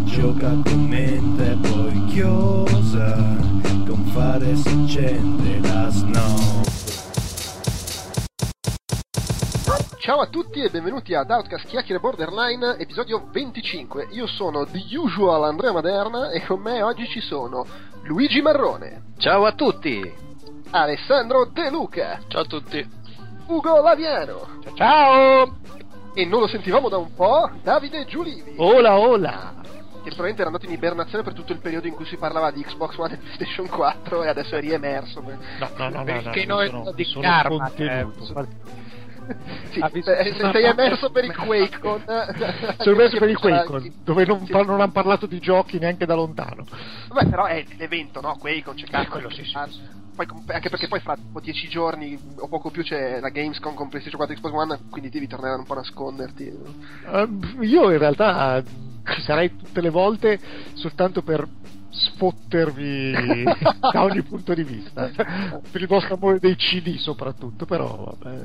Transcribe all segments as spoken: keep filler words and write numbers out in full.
gioca con mente poi chiosa, con fare si accende la snow. Ciao a tutti e benvenuti ad Outcast Chiacchiere Borderline, episodio venticinque. Io sono The Usual Andrea Maderna e con me oggi ci sono Luigi Marrone. Ciao a tutti. Alessandro De Luca. Ciao a tutti. Ugo Laviano. Ciao, ciao. E non lo sentivamo da un po', Davide Giulivi. Ola ola. Che probabilmente era andato in ibernazione per tutto il periodo in cui si parlava di Xbox One e PlayStation quattro e adesso è riemerso. No, no, no, perché no, noi sono, di sono karma, contenuto. Sì, se sei emerso per il QuakeCon. Sono emerso per il QuakeCon, dove non, sì. par- non hanno parlato di giochi neanche da lontano. Beh, però è l'evento, no? QuakeCon, c'è cazzo, quello sì, sì. Poi, anche perché poi fra dieci giorni o poco più c'è la Gamescom con PlayStation quattro e Xbox One, quindi devi tornare un po' a nasconderti. Uh, io in realtà ci sarei tutte le volte soltanto per sfottervi da ogni punto di vista, per il vostro amore dei C D soprattutto, però vabbè.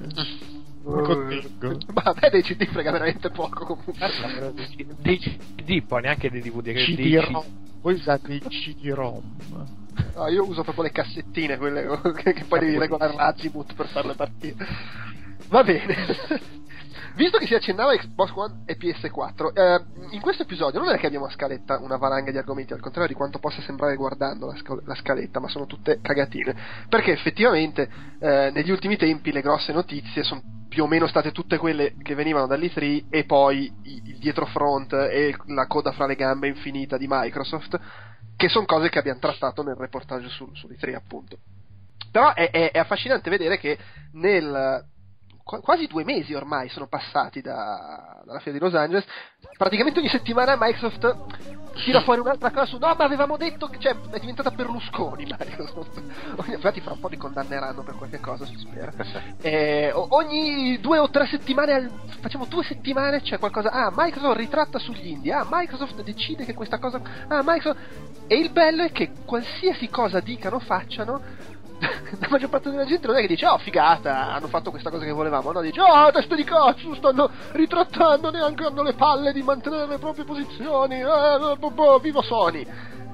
Uh, vabbè, dei C D frega veramente poco comunque. Dei C D, poi neanche dei D V D. C D ROM. Voi usate i C D ROM? No, io uso proprio le cassettine, quelle che, che poi devi regolare l'azimut per farle partire. Va bene. Visto che si accennava Xbox One e P S quattro, eh, in questo episodio non è che abbiamo a scaletta una valanga di argomenti, al contrario di quanto possa sembrare guardando la, scal- la scaletta, ma sono tutte cagatine, perché effettivamente eh, negli ultimi tempi le grosse notizie sono più o meno state tutte quelle che venivano dall'E tre e poi il dietrofront e la coda fra le gambe infinita di Microsoft, che sono cose che abbiamo trattato nel reportage su, sull'E tre appunto. Però è, è, è affascinante vedere che nel quasi due mesi ormai sono passati da, dalla fiera di Los Angeles, praticamente ogni settimana Microsoft tira fuori un'altra cosa su no ma avevamo detto che, cioè è diventata Berlusconi Microsoft. Infatti fra un po' li condanneranno per qualche cosa, si spera. Eh, ogni due o tre settimane al, facciamo due settimane c'è qualcosa, ah Microsoft ritratta sugli indie, ah Microsoft decide che questa cosa, ah Microsoft, e il bello è che qualsiasi cosa dicano facciano, la maggior parte della gente non è che dice oh figata hanno fatto questa cosa che volevamo, no, dice oh testa di cazzo stanno ritrattando, neanche hanno le palle di mantenere le proprie posizioni, eh, boh, boh, viva Sony.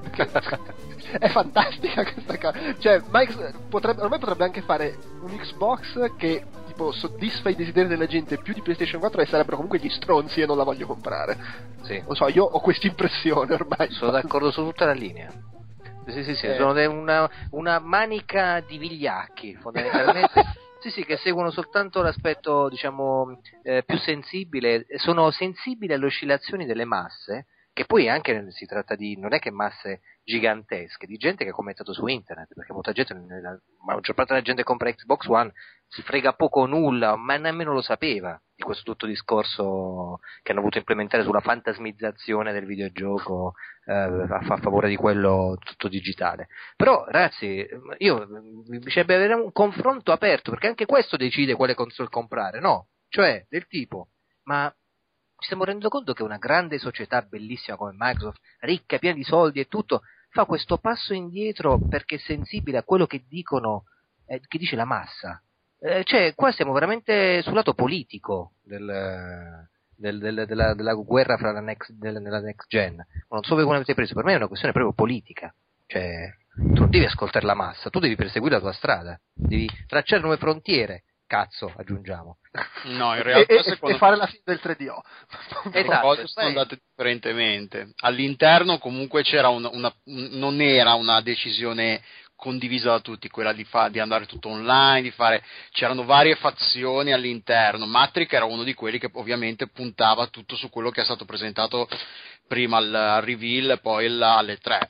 È fantastica questa cosa, cioè Mike potrebbe, ormai potrebbe anche fare un Xbox che tipo soddisfa i desideri della gente più di PlayStation quattro e sarebbero comunque gli stronzi e non la voglio comprare. Sì. Lo so, io ho questa impressione ormai. Sono d'accordo su tutta la linea. Sì, sì, sì, eh. sono una, una manica di vigliacchi, fondamentalmente. Sì, sì, che seguono soltanto l'aspetto, diciamo, eh, più sensibile, sono sensibili alle oscillazioni delle masse, che poi anche si tratta di, non è che masse gigantesche, di gente che ha commentato su internet, perché molta gente, la maggior parte della gente che compra Xbox One si frega poco o nulla, ma nemmeno lo sapeva di questo tutto discorso che hanno voluto implementare sulla fantasmizzazione del videogioco eh, a, a favore di quello tutto digitale. Però ragazzi, io mi piacerebbe avere un confronto aperto, perché anche questo decide quale console comprare, no? Cioè del tipo, ma ci stiamo rendendo conto che una grande società bellissima come Microsoft, ricca, piena di soldi e tutto, fa questo passo indietro perché è sensibile a quello che dicono, eh, che dice la massa. Eh, cioè, qua siamo veramente sul lato politico del, del, del, della, della guerra fra la next, della, della next gen. Non so come avete preso, per me è una questione proprio politica. Cioè, tu non devi ascoltare la massa, tu devi perseguire la tua strada, devi tracciare nuove frontiere. Cazzo, aggiungiamo. No, in realtà e, secondo e fare la fine del tre D O. le cose sono andate differentemente. All'interno comunque c'era una, una non era una decisione condivisa da tutti, quella di, fa, di andare tutto online, di fare, c'erano varie fazioni all'interno. Matrix era uno di quelli che ovviamente puntava tutto su quello che è stato presentato prima al, al reveal e poi alle tre.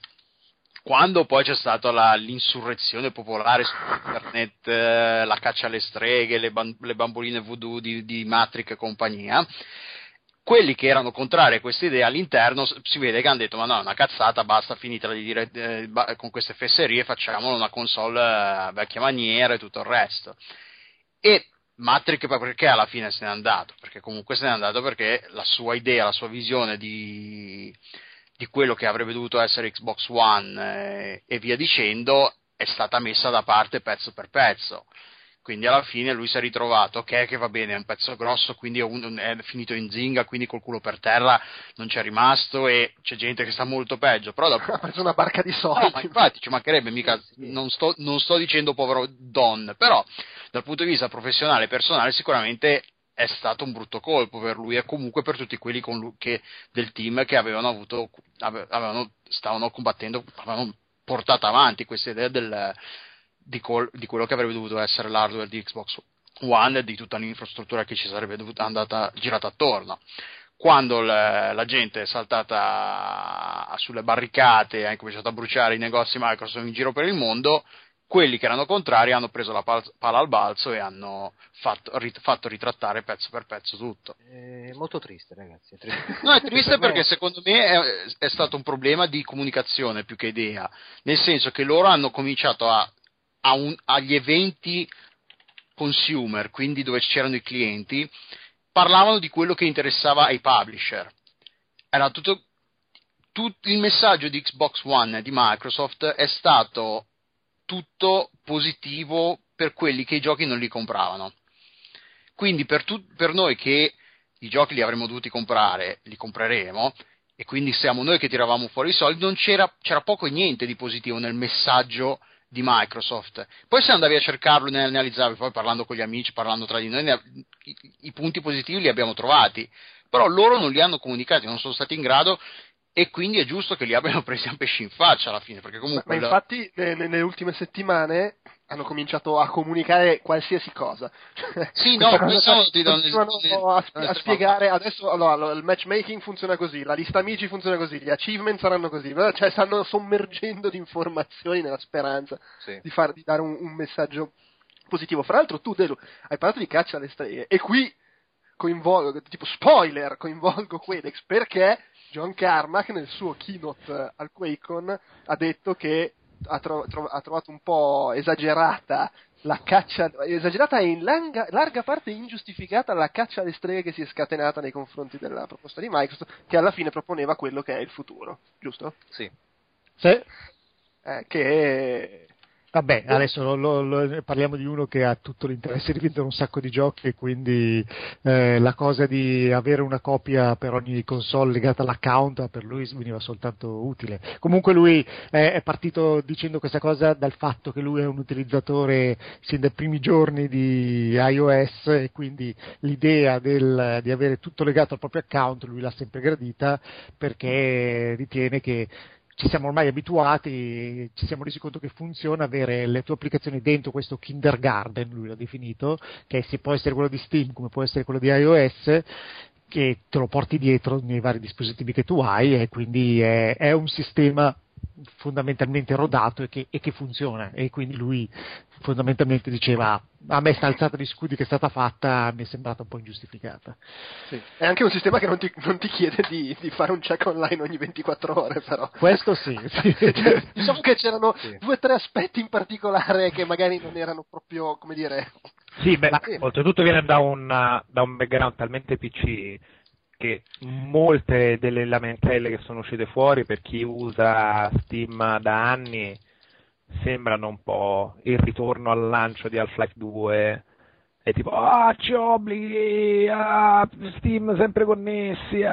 Quando poi c'è stata la, l'insurrezione popolare su internet, eh, la caccia alle streghe, le, ban- le bamboline voodoo di, di Matrix e compagnia, quelli che erano contrari a questa idea all'interno si vede che hanno detto ma no, è una cazzata, basta, finitela di dire eh, ba- con queste fesserie, facciamolo una console eh, vecchia maniera e tutto il resto. E Matrix perché alla fine se n'è andato? Perché comunque se n'è andato perché la sua idea, la sua visione di... di quello che avrebbe dovuto essere Xbox One eh, e via dicendo è stata messa da parte pezzo per pezzo. quindi alla fine lui si è ritrovato, ok, che va bene, è un pezzo grosso, quindi è, un, è finito in zinga, quindi col culo per terra non c'è rimasto e c'è gente che sta molto peggio, però dopo... ha preso una barca di soldi. No, ma infatti ci mancherebbe, mica, non sto, non sto dicendo povero Don, però dal punto di vista professionale e personale sicuramente è stato un brutto colpo per lui e comunque per tutti quelli con lui che, del team che avevano avuto, avevano, stavano combattendo, avevano portato avanti questa idea del... Di, col, di quello che avrebbe dovuto essere l'hardware di Xbox One e di tutta l'infrastruttura che ci sarebbe dovuta andata girata attorno. Quando le, la gente è saltata sulle barricate e ha incominciato a bruciare i negozi Microsoft in giro per il mondo, quelli che erano contrari hanno preso la pal- pala al balzo e hanno fatto, rit- fatto ritrattare pezzo per pezzo tutto. È molto triste, ragazzi. È triste. No, è triste perché secondo me è, è stato un problema di comunicazione più che idea, nel senso che loro hanno cominciato a A un, agli eventi consumer, quindi dove c'erano i clienti, parlavano di quello che interessava ai publisher. Era tutto, tutto il messaggio di Xbox One e di Microsoft è stato tutto positivo per quelli che i giochi non li compravano. Quindi per, tu, per noi che i giochi li avremmo dovuti comprare, li compreremo, e quindi siamo noi che tiravamo fuori i soldi, non c'era, c'era poco e niente di positivo nel messaggio di Microsoft. Poi se andavi a cercarlo e ne analizzavi, poi parlando con gli amici, parlando tra di noi, ne, i, i punti positivi li abbiamo trovati, però loro non li hanno comunicati, non sono stati in grado, e quindi è giusto che li abbiano presi a pesci in faccia alla fine, perché comunque... Ma, ma infatti le, nelle ultime settimane hanno cominciato a comunicare qualsiasi cosa. Sì, no, questo ti do continuano a, a spiegare, adesso allora, il matchmaking funziona così, la lista amici funziona così, gli achievement saranno così, cioè stanno sommergendo di informazioni nella speranza sì. di, far, di dare un, un messaggio positivo. Fra l'altro tu, Delu, hai parlato di caccia alle streghe, e qui coinvolgo, tipo spoiler, coinvolgo Quedex, perché John Carmack nel suo keynote al QuakeCon ha detto che ha, tro- tro- ha trovato un po' esagerata la caccia, esagerata e in larga, larga parte ingiustificata la caccia alle streghe che si è scatenata nei confronti della proposta di Microsoft, che alla fine proponeva quello che è il futuro, giusto? Sì. Sì. Eh, che... Vabbè, adesso lo, lo, lo, parliamo di uno che ha tutto l'interesse di vendere un sacco di giochi e quindi eh, la cosa di avere una copia per ogni console legata all'account per lui veniva soltanto utile. Comunque lui è, è partito dicendo questa cosa dal fatto che lui è un utilizzatore sin dai primi giorni di iOS e quindi l'idea del, di avere tutto legato al proprio account lui l'ha sempre gradita, perché ritiene che ci siamo ormai abituati, ci siamo resi conto che funziona avere le tue applicazioni dentro questo kindergarten, lui l'ha definito, che si può essere quello di Steam come può essere quello di iOS, che te lo porti dietro nei vari dispositivi che tu hai, e quindi è, è un sistema fondamentalmente rodato e che, e che funziona, e quindi lui fondamentalmente diceva: a me sta alzata di scudi che è stata fatta mi è sembrata un po' ingiustificata. Sì. È anche un sistema che non ti, non ti chiede di, di fare un check online ogni ventiquattro ore, però questo sì, sì. Diciamo che c'erano sì. due o tre aspetti in particolare che magari non erano proprio, come dire... Sì, beh, sì. oltretutto viene da un, da un background talmente P C che molte delle lamentele che sono uscite fuori per chi usa Steam da anni sembrano un po' il ritorno al lancio di Half-Life due, è tipo ah ci obblighi, ah, Steam sempre connessi,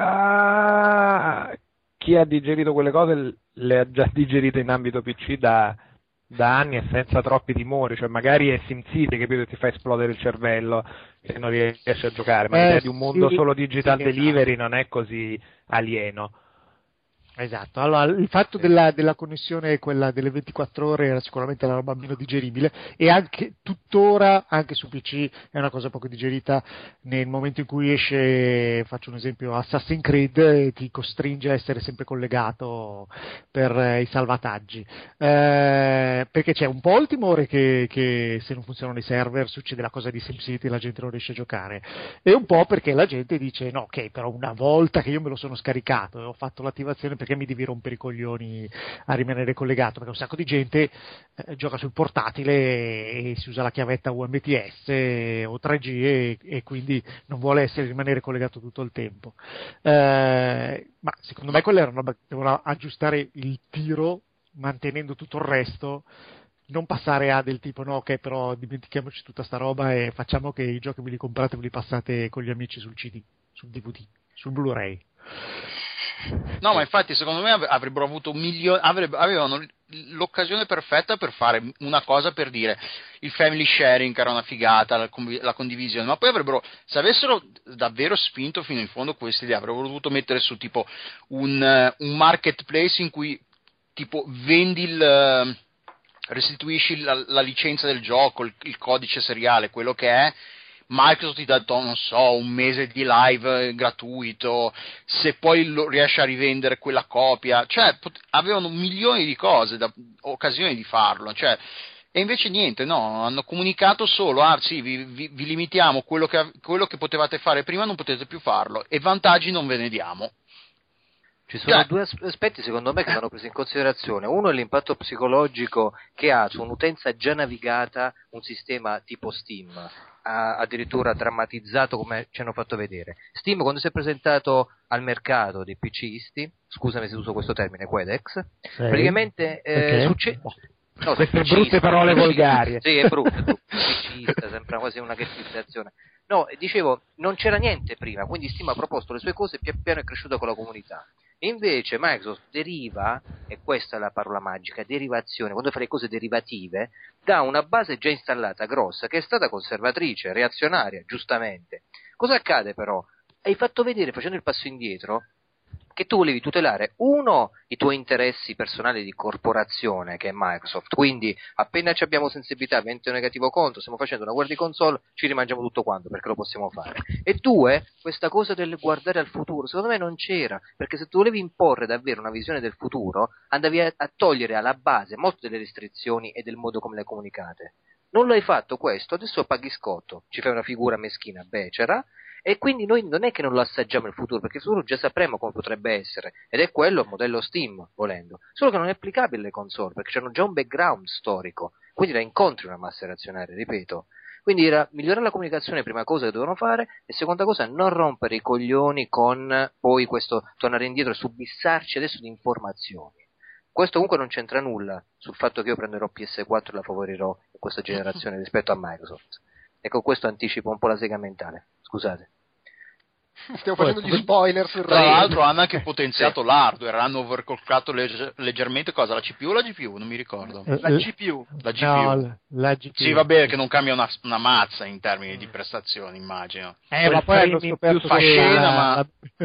ah. Chi ha digerito quelle cose le ha già digerite in ambito P C da, da anni e senza troppi timori, cioè magari è SimCity, capito, ti fa esplodere il cervello e non riesci a giocare, ma eh, l'idea di un mondo sì, solo digital sì, delivery non è così alieno. Esatto, allora il fatto della, della connessione, quella delle ventiquattro ore, era sicuramente una roba meno digeribile, e anche tuttora, anche su P C, è una cosa poco digerita nel momento in cui esce, faccio un esempio, Assassin's Creed, e ti costringe a essere sempre collegato per eh, i salvataggi, eh, perché c'è un po' il timore che, che se non funzionano i server succede la cosa di SimCity e la gente non riesce a giocare, e un po' perché la gente dice no, ok, però una volta che io me lo sono scaricato e ho fatto l'attivazione, perché mi devi rompere i coglioni a rimanere collegato, perché un sacco di gente eh, gioca sul portatile e, e si usa la chiavetta U M T S o tre G e, e quindi non vuole essere rimanere collegato tutto il tempo, eh, ma secondo me quella era una roba che doveva aggiustare il tiro mantenendo tutto il resto non passare a del tipo no, ok, però dimentichiamoci tutta sta roba e facciamo che i giochi ve li comprate e ve li passate con gli amici sul C D, sul D V D, sul Blu-ray. No, ma infatti secondo me avrebbero avuto un milione, avrebbero, avevano l'occasione perfetta per fare una cosa, per dire il family sharing, che era una figata, la, la condivisione, ma poi avrebbero, se avessero davvero spinto fino in fondo questa idea, avrebbero dovuto mettere su tipo un, un marketplace in cui tipo vendi il, restituisci la, la licenza del gioco, il, il codice seriale, quello che è. Microsoft ti dà, non so, un mese di live gratuito, se poi lo riesce a rivendere quella copia, cioè pot- avevano milioni di cose, da, occasioni di farlo, cioè, e invece niente, no, hanno comunicato solo, ah sì, vi, vi, vi limitiamo, quello che, quello che potevate fare prima non potete più farlo, e vantaggi non ve ne diamo. Ci sono due aspetti secondo me che vanno presi in considerazione. Uno è l'impatto psicologico che ha su un'utenza già navigata un sistema tipo Steam, ha addirittura drammatizzato come ci hanno fatto vedere. Steam, quando si è presentato al mercato dei PCisti, scusami se uso questo termine, Quedex, sì. praticamente eh, succede... No, queste brutte parole volgari. Sì, è brutto, è brutto. PCista, sembra quasi una ghettizzazione. No, dicevo, non c'era niente prima, quindi Steam ha proposto le sue cose e pian piano è cresciuto con la comunità. Invece Microsoft deriva, e questa è la parola magica, derivazione, quando fai le cose derivative, da una base già installata grossa, che è stata conservatrice, reazionaria, giustamente. Cosa accade però? Hai fatto vedere, facendo il passo indietro, che tu volevi tutelare, uno, i tuoi interessi personali di corporazione, che è Microsoft, quindi appena ci abbiamo sensibilità, vento negativo contro, stiamo facendo una guerra di console, ci rimangiamo tutto quanto, perché lo possiamo fare. E due, questa cosa del guardare al futuro, secondo me non c'era, perché se tu volevi imporre davvero una visione del futuro, andavi a, a togliere alla base molte delle restrizioni e del modo come le comunicate. Non lo hai fatto questo, adesso paghi scotto, ci fai una figura meschina, becera, e quindi noi non è che non lo assaggiamo il futuro, perché il futuro già sapremo come potrebbe essere, ed è quello il modello Steam, volendo, solo che non è applicabile alle console, perché hanno già un background storico, quindi la incontri una massa reazionaria, ripeto. Quindi era migliorare la comunicazione, prima cosa che dovevano fare, e seconda cosa non rompere i coglioni con poi questo tornare indietro e subissarci adesso di informazioni. Questo comunque non c'entra nulla sul fatto che io prenderò P S quattro e la favorirò in questa generazione rispetto a Microsoft. E con questo anticipo un po' la sega mentale. Scusate. Stiamo facendo gli spoiler sul Tra l'altro hanno anche potenziato sì. l'hardware, hanno overclockato legge- leggermente cosa? La C P U o la G P U? Non mi ricordo. La G P U. La G P U. No, la G P U. Sì, vabbè, che non cambia una, una mazza in termini di prestazioni, immagino. Eh, ma poi hanno scoperto fa scena, ma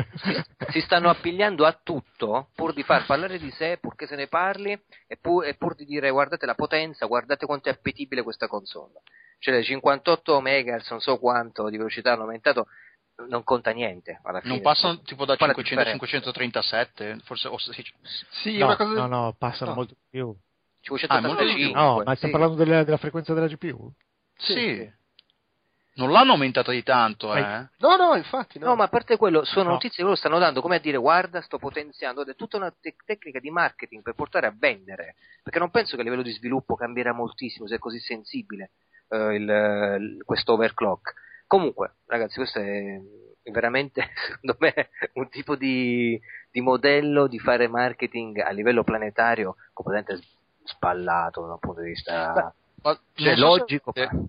si stanno appigliando a tutto pur di far parlare di sé, purché se ne parli, e pur, e pur di dire guardate la potenza, guardate quanto è appetibile questa console. Cioè le cinquantotto megahertz, non so quanto di velocità hanno aumentato, non conta niente alla fine. Non passano tipo da cinquecento a cinquecentotrentasette, forse o sì, no, una cosa... no, no, passano no. molto più. cinquecentottantacinque. Ah, no, ma stiamo sì. parlando della, della frequenza della G P U? Sì. sì. Non l'hanno aumentata di tanto, eh? No, no, infatti no. No, ma a parte quello, sono no. notizie che loro stanno dando, come a dire, guarda, sto potenziando, è tutta una te- tecnica di marketing per portare a vendere, perché non penso che a livello di sviluppo cambierà moltissimo se è così sensibile eh, il, il, questo overclock. Comunque, ragazzi, questo è veramente, secondo me, un tipo di, di modello di fare marketing a livello planetario completamente spallato da un punto di vista Beh, ma cioè, logico. So se...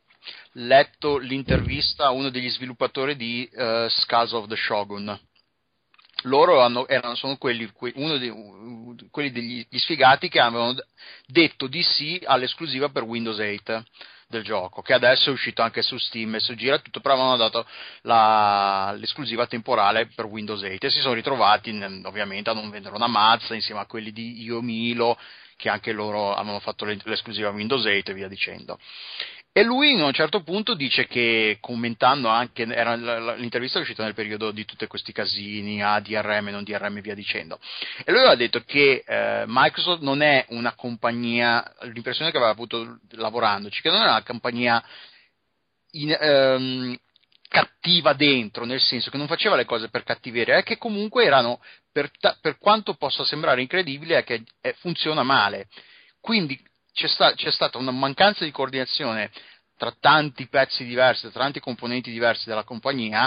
letto l'intervista a uno degli sviluppatori di uh, Skulls of the Shogun. Loro hanno, erano, sono quelli, que, uno dei, quelli degli gli sfigati che avevano detto di sì all'esclusiva per Windows otto del gioco, che adesso è uscito anche su Steam e su gira tutto, però avevano dato la, l'esclusiva temporale per Windows otto e si sono ritrovati ovviamente a non vendere una mazza insieme a quelli di Io Milo, che anche loro avevano fatto l'esclusiva Windows otto e via dicendo. E lui in un certo punto dice che, commentando anche, era l'intervista è uscita nel periodo di tutti questi casini, ah, D R M, non D R M e via dicendo, e lui aveva detto che eh, Microsoft non è una compagnia, l'impressione che aveva avuto lavorandoci, che non è una compagnia in, ehm, cattiva dentro, nel senso che non faceva le cose per cattiveria, è che comunque erano, per, ta- per quanto possa sembrare incredibile, è che è, funziona male, quindi C'è, sta, c'è stata una mancanza di coordinazione tra tanti pezzi diversi, tra tanti componenti diversi della compagnia,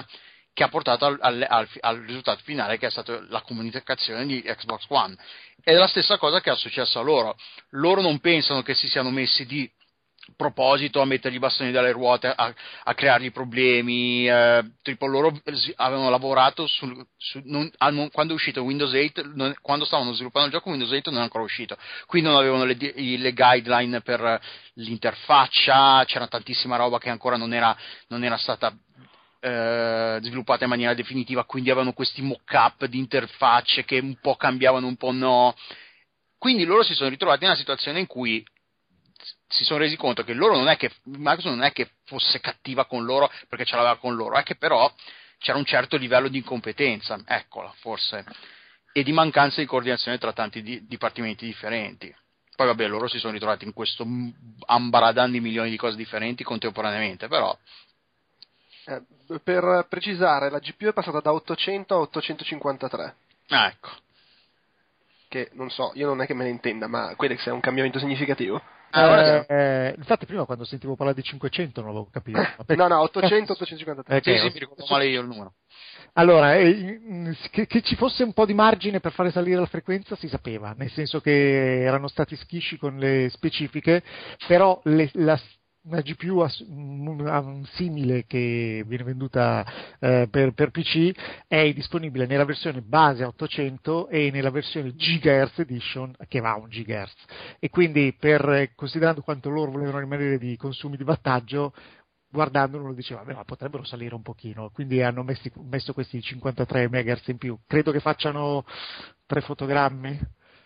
che ha portato al, al, al, al risultato finale, che è stata la comunicazione di Xbox One. È la stessa cosa che è successa a loro. Loro non pensano che si siano messi di proposito a mettergli i bastoni dalle ruote, a, a creargli problemi, eh, tipo loro avevano lavorato sul, su, non, non, quando è uscito Windows otto, non, quando stavano sviluppando il gioco Windows otto non è ancora uscito, quindi non avevano le, le guideline per l'interfaccia, c'era tantissima roba che ancora non era, non era stata eh, sviluppata in maniera definitiva, quindi avevano questi mock-up di interfacce che un po' cambiavano, un po' no, quindi loro si sono ritrovati in una situazione in cui si sono resi conto che loro non è che Microsoft non è che fosse cattiva con loro perché ce l'aveva con loro, è che però c'era un certo livello di incompetenza, eccola forse, e di mancanza di coordinazione tra tanti di, dipartimenti differenti. Poi vabbè, loro si sono ritrovati in questo ambaradàn di milioni di cose differenti contemporaneamente, però eh, per precisare, la G P U è passata da ottocento a ottocentocinquantatré. Ah, ecco. Che non so, io non è che me ne intenda, ma Quedex è un cambiamento significativo? Eh, eh, infatti prima quando sentivo parlare di cinquecento non l'avevo capito. No, no, ottocento, ottocentocinquantatré. Okay, sì, sì, mi ricordo male io il numero. Allora, eh, che, che ci fosse un po' di margine per fare salire la frequenza si sapeva, nel senso che erano stati schisci con le specifiche, però le, la una G P U ass- m- simile che viene venduta eh, per, per P C è disponibile nella versione base a ottocento e nella versione Gigahertz Edition che va a un gigahertz, e quindi per, considerando quanto loro volevano rimanere di consumi di wattaggio, guardandolo lo diceva, beh, ma potrebbero salire un pochino, quindi hanno messi, messo questi cinquantatré megahertz in più. Credo che facciano tre fotogrammi.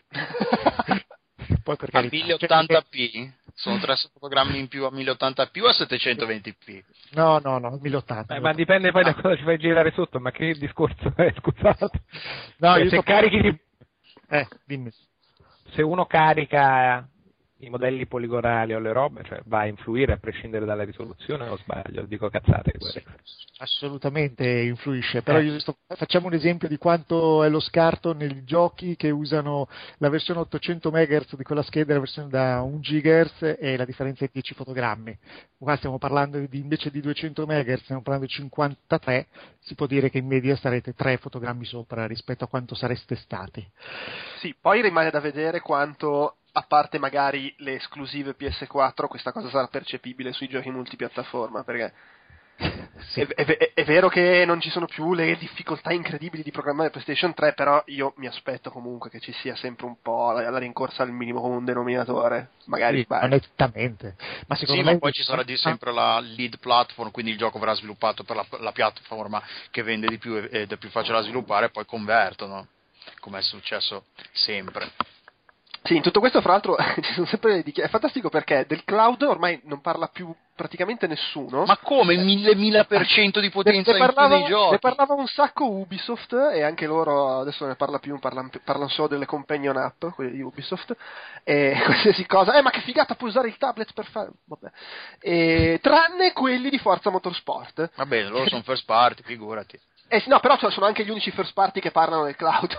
Poi per a carità, mille ottanta p sono tre fotogrammi in più a mille ottanta p o a settecentoventi p? No, no, no, mille ottanta. Eh, ma dipende poi da cosa ci fai girare sotto, ma che discorso è, scusate. No, cioè, io se sto... carichi di... Eh, dimmi. Se uno carica i modelli poligonali o le robe, cioè va a influire a prescindere dalla risoluzione, o sbaglio? Dico cazzate. Sì, assolutamente influisce, però io sto... facciamo un esempio di quanto è lo scarto nei giochi che usano la versione ottocento megahertz di quella scheda e la versione da un gigahertz, e la differenza è dieci fotogrammi. Qua stiamo parlando di, invece di duecento megahertz, stiamo parlando di cinquantatré, si può dire che in media sarete tre fotogrammi sopra rispetto a quanto sareste stati. Sì, poi rimane da vedere quanto, a parte magari le esclusive P S quattro, questa cosa sarà percepibile sui giochi multipiattaforma, perché sì. è, è, è vero che non ci sono più le difficoltà incredibili di programmare PlayStation tre, però io mi aspetto comunque che ci sia sempre un po' la, la rincorsa al minimo comune denominatore, magari sì, onestamente. Ma secondo sì, me ma poi ci sarà di sempre la lead platform, quindi il gioco verrà sviluppato per la, la piattaforma che vende di più ed è più facile da sviluppare, e poi convertono, come è successo sempre. Sì, in tutto questo fra l'altro ci sono sempre le dichiarazioni. È fantastico perché del cloud ormai non parla più praticamente nessuno. Ma come? Mille mille per cento di potenza ne, ne parlava, in più nei giochi? Ne parlava un sacco Ubisoft, e anche loro adesso ne parla più, parlano, parlano solo delle companion app, quelle di Ubisoft, e qualsiasi cosa. Eh, ma che figata, puoi usare il tablet per fare... Vabbè. E, tranne quelli di Forza Motorsport. Va bene, loro sono first party, figurati. Eh, no, però sono anche gli unici first party che parlano del cloud.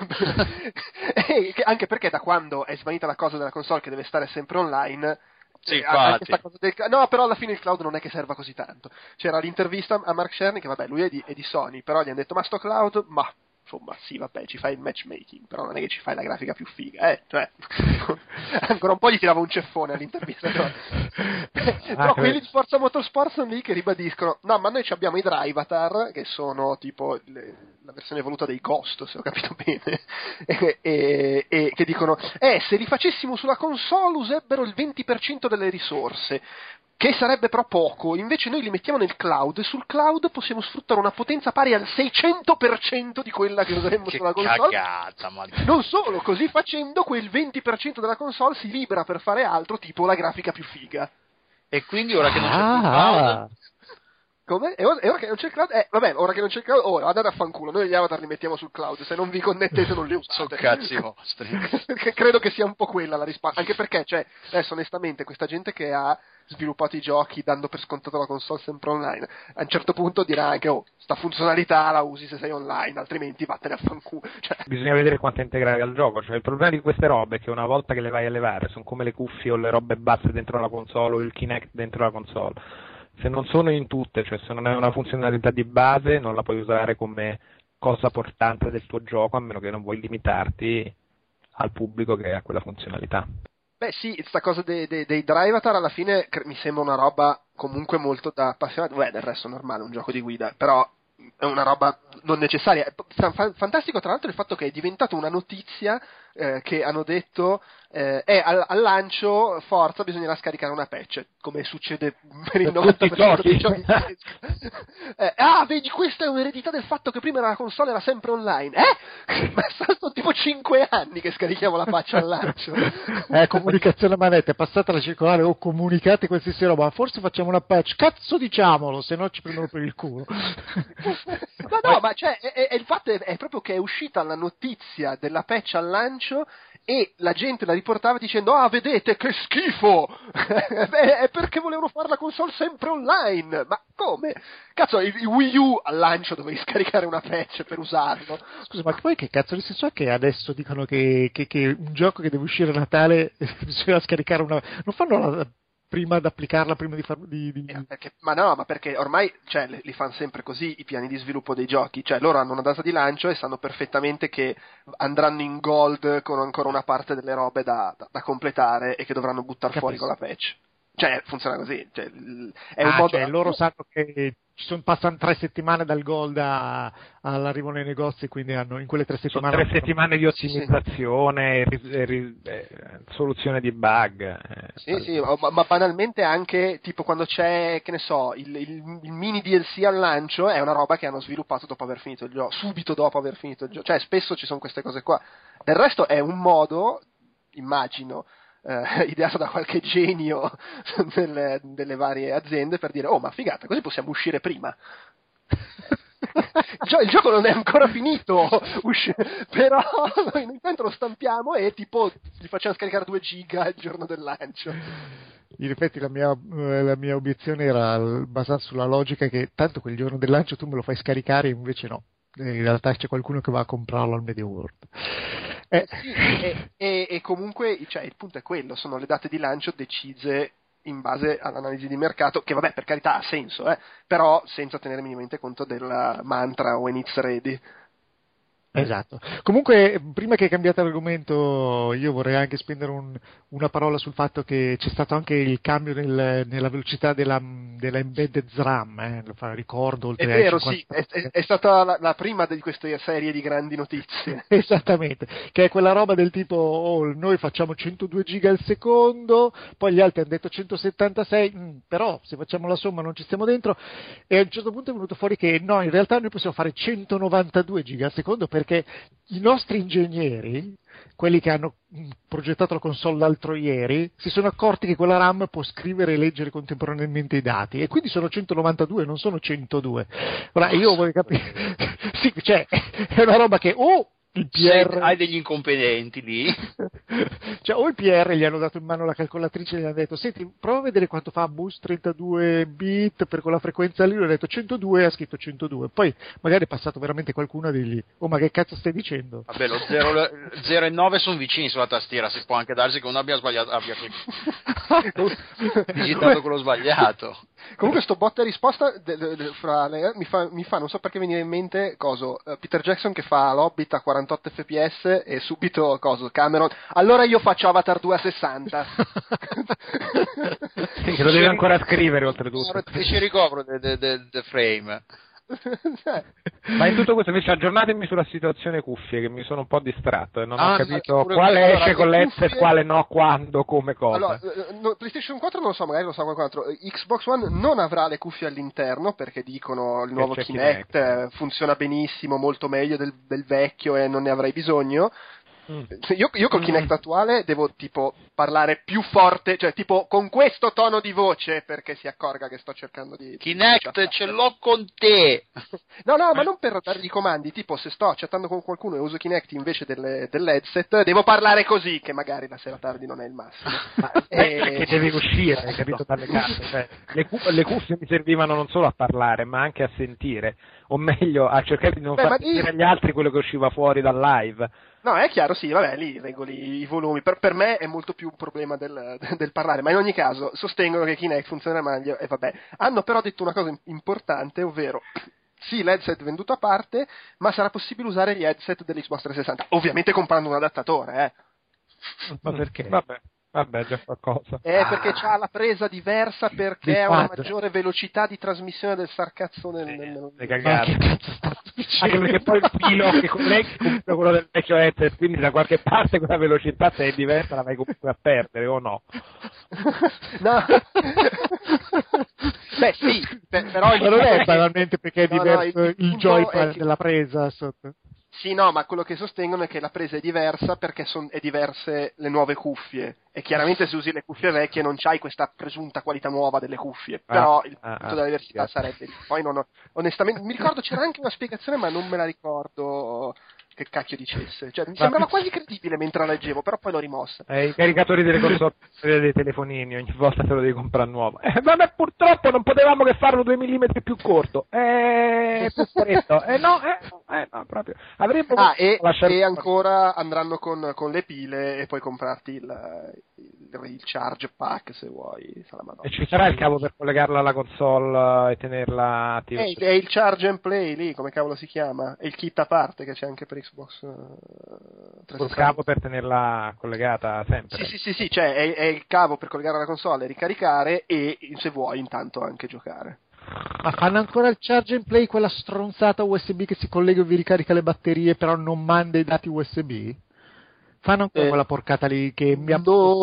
E anche perché da quando è svanita la cosa della console che deve stare sempre online, sì, eh, anche sta cosa del, no, però alla fine il cloud non è che serva così tanto. C'era l'intervista a Mark Cerny, che vabbè, lui è di, è di Sony, però gli hanno detto, ma sto cloud, ma insomma sì, vabbè, ci fai il matchmaking, però non è che ci fai la grafica più figa, eh, cioè ancora un po' gli tirava un ceffone all'intervista. No? Però ah, quelli di Forza Motorsport sono lì che ribadiscono, no, ma noi abbiamo i Drivatar, che sono tipo le, la versione evoluta dei Ghost, se ho capito bene, e, e, e che dicono, eh, se li facessimo sulla console userebbero il venti per cento delle risorse, che sarebbe però poco, invece noi li mettiamo nel cloud, e sul cloud possiamo sfruttare una potenza pari al seicento per cento di quella che useremmo che sulla console. Cagata, ma... Non solo, così facendo quel venti per cento della console si libera per fare altro, tipo la grafica più figa. E quindi ora che non c'è più cloud... Come? E ora, e ora che non c'è il cloud? Eh, vabbè, ora che non c'è il cloud, oh, andate a fanculo, noi gli avatar li mettiamo sul cloud, se non vi connettete non li usate. Sono cazzi vostri. Credo che sia un po' quella la risposta, anche perché, cioè, adesso onestamente, questa gente che ha sviluppato i giochi dando per scontato la console sempre online, a un certo punto dirà anche, oh, sta funzionalità la usi se sei online, altrimenti vattene a fanculo. Cioè... Bisogna vedere quanto integrare al gioco, cioè il problema di queste robe è che una volta che le vai a levare, sono come le cuffie o le robe basse dentro la console o il Kinect dentro la console, se non sono in tutte, cioè se non è una funzionalità di base, non la puoi usare come cosa portante del tuo gioco, a meno che non vuoi limitarti al pubblico che ha quella funzionalità. Beh sì, sta cosa dei, dei, dei Drivatar alla fine cre- mi sembra una roba comunque molto da appassionato. Beh, del resto è normale, un gioco di guida, però è una roba non necessaria. F- fantastico tra l'altro il fatto che è diventato una notizia eh, che hanno detto eh, è al, al lancio, forza, bisognerà scaricare una patch, come succede per il novanta per cento dei giochi. eh, ah, vedi, questa è un'eredità del fatto che prima la console era sempre online. Eh? Ma sono tipo cinque anni che scarichiamo la patch al lancio. Eh, comunicazione a manetta, è passata la circolare o comunicate qualsiasi roba, ma forse facciamo una patch, cazzo diciamolo, se no ci prendono per il culo. No, no, ma cioè, è, è, il fatto è, è proprio che è uscita la notizia della patch al lancio e la gente la riportava dicendo ah, vedete che schifo, è perché volevano fare la console sempre online. Ma come? Cazzo, il, il Wii U al lancio dovevi scaricare una patch per usarlo. Scusa, ma poi che cazzo di senso è che adesso dicono che, che, che un gioco che deve uscire a Natale bisogna scaricare una... non fanno la... prima di applicarla, prima di far... Di, di... Eh, perché, ma no, ma perché ormai cioè, li, li fanno sempre così i piani di sviluppo dei giochi, cioè loro hanno una data di lancio e sanno perfettamente che andranno in gold con ancora una parte delle robe da, da, da completare e che dovranno buttare fuori con la patch. Cioè, funziona così. Cioè, è un ah, modo... cioè, loro sanno che ci sono, passano tre settimane dal gold a, all'arrivo nei negozi, quindi hanno in quelle tre settimane... Sono tre settimane di ottimizzazione, sì. ri, ri, eh, soluzione di bug. Eh, sì, sì, ma, ma banalmente anche, tipo quando c'è, che ne so, il, il, il mini D L C al lancio, è una roba che hanno sviluppato dopo aver finito il gioco, subito dopo aver finito il gioco. Cioè, spesso ci sono queste cose qua. Del resto è un modo, immagino... Uh, ideato da qualche genio delle, delle varie aziende per dire oh ma figata, così possiamo uscire prima. il, gio- il gioco non è ancora finito usci- però noi intanto lo stampiamo e tipo gli facciamo scaricare due giga il giorno del lancio. In effetti la mia, la mia obiezione era basata sulla logica che tanto quel giorno del lancio tu me lo fai scaricare, invece no, in realtà c'è qualcuno che va a comprarlo al Media World. Eh, sì, e, e, e comunque cioè, il punto è quello, sono le date di lancio decise in base all'analisi di mercato, che vabbè per carità ha senso, eh, però senza tenere minimamente conto del mantra when it's ready. Esatto. Comunque, prima che cambiate argomento, io vorrei anche spendere un, una parola sul fatto che c'è stato anche il cambio nel, nella velocità della, della embedded S R A M, eh, lo fa, ricordo. Oltre è vero, cinquanta... sì, è, è, è stata la, la prima di queste serie di grandi notizie. Esattamente, che è quella roba del tipo, oh, noi facciamo centodue giga al secondo, poi gli altri hanno detto centosettantasei, mh, però se facciamo la somma non ci stiamo dentro, e a un certo punto è venuto fuori che no, in realtà noi possiamo fare centonovantadue giga al secondo, perché perché i nostri ingegneri, quelli che hanno progettato la console l'altro ieri, si sono accorti che quella RAM può scrivere e leggere contemporaneamente i dati, e quindi sono centonovantadue, non sono centodue. Ora io voglio capire, sì, cioè, è una roba che o oh, il P R... Hai degli incompetenti lì. Cioè, o il P R gli hanno dato in mano la calcolatrice e gli hanno detto senti, prova a vedere quanto fa bus trentadue bit per quella frequenza lì, lui ha detto centodue e ha scritto centodue, poi magari è passato veramente qualcuno a dirgli oh ma che cazzo stai dicendo? Vabbè, lo zero e nove sono vicini sulla tastiera, si può anche darsi che uno abbia sbagliato, abbia digitato quello sbagliato. Comunque sto botta e risposta de, de, de, fra le, mi, fa, mi fa non so perché venire in mente coso uh, Peter Jackson che fa l'Hobbit a quarantotto effe pi esse e subito coso Cameron allora io faccio Avatar due a sessanta. Sì, che lo deve ancora scrivere oltretutto e ci ricopro the frame. Ma in tutto questo invece aggiornatemi sulla situazione cuffie, che mi sono un po' distratto e non ah, ho capito pure... quale allora, esce con l'headset, cuffie... quale no, quando, come, cosa. Allora, no, PlayStation quattro non lo so, magari lo sa qualcun altro. Xbox One non avrà le cuffie all'interno perché dicono il nuovo Kinect, Kinect funziona benissimo, molto meglio del, del vecchio e non ne avrai bisogno. Mm. Io, io col Kinect mm. attuale devo tipo parlare più forte, cioè tipo con questo tono di voce perché si accorga che sto cercando di Kinect di ce l'ho con te. No no, ma non per dargli comandi, tipo se sto chattando con qualcuno e uso Kinect invece delle, dell'headset devo parlare così, che magari la sera tardi non è il massimo. Ma e... che devi uscire, hai capito, dalle carte, cioè, le, cu- le cuffie mi servivano non solo a parlare ma anche a sentire. o meglio a cercare di non Beh, far io... vedere agli altri quello che usciva fuori dal live. No, è chiaro, sì, vabbè, lì regoli i volumi. Per, per me è molto più un problema del, del parlare, ma in ogni caso sostengono che Kinect funziona meglio e vabbè. Hanno però detto una cosa importante, ovvero sì, l'headset venduto a parte, ma sarà possibile usare gli headset dell'Xbox trecentosessanta, ovviamente comprando un adattatore, eh. Ma perché? Vabbè. Vabbè, già qualcosa. Eh, ah. perché c'ha la presa diversa, perché ha una pad. maggiore velocità di trasmissione del sarcazzo nel... Sì, nel... le cagate. Anche perché poi il filo che colleghi comunque quello del vecchio headset, quindi da qualche parte quella velocità se è diversa la vai comunque a perdere, o no? No. Beh sì, per, però... Ma non è banalmente perché è no, diverso no, il, il, il joypad che... della presa sotto. Sì, no, ma quello che sostengono è che la presa è diversa perché sono è diverse le nuove cuffie. E chiaramente se usi le cuffie vecchie non c'hai questa presunta qualità nuova delle cuffie. Ah, però il punto ah, della diversità ah, sarebbe... Poi non ho... Onestamente, mi ricordo c'era anche una spiegazione, ma non me la ricordo... Che cacchio dicesse, cioè, mi sembrava quasi credibile mentre la leggevo, però poi l'ho rimossa. Eh, I caricatori delle console dei telefonini, ogni volta te lo devi comprare nuovo. Eh, ma purtroppo non potevamo che farlo due millimetri più corto. Eh, più stretto. Eh no, eh, eh no, proprio. Avremmo ah, e, e ancora andranno con, con le pile e puoi comprarti il, il, il charge pack se vuoi. E ci sarà il cavo per collegarla alla console e tenerla attiva? È, è il charge and play lì, come cavolo si chiama? È il kit a parte che c'è anche per Xbox trecentosessanta. Il cavo per tenerla collegata sempre. Sì, sì, sì, sì, cioè è, è il cavo per collegare alla console, ricaricare e se vuoi intanto anche giocare. Ma fanno ancora il charge and play, quella stronzata U S B che si collega e vi ricarica le batterie però non manda i dati U S B? Fanno ancora eh, quella porcata lì che mi ha...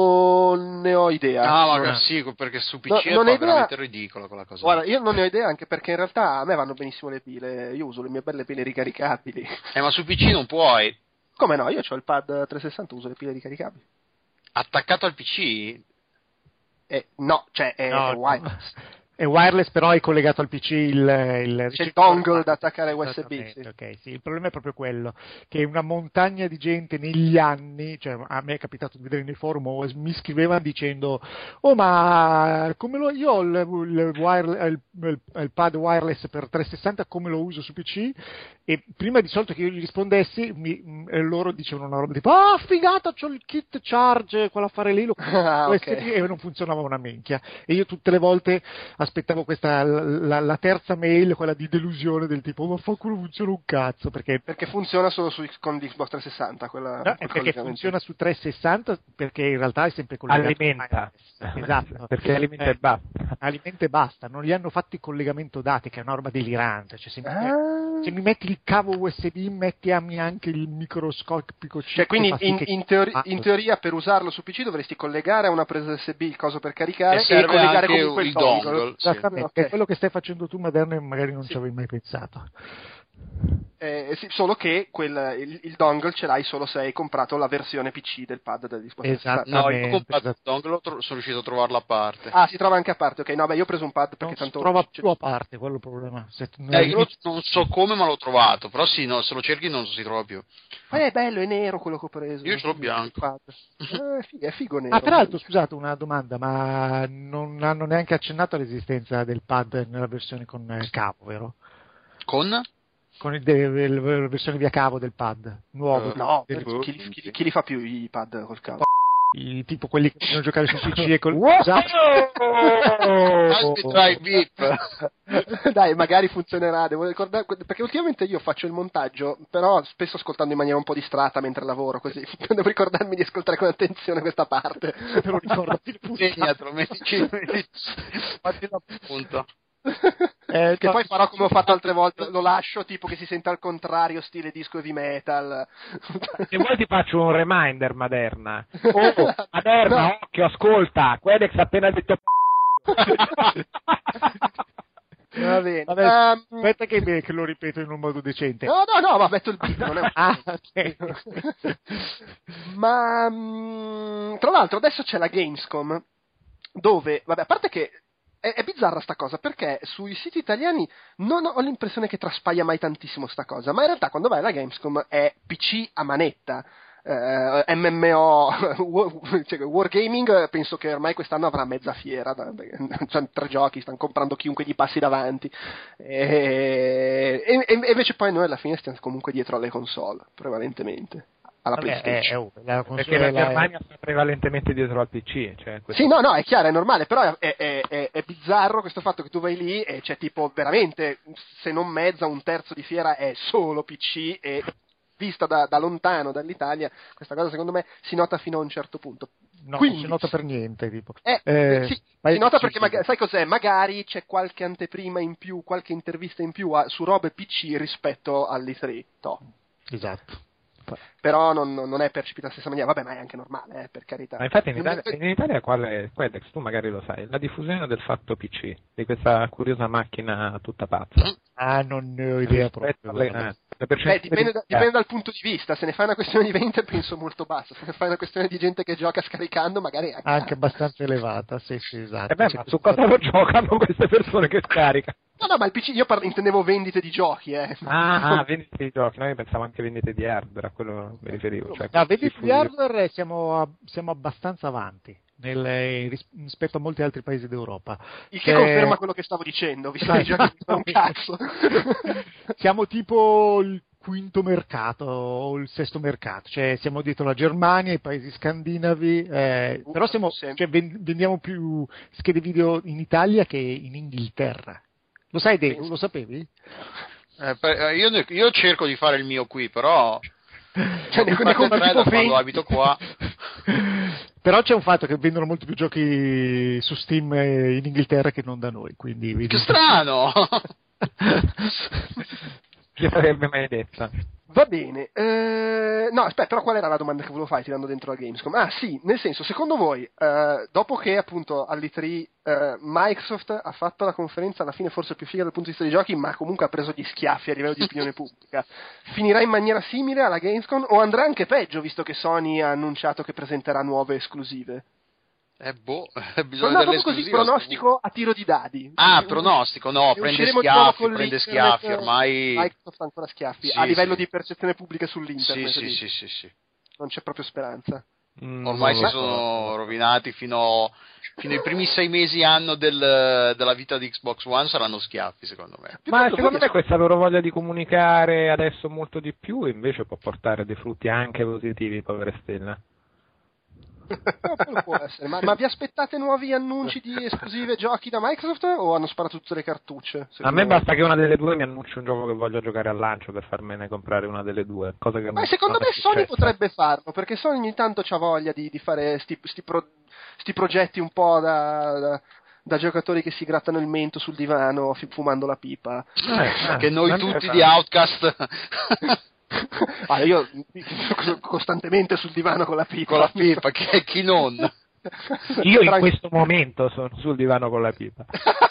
Non ne ho idea. Ah, magari sì, perché su P C no, è idea... veramente ridicolo quella cosa. Guarda, io non ne ho idea anche perché in realtà a me vanno benissimo le pile, io uso le mie belle pile ricaricabili. Eh, ma su P C non puoi. Come no? Io ho il pad trecentosessanta, uso le pile ricaricabili. Attaccato al P C? Eh, no, cioè è, no, è wireless. È wireless, però è collegato al P C il, il c'è il dongle da attaccare U S B. Sì. Ok, sì, il problema è proprio quello, che una montagna di gente negli anni, cioè a me è capitato di vedere nei forum, mi scrivevano dicendo oh ma come lo, io ho il, il, wireless, il, il, il pad wireless per trecentosessanta, come lo uso su P C? E prima di solito che io gli rispondessi mi, loro dicevano una roba tipo ah oh, figata, c'ho il kit charge, quell'affare lì, lo, ah, okay. E non funzionava una minchia, e io tutte le volte aspettavo questa la, la terza mail, quella di delusione del tipo ma fa quello funziona un cazzo, perché perché funziona solo su con Xbox trecentosessanta, quella no, perché funziona su trecentosessanta, perché in realtà è sempre collegato alimenta esatto, perché alimenta eh, e basta alimenta e basta, non gli hanno fatto il collegamento dati, che è una roba delirante, cioè se, ah. mi, se mi metti il cavo U S B mettiami anche il microscopico chip, cioè quindi in, che... in, teori- in teoria per usarlo su P C dovresti collegare a una presa U S B il coso per caricare e, e collegare comunque il dongle, dongle esattamente, okay. È quello che stai facendo tu moderno e magari non sì. ci avevi mai pensato. Eh, sì, solo che quel, il, il dongle ce l'hai solo se hai comprato la versione P C del pad del dispositivo. No, io ho comprato il dongle, tro- sono riuscito a trovarlo a parte. Ah, si trova anche a parte, ok. No, beh, io ho preso un pad perché non tanto... si trova più a parte, quello è il problema. Se eh, io non so come, ma l'ho trovato, però sì, no, se lo cerchi non si trova più. Ma è bello, è nero quello che ho preso. Io ce l'ho bianco. Eh, è, figo, è figo nero. Ah, tra l'altro, scusate, una domanda, ma non hanno neanche accennato all'esistenza del pad nella versione con il cavo, vero? Con? Con il, de, la versione via cavo del pad nuovo. Uh, no, del, chi, chi, chi, chi li fa più i pad col cavo? I, tipo quelli che possono giocare su P C e col esatto. Tra i beep. Dai, magari funzionerà, devo ricordare, perché ultimamente io faccio il montaggio, però spesso ascoltando in maniera un po' distratta mentre lavoro, così devo ricordarmi di ascoltare con attenzione questa parte. Te lo ricordi, segnatelo, mettici fatti appunto. Eh, che poi farò come ho fatto altre volte, lo lascio tipo che si senta al contrario, stile disco heavy metal. Se vuoi ti faccio un reminder, Maderna. Oh, Maderna, no. Occhio, ascolta, Quedex ha appena detto va bene. Vabbè, um, aspetta che, che lo ripeto in un modo decente. No, no, no, ma metto il beat, non è un... ah, okay. Ma um, tra l'altro adesso c'è la Gamescom, dove, vabbè, a parte che È, è bizzarra sta cosa, perché sui siti italiani non ho l'impressione che traspaia mai tantissimo sta cosa, ma in realtà quando vai alla Gamescom è P C a manetta. Uh, M M O, cioè, Wargaming, penso che ormai quest'anno avrà mezza fiera, cioè, tre giochi, stanno comprando chiunque gli passi davanti, e, e, e invece poi noi alla fine stiamo comunque dietro alle console, prevalentemente, alla Vabbè, PlayStation. È, è, la perché la Germania sta prevalentemente dietro al P C. Cioè questo... Sì, no, no, è chiaro, è normale, però è, è, è, è bizzarro questo fatto che tu vai lì e c'è tipo veramente, se non mezza, un terzo di fiera è solo P C e... vista da, da lontano dall'Italia, questa cosa secondo me si nota fino a un certo punto. No, Quindi, non si nota per niente, tipo. Eh, eh, sì, si nota perché magari, sai cos'è? Magari c'è qualche anteprima in più, qualche intervista in più a, su robe P C rispetto all'E tre. To. Esatto. Però non, non è percepita alla stessa maniera, vabbè, ma è anche normale, eh, per carità. Ma infatti in Italia, in Italia qual è, Quedex, tu magari lo sai, la diffusione del fatto P C, di questa curiosa macchina tutta pazza. Ah, non ne ho idea proprio. Le, eh, le Beh, dipende, da, dipende dal punto di vista, se ne fai una questione di vendita penso molto bassa, se ne fai una questione di gente che gioca scaricando magari anche, anche abbastanza elevata, sì, sì, esatto. Eh beh, ma su cosa lo giocano queste persone che scaricano? No, no, ma il P C, io par- intendevo vendite di giochi, eh. Ah, ah, vendite di giochi, noi pensavo anche vendite di hardware, a quello mi riferivo. Cioè, no, vendite di hardware siamo, a, siamo abbastanza avanti nel, rispetto a molti altri paesi d'Europa. Il che eh, conferma quello che stavo dicendo, visto che i giochi sono un cazzo. Siamo tipo il quinto mercato o il sesto mercato, cioè siamo dietro la Germania, i paesi scandinavi, eh, uh, però siamo, sì. cioè, vendiamo più schede video in Italia che in Inghilterra. Lo sai, Dave? Lo sapevi? Eh, per, io, io cerco di fare il mio qui, però cioè, ne, ne compro tipo quando abito qua. Però c'è un fatto che vendono molti più giochi su Steam in Inghilterra che non da noi, quindi che strano! Chi sarebbe mai detta? Va bene, eh, no aspetta, però qual era la domanda che volevo fare tirando dentro la Gamescom? Ah sì, nel senso, secondo voi, eh, dopo che appunto all'E tre eh, Microsoft ha fatto la conferenza alla fine forse più figa dal punto di vista dei giochi, ma comunque ha preso gli schiaffi a livello di opinione pubblica, finirà in maniera simile alla Gamescom o andrà anche peggio, visto che Sony ha annunciato che presenterà nuove esclusive? Eh boh, bisogna no, delle no, così pronostico a tiro di dadi. Ah, pronostico, no, prende schiaffi, prende schiaffi, ormai Microsoft ancora schiaffi, sì, a livello sì. di percezione pubblica sull'internet. Sì, sì, sì, sì, sì. Non c'è proprio speranza. Mm, ormai si sono rovinati fino, fino ai primi sei mesi anno del, della vita di Xbox One, saranno schiaffi secondo me. Ma secondo me questa loro voglia di comunicare adesso molto di più invece può portare dei frutti anche positivi, povere stelle. No, può essere. Ma, ma vi aspettate nuovi annunci di esclusive giochi da Microsoft o hanno sparato tutte le cartucce? A me basta che una delle due mi annunci un gioco che voglio giocare al lancio per farmene comprare una delle due. Cosa che ma secondo me Sony potrebbe farlo, perché Sony ogni tanto c'ha voglia di, di fare sti, sti, pro, sti progetti un po' da, da, da giocatori che si grattano il mento sul divano fumando la pipa. Eh, che noi tutti di Outcast... Ah, io costantemente sul divano con la pipa. Con la pipa, che chi non? Io in questo momento sono sul divano con la pipa.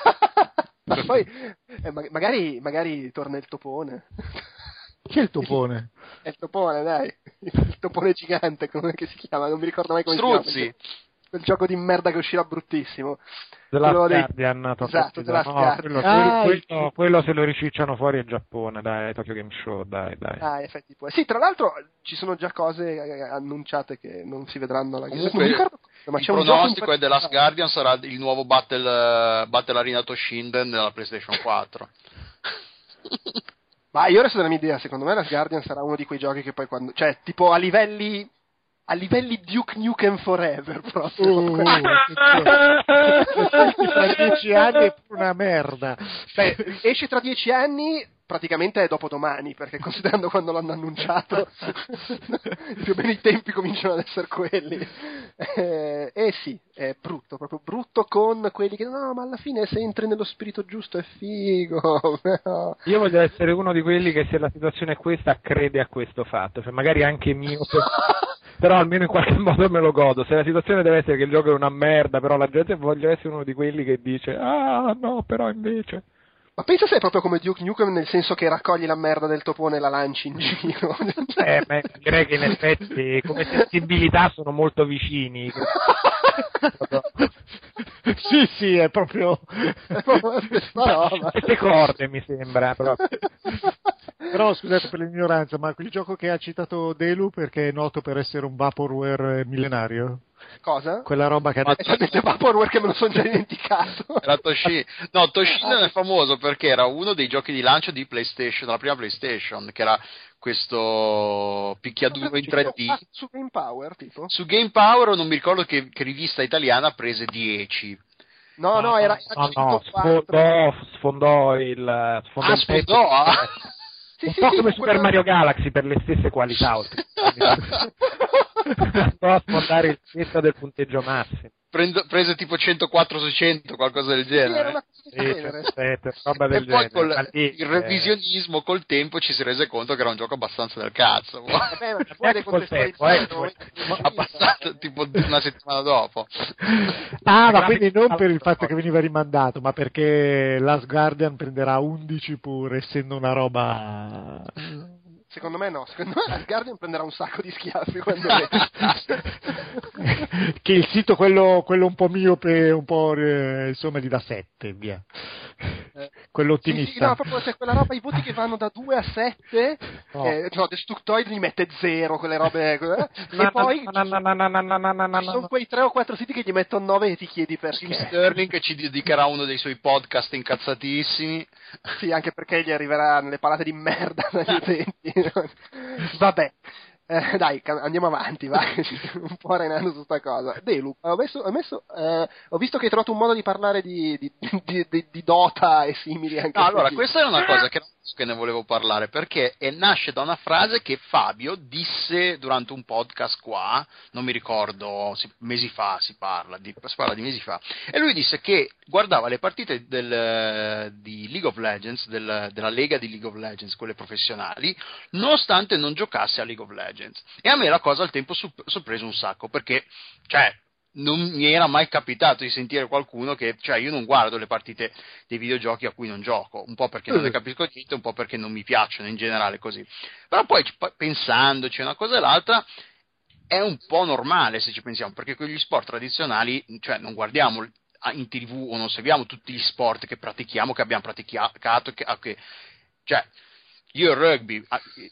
Ma poi eh, magari, magari torna il topone. Chi è il topone? È il topone, dai. Il topone gigante, come che si chiama? Non mi ricordo mai come Struzzi. si chiama. Quel gioco di merda che uscirà bruttissimo. Della quello Guardian, dei... Esatto, della no, quello, ah, quello, quello se lo ricicciano fuori in Giappone, dai, Tokyo Game Show, dai, dai. Ah, effetti può. Sì, tra l'altro ci sono già cose annunciate che non si vedranno alla Comunque, non mi ricordo, ma il c'è un pronostico gioco è The Last Guardian sarà il nuovo Battle, Battle Arena Toshinden nella PlayStation quattro. Ma io resto della mia idea, secondo me Last Guardian sarà uno di quei giochi che poi quando... Cioè, tipo a livelli... a livelli Duke Nukem Forever proprio. Uh, tra dieci anni è una merda. Beh, esce tra dieci anni, praticamente è dopodomani, perché considerando quando l'hanno annunciato più o meno i tempi cominciano ad essere quelli. Eh, eh sì, è brutto, proprio brutto, con quelli che no, ma alla fine se entri nello spirito giusto è figo. No. Io voglio essere uno di quelli che, se la situazione è questa, crede a questo fatto, cioè magari anche mio per... però almeno in qualche modo me lo godo. Se la situazione deve essere che il gioco è una merda, però la gente, voglio essere uno di quelli che dice ah no, però invece. Ma pensa se è proprio come Duke Nukem, nel senso che raccogli la merda del topone e la lanci in giro. Eh, beh, direi che in effetti come sensibilità sono molto vicini. Sì, sì, è proprio è proprio la stessa roba. Queste corde mi sembra proprio. Però scusate per l'ignoranza, ma quel gioco che ha citato Delu perché è noto per essere un vaporware millenario? Cosa? Quella roba che ha detto... È talmente vaporware che me lo sono già dimenticato. Era Toshin. No, Toshin è famoso perché era uno dei giochi di lancio di PlayStation, della prima PlayStation, che era questo picchiaduro in tre D. Ah, su Game Power, tipo? Su Game Power non mi ricordo che, che rivista italiana prese dieci. No, no, era, era no, no, centoquattro. sfondò, sfondò il sfondò Ah, il tetto. sfondò? Ah. Sì, Un sì, po' sì, come quello- Super Mario Galaxy per le stesse qualità. Andò a sfondare il tetto del punteggio massimo. Prendo, prese tipo centoquattro su cento, qualcosa del Sì, era genere. una cosa Sì, del genere. sette, roba E del poi genere. col Ma lì, il revisionismo col tempo ci si rese conto che era un gioco abbastanza del cazzo. Vabbè, ma poi le col tempo, contestualizzare eh, noi- Abbastanza, tipo una settimana dopo. Ah, ma La quindi grafica- non per il fatto che veniva rimandato, ma perché Last Guardian prenderà undici pur essendo una roba... Secondo me no, secondo me Asgardian prenderà un sacco di schiaffi quando vede. che il sito quello, quello un po' miope, un po' eh, insomma gli dà sette, via. Quello Sì, sì, ottimista. no, proprio c'è quella roba, i voti che vanno da due a sette, No. eh, no, Destructoid li mette zero, quelle robe, eh, No, e poi no, no, no, no, no, no, no, no, no, ci sono no. quei tre o quattro siti che gli mettono nove e ti chiedi Tim perché. Sterling che ci dedicherà uno dei suoi podcast incazzatissimi. Sì, anche perché gli arriverà nelle palate di merda dagli utenti. Vabbè. Eh, dai, cam- andiamo avanti, vai. Un po' arenando su sta cosa. Delu, ho, messo, ho, messo, eh, ho visto che hai trovato un modo di parlare di, di, di, di, di Dota e simili anche No, allora, così. questa è una cosa che, che ne volevo parlare, perché è- nasce da una frase che Fabio disse durante un podcast qua, non mi ricordo, si- mesi fa si parla, di, si parla di mesi fa, e lui disse che guardava le partite del, di League of Legends, del, della lega di League of Legends, quelle professionali, nonostante non giocasse a League of Legends. E a me la cosa al tempo ha sorpreso un sacco, perché, cioè, non mi era mai capitato di sentire qualcuno che, cioè, io non guardo le partite dei videogiochi a cui non gioco, un po' perché non ne capisco niente, un po' perché non mi piacciono in generale così. Però poi pensandoci una cosa e l'altra è un po' normale se ci pensiamo, perché quegli sport tradizionali, cioè, non guardiamo in tivù o non seguiamo tutti gli sport che pratichiamo, che abbiamo praticato, che, che cioè, io il rugby,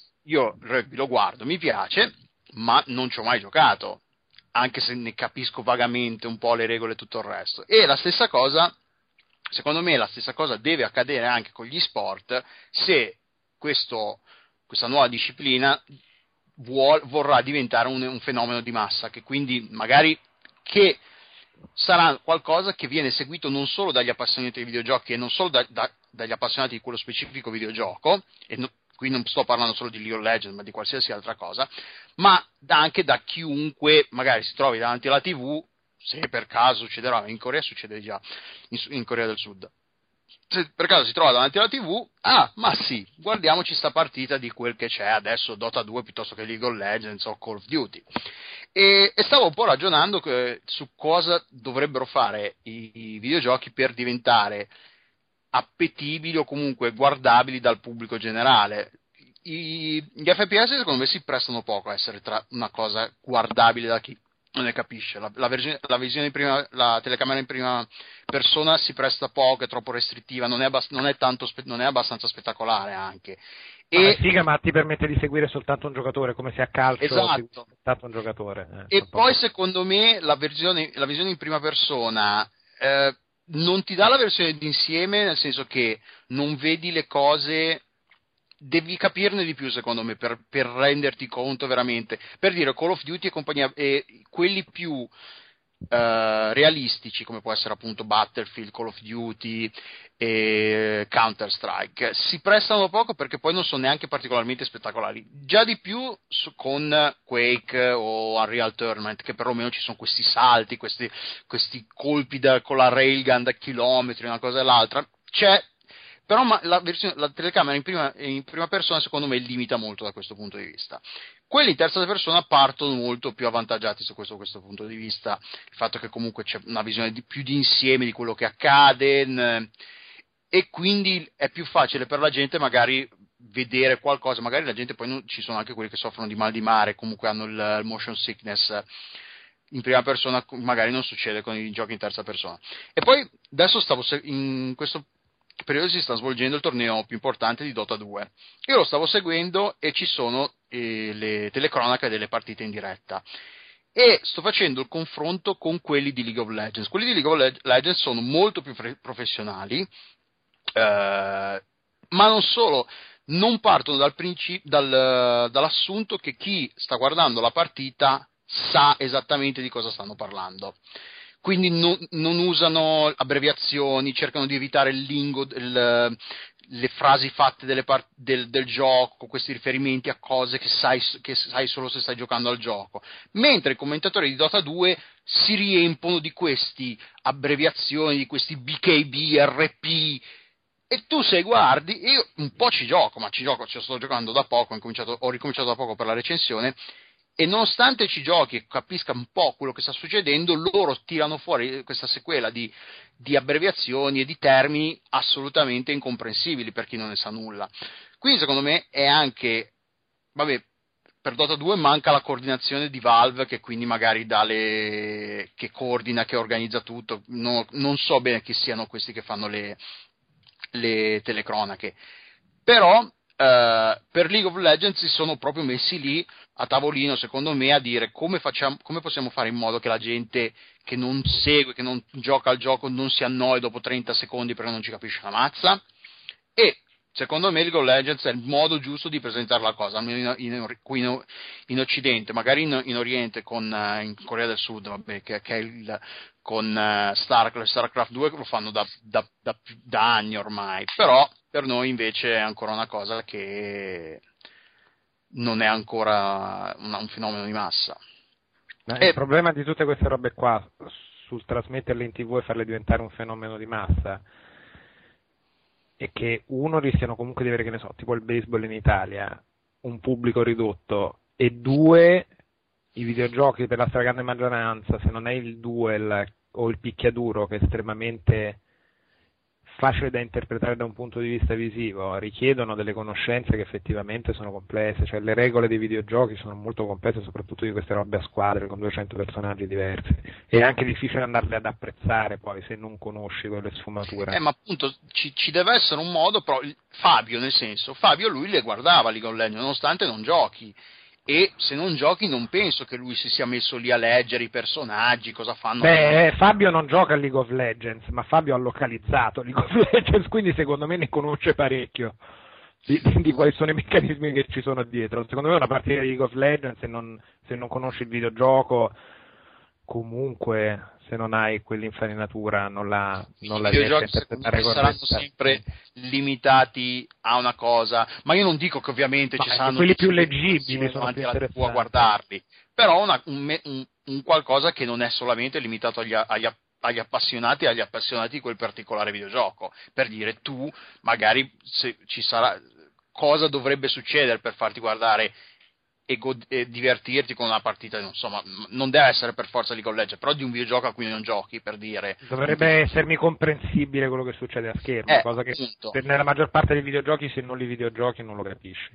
io il rugby lo guardo, mi piace, ma non ci ho mai giocato, anche se ne capisco vagamente un po' le regole e tutto il resto. E la stessa cosa, secondo me la stessa cosa deve accadere anche con gli sport, se questo, questa nuova disciplina vuol, vorrà diventare un, un fenomeno di massa, che quindi magari che sarà qualcosa che viene seguito non solo dagli appassionati di videogiochi e non solo da, da, dagli appassionati di quello specifico videogioco, e no, qui non sto parlando solo di League of Legends, ma di qualsiasi altra cosa, ma anche da chiunque magari si trovi davanti alla tivù, se per caso succederà, in Corea succede già, in, in Corea del Sud, se per caso si trova davanti alla tivù, ah, ma sì, guardiamoci sta partita di quel che c'è adesso, Dota due piuttosto che League of Legends o Call of Duty. E, e stavo un po' ragionando che, su cosa dovrebbero fare i, i videogiochi per diventare appetibili o comunque guardabili dal pubblico generale. I, gli F P S secondo me si prestano poco a essere tra una cosa guardabile da chi non ne capisce. La, la, versione, la, visione in prima, la telecamera in prima persona si presta poco, è troppo restrittiva, non è, abbast- non è, tanto spe- non è abbastanza spettacolare anche. E... E... Ah, figa, ma ti permette di seguire soltanto un giocatore, come se a calcio esatto. segui soltanto un giocatore. Eh, e poi secondo me la, versione, la visione in prima persona eh, non ti dà la versione d'insieme, nel senso che non vedi le cose, devi capirne di più secondo me per, per renderti conto veramente. Per dire, Call of Duty e compagnia, e quelli più eh, realistici, come può essere appunto Battlefield, Call of Duty e Counter Strike, si prestano poco perché poi non sono neanche particolarmente spettacolari. Già di più su, con Quake o Unreal Tournament, che perlomeno ci sono questi salti, questi, questi colpi da, con la railgun da chilometri, una cosa e l'altra. C'è, però ma la, versione, la telecamera in prima, in prima persona secondo me limita molto da questo punto di vista. Quelli in terza persona partono molto più avvantaggiati su questo, questo punto di vista, il fatto che comunque c'è una visione di, più di insieme di quello che accade, n- e quindi è più facile per la gente magari vedere qualcosa, magari la gente poi non, ci sono anche quelli che soffrono di mal di mare, comunque hanno il, il motion sickness in prima persona, magari non succede con i giochi in terza persona. E poi adesso stavo in questo periodo si sta svolgendo il torneo più importante di Dota due. Io lo stavo seguendo e ci sono eh, le telecronache delle partite in diretta. E sto facendo il confronto con quelli di League of Legends. Quelli di League of Legends sono molto più fre- professionali, eh, ma non solo, non partono dal princip- dal, dall'assunto che chi sta guardando la partita sa esattamente di cosa stanno parlando. Quindi non, non usano abbreviazioni, cercano di evitare il lingo, il, le frasi fatte delle part- del, del gioco, questi riferimenti a cose che sai, che sai solo se stai giocando al gioco. Mentre i commentatori di Dota due si riempono di queste abbreviazioni, di questi B K B, R P, e tu se guardi, io un po' ci gioco, ma ci gioco, ci sto giocando da poco, ho, incominciato, ho ricominciato da poco per la recensione, e nonostante ci giochi e capisca un po' quello che sta succedendo, loro tirano fuori questa sequela di, di abbreviazioni e di termini assolutamente incomprensibili per chi non ne sa nulla. Quindi secondo me è anche, vabbè, per Dota due manca la coordinazione di Valve, che quindi magari dà le, che coordina, che organizza tutto, no, non so bene chi siano questi che fanno le, le telecronache, però Uh, per League of Legends si sono proprio messi lì a tavolino, secondo me, a dire come, facciamo, come possiamo fare in modo che la gente che non segue, che non gioca al gioco, non si annoi dopo trenta secondi perché non ci capisce la mazza. E secondo me League of Legends è il modo giusto di presentare la cosa, almeno in, in, qui in, in Occidente, magari in, in Oriente, con uh, in Corea del Sud, vabbè, che, che è il, con uh, Starcraft, Starcraft due lo fanno da, da, da, da anni ormai, però per noi invece è ancora una cosa che non è ancora una, un fenomeno di massa. Ma e... il problema di tutte queste robe qua sul trasmetterle in tivù e farle diventare un fenomeno di massa è che uno rischiano comunque di avere, che ne so, tipo il baseball in Italia, un pubblico ridotto, e due, i videogiochi per la stragrande maggioranza, se non è il duel o il picchiaduro, che è estremamente facile da interpretare da un punto di vista visivo, richiedono delle conoscenze che effettivamente sono complesse, cioè le regole dei videogiochi sono molto complesse, soprattutto di queste robe a squadre con duecento personaggi diversi, è anche difficile andarle ad apprezzare poi se non conosci quelle sfumature. Eh, ma appunto ci, ci deve essere un modo, però Fabio, nel senso, Fabio lui le guardava League of Legends nonostante non giochi, e se non giochi non penso che lui si sia messo lì a leggere i personaggi, cosa fanno. Beh, Fabio non gioca a League of Legends, ma Fabio ha localizzato League of Legends, quindi secondo me ne conosce parecchio di, di quali sono i meccanismi che ci sono dietro. Secondo me una partita di League of Legends, se non, se non conosci il videogioco, comunque se non hai quell'infarinatura non la, non la riesci a interpretare correttamente. Saranno sempre limitati a una cosa, ma io non dico che ovviamente ma ci saranno quelli più leggibili sono più interessanti a guardarli, però una, un, un, un qualcosa che non è solamente limitato agli, agli, agli appassionati e agli appassionati di quel particolare videogioco, per dire tu magari se ci sarà cosa dovrebbe succedere per farti guardare E, god- e divertirti con una partita, insomma, non deve essere per forza League of Legends, però di un videogioco a cui non giochi, per dire. Dovrebbe essermi comprensibile quello che succede a schermo, eh, cosa che appunto. per nella maggior parte dei videogiochi, se non li videogiochi, non lo capisci.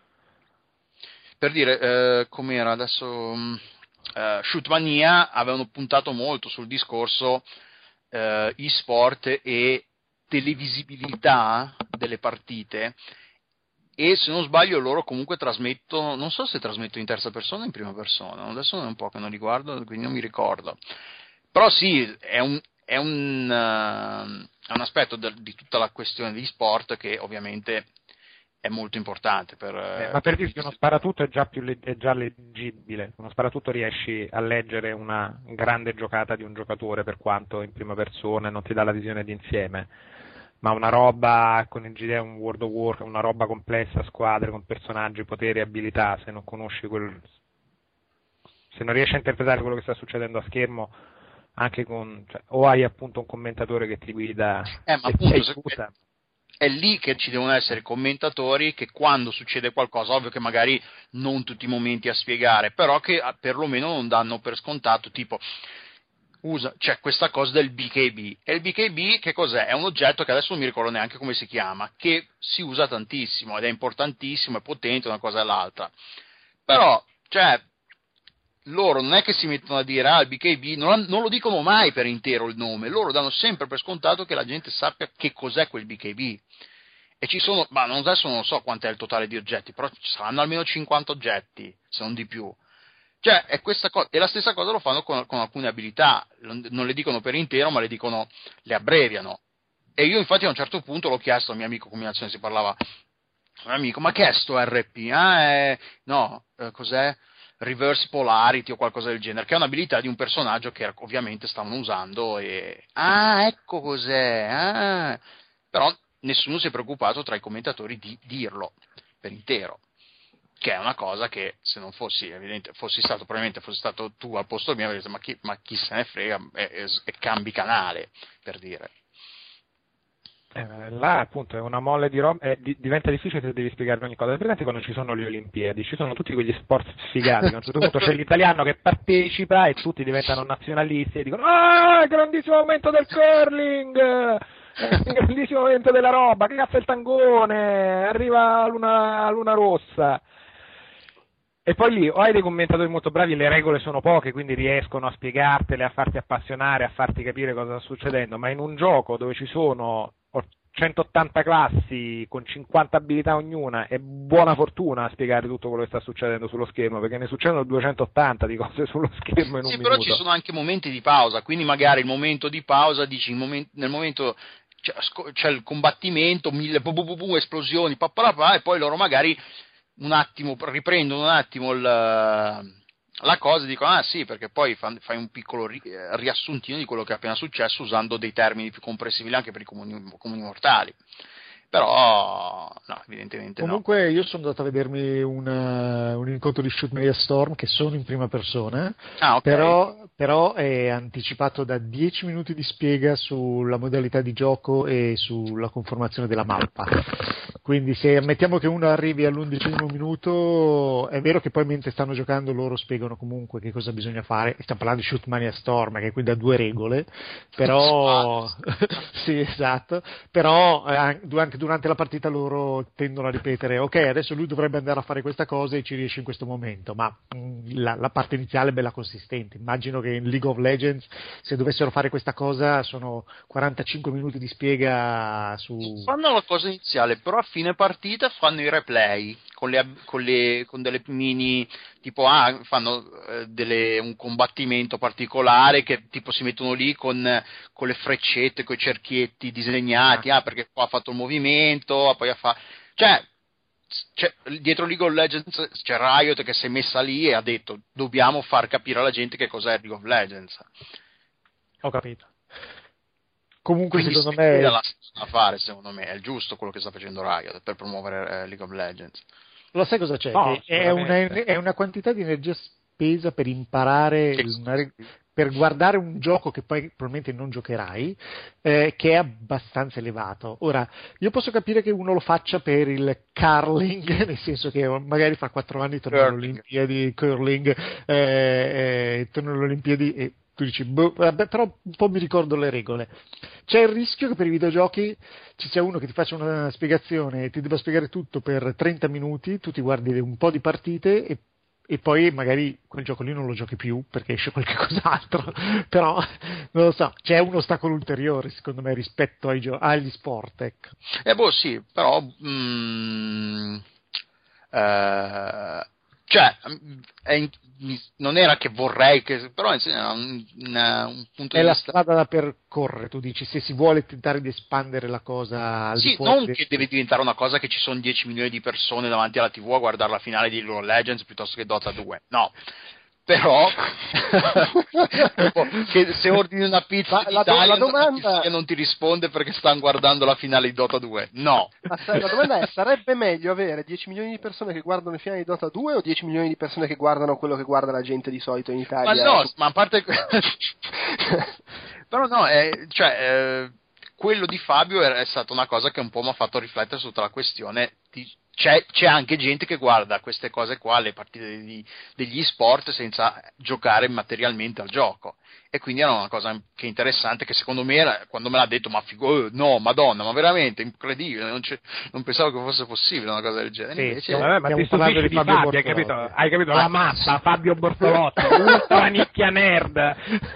Per dire, eh, com'era adesso, eh, Shootmania avevano puntato molto sul discorso eh, e-sport e televisibilità delle partite. E se non sbaglio loro comunque trasmettono, non so se trasmettono in terza persona o in prima persona, adesso è un po' che non li guardo, quindi non mi ricordo. Però sì, è un, è un, uh, è un aspetto de, di tutta la questione di sport che ovviamente è molto importante. Per, eh, ma per dirti che uno sparatutto è già, più le, è già leggibile, uno sparatutto riesci a leggere una grande giocata di un giocatore per quanto in prima persona e non ti dà la visione d'insieme. Ma una roba con il G D, un World of Warcraft, una roba complessa, squadre con personaggi, poteri, abilità, se non conosci quel, se non riesci a interpretare quello che sta succedendo a schermo, anche con, cioè, o hai appunto un commentatore che ti guida eh, ma e appunto, ti aiuta. È lì che ci devono essere commentatori che quando succede qualcosa, ovvio che magari non tutti i momenti a spiegare, però che perlomeno non danno per scontato, tipo usa, c'è questa cosa del B K B, e il B K B che cos'è? È un oggetto che adesso non mi ricordo neanche come si chiama, che si usa tantissimo ed è importantissimo, è potente una cosa e l'altra, però cioè loro non è che si mettono a dire ah il B K B, non, non lo dicono mai per intero il nome, loro danno sempre per scontato che la gente sappia che cos'è quel B K B. E ci sono, ma non adesso non so quant'è il totale di oggetti, però ci saranno almeno cinquanta oggetti, se non di più. Cioè, è questa cosa, e la stessa cosa lo fanno con, con alcune abilità, non le dicono per intero, ma le dicono, le abbreviano. E io infatti a un certo punto l'ho chiesto al mio amico, combinazione si parlava, un amico, ma che è sto R P? Ah, è, no, eh, cos'è? Reverse Polarity o qualcosa del genere, che è un'abilità di un personaggio che ovviamente stavano usando e... Ah, ecco cos'è, ah. Però nessuno si è preoccupato tra i commentatori di dirlo per intero, che è una cosa che se non fossi evidente, fossi stato probabilmente fossi stato tu al posto mio avrei detto ma chi, ma chi se ne frega e, e, e cambi canale, per dire. Eh, là appunto è una mole di roba, eh, di, diventa difficile se devi spiegarmi ogni cosa. Presente quando ci sono le Olimpiadi, ci sono tutti quegli sport sfigati, a un certo punto c'è l'italiano che partecipa e tutti diventano nazionalisti e dicono ah, grandissimo aumento del curling, eh, grandissimo aumento della roba, che cazzo è il tangone, arriva Luna, Luna Rossa. E poi lì o hai dei commentatori molto bravi, le regole sono poche, quindi riescono a spiegartele, a farti appassionare, a farti capire cosa sta succedendo, ma in un gioco dove ci sono centottanta classi con cinquanta abilità ognuna è buona fortuna a spiegare tutto quello che sta succedendo sullo schermo, perché ne succedono duecentottanta di cose sullo schermo in un sì, minuto. Però ci sono anche momenti di pausa, quindi magari il momento di pausa dici, moment- nel momento c'è, c'è il combattimento, mille bu bu bu bu, esplosioni, papalapà, e poi loro magari un attimo riprendono un attimo il, la cosa e dicono ah sì, perché poi fai un piccolo ri, riassuntino di quello che è appena successo usando dei termini più comprensibili anche per i comuni, comuni mortali. Però no, evidentemente comunque no. Io sono andato a vedermi una, un incontro di Shoot Media Storm che sono in prima persona, ah, okay. però, però è anticipato da dieci minuti di spiega sulla modalità di gioco e sulla conformazione della mappa. Quindi se ammettiamo che uno arrivi all'undicesimo minuto, è vero che poi mentre stanno giocando loro spiegano comunque che cosa bisogna fare, stiamo parlando di Shoot Mania Storm che quindi ha due regole, però sì esatto, però anche durante la partita loro tendono a ripetere ok adesso lui dovrebbe andare a fare questa cosa e ci riesce in questo momento, ma mh, la, la parte iniziale è bella consistente. Immagino che in League of Legends se dovessero fare questa cosa sono quarantacinque minuti di spiega su... Fanno la cosa iniziale, però a fine partita fanno i replay con, le, con, le, con delle mini tipo ah, fanno eh, delle, un combattimento particolare che tipo si mettono lì con, con le freccette, con i cerchietti disegnati, ah perché qua ha fatto il movimento, poi ha fatto... Cioè, c'è, dietro League of Legends c'è Riot che si è messa lì e ha detto dobbiamo far capire alla gente che cos'è League of Legends. Ho capito. Comunque quindi secondo me la a fare, secondo me è il giusto quello che sta facendo Riot per promuovere eh, League of Legends. Lo sai cosa c'è? No, che è, una, è una quantità di energia spesa per imparare una, per guardare un gioco che poi probabilmente non giocherai, eh, che è abbastanza elevato. Ora, io posso capire che uno lo faccia per il curling, nel senso che magari fra quattro anni tornano alle Olimpiadi, curling, eh, eh, tornano alle Olimpiadi e tu dici, boh, vabbè, però un po' mi ricordo le regole. C'è il rischio che per i videogiochi ci sia uno che ti faccia una spiegazione e ti debba spiegare tutto per trenta minuti, tu ti guardi un po' di partite e e poi magari quel gioco lì non lo giochi più perché esce qualche cos'altro, però non lo so, c'è un ostacolo ulteriore secondo me rispetto ai gio- agli sport, ecco. Eh boh sì, però mm, eh, cioè è in, non era che vorrei che però è un, una, un punto è di la vista... strada da percorrere, tu dici, se si vuole tentare di espandere la cosa al sì, di fuori non de... che deve diventare una cosa che ci sono dieci milioni di persone davanti alla tivù a guardare la finale di League of Legends piuttosto che Dota due, no, però che se ordini una pizza la, la, la domanda che non ti risponde perché stanno guardando la finale di Dota due, no. La domanda è, sarebbe meglio avere dieci milioni di persone che guardano le finali di Dota due o dieci milioni di persone che guardano quello che guarda la gente di solito in Italia? Ma no, ma a parte però no, è, cioè eh, quello di Fabio è, è stata una cosa che un po' mi ha fatto riflettere su tutta la questione di c'è, c'è anche gente che guarda queste cose qua, le partite degli, degli sport, senza giocare materialmente al gioco, e quindi era una cosa che è interessante, che secondo me era, quando me l'ha detto, ma figo, eh, no, madonna, ma veramente incredibile, non, non pensavo che fosse possibile una cosa del genere. Sì, invece, sì, vabbè, ma ti stupisci di Fabio, Fabio hai capito? Hai capito la massa, Fabio Bortolotti, ultra nicchia nerd.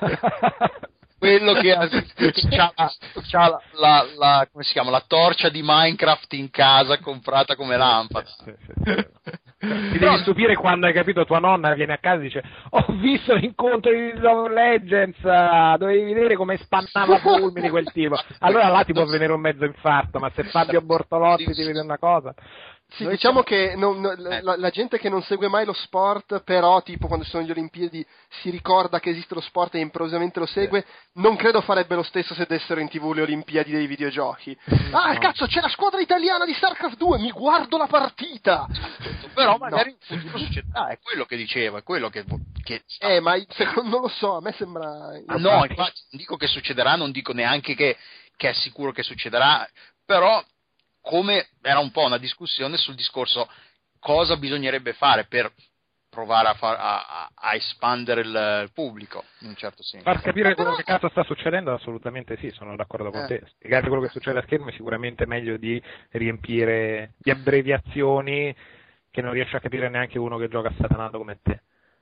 Quello che ha, c'ha, c'ha la, la, la, come si chiama, la torcia di Minecraft in casa comprata come lampada. Sì, sì, sì. Ti devi stupire quando hai capito tua nonna viene a casa e dice: ho visto l'incontro di League of Legends, dovevi vedere come spannava fulmini quel tipo. Allora là ti può venire un mezzo infarto, ma se Fabio Bortolotti ti vede una cosa. Sì, Noi diciamo siamo... che non, non, la, la gente che non segue mai lo sport, però tipo quando ci sono le Olimpiadi si ricorda che esiste lo sport e improvvisamente lo segue, non credo farebbe lo stesso se dessero in tv le Olimpiadi dei videogiochi. Ah, no. Cazzo, c'è la squadra italiana di StarCraft due, mi guardo la partita! Però magari no. In futuro succederà, è quello che dicevo, è quello che... che eh, ma secondo, non lo so, a me sembra... Ah, no, infatti non dico che succederà, non dico neanche che, che è sicuro che succederà, però... come era un po' una discussione sul discorso cosa bisognerebbe fare per provare a, far, a, a espandere il pubblico, in un certo senso. Far capire quello che cazzo sta succedendo, assolutamente sì, sono d'accordo con eh. te. Spiegare quello che succede a schermo è sicuramente meglio di riempire di abbreviazioni che non riesce a capire neanche uno che gioca satanato come te.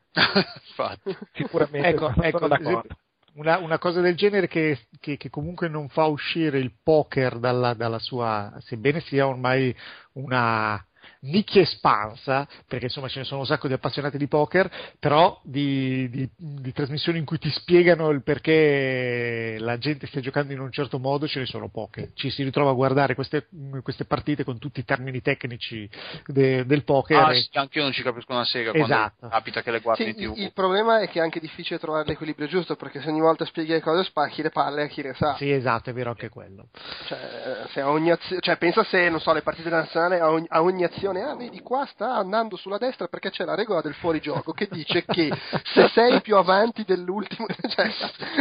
Infatti. Sicuramente ecco, sono ecco, d'accordo. Una, una cosa del genere che, che, che comunque non fa uscire il poker dalla, dalla sua, sebbene sia ormai una nicchia espansa, perché insomma ce ne sono un sacco di appassionati di poker, però di, di, di trasmissioni in cui ti spiegano il perché la gente stia giocando in un certo modo ce ne sono poche. Ci si ritrova a guardare queste, queste partite con tutti i termini tecnici de, del poker. Ah, e... sì, anche io non ci capisco una sega esatto. Quando capita che le guardi sì, in tv. Il, il problema è che è anche difficile trovare l'equilibrio giusto, perché se ogni volta spieghi le cose spacchi le palle a chi le sa. Sì, esatto, è vero anche quello. Cioè, se a ogni azio... cioè pensa se, non so, le partite nazionali a ogni, a ogni azione, ah vedi qua sta andando sulla destra perché c'è la regola del fuorigioco che dice che se sei più avanti dell'ultimo, cioè...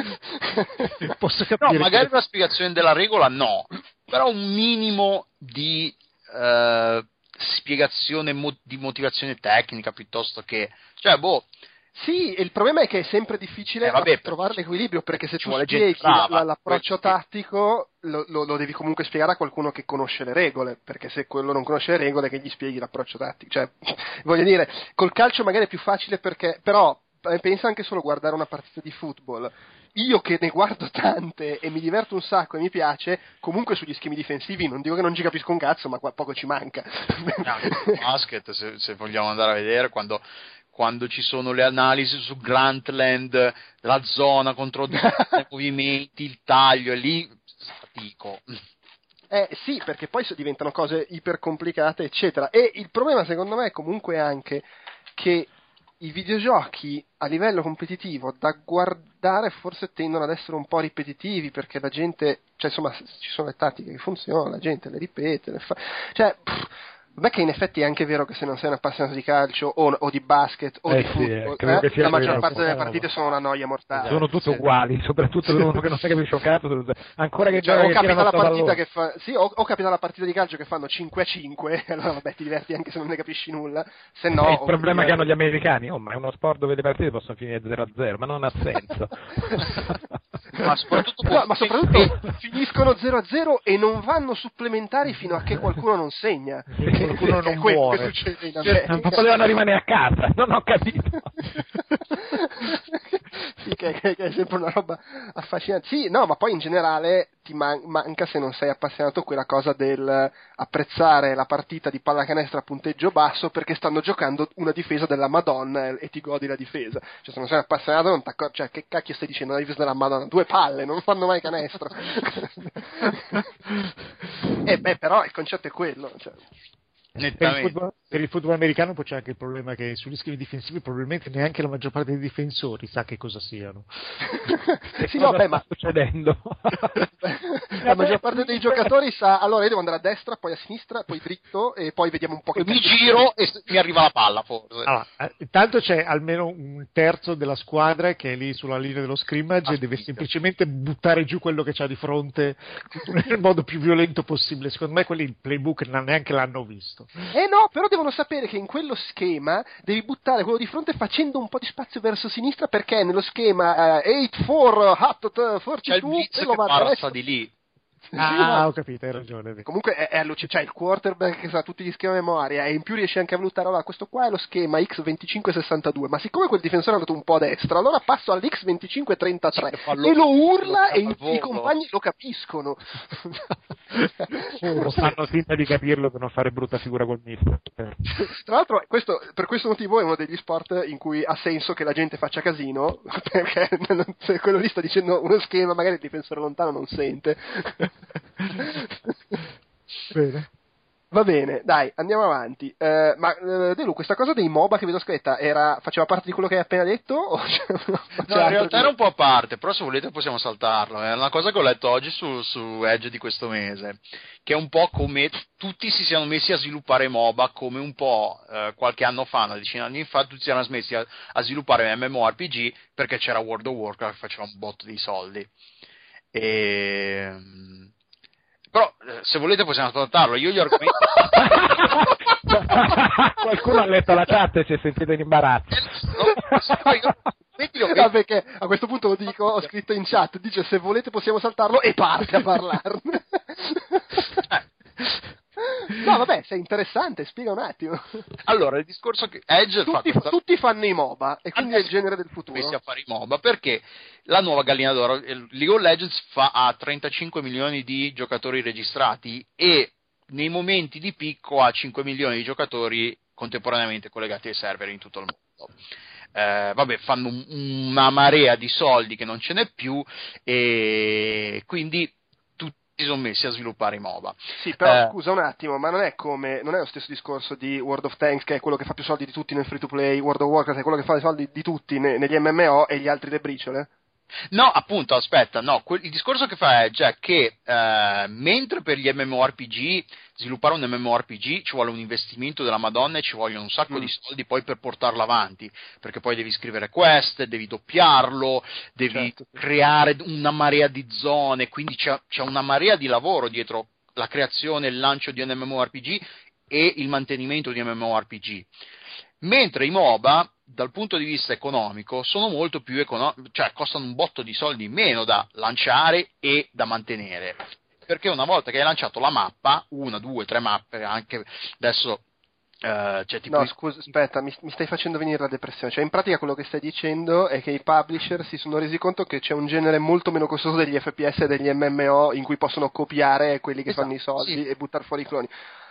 posso capire. No, magari che... una spiegazione della regola no, però un minimo di uh, spiegazione mo- di motivazione tecnica piuttosto che, cioè boh. Sì, il problema è che è sempre difficile eh, vabbè, trovare l'equilibrio, perché se tu vuole spieghi brava, la, l'approccio tattico lo, lo, lo devi comunque spiegare a qualcuno che conosce le regole, perché se quello non conosce le regole che gli spieghi l'approccio tattico, cioè voglio dire, col calcio magari è più facile, perché però pensa anche solo a guardare una partita di football. Io che ne guardo tante e mi diverto un sacco e mi piace, comunque sugli schemi difensivi non dico che non ci capisco un cazzo, ma qua poco ci manca. No, basket, se, se vogliamo andare a vedere, quando quando ci sono le analisi su Grantland, la zona, controllo dei movimenti, il taglio, e lì fatico. Eh sì, perché poi diventano cose ipercomplicate, eccetera. E il problema secondo me è comunque anche che i videogiochi a livello competitivo da guardare forse tendono ad essere un po' ripetitivi, perché la gente, cioè insomma ci sono le tattiche che funzionano, la gente le ripete, le fa... cioè... Pff, beh, che in effetti è anche vero che se non sei un appassionato di calcio o, o di basket o eh di sì, football, eh, la maggior parte delle partite no. sono una noia mortale. Sono tutte uguali, soprattutto per uno che non sa capisce un cazzo. Ancora che cioè, gioca o che capita la partita pallone. che fa, sì, o, o capita la partita di calcio che fanno cinque a cinque, allora vabbè ti diverti anche se non ne capisci nulla. Se no, è il problema che hanno gli americani, oh, ma è uno sport dove le partite possono finire zero a zero, ma non ha senso. ma soprattutto, no, ma soprattutto finiscono zero a zero e non vanno supplementari fino a che qualcuno non segna. Perché qualcuno non muore. muore. Che succede in America. Ma potevano rimanere a casa, non ho capito. Sì, che, che, che è sempre una roba affascinante. Sì, no, ma poi in generale ti man- manca, se non sei appassionato, quella cosa del apprezzare la partita di pallacanestro a punteggio basso perché stanno giocando una difesa della Madonna e, e ti godi la difesa. Cioè, se non sei appassionato non t'accor- cioè, che cacchio stai dicendo, la difesa della Madonna? Due palle, non fanno mai canestro. E eh, beh, però il concetto è quello, cioè. Nettamente. per il football americano poi c'è anche il problema che sugli schemi difensivi probabilmente neanche la maggior parte dei difensori sa che cosa siano. Sì, no, beh, ma succedendo? La maggior parte dei giocatori sa, allora io devo andare a destra, poi a sinistra, poi dritto e poi vediamo un po' che mi giro e mi arriva la palla forse. Allora, eh, intanto c'è almeno un terzo della squadra che è lì sulla linea dello scrimmage ah, e deve sì. semplicemente buttare giù quello che c'ha di fronte nel modo più violento possibile. Secondo me quelli il playbook neanche l'hanno visto. Eh no, però devono sapere che in quello schema devi buttare quello di fronte facendo un po' di spazio verso sinistra, perché nello schema uh, otto quattro hot quarantadue c'è il blitz che passa di lì. Ah, ho capito, hai ragione. Comunque è, è allucinante, cioè il quarterback che sa tutti gli schemi a memoria e in più riesce anche a valutare, allora questo qua è lo schema X venticinque sessantadue, ma siccome quel difensore è andato un po' a destra, allora passo all'X venticinque trentatré e lo urla e i, i compagni lo capiscono. Oh, fanno finta di capirlo per non fare brutta figura col mister. Tra l'altro questo, per questo motivo è uno degli sport in cui ha senso che la gente faccia casino, perché se quello lì sta dicendo uno schema magari il difensore lontano non sente. Bene. Va bene, dai, andiamo avanti. Eh, ma eh, Delu, questa cosa dei MOBA che vedo scritta era, faceva parte di quello che hai appena detto? O c'è, no, in realtà era un po' a parte, però se volete possiamo saltarlo. È una cosa che ho letto oggi su, su Edge di questo mese, che è un po' come tutti si siano messi a sviluppare MOBA, come un po' eh, qualche anno fa, una decina di anni fa, tutti si erano messi a, a sviluppare MMORPG perché c'era World of Warcraft che faceva un botto di soldi. E... però se volete possiamo ascoltarlo, io gli argomenti qualcuno ha letto la chat e si è sentito in imbarazzo. No, perché a questo punto lo dico, ho scritto in chat, dice se volete possiamo saltarlo e parte a parlarne. No, vabbè, sei interessante, spiega un attimo. Allora, il discorso che Edge tutti, fa tutti fanno i MOBA e quindi è il genere del futuro. Messi a fare i MOBA perché la nuova gallina d'oro, League of Legends fa ha trentacinque milioni di giocatori registrati e nei momenti di picco ha cinque milioni di giocatori contemporaneamente collegati ai server in tutto il mondo. Eh, vabbè, fanno un, una marea di soldi che non ce n'è più e quindi si sono messi a sviluppare i MOBA. Sì, però eh, scusa un attimo, ma non è come non è lo stesso discorso di World of Tanks, che è quello che fa più soldi di tutti nel free to play, World of Warcraft è quello che fa i soldi di tutti ne, negli M M O e gli altri le briciole? No, appunto, aspetta, no, quel, il discorso che fa è già che eh, mentre per gli MMORPG sviluppare un MMORPG ci vuole un investimento della Madonna e ci vogliono un sacco mm. di soldi poi per portarlo avanti, perché poi devi scrivere quest, devi doppiarlo, devi certo. creare una marea di zone, quindi c'è, c'è una marea di lavoro dietro la creazione e il lancio di un MMORPG e il mantenimento di un MMORPG. Mentre i MOBA, dal punto di vista economico, sono molto più economici, cioè costano un botto di soldi in meno da lanciare e da mantenere. Perché una volta che hai lanciato la mappa, una, due, tre mappe, anche adesso uh, c'è tipo... No, scusa, aspetta, mi, mi stai facendo venire la depressione. Cioè, in pratica quello che stai dicendo è che i publisher si sono resi conto che c'è un genere molto meno costoso degli F P S e degli M M O in cui possono copiare quelli che esatto, fanno i soldi sì. e buttare fuori i cloni.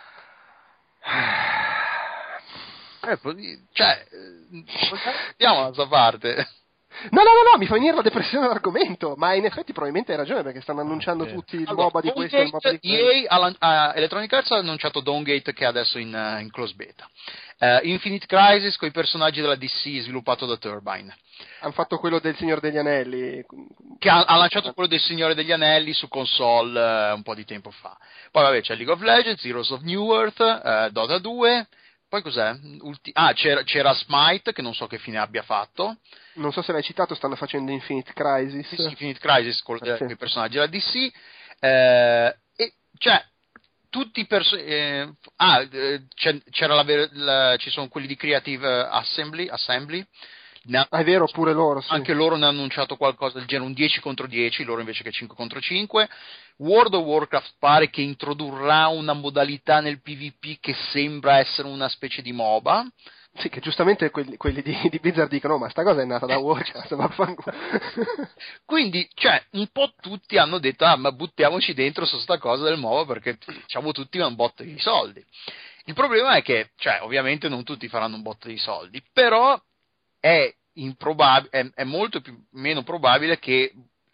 Eh, cioè, andiamo da questa parte. No, no, no, no, mi fa venire la depressione all'argomento, ma in effetti probabilmente hai ragione perché stanno annunciando okay. tutti il allora, MOBA di questo e il MOBA di quello. E A, uh, Electronic Arts ha annunciato Dawngate che è adesso in, uh, in close beta. Uh, Infinite Crisis con i personaggi della D C sviluppato da Turbine. Hanno fatto quello del Signore degli Anelli. Che ha, ha lanciato quello del Signore degli Anelli su console uh, un po' di tempo fa. Poi vabbè c'è League of Legends, Heroes of New Earth, uh, Dota due... Poi cos'è? Ulti- ah, c'era, c'era Smite, che non so che fine abbia fatto. Non so se l'hai citato, stanno facendo Infinite Crisis. Sì, sì, Infinite Crisis con ah, sì. i personaggi della D C. Eh, e cioè, tutti i personaggi... Eh, ah, c'era la, la, ci sono quelli di Creative Assembly, Assembly. Ha, ah, è vero, pure loro. Sì. Anche loro ne hanno annunciato qualcosa del genere, un dieci contro dieci, loro invece che cinque contro cinque. World of Warcraft pare che introdurrà una modalità nel PvP che sembra essere una specie di MOBA. Sì, che giustamente quelli, quelli di, di Blizzard dicono, ma sta cosa è nata da Warcraft, vaffanculo. Quindi, cioè, un po' tutti hanno detto, ah, ma buttiamoci dentro su sta cosa del MOBA perché facciamo tutti un botto di soldi. Il problema è che, cioè, ovviamente non tutti faranno un botto di soldi, però è improbabile, è, è molto più, meno probabile che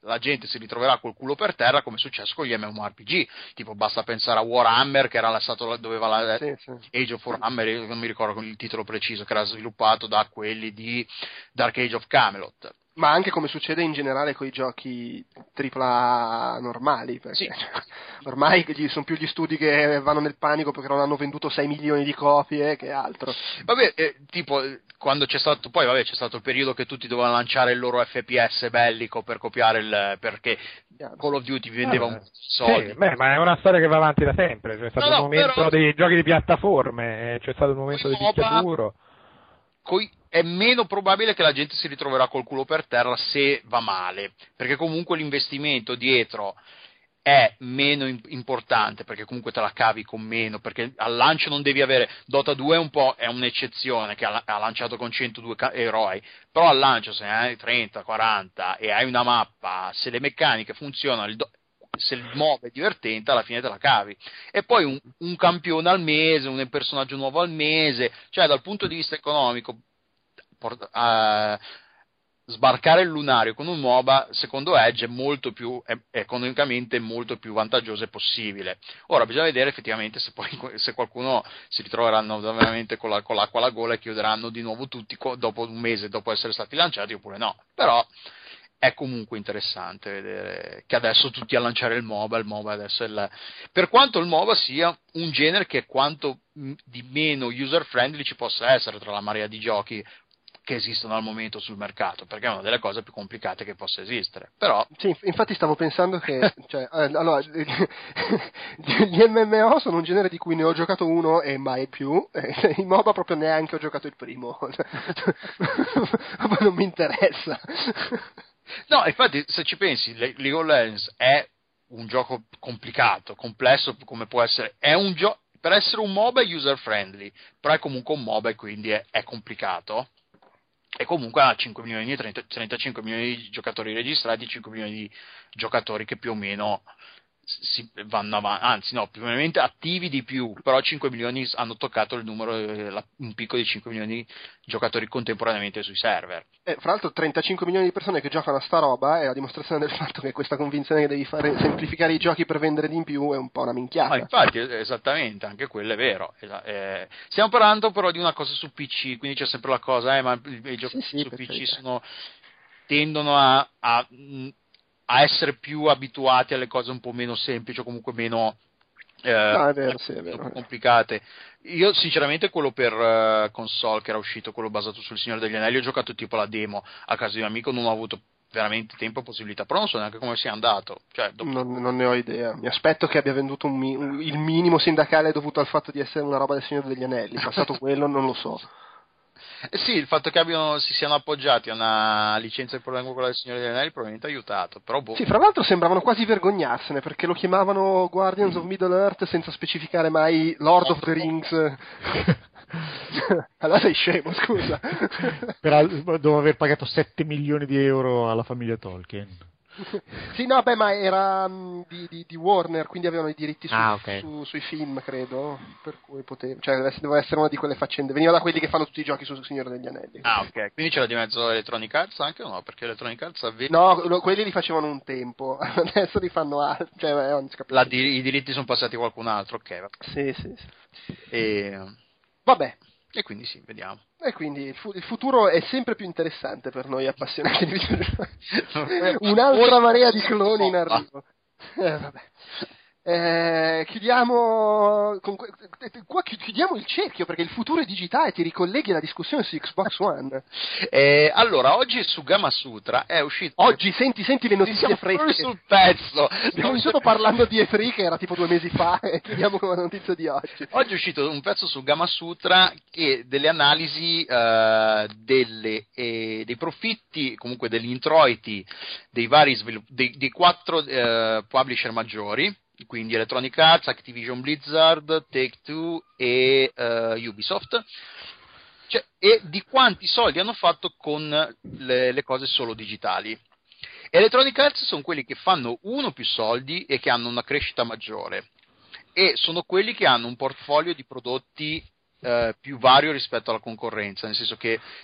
la gente si ritroverà col culo per terra, come è successo con gli MMORPG, tipo basta pensare a Warhammer, che era stato, doveva la, sì, sì. Age of Warhammer, non mi ricordo il titolo preciso, che era sviluppato da quelli di Dark Age of Camelot. Ma anche come succede in generale con i giochi tripla A normali, perché sì. ormai sono più gli studi che vanno nel panico perché non hanno venduto sei milioni di copie che altro. Vabbè, eh, tipo quando c'è stato poi vabbè c'è stato il periodo che tutti dovevano lanciare il loro F P S bellico per copiare il perché Call of Duty vendeva ah, un soldi. Sì, beh, ma è una storia che va avanti da sempre, c'è stato no, il no, momento però... dei giochi di piattaforme, c'è stato il momento del picchiaduro. Coi... è meno probabile che la gente si ritroverà col culo per terra se va male, perché comunque l'investimento dietro è meno importante, perché comunque te la cavi con meno, perché al lancio non devi avere, Dota due è un po' è un'eccezione che ha, ha lanciato con centodue ca- eroi, però al lancio se ne hai trenta, quaranta e hai una mappa, se le meccaniche funzionano, il do- se il mob è divertente alla fine te la cavi, e poi un, un campione al mese, un personaggio nuovo al mese, cioè dal punto di vista economico port- uh, sbarcare il lunario con un MOBA secondo Edge è molto più è, è economicamente molto più vantaggioso e possibile. Ora bisogna vedere effettivamente se poi se qualcuno si ritroveranno veramente con, la, con l'acqua alla gola e chiuderanno di nuovo tutti co- dopo un mese dopo essere stati lanciati oppure no, però è comunque interessante vedere che adesso tutti a lanciare il MOBA, il MOBA adesso è il... per quanto il MOBA sia un genere che quanto di meno user friendly ci possa essere tra la marea di giochi che esistono al momento sul mercato, perché è una delle cose più complicate che possa esistere. Però sì, infatti stavo pensando che cioè, eh, allora, gli M M O sono un genere di cui ne ho giocato uno e mai più, e i MOBA proprio neanche ho giocato il primo, non mi interessa. No, infatti se ci pensi, League of Legends è un gioco complicato, complesso come può essere, è un gioco per essere un MOBA è user friendly, però è comunque un MOBA e quindi è, è complicato. E comunque ha cinque milioni e trentacinque milioni di giocatori registrati, cinque milioni di giocatori che più o meno si vanno avanti, anzi no, più o meno attivi di più, però cinque milioni hanno toccato il numero, un picco di cinque milioni di giocatori contemporaneamente sui server. E fra l'altro trentacinque milioni di persone che giocano a sta roba è la dimostrazione del fatto che questa convinzione che devi fare semplificare i giochi per vendere di in più è un po' una minchiata. Ah, infatti, esattamente, anche quello è vero. Eh, stiamo parlando però di una cosa su P C, quindi c'è sempre la cosa, eh, ma i giochi sì, sì, su P C sono, tendono a, a, a essere più abituati alle cose un po' meno semplici o comunque meno eh, no, è vero, sì, è vero. complicate. Io sinceramente quello per uh, console che era uscito, quello basato sul Signore degli Anelli, ho giocato tipo la demo a casa di un amico, non ho avuto veramente tempo e possibilità, però non so neanche come sia andato, cioè, dopo... non, non ne ho idea, mi aspetto che abbia venduto un mi- un, il minimo sindacale dovuto al fatto di essere una roba del Signore degli Anelli, passato quello non lo so. Eh sì, il fatto che abbiano, si siano appoggiati a una licenza come quella del Signore degli Anelli probabilmente ha aiutato, però boh. Sì, fra l'altro sembravano quasi vergognarsene perché lo chiamavano Guardians mm. of Middle-earth senza specificare mai Lord of the Rings. Allora sei scemo, scusa. Per, dopo aver pagato sette milioni di euro alla famiglia Tolkien. Sì, no, beh, ma era um, di, di, di Warner, quindi avevano i diritti su, ah, okay. su, sui film, credo, per cui potevo, cioè doveva essere una di quelle faccende, veniva da quelli che fanno tutti i giochi sul Signore degli Anelli. Ah, ok, quindi c'era di mezzo Electronic Arts anche o no? Perché Electronic Arts aveva... No, lo, quelli li facevano un tempo, adesso li fanno altri, cioè, eh, non si La, I diritti sono passati a qualcun altro, ok. Va. Sì, sì, sì. E... Vabbè. E quindi sì, vediamo. E quindi il, fu- il futuro è sempre più interessante per noi appassionati di videogiochi. Un'altra marea di cloni in arrivo. Eh, vabbè. Eh, chiudiamo con que- qua chiudiamo il cerchio perché il futuro è digitale, ti ricolleghi alla discussione su Xbox One. Eh, allora oggi su Gamasutra è uscito oggi senti senti le notizie fresche sul pezzo, abbiamo iniziato parlando di E tre che era tipo due mesi fa e chiudiamo con la notizia di oggi. Oggi è uscito un pezzo su Gamasutra che delle analisi eh, delle, eh, dei profitti, comunque degli introiti dei vari svilupp- dei, dei quattro eh, publisher maggiori, quindi Electronic Arts, Activision Blizzard, Take-Two e uh, Ubisoft, cioè, e di quanti soldi hanno fatto con le, le cose solo digitali. Electronic Arts sono quelli che fanno uno più soldi e che hanno una crescita maggiore, e sono quelli che hanno un portfolio di prodotti uh, più vario rispetto alla concorrenza, nel senso che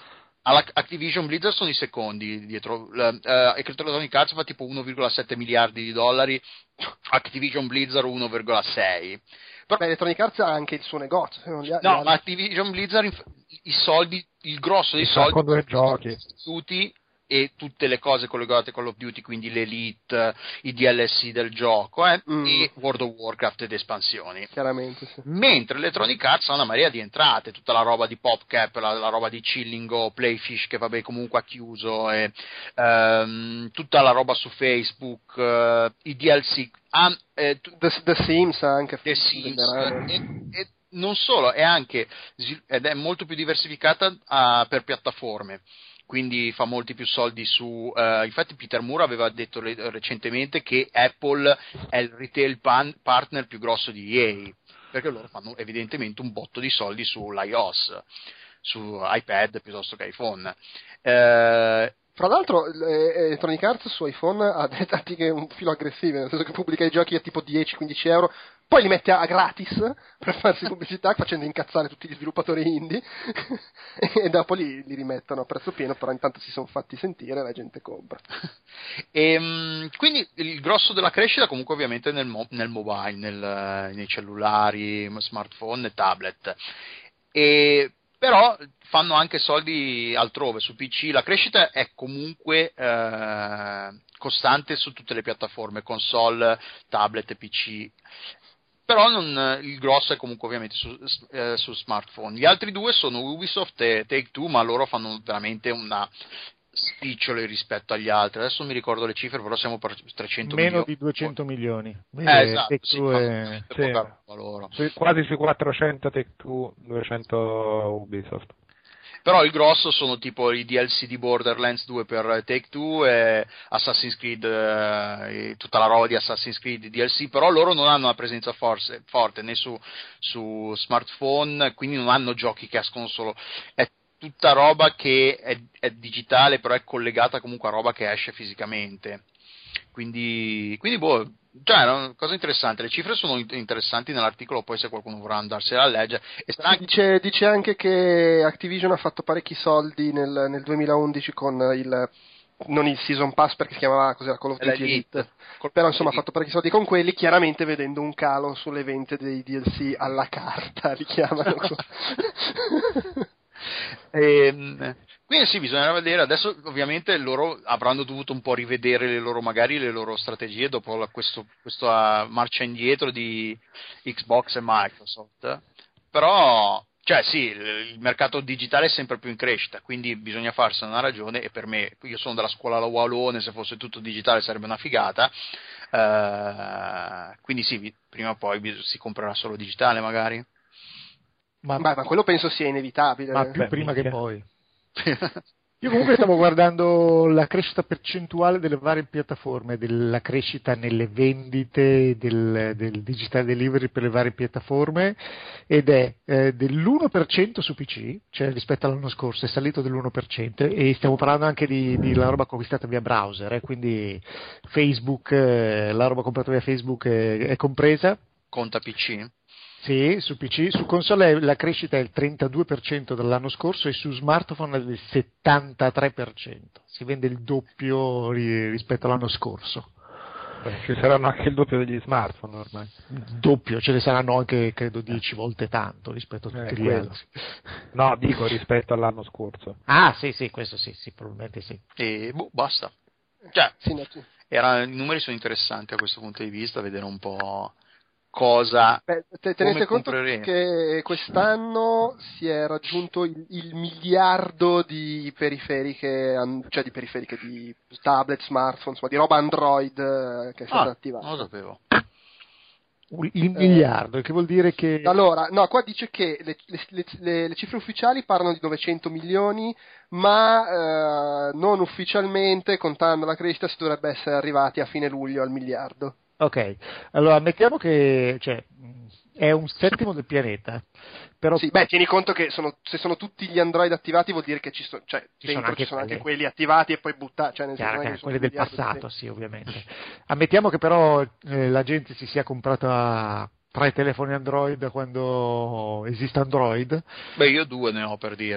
alla Activision Blizzard sono i secondi dietro. Uh, Electronic Arts fa tipo uno virgola sette miliardi di dollari, Activision Blizzard uno virgola sei. Però, beh, Electronic Arts ha anche il suo negozio. Se non li ha, no, li ha... ma Activision Blizzard inf- i soldi, il grosso dei soldi con due giochi tutti e tutte le cose collegate a Call of Duty, quindi l'Elite, i D L C del gioco eh, mm. e World of Warcraft ed espansioni. Chiaramente, sì. Mentre Electronic Arts ha una marea di entrate, tutta la roba di PopCap, la, la roba di Chilling Go, Playfish che vabbè comunque ha chiuso, e, ehm, tutta la roba su Facebook, eh, i D L C, ah, eh, t- The, The Sims anche. The Sims, e, e non solo, è anche ed è molto più diversificata uh, per piattaforme. Quindi fa molti più soldi su uh, infatti Peter Moore aveva detto re- recentemente che Apple è il retail pan- partner più grosso di E A, perché loro fanno evidentemente un botto di soldi sull'iOS, su iPad piuttosto che iPhone. Uh, Fra l'altro Electronic Arts su iPhone ha delle tattiche un filo aggressive, nel senso che pubblica i giochi a tipo dieci quindici euro, poi li mette a gratis per farsi pubblicità facendo incazzare tutti gli sviluppatori indie e dopo li, li rimettono a prezzo pieno, però intanto si sono fatti sentire e la gente compra. E, quindi il grosso della crescita comunque ovviamente nel, mo- nel mobile, nel, nei cellulari, smartphone e tablet. E però fanno anche soldi altrove, su P C la crescita è comunque eh, costante su tutte le piattaforme, console, tablet e P C, però non, il grosso è comunque ovviamente su, eh, su smartphone. Gli altri due sono Ubisoft e Take-Two, ma loro fanno veramente una spicciole rispetto agli altri. Adesso non mi ricordo le cifre, però siamo per trecento meno milioni. Di duecento milioni. Eh, esatto, sì, è... sì. loro. Quasi sui quattrocento Take-Two, duecento Ubisoft. Però il grosso sono tipo i D L C di Borderlands due per Take-Two e Assassin's Creed eh, e tutta la roba di Assassin's Creed D L C, però loro non hanno una presenza forse, forte né su, su smartphone, quindi non hanno giochi che escono solo, è tutta roba che è, è digitale, però è collegata comunque a roba che esce fisicamente. Quindi, quindi boh, cioè è una cosa interessante, le cifre sono interessanti nell'articolo, poi se qualcuno vorrà andarsela a leggere. E sì, anche... dice, dice anche che Activision ha fatto parecchi soldi nel, nel duemilaundici con il, non il Season Pass perché si chiamava cos'era, Call of Duty Elite, Elite. Però insomma ha fatto parecchi soldi con quelli, chiaramente vedendo un calo sulle vendite dei D L C alla carta, li chiamano così. E, quindi sì, bisognerà vedere. Adesso ovviamente loro avranno dovuto un po' rivedere le loro magari le loro strategie dopo la, questo, questa marcia indietro di Xbox e Microsoft, però cioè sì, il mercato digitale è sempre più in crescita, quindi bisogna farsene una ragione, e per me, io sono della scuola la Wallone, se fosse tutto digitale sarebbe una figata, uh, quindi sì, prima o poi si comprerà solo digitale magari. Ma, Beh, ma quello penso sia inevitabile. Ma più Beh, prima minchia. che poi. Io comunque stavo guardando la crescita percentuale delle varie piattaforme, della crescita nelle vendite del, del digital delivery per le varie piattaforme, ed è eh, dell'uno per cento su P C, cioè rispetto all'anno scorso è salito dell'uno per cento, e stiamo parlando anche di, di la roba acquistata via browser, eh, quindi Facebook, eh, la roba comprata via Facebook è, è compresa. Conta P C? Sì, su P C, su console la crescita è il trentadue per cento dell'anno scorso e su smartphone è del settantatré per cento, si vende il doppio rispetto all'anno scorso. Beh, ci saranno anche il doppio degli smartphone ormai. Doppio, ce ne saranno anche credo dieci volte tanto rispetto a tutti eh, gli altri. No, dico rispetto all'anno scorso. Ah sì, sì, questo sì, sì, probabilmente sì. E boh, basta. Cioè, sì, no, sì. Era, i numeri sono interessanti a questo punto di vista, vedere un po' cosa. Beh, te, tenete conto che quest'anno si è raggiunto il, il miliardo di periferiche, cioè di periferiche di tablet, smartphone, insomma di roba Android che è stata ah, attivata. Non lo sapevo. Il miliardo, eh, che vuol dire che... Allora, no, qua dice che le, le, le, le cifre ufficiali parlano di novecento milioni, ma eh, non ufficialmente, contando la crescita, si dovrebbe essere arrivati a fine luglio al miliardo. Ok, allora mettiamo che cioè, è un settimo del pianeta, però... Sì, beh, tieni conto che sono, se sono tutti gli Android attivati vuol dire che ci, so, cioè, ci dentro sono anche ci sono quelli. anche quelli attivati e poi buttati, cioè nel Chiaro, senso che che quelli del miliardi, passato, sì. sì, ovviamente. Ammettiamo che però eh, la gente si sia comprata tre telefoni Android quando esiste Android. Beh, io due ne ho, per dire.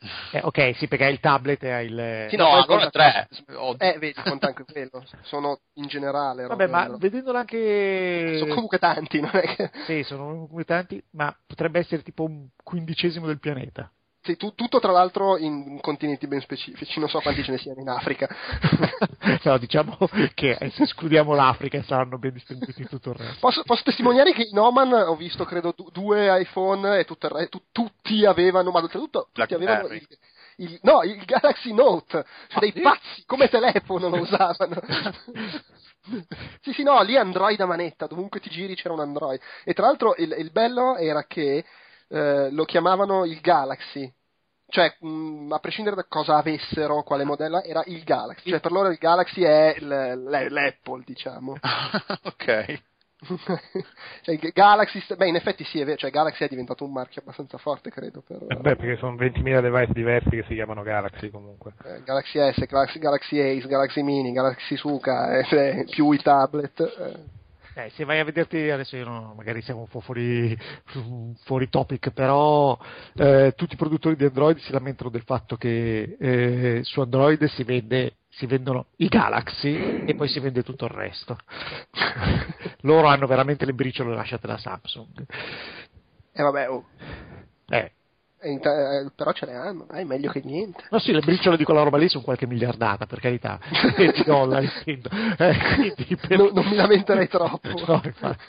Eh, ok, sì, perché hai il tablet e hai il... Sì, no, poi allora conta- tre. Eh, vedi, conta anche quello. Sono in generale. Vabbè, robe- ma vedendola anche... Sono comunque tanti, non è che... Sì, sono come tanti, ma potrebbe essere tipo un quindicesimo del pianeta. Sì, tu- tutto tra l'altro in continenti ben specifici, non so quanti ce ne siano in Africa. No, diciamo che se escludiamo l'Africa saranno ben distribuiti in tutto il resto. Posso, posso testimoniare che in Oman ho visto, credo, du- due iPhone e tutto il re- tu- tutti avevano, ma oltretutto tutti avevano il, il- no, il Galaxy Note, cioè dei pazzi, come telefono lo usavano. Sì, sì, no, lì Android a manetta, dovunque ti giri c'era un Android. E tra l'altro il, il bello era che eh, lo chiamavano il Galaxy, cioè mh, a prescindere da cosa avessero, quale modello era il Galaxy, cioè per loro il Galaxy è l- l- l'Apple, diciamo. Ok. Cioè, Galaxy, beh, in effetti sì, è vero, cioè Galaxy è diventato un marchio abbastanza forte, credo. Per, Eh beh, perché sono ventimila device diversi che si chiamano Galaxy comunque. eh, Galaxy S, Galaxy, Galaxy Ace, Galaxy Mini, Galaxy Suka, eh, cioè, più i tablet. Eh. Eh, se vai a vederti, adesso io no, magari siamo un po' fuori, fuori topic, però eh, tutti i produttori di Android si lamentano del fatto che eh, su Android si vende si vendono i Galaxy e poi si vende tutto il resto. Loro hanno veramente le briciole lasciate da Samsung. E eh, vabbè, oh. Eh. Eh, però ce le hanno, è meglio che niente. No, sì, le briciole di quella roba lì sono qualche miliardata, per carità, di dollari, eh, per... no, non mi lamenterei troppo. No, infatti.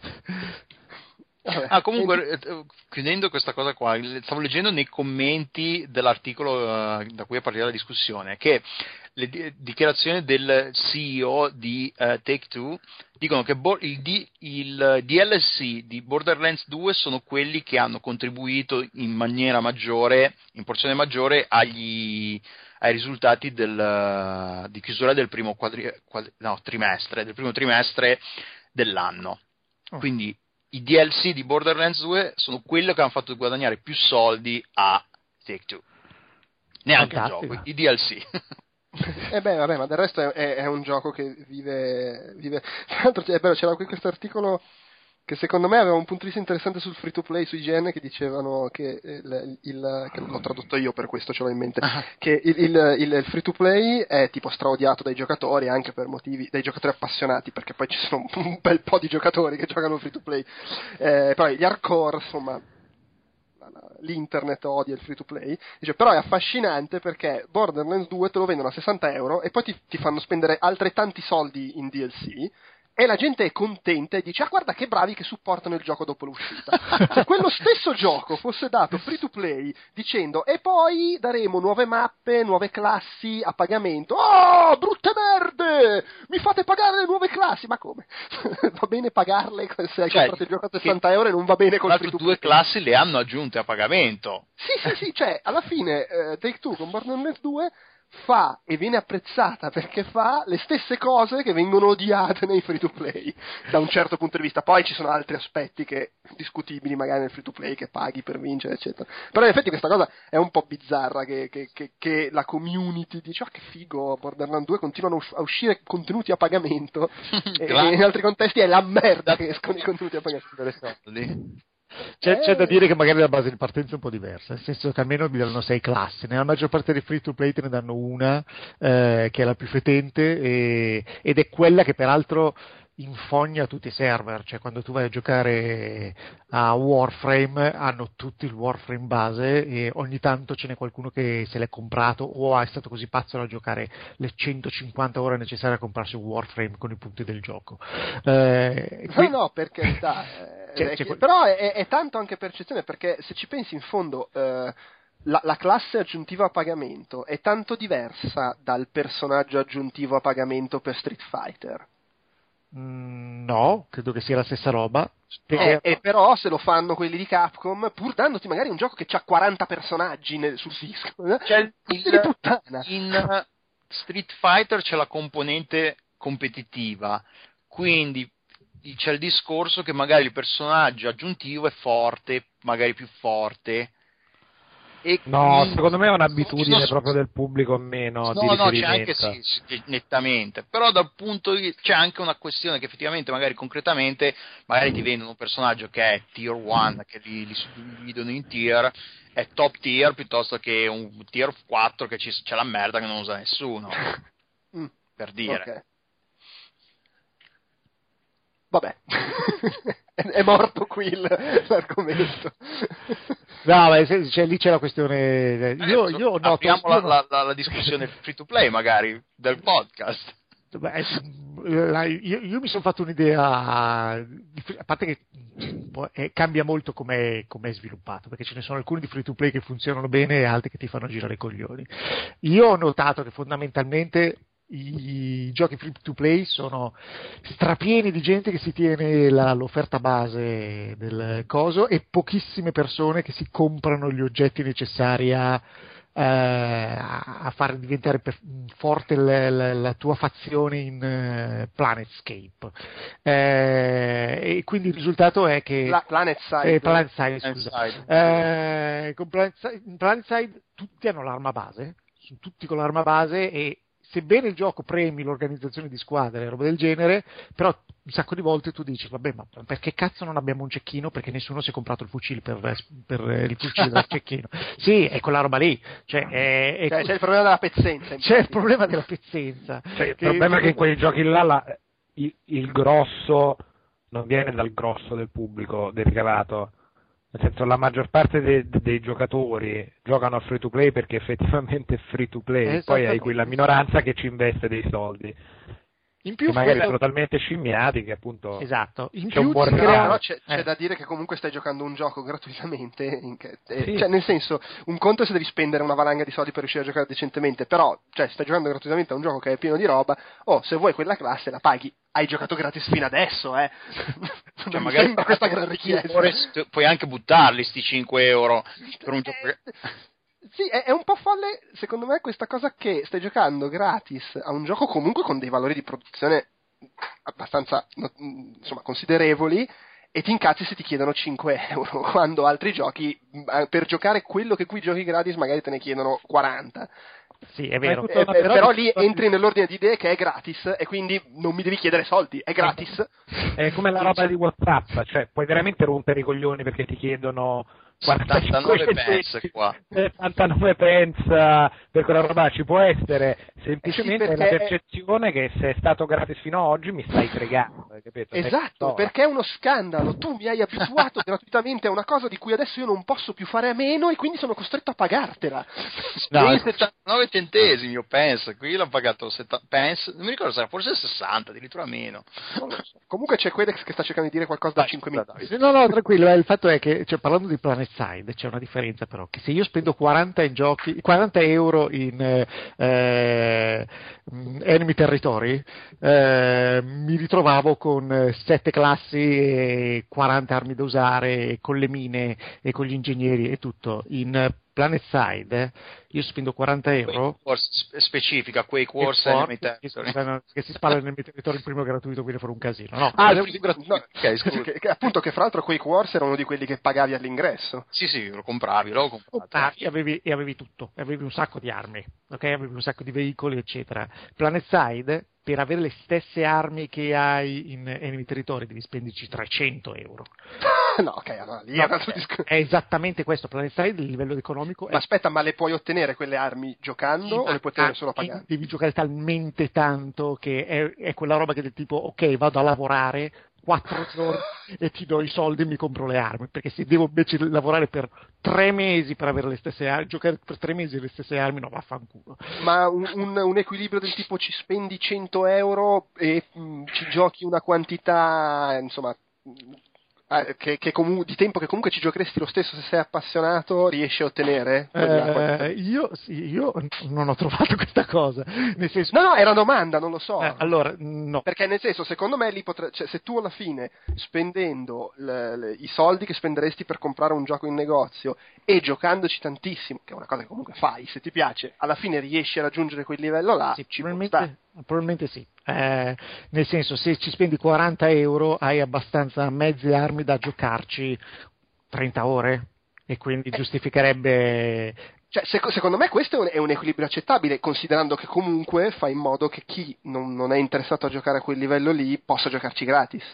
Vabbè, Ah, comunque, eh, chiudendo questa cosa qua, stavo leggendo nei commenti dell'articolo uh, da cui è partita la discussione che le di- dichiarazioni del C E O di uh, Take-Two dicono che bo- il, D- il D L C di Borderlands due sono quelli che hanno contribuito in maniera maggiore, in porzione maggiore agli, ai risultati del, di chiusura del primo quadri- quadri- no, trimestre, del primo trimestre dell'anno. Oh. Quindi i D L C di Borderlands due sono quello che hanno fatto guadagnare più soldi a Take-Two. Neanche il Fantastico. gioco, i D L C. Eh beh, vabbè, ma del resto è, è un gioco che vive... vive... Tra l'altro è bello, c'era qui questo articolo che secondo me aveva un punto di vista interessante sul free to play, su I G N, che dicevano che il, il che l'ho tradotto io, per questo ce l'ho in mente, che il, il, il, il free to play è tipo straodiato dai giocatori, anche per motivi, dai giocatori appassionati, perché poi ci sono un bel po' di giocatori che giocano free to play, eh, però gli hardcore, insomma, l'internet odia il free to play, dice, però è affascinante perché Borderlands due te lo vendono a sessanta euro e poi ti, ti fanno spendere altrettanti soldi in D L C e la gente è contenta e dice, ah, guarda che bravi che supportano il gioco dopo l'uscita. Se quello stesso gioco fosse dato free to play dicendo, e poi daremo nuove mappe, nuove classi a pagamento, oh, brutte merde, mi fate pagare le nuove classi, ma come? Va bene pagarle se hai Cioè, comprato il gioco a sessanta euro e non va bene col free to play? Due classi le hanno aggiunte a pagamento. Sì, sì, sì, cioè, alla fine eh, Take-Two con Borderlands due fa e viene apprezzata perché fa le stesse cose che vengono odiate nei free to play da un certo punto di vista. Poi ci sono altri aspetti che discutibili magari nel free to play, che paghi per vincere eccetera, però in effetti questa cosa è un po' bizzarra che, che, che, che la community dice, ah, che figo, Borderlands due continuano a uscire contenuti a pagamento e, e in altri contesti è la merda che escono i contenuti a pagamento. C'è, Eh. c'è da dire che magari la base di partenza è un po' diversa, nel senso che almeno mi danno sei classi, nella maggior parte dei free to play te ne danno una eh, che è la più fetente e, ed è quella che peraltro infogna tutti i server, cioè quando tu vai a giocare a Warframe hanno tutti il Warframe base e ogni tanto ce n'è qualcuno che se l'è comprato o è stato così pazzo da giocare le centocinquanta ore necessarie a comprarsi un Warframe con i punti del gioco. Eh, No, qui- no, per carità, eh, C'è- è c'è che- quel- però è, è tanto anche percezione, perché se ci pensi in fondo eh, la, la classe aggiuntiva a pagamento è tanto diversa dal personaggio aggiuntivo a pagamento per Street Fighter. Mm, no, credo che sia la stessa roba. Perché- Eh, e però se lo fanno quelli di Capcom, pur dandoti magari un gioco che ha quaranta personaggi nel- sul disco, eh, C'è il, figli di puttana. in Street Fighter c'è la componente competitiva, quindi c'è il discorso che magari il personaggio aggiuntivo è forte, magari più forte. E, no, mh, secondo me è un'abitudine no, proprio del pubblico meno. No, di no, c'è anche sì, sì, nettamente. Però dal punto di, c'è anche una questione che effettivamente, magari concretamente, magari ti vendono un personaggio che è tier one, che li, li suddividono in tier, è top tier piuttosto che un tier quattro che ci, c'è la merda che non usa nessuno. mm, per dire. Okay. Vabbè, è morto qui il, l'argomento. No, ma cioè, lì c'è la questione. Io, eh, io apriamo noto, io la, no... la, la, la discussione free to play, magari del podcast. Beh, io, io mi sono fatto un'idea, a parte che eh, cambia molto come è sviluppato, perché ce ne sono alcuni di free to play che funzionano bene e altri che ti fanno girare i coglioni. Io ho notato che fondamentalmente i giochi free to play sono strapieni di gente che si tiene la, l'offerta base del coso e pochissime persone che si comprano gli oggetti necessari a, eh, a far diventare per, forte la, la, la tua fazione in uh, Planetscape, eh, e quindi il risultato è che la, Planetside, eh, Planetside, scusa. Eh, con Planetside, in Planetside tutti hanno l'arma base, sono tutti con l'arma base, e sebbene il gioco premi l'organizzazione di squadre e roba del genere, però un sacco di volte tu dici vabbè, ma perché cazzo non abbiamo un cecchino, perché nessuno si è comprato il fucile per, per il fucile del cecchino. Sì, è quella roba lì, cioè, è, è cioè c'è il problema della pezzenza, c'è il problema della pezzenza, cioè, il che, problema è che in quei giochi là la, il, il grosso non viene dal grosso del pubblico del ricavato. Nel senso, la maggior parte dei, dei giocatori giocano a free to play perché effettivamente è free to play, poi hai quella minoranza che ci investe dei soldi. In più, che magari questo... sono talmente scimmiati che appunto esatto. In c'è più un buon crea... regalo. Però c'è, c'è eh. da dire che comunque stai giocando un gioco gratuitamente, in che... sì. Cioè nel senso, un conto è se devi spendere una valanga di soldi per riuscire a giocare decentemente, però cioè stai giocando gratuitamente a un gioco che è pieno di roba, oh, se vuoi quella classe la paghi, hai giocato gratis fino adesso, eh. Cioè, non magari sembra questa gran richiesta. Puoi anche buttarli sti cinque euro per un gioco. Eh, sì, è, è un po' folle secondo me questa cosa che stai giocando gratis a un gioco comunque con dei valori di produzione abbastanza insomma considerevoli, e ti incazzi se ti chiedono cinque euro quando altri giochi per giocare quello che qui giochi gratis magari te ne chiedono quaranta. Sì, è vero. Eh, però, però lì entri nell'ordine di idee che è gratis e quindi non mi devi chiedere soldi, è gratis. È come la roba di WhatsApp, cioè puoi veramente rompere i coglioni perché ti chiedono settantanove pence qua, settantanove pence per quella roba. Ci può essere semplicemente eh sì, la percezione che se è stato gratis fino ad oggi mi stai fregando, capito? Esatto, perché è uno scandalo, tu mi hai abituato gratuitamente a una cosa di cui adesso io non posso più fare a meno e quindi sono costretto a pagartela. No, settantanove centesimi io penso, qui l'ho pagato settanta, penso, non mi ricordo se era forse sessanta, addirittura meno. Comunque c'è Quedex che sta cercando di dire qualcosa da cinque minuti. No, no, tranquillo, il fatto è che, cioè, parlando di Planetside c'è una differenza però, che se io spendo quaranta in giochi, quaranta euro in eh, Enemy Territory, eh, mi ritrovavo con sette classi e quaranta armi da usare, con le mine e con gli ingegneri e tutto. In Planetside io spendo quaranta euro, specifica Quake Wars Enemy Territory, che si spara nel territorio il primo gratuito, quindi farò un casino. No, ah, no, okay, che, che, appunto che fra l'altro Quake Wars era uno di quelli che pagavi all'ingresso. Sì, sì, lo compravi, lo compravi e avevi, e avevi tutto, avevi un sacco di armi, ok, avevi un sacco di veicoli, eccetera. Planetside, per avere le stesse armi che hai in Enemy Territory devi spenderci trecento euro. No, ok, allora lì no, è un altro discorso. È esattamente questo. Planetside, il livello economico ma è... aspetta, ma le puoi ottenere quelle armi giocando sì, o le puoi ottenere solo pagando? Devi giocare talmente tanto che è, è quella roba che del tipo ok, vado a lavorare quattro giorni e ti do i soldi e mi compro le armi, perché se devo invece lavorare per tre mesi per avere le stesse armi, giocare per tre mesi le stesse armi, no, vaffanculo. Ma un, un, un equilibrio del tipo ci spendi cento euro e mh, ci giochi una quantità, insomma, mh, che, che comu- di tempo che comunque ci giocheresti lo stesso se sei appassionato, riesci a ottenere? Eh, io, sì, io non ho trovato questa cosa. Nel senso... No, no, era una domanda, non lo so. Eh, allora, no. Perché nel senso, secondo me lì potre... cioè, se tu alla fine, spendendo le, le, i soldi che spenderesti per comprare un gioco in negozio e giocandoci tantissimo, che è una cosa che comunque fai, se ti piace, alla fine riesci a raggiungere quel livello là, sì, ci probabilmente, probabilmente sì. Eh, nel senso, se ci spendi quaranta euro hai abbastanza mezze armi da giocarci trenta ore e quindi giustificherebbe. Cioè, sec- secondo me questo è un, è un equilibrio accettabile, considerando che comunque fa in modo che chi non, non è interessato a giocare a quel livello lì possa giocarci gratis.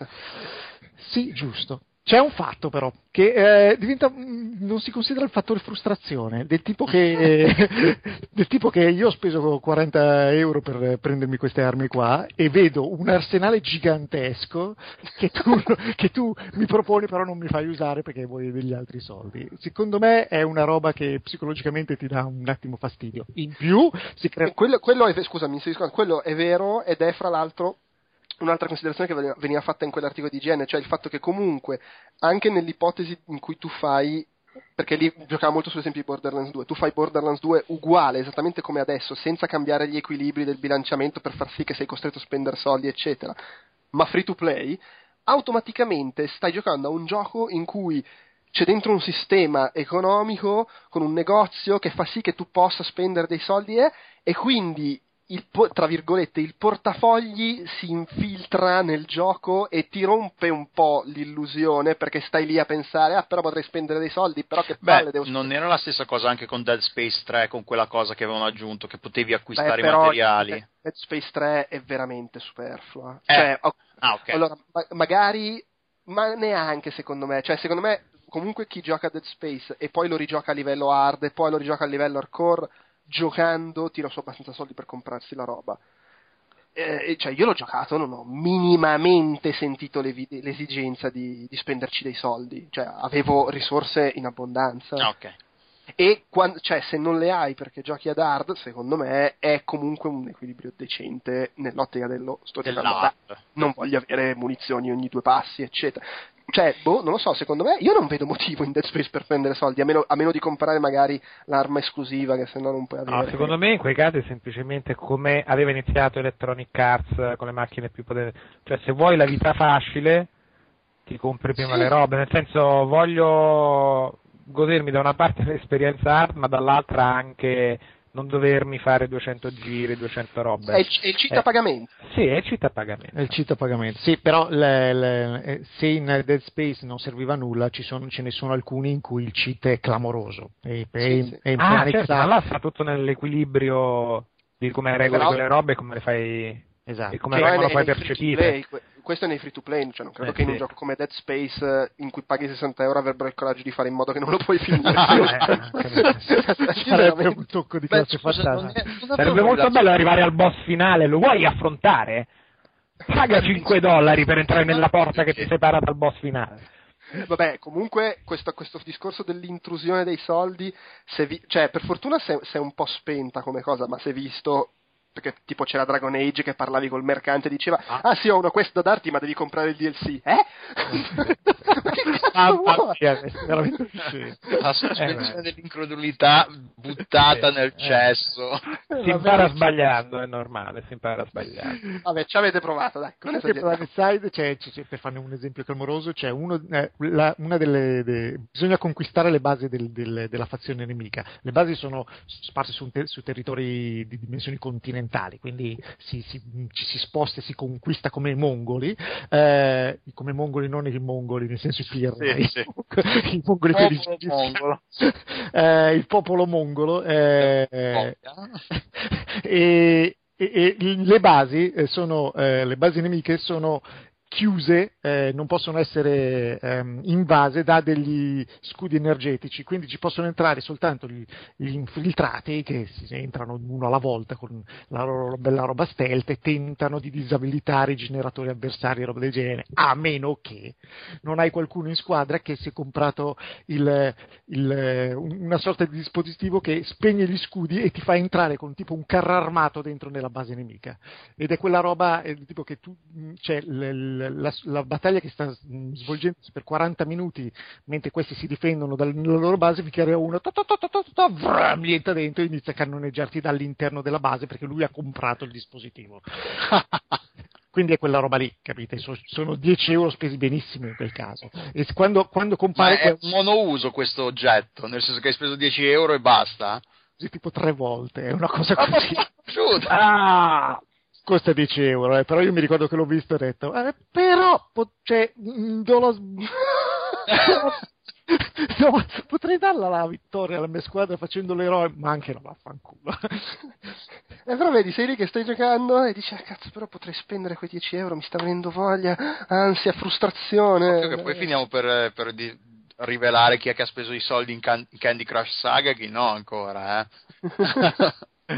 Sì, giusto. C'è un fatto però, che eh, diventa, non si considera il fattore frustrazione, del tipo che del tipo che io ho speso quaranta euro per prendermi queste armi qua e vedo un arsenale gigantesco che tu, che tu mi proponi però non mi fai usare perché vuoi degli altri soldi. Secondo me è una roba che psicologicamente ti dà un attimo fastidio. In più si crea... Quello, quello è, scusami, quello è vero ed è fra l'altro un'altra considerazione che veniva fatta in quell'articolo di I G N, cioè il fatto che comunque anche nell'ipotesi in cui tu fai, perché lì giocava molto sull'esempio di Borderlands due, tu fai Borderlands due uguale, esattamente come adesso, senza cambiare gli equilibri del bilanciamento per far sì che sei costretto a spendere soldi eccetera, ma free to play, automaticamente stai giocando a un gioco in cui c'è dentro un sistema economico con un negozio che fa sì che tu possa spendere dei soldi eh, e quindi il, tra virgolette, il portafogli si infiltra nel gioco e ti rompe un po' l'illusione perché stai lì a pensare ah però potrei spendere dei soldi, però che palle Beh, devo non spendere. era la stessa cosa anche con Dead Space tre, con quella cosa che avevano aggiunto che potevi acquistare Beh, i però materiali. Dead Space tre è veramente superflua eh. cioè, ok, ah, ok allora ma- magari ma neanche secondo me, cioè secondo me comunque chi gioca a Dead Space e poi lo rigioca a livello hard e poi lo rigioca a livello hardcore, giocando tira su abbastanza soldi per comprarsi la roba. Eh, cioè io l'ho giocato, non ho minimamente sentito le, l'esigenza di, di spenderci dei soldi, cioè avevo risorse in abbondanza. Ah, ok. E quando, cioè, se non le hai perché giochi ad hard, secondo me è comunque un equilibrio decente nell'ottica dello sto giocando ad hard, non voglio avere munizioni ogni due passi eccetera. Cioè, boh, non lo so, secondo me io non vedo motivo in Dead Space per prendere soldi, a meno, a meno di comprare magari l'arma esclusiva che se no non puoi avere. No, secondo me in quei casi è semplicemente come aveva iniziato Electronic Arts con le macchine più potenti, cioè se vuoi la vita facile ti compri prima sì. le robe, nel senso voglio godermi da una parte l'esperienza hard ma dall'altra anche non dovermi fare duecento giri, duecento robe. È il, è il cheat a pagamento. Sì, è il cheat a pagamento. È il cheat a pagamento. Sì, però le, le, se in Dead Space non serviva a nulla, ci sono, ce ne sono alcuni in cui il cheat è clamoroso. E, sì, e, sì. E ah, certo, ma là sta tutto nell'equilibrio di come regoli però... quelle robe e come le fai... Esatto. E come cioè, vengono nei, poi nei percepite. Questo è nei free to play, cioè non credo eh, che in sì. un gioco come Dead Space in cui paghi sessanta euro avrebbero il coraggio di fare in modo che non lo puoi finire. Sarebbe un tocco di classe fantasma. Sarebbe molto bello arrivare al boss finale, lo vuoi affrontare? Paga cinque dollari per entrare nella porta che ti separa dal boss finale. Vabbè, comunque questo, questo discorso dell'intrusione dei soldi, se vi, cioè per fortuna si è un po' spenta come cosa, ma si è visto, perché tipo c'era Dragon Age che parlavi col mercante e diceva ah. ah sì ho una quest da darti ma devi comprare il D L C eh? Ma che cazzo vuoi? Veramente sì. La sospensione eh, dell'incredulità buttata nel cesso. Si impara sbagliando, è normale, si impara sbagliando. Vabbè, ci avete provato, dai. Per side, c'è, c'è, per farne un esempio clamoroso, c'è uno, eh, la, una delle, de, bisogna conquistare le basi del, del, della fazione nemica. Le basi sono sparse su, te, su territori di dimensioni continentali, quindi si, si, ci si sposta e si conquista come i mongoli, eh, come mongoli non i mongoli nel senso i pirri, sì, sì. i mongoli quelli mongolo. eh, il popolo mongolo eh, eh, e, e, e le basi sono eh, le basi nemiche sono chiuse, eh, non possono essere ehm, invase da degli scudi energetici, quindi ci possono entrare soltanto gli, gli infiltrati che si entrano uno alla volta con la loro bella roba stealth e tentano di disabilitare i generatori avversari e roba del genere, a meno che non hai qualcuno in squadra che si è comprato il, il, una sorta di dispositivo che spegne gli scudi e ti fa entrare con tipo un carro armato dentro nella base nemica, ed è quella roba è tipo che tu c'è cioè, La, la battaglia che sta svolgendosi per quaranta minuti mentre questi si difendono dalla loro base, vi crea uno to, to, to, to, to, to, vram, gli entra dentro e inizia a cannoneggiarti dall'interno della base perché lui ha comprato il dispositivo. Quindi è quella roba lì, capite? So, sono dieci euro spesi benissimo in quel caso. E quando, quando compare Ma è un monouso questo oggetto, nel senso che hai speso dieci euro e basta? Sì, tipo tre volte, è una cosa così. Ah, costa dieci euro, eh, però io mi ricordo che l'ho visto e ho detto, eh, però, po- cioè, do la, No, potrei darla la vittoria alla mia squadra facendo l'eroe, ma anche la vaffanculo. E però vedi, sei lì che stai giocando e dici, ah cazzo, però potrei spendere quei dieci euro, mi sta venendo voglia, ansia, frustrazione. Occhio che poi finiamo per, per di, rivelare chi è che ha speso i soldi in, can, in Candy Crush Saga e chi no ancora, eh.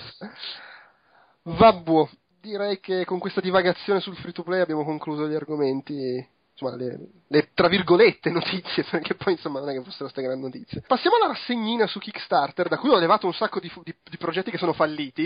Vabbè, direi che con questa divagazione sul free to play abbiamo concluso gli argomenti, insomma, le, le tra virgolette notizie, perché poi insomma non è che fossero queste grandi notizie. Passiamo alla rassegnina su Kickstarter, da cui ho levato un sacco di, di, di progetti che sono falliti.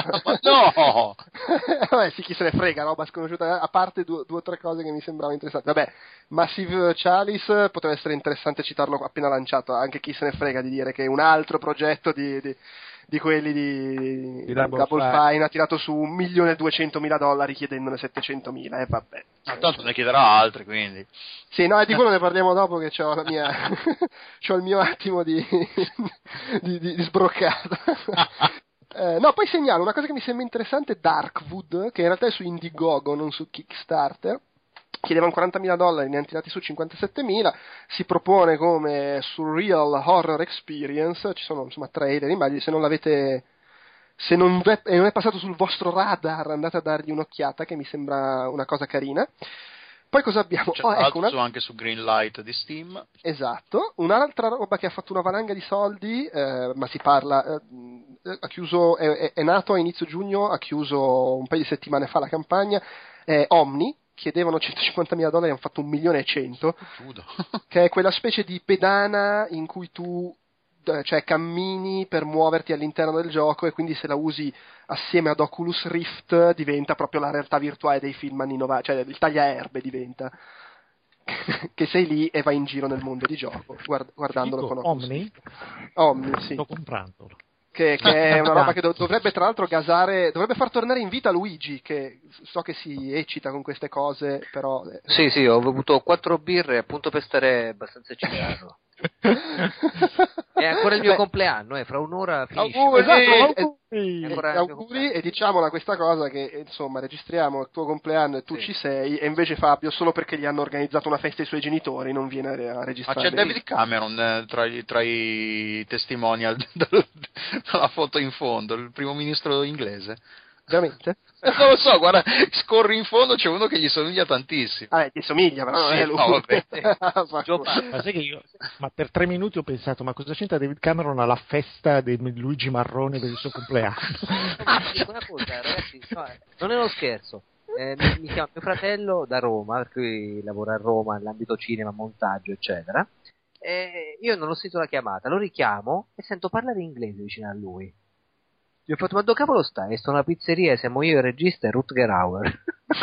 No! Vabbè, sì, chi se ne frega, roba sconosciuta, a parte due, due o tre cose che mi sembravano interessanti. Vabbè, Massive Chalice potrebbe essere interessante citarlo appena lanciato, anche chi se ne frega di dire che un altro progetto di... di di quelli di, di Double, Double Fine. Fine ha tirato su un milione e duecentomila dollari chiedendone settecentomila e eh, vabbè. Ma tanto ne chiederà altri, quindi. Sì, no, e di quello ne parliamo dopo che c'ho la mia c'ho il mio attimo di di, di, di sbroccata. eh, no, poi segnalo una cosa che mi sembra interessante, Darkwood, che in realtà è su Indiegogo, non su Kickstarter. Chiedevano quarantamila dollari, ne hanno tirati su cinquantasettemila, si propone come Surreal Horror Experience, ci sono insomma trailer, immagini, se non l'avete, se non è, non è passato sul vostro radar andate a dargli un'occhiata, che mi sembra una cosa carina. Poi cosa abbiamo? C'è oh, ecco, una... anche su Greenlight di Steam. Esatto, un'altra roba che ha fatto una valanga di soldi, eh, ma si parla, eh, ha chiuso, è, è, è nato a inizio giugno, ha chiuso un paio di settimane fa la campagna, è Omni. Chiedevano centocinquantamila dollari, hanno fatto un milione e cento, che è quella specie di pedana in cui tu cioè cammini per muoverti all'interno del gioco, e quindi se la usi assieme ad Oculus Rift diventa proprio la realtà virtuale dei film anni novanta, cioè il tagliaerbe diventa, che sei lì e vai in giro nel mondo di gioco guard- guardandolo Dico, con Oculus Omni? Rift. Omni, sì. Sto comprandolo. Che, che è una roba che dov- dovrebbe tra l'altro gasare, dovrebbe far tornare in vita Luigi, che so che si eccita con queste cose, però... Eh. Sì, sì, ho bevuto quattro birre appunto per stare abbastanza eccitato. È ancora il mio Beh, compleanno, eh, fra un'ora finisce. Auguri, esatto, auguri. e, e, auguri e diciamola questa cosa che insomma registriamo il tuo compleanno e tu sì. ci sei, e invece Fabio solo perché gli hanno organizzato una festa ai suoi genitori non viene a registrare. Ma c'è David Cameron eh, tra, i, tra i testimonial dalla foto in fondo, il primo ministro inglese. Veramente? Non lo so, guarda, scorri in fondo, c'è uno che gli somiglia tantissimo. Ah, ti somiglia, però non sì, è lui. No, vabbè. Ma sai che io, ma per tre minuti ho pensato, ma cosa c'entra David Cameron alla festa di Luigi Marrone per il suo compleanno? Ah, sì, una cosa, ragazzi, no, non è uno scherzo. Eh, mi, mi chiama mio fratello da Roma, per cui lavora a Roma nell'ambito cinema, montaggio, eccetera. E io non ho sentito la chiamata, lo richiamo e sento parlare inglese vicino a lui. Gli ho fatto, ma dove cavolo stai? Sto in una pizzeria, siamo io il regista e Rutger Hauer.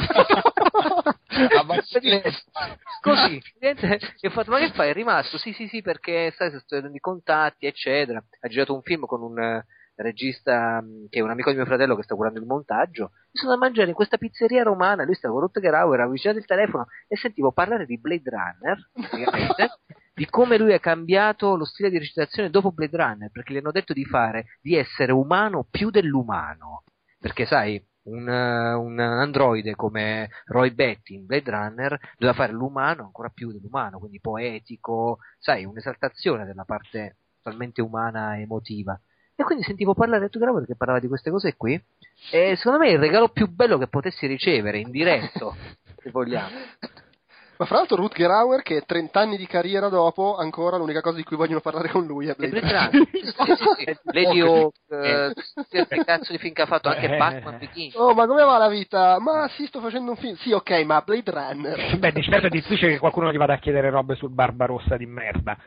Così, niente, gli ho fatto, ma che fai? È rimasto? Sì, sì, sì, perché sai, sto avendo i contatti, eccetera. Ha girato un film con un uh, regista um, che è un amico di mio fratello che sta curando il montaggio. Mi sono a mangiare in questa pizzeria romana, lui stava con Rutger Hauer, avevo avvicinato il telefono e sentivo parlare di Blade Runner, praticamente. Di come lui ha cambiato lo stile di recitazione dopo Blade Runner, perché gli hanno detto di fare, di essere umano più dell'umano, perché sai, un, uh, un androide come Roy Batty in Blade Runner doveva fare l'umano ancora più dell'umano, quindi poetico, sai, un'esaltazione della parte totalmente umana e emotiva. E quindi sentivo parlare a Rutger Hauer che parlava di queste cose qui, e secondo me è il regalo più bello che potessi ricevere in diretto, se vogliamo. Ma fra l'altro Rutger Hauer, che trenta anni di carriera dopo, ancora l'unica cosa di cui vogliono parlare con lui è Blade Runner. sì, sì, sì. Lady Hawk, eh, che cazzo di film che ha fatto, anche eh. Batman Begins. Oh, ma come va la vita? Ma sì, sto facendo un film. Sì, ok, ma Blade Runner. Beh, di certo è difficile che qualcuno gli vada a chiedere robe sul Barbarossa di merda.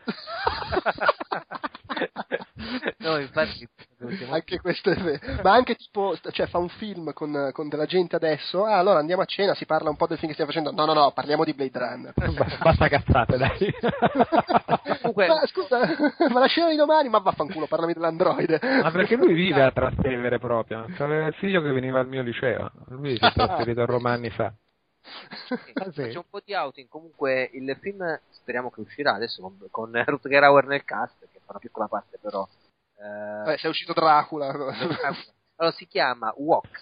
No, infatti anche questo è vero. Ma anche tipo, cioè fa un film con, con della gente adesso, ah, allora andiamo a cena, si parla un po' del film che stiamo facendo. No, no, no, parliamo di Blade Runner. Basta cazzate, dai. Comunque, ma scusa, ma la scena di domani, ma vaffanculo, parlami dell'androide. Ma perché lui vive a Trastevere proprio. C'aveva il figlio che veniva al mio liceo, lui si è trasferito a Roma anni fa. Ah, sì. C'è un po' di outing. Comunque il film speriamo che uscirà adesso con, con Rutger Hauer nel cast, che fa una piccola parte però. Eh, Beh, se è uscito Dracula. Allora si chiama Wox,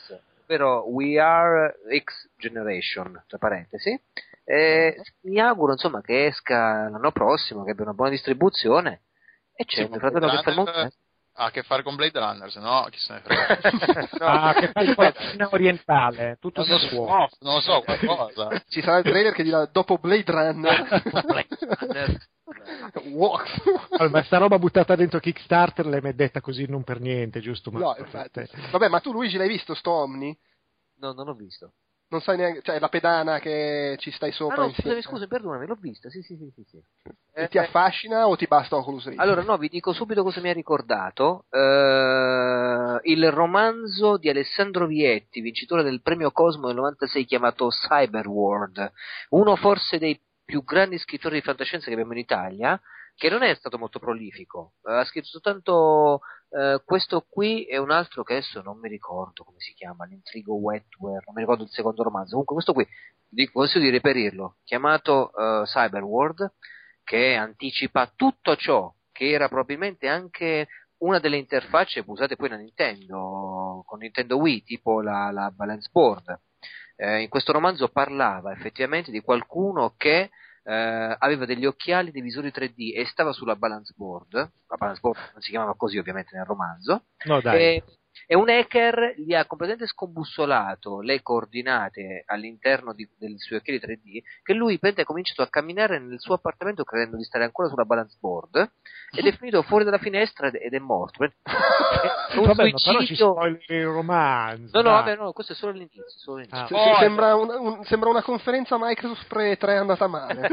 ovvero We Are X Generation, tra parentesi. E mi auguro insomma che esca l'anno prossimo, che abbia una buona distribuzione e c'è Sì, il fratello che fa il montaggio. Ha a che fare con Blade Runner, se no chi se ne frega. No, ha a che fare con la cucina orientale, tutto non, si so, può. no, non lo so, qualcosa. Ci sarà il trailer che dirà dopo Blade Runner. Blade Runner. Wow. Allora, ma sta roba buttata dentro Kickstarter l'hai mai detta così non per niente, giusto? Ma No, infatti. Vabbè, ma tu Luigi l'hai visto sto Omni? No, non l'ho visto. Non sai neanche, cioè la pedana che ci stai Ah sopra no, insieme. scusami, scusa, perdonami, l'ho vista, sì, sì, sì, sì. sì. E Eh, ti affascina o ti basta Oculus Rift? Allora, no, vi dico subito cosa mi ha ricordato. Eh, il romanzo di Alessandro Vietti, vincitore del premio Cosmo del novantasei, chiamato Cyberworld, uno forse dei più grandi scrittori di fantascienza che abbiamo in Italia, che non è stato molto prolifico. Eh, ha scritto soltanto eh, questo qui e un altro che adesso non mi ricordo come si chiama, l'Intrigo Wetware, non mi ricordo il secondo romanzo. Comunque questo qui, vi consiglio di reperirlo, chiamato eh, Cyberworld, che anticipa tutto ciò che era probabilmente anche una delle interfacce usate poi da Nintendo, con Nintendo Wii, tipo la, la Balance Board. Eh, in questo romanzo parlava effettivamente di qualcuno che eh, aveva degli occhiali dei visori tre D e stava sulla Balance Board. La Balance Board non si chiamava così ovviamente nel romanzo. No, dai. E, e un hacker gli ha completamente scombussolato le coordinate all'interno di, dei suoi occhiali tre D, che lui ha cominciato a camminare nel suo appartamento credendo di stare ancora sulla balance board ed è finito fuori dalla finestra ed, ed è morto. È un Vabbè, ma però ci suicidio. spoileri il romanzo. No, no, dai. vabbè, no, questo è solo l'inizio. Solo l'inizio. Ah, Se- Oh, se- sembra, un, un- sembra una conferenza Microsoft pre tre andata male.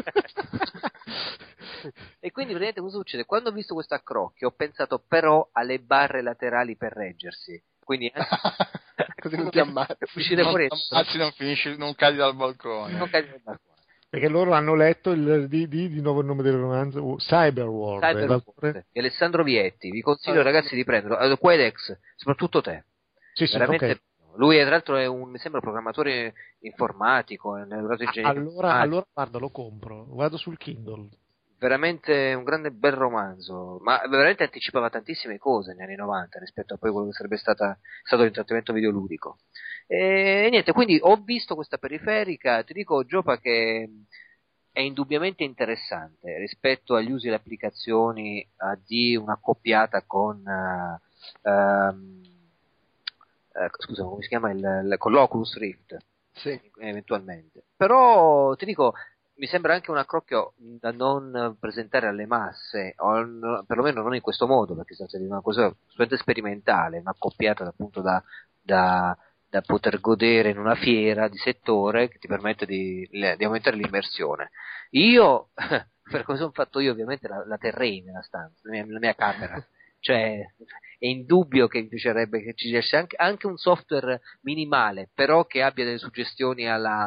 E quindi praticamente cosa succede? Quando ho visto questo accrocchio ho pensato però alle barre laterali per reggersi, quindi eh, Così non ti ammazzi. uscire non, fuori anzi, non finisci, non cadi dal balcone. non cadi dal balcone. Perché loro hanno letto il di, di, di nuovo il nome del romanzo, uh, Cyberworld. Cyberpunk di Alessandro Vietti, vi consiglio ragazzi di prenderlo, allora, Quedex, soprattutto te, Sì, sì, veramente ok. lui è, tra l'altro è un, mi sembra un programmatore informatico, è un lavorato ingegnere Allora, informatico. allora guarda, lo compro, vado sul Kindle. Veramente un grande bel romanzo, ma veramente anticipava tantissime cose negli anni novanta rispetto a poi quello che sarebbe stata, stato l'intrattenimento videoludico. E niente, quindi ho visto questa periferica, ti dico Giopa che è indubbiamente interessante rispetto agli usi e alle applicazioni uh, di una accoppiata con uh, um, uh, scusa, come si chiama il, il, con l'Oculus Rift, Sì. eventualmente. Però ti dico, mi sembra anche un accrocchio da non presentare alle masse, o no, perlomeno non in questo modo, perché si tratta di una cosa assolutamente sperimentale, una accoppiata appunto da, da, da poter godere in una fiera di settore che ti permette di, di aumentare l'immersione. Io, per come sono fatto io, ovviamente la, la terrei nella stanza, la mia, la mia camera. Cioè, è indubbio che mi piacerebbe che ci sia anche, anche un software minimale, però che abbia delle suggestioni alla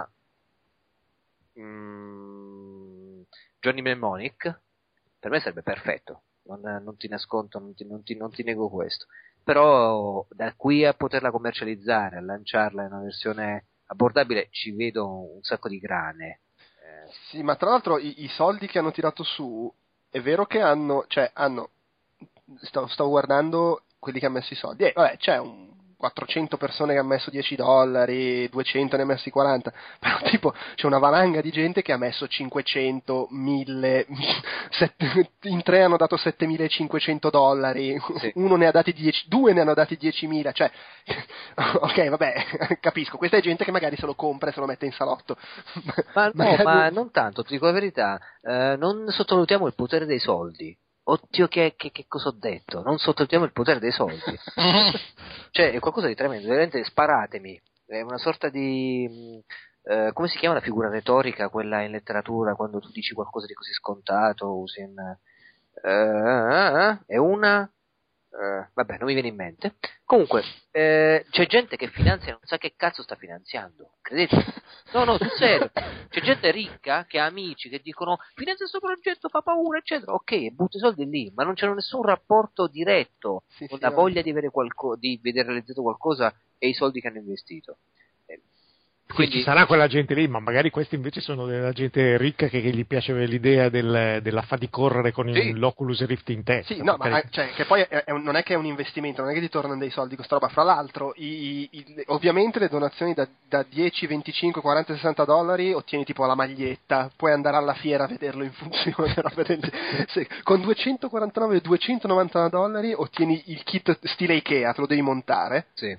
mm, Johnny Mnemonic. Per me sarebbe perfetto, non, non ti nascondo, non ti, non, ti, non ti nego questo. Però da qui a poterla commercializzare, a lanciarla in una versione abbordabile, ci vedo un sacco di grane. Eh, Sì, ma tra l'altro i, i soldi che hanno tirato su, è vero che hanno, cioè hanno, stavo, stavo guardando quelli che hanno messo i soldi, eh, vabbè, c'è un quattrocento persone che hanno messo dieci dollari, duecento ne hanno messi quaranta, però tipo c'è una valanga di gente che ha messo cinquecento, mille, sette, in tre hanno dato settemilacinquecento dollari, Sì. uno ne ha dati dieci, due ne hanno dati diecimila, cioè, ok, vabbè, capisco, questa è gente che magari se lo compra e se lo mette in salotto. Ma no, Magari- ma non tanto, ti dico la verità, eh, non sottovalutiamo il potere dei soldi. Oddio, che, che, che cosa ho detto? Non sottovalutiamo il potere dei soldi. Cioè, è qualcosa di tremendo, veramente sparatemi. È una sorta di... Eh, come si chiama la figura retorica, quella in letteratura, quando tu dici qualcosa di così scontato, usi in... Eh, è una... Uh, vabbè, non mi viene in mente. Comunque, eh, c'è gente che finanzia, non sa che cazzo sta finanziando. Credete? No, no, sul serio. C'è gente ricca che ha amici che dicono finanzia questo progetto, fa paura, eccetera. Ok, butti i soldi lì, ma non c'è nessun rapporto diretto Sì, con sì, la vabbè. voglia di avere qualco- di vedere realizzato qualcosa e i soldi che hanno investito. Eh, Quindi ci sarà quella gente lì, ma magari questi invece sono della gente ricca che, che gli piace l'idea del, della fa di correre con sì. il, l'Oculus Rift in testa. Sì, no, ma cioè, che poi è, è un, non è che è un investimento, non è che ti tornano dei soldi questa roba. Fra l'altro, i, i, ovviamente le donazioni da, da dieci, venticinque, quaranta, sessanta dollari ottieni tipo la maglietta, puoi andare alla fiera a vederlo in funzione. Se, con duecentoquarantanove e duecentonovantanove dollari ottieni il kit stile Ikea, te lo devi montare. Sì.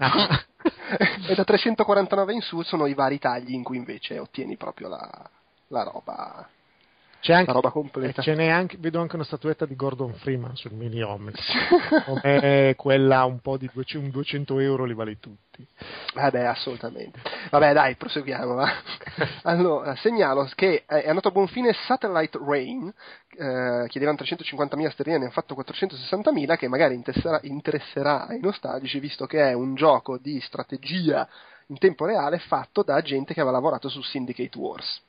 E da trecentoquarantanove in su sono i vari tagli in cui invece ottieni proprio la, la roba c'è anche, la roba completa. Ce n'è anche, vedo anche una statuetta di Gordon Freeman sul mini Omix. Come quella un po' di duecento, duecento euro li vale tutti. Vabbè, assolutamente. Vabbè, dai, proseguiamo. Va. Allora, segnalo che è andato a buon fine Satellite Rain, eh, chiedevano trecentocinquantamila sterline, ne hanno fatto quattrocentosessantamila, che magari interesserà, interesserà ai nostalgici, visto che è un gioco di strategia in tempo reale fatto da gente che aveva lavorato su Syndicate Wars.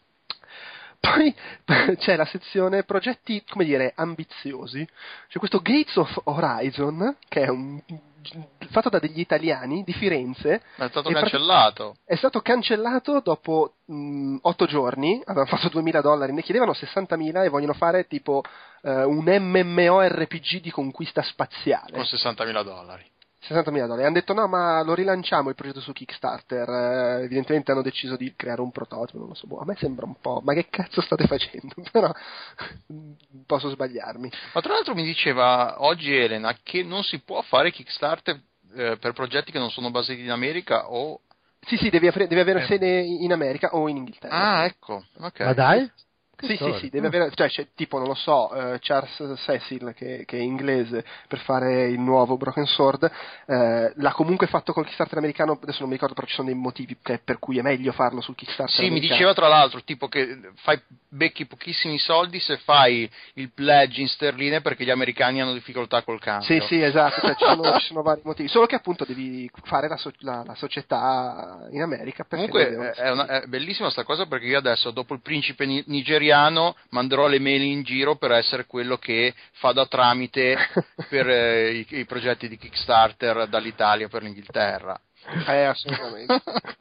Poi c'è la sezione progetti, come dire, ambiziosi. C'è questo Gates of Horizon, che è un fatto da degli italiani di Firenze. È stato cancellato. È stato cancellato dopo mh, otto giorni, avevano fatto duemila dollari, ne chiedevano sessantamila e vogliono fare tipo uh, un MMORPG di conquista spaziale. Con sessantamila dollari. sessantamila dollari. Hanno detto no, ma lo rilanciamo il progetto su Kickstarter. Eh, evidentemente hanno deciso di creare un prototipo, non lo so. Boh, a me sembra un po', ma che cazzo state facendo? Però posso sbagliarmi. Ma tra l'altro mi diceva oggi Elena che non si può fare Kickstarter eh, per progetti che non sono basati in America o... Sì, sì, devi, devi avere eh. sede in America o in Inghilterra. Ah, ecco. Okay. Ma dai? Sì, sì, sì, deve avere, cioè c'è tipo, non lo so, uh, Charles Cecil che, che è inglese per fare il nuovo Broken Sword, uh, l'ha comunque fatto col Kickstarter americano, adesso non mi ricordo, però ci sono dei motivi che, per cui è meglio farlo sul Kickstarter sì, americano. Mi diceva tra l'altro tipo che fai, becchi pochissimi soldi se fai il pledge in sterline perché gli americani hanno difficoltà col cambio. Sì, sì, esatto, cioè, ci, sono, ci sono vari motivi, solo che appunto devi fare la, so, la, la società in America. Comunque è, una, è bellissima sta cosa perché io adesso dopo il principe nigeriano manderò le mail in giro per essere quello che fa da tramite per eh, i, i progetti di Kickstarter dall'Italia per l'Inghilterra. Eh, assolutamente.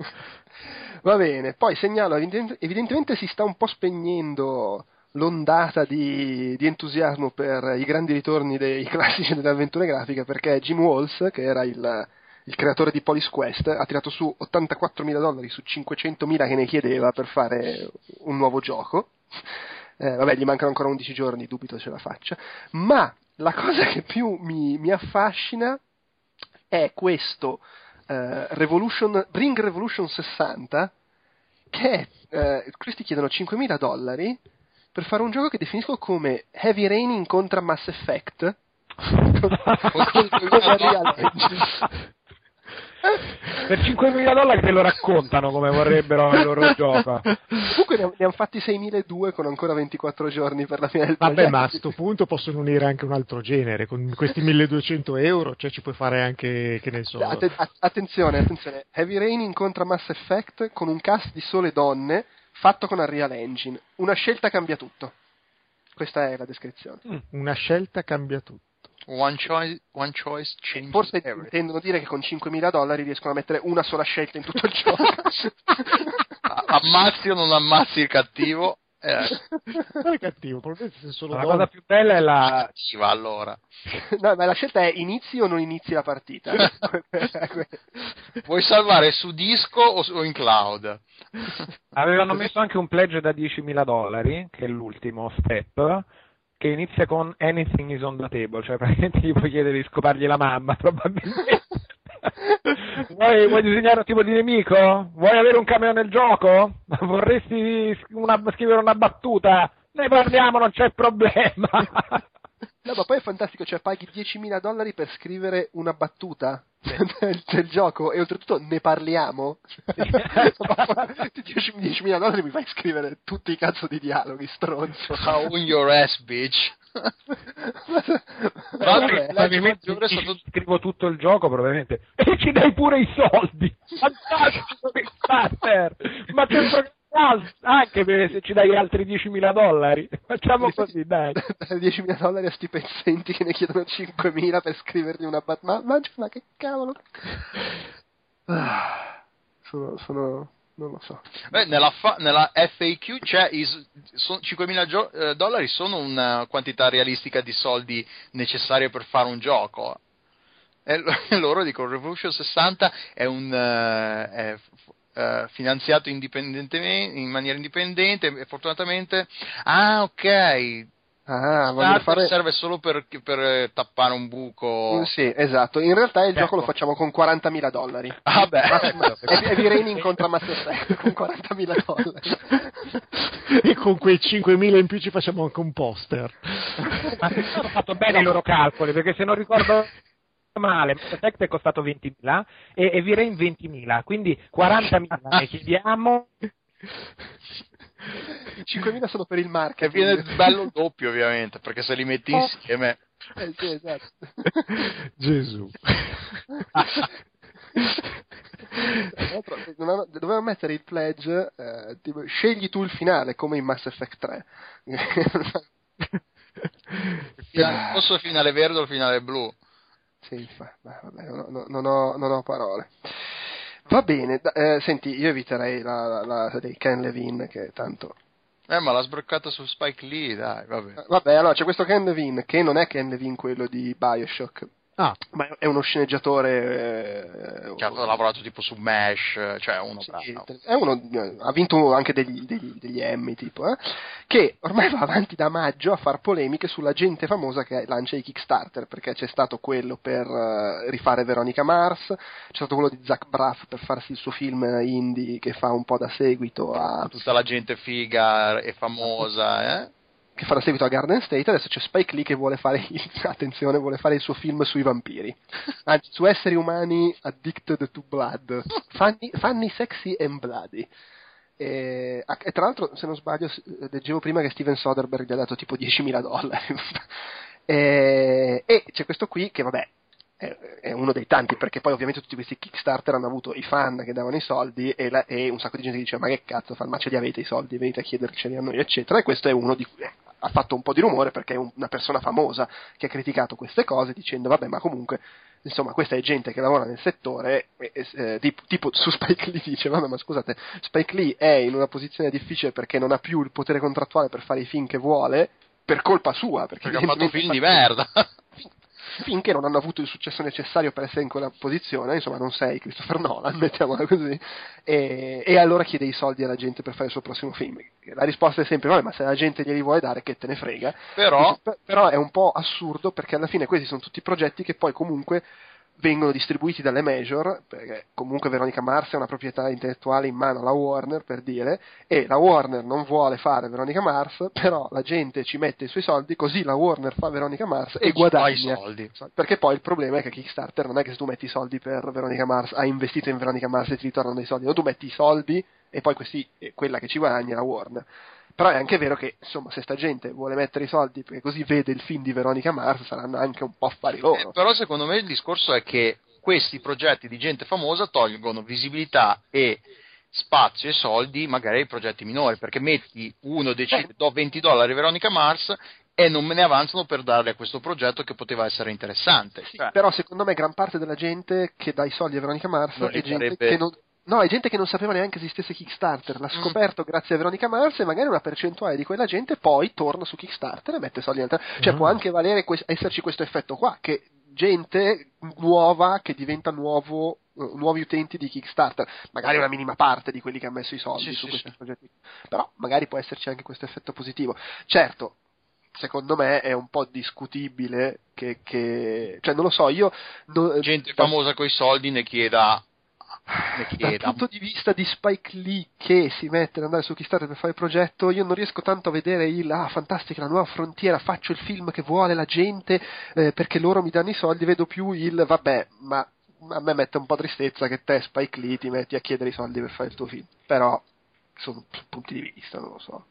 Va bene, poi segnalo, evidentemente si sta un po' spegnendo l'ondata di, di entusiasmo per i grandi ritorni dei classici delle avventure grafiche, perché Jim Walls, che era il, il creatore di Police Quest, ha tirato su ottantaquattromila dollari su cinquecentomila che ne chiedeva per fare un nuovo gioco. Eh, vabbè, gli mancano ancora undici giorni, dubito ce la faccia. Ma la cosa che più mi, mi affascina è questo eh, Revolution, Ring Revolution sessanta, che eh, questi chiedono cinquemila dollari per fare un gioco che definisco come Heavy Rain incontra Mass Effect con, con, con Real Engine. Per cinquemila dollari te lo raccontano come vorrebbero il loro gioco. Comunque ne, ne hanno fatti seimiladuecento con ancora ventiquattro giorni per la fine del Vabbè, progetto. ma a sto punto possono unire anche un altro genere con questi milleduecento euro, cioè ci puoi fare anche, che ne so. Att- attenzione, attenzione, Heavy Rain incontra Mass Effect con un cast di sole donne fatto con Unreal Engine. Una scelta cambia tutto. Questa è la descrizione. Mm, una scelta cambia tutto. One choice, one choice changes Forse everything. intendono dire che con cinquemila dollari riescono a mettere una sola scelta in tutto il gioco. Ammazzi o non ammazzi il cattivo? Eh. Non è cattivo, probabilmente se solo la donne. cosa più bella è la cattiva allora. No, ma la scelta è inizi o non inizi la partita. Vuoi salvare su disco o, su, o in cloud? Avevano messo anche un pledge da diecimila dollari, che è l'ultimo step, che inizia con anything is on the table, cioè praticamente gli puoi chiedere di scopargli la mamma, probabilmente. vuoi, vuoi disegnare un tipo di nemico? Vuoi avere un cameo nel gioco? Vorresti una, scrivere una battuta? Ne parliamo, non c'è problema. No, ma poi è fantastico, cioè paghi diecimila dollari per scrivere una battuta del, del gioco e oltretutto ne parliamo. diecimila dollari mi fai scrivere tutti i cazzo di dialoghi, stronzo. How on your ass, bitch. Tra l'altro, probabilmente è stato... scrivo tutto il gioco, probabilmente, e ci dai pure i soldi. Fantastico Kickstarter, ma c'è un anche se ci dai altri diecimila dollari, facciamo così, dai. diecimila dollari a sti pezzenti che ne chiedono cinquemila per scrivergli una Batman. Ma, ma che cavolo. Ah, sono, sono non lo so. Beh, nella, fa- nella F A Q c'è is- son- cinquemila gio- eh, dollari sono una quantità realistica di soldi necessarie per fare un gioco. E l- loro dicono Revolution sessanta è un uh, è f- uh, finanziato indipendentemente, in maniera indipendente, e fortunatamente ah ok Ah, voglio fare... serve solo per, per tappare un buco. Sì, esatto. In realtà il ecco. gioco lo facciamo con quarantamila dollari. Ah beh, e Heavy Rain incontra Mass Effect con quarantamila dollari. E con quei cinquemila in più ci facciamo anche un poster. Ma hanno fatto bene i loro calcoli, perché se non ricordo male, Mass Effect è costato ventimila e Heavy Rain ventimila, quindi quarantamila ne chiediamo. cinquemila sono per il marketing. E viene bello il doppio ovviamente, perché se li metti insieme eh sì, esatto. Gesù. Dovevamo mettere il pledge eh, tipo, scegli tu il finale come in Mass Effect tre. il posso finale verde o il finale blu. Sì, vabbè, non, ho, non, ho, non ho parole. Va bene, eh, senti, io eviterei la, la, la dei Ken Levine, che tanto... Eh, ma l'ha sbroccata su Spike Lee, dai, vabbè. Eh, vabbè, allora c'è questo Ken Levine, che non è Ken Levine quello di Bioshock, ah. ma è uno sceneggiatore... Eh, che ha lavorato tipo su MASH, cioè uno sì, bravo. È uno, ha vinto anche degli, degli, degli Emmy, tipo, eh, che ormai va avanti da maggio a far polemiche sulla gente famosa che lancia i Kickstarter, perché c'è stato quello per uh, rifare Veronica Mars, c'è stato quello di Zach Braff per farsi il suo film indie che fa un po' da seguito a... Tutta la gente figa e famosa, eh? che fa da seguito a Garden State. Adesso c'è Spike Lee che vuole fare il, attenzione, vuole fare il suo film sui vampiri, anzi su esseri umani addicted to blood, funny, funny sexy and bloody. E, e tra l'altro, se non sbaglio, leggevo prima che Steven Soderbergh gli ha dato tipo diecimila dollari. e, e c'è questo qui che vabbè è, è uno dei tanti, perché poi ovviamente tutti questi Kickstarter hanno avuto i fan che davano i soldi e, la, e un sacco di gente che diceva ma che cazzo fan, ma ce li avete i soldi, venite a chiederceli a noi eccetera, e questo è uno di cui ha fatto un po' di rumore perché è un, una persona famosa che ha criticato queste cose dicendo vabbè, ma comunque insomma questa è gente che lavora nel settore, e, e, tipo, tipo su Spike Lee dice vabbè, ma scusate, Spike Lee è in una posizione difficile perché non ha più il potere contrattuale per fare i film che vuole per colpa sua, perché, perché ha fatto film di merda, finché non hanno avuto il successo necessario per essere in quella posizione, insomma non sei Christopher Nolan, mettiamola così, e, e allora chiede i soldi alla gente per fare il suo prossimo film. La risposta è sempre vabbè, ma se la gente glieli vuole dare che te ne frega, però... però è un po' assurdo, perché alla fine questi sono tutti progetti che poi comunque vengono distribuiti dalle major, perché comunque Veronica Mars è una proprietà intellettuale in mano alla Warner, per dire, e la Warner non vuole fare Veronica Mars, però la gente ci mette i suoi soldi, così la Warner fa Veronica Mars e, e guadagna soldi. Perché poi il problema è che Kickstarter non è che se tu metti i soldi per Veronica Mars, hai investito in Veronica Mars e ti ritornano dei soldi, no, tu metti i soldi e poi questi, quella che ci guadagna è la Warner. Però è anche vero che, insomma, se sta gente vuole mettere i soldi perché così vede il film di Veronica Mars, saranno anche un po' affari loro. Eh, però secondo me il discorso è che questi progetti di gente famosa tolgono visibilità e spazio e soldi magari ai progetti minori, perché metti uno decide eh. do venti dollari a Veronica Mars e non me ne avanzano per darle a questo progetto che poteva essere interessante. Sì, cioè, però secondo me gran parte della gente che dà i soldi a Veronica Mars non è gente sarebbe... che non... No, è gente che non sapeva neanche esistesse Kickstarter, l'ha scoperto mm. grazie a Veronica Mars, e magari una percentuale di quella gente poi torna su Kickstarter e mette soldi all'interno. Cioè mm. può anche valere que- esserci questo effetto qua, che gente nuova che diventa nuovo, uh, nuovi utenti di Kickstarter, magari una minima parte di quelli che hanno messo i soldi sì, su sì, questi sì. progetti, però magari può esserci anche questo effetto positivo. Certo, secondo me è un po' discutibile che, che... cioè non lo so, io no, gente da... famosa coi soldi ne chieda dal punto di vista di Spike Lee che si mette ad andare su Kickstarter per fare il progetto, io non riesco tanto a vedere il ah fantastica la nuova frontiera, faccio il film che vuole la gente eh, perché loro mi danno i soldi, vedo più il vabbè, ma a me mette un po' tristezza che te Spike Lee ti metti a chiedere i soldi per fare il tuo film, però sono punti di vista, non lo so.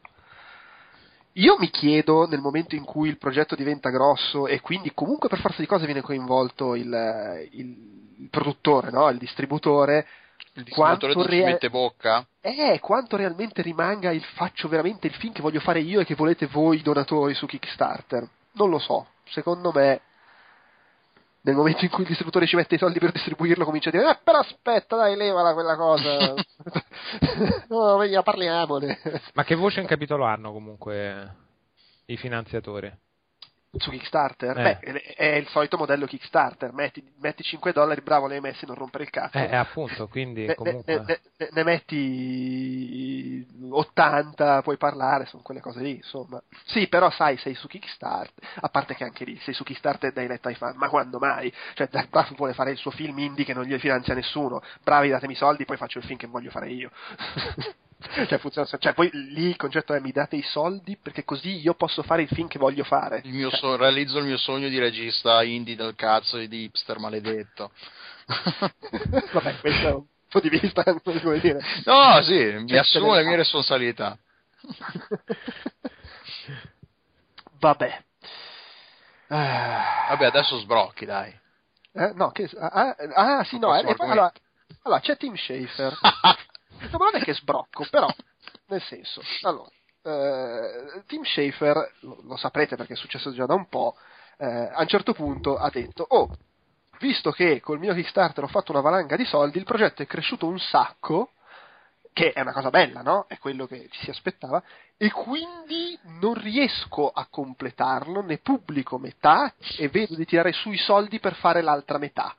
Io mi chiedo, nel momento in cui il progetto diventa grosso e quindi comunque per forza di cose viene coinvolto il, il, il produttore, no? Il distributore, il distributore non ci mette bocca? Eh, quanto realmente rimanga il faccio veramente il film che voglio fare io e che volete voi donatori su Kickstarter? Non lo so, secondo me nel momento in cui il distributore ci mette i soldi per distribuirlo comincia a dire eh, però aspetta dai levala quella cosa no via parliamone. Ma che voce in capitolo hanno comunque i finanziatori? Su Kickstarter? Eh. Beh, è, è il solito modello Kickstarter, metti, metti cinque dollari, bravo, ne hai messi, non rompere il cazzo. Eh, appunto, quindi ne, comunque... Ne, ne, ne metti ottanta, puoi parlare, sono quelle cose lì, insomma. Sì, però sai, sei su Kickstarter, a parte che anche lì, sei su Kickstarter e dai letto ai fan, ma quando mai? Cioè, Zach Braff vuole fare il suo film indie che non gli finanzia nessuno, bravi, datemi i soldi, poi faccio il film che voglio fare io. Cioè, funziona, cioè, poi lì il concetto è mi date i soldi perché così io posso fare il film che voglio fare. Il mio cioè, so- realizzo il mio sogno di regista indie del cazzo e di hipster maledetto. Vabbè, questo è un po' di vista, come dire. No, sì, mi Cioè, assumo le mie responsabilità. Vabbè. Vabbè, adesso sbrocchi, dai. Eh, no, che... Ah, ah sì, no, eh, e poi, allora, allora, c'è Tim Schafer. No, ma non è che sbrocco, però, nel senso, allora, eh, Tim Schafer, lo, lo saprete perché è successo già da un po', eh, a un certo punto ha detto, oh, visto che col mio Kickstarter ho fatto una valanga di soldi, il progetto è cresciuto un sacco, che è una cosa bella, no? È quello che ci si aspettava, e quindi non riesco a completarlo, ne pubblico metà e vedo di tirare su i soldi per fare l'altra metà.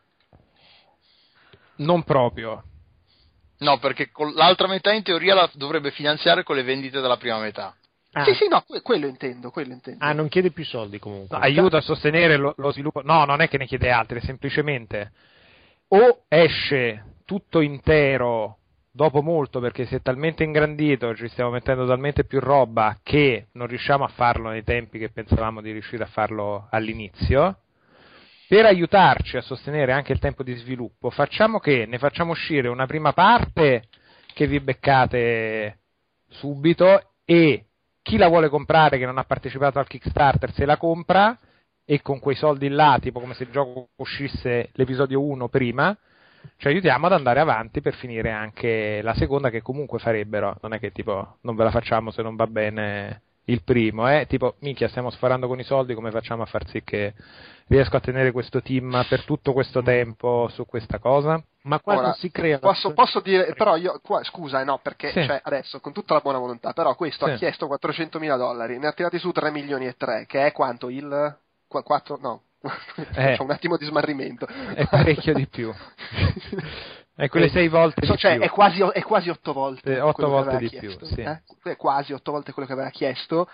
Non proprio. No, perché con l'altra metà in teoria la dovrebbe finanziare con le vendite della prima metà. Ah. Sì, sì, no, que- quello intendo, quello intendo. Ah, non chiede più soldi comunque. No, aiuta a sostenere lo, lo sviluppo. No, non è che ne chiede altri, semplicemente o esce tutto intero dopo molto perché si è talmente ingrandito, ci stiamo mettendo talmente più roba che non riusciamo a farlo nei tempi che pensavamo di riuscire a farlo all'inizio. Per aiutarci a sostenere anche il tempo di sviluppo, facciamo che ne facciamo uscire una prima parte che vi beccate subito e chi la vuole comprare che non ha partecipato al Kickstarter se la compra e con quei soldi là, tipo come se il gioco uscisse l'episodio uno prima, ci aiutiamo ad andare avanti per finire anche la seconda che comunque farebbero, non è che tipo non ve la facciamo se non va bene il primo, eh? Tipo minchia stiamo sforando con i soldi, come facciamo a far sì che riesco a tenere questo team per tutto questo tempo su questa cosa? Ma quando Ora, si crea posso, posso dire, però io qua, scusa, eh, no, perché Sì. Cioè, adesso con tutta la buona volontà, però questo Sì. ha chiesto quattrocentomila dollari, ne ha tirati su tre milioni e tre, che è quanto il quattro no. Eh. C'ho un attimo di smarrimento. È parecchio di più. È quelle sei volte So, di cioè, più. è quasi, è quasi otto volte Eh, otto quello volte che aveva di chiesto, più, sì. eh? È quasi otto volte quello che aveva chiesto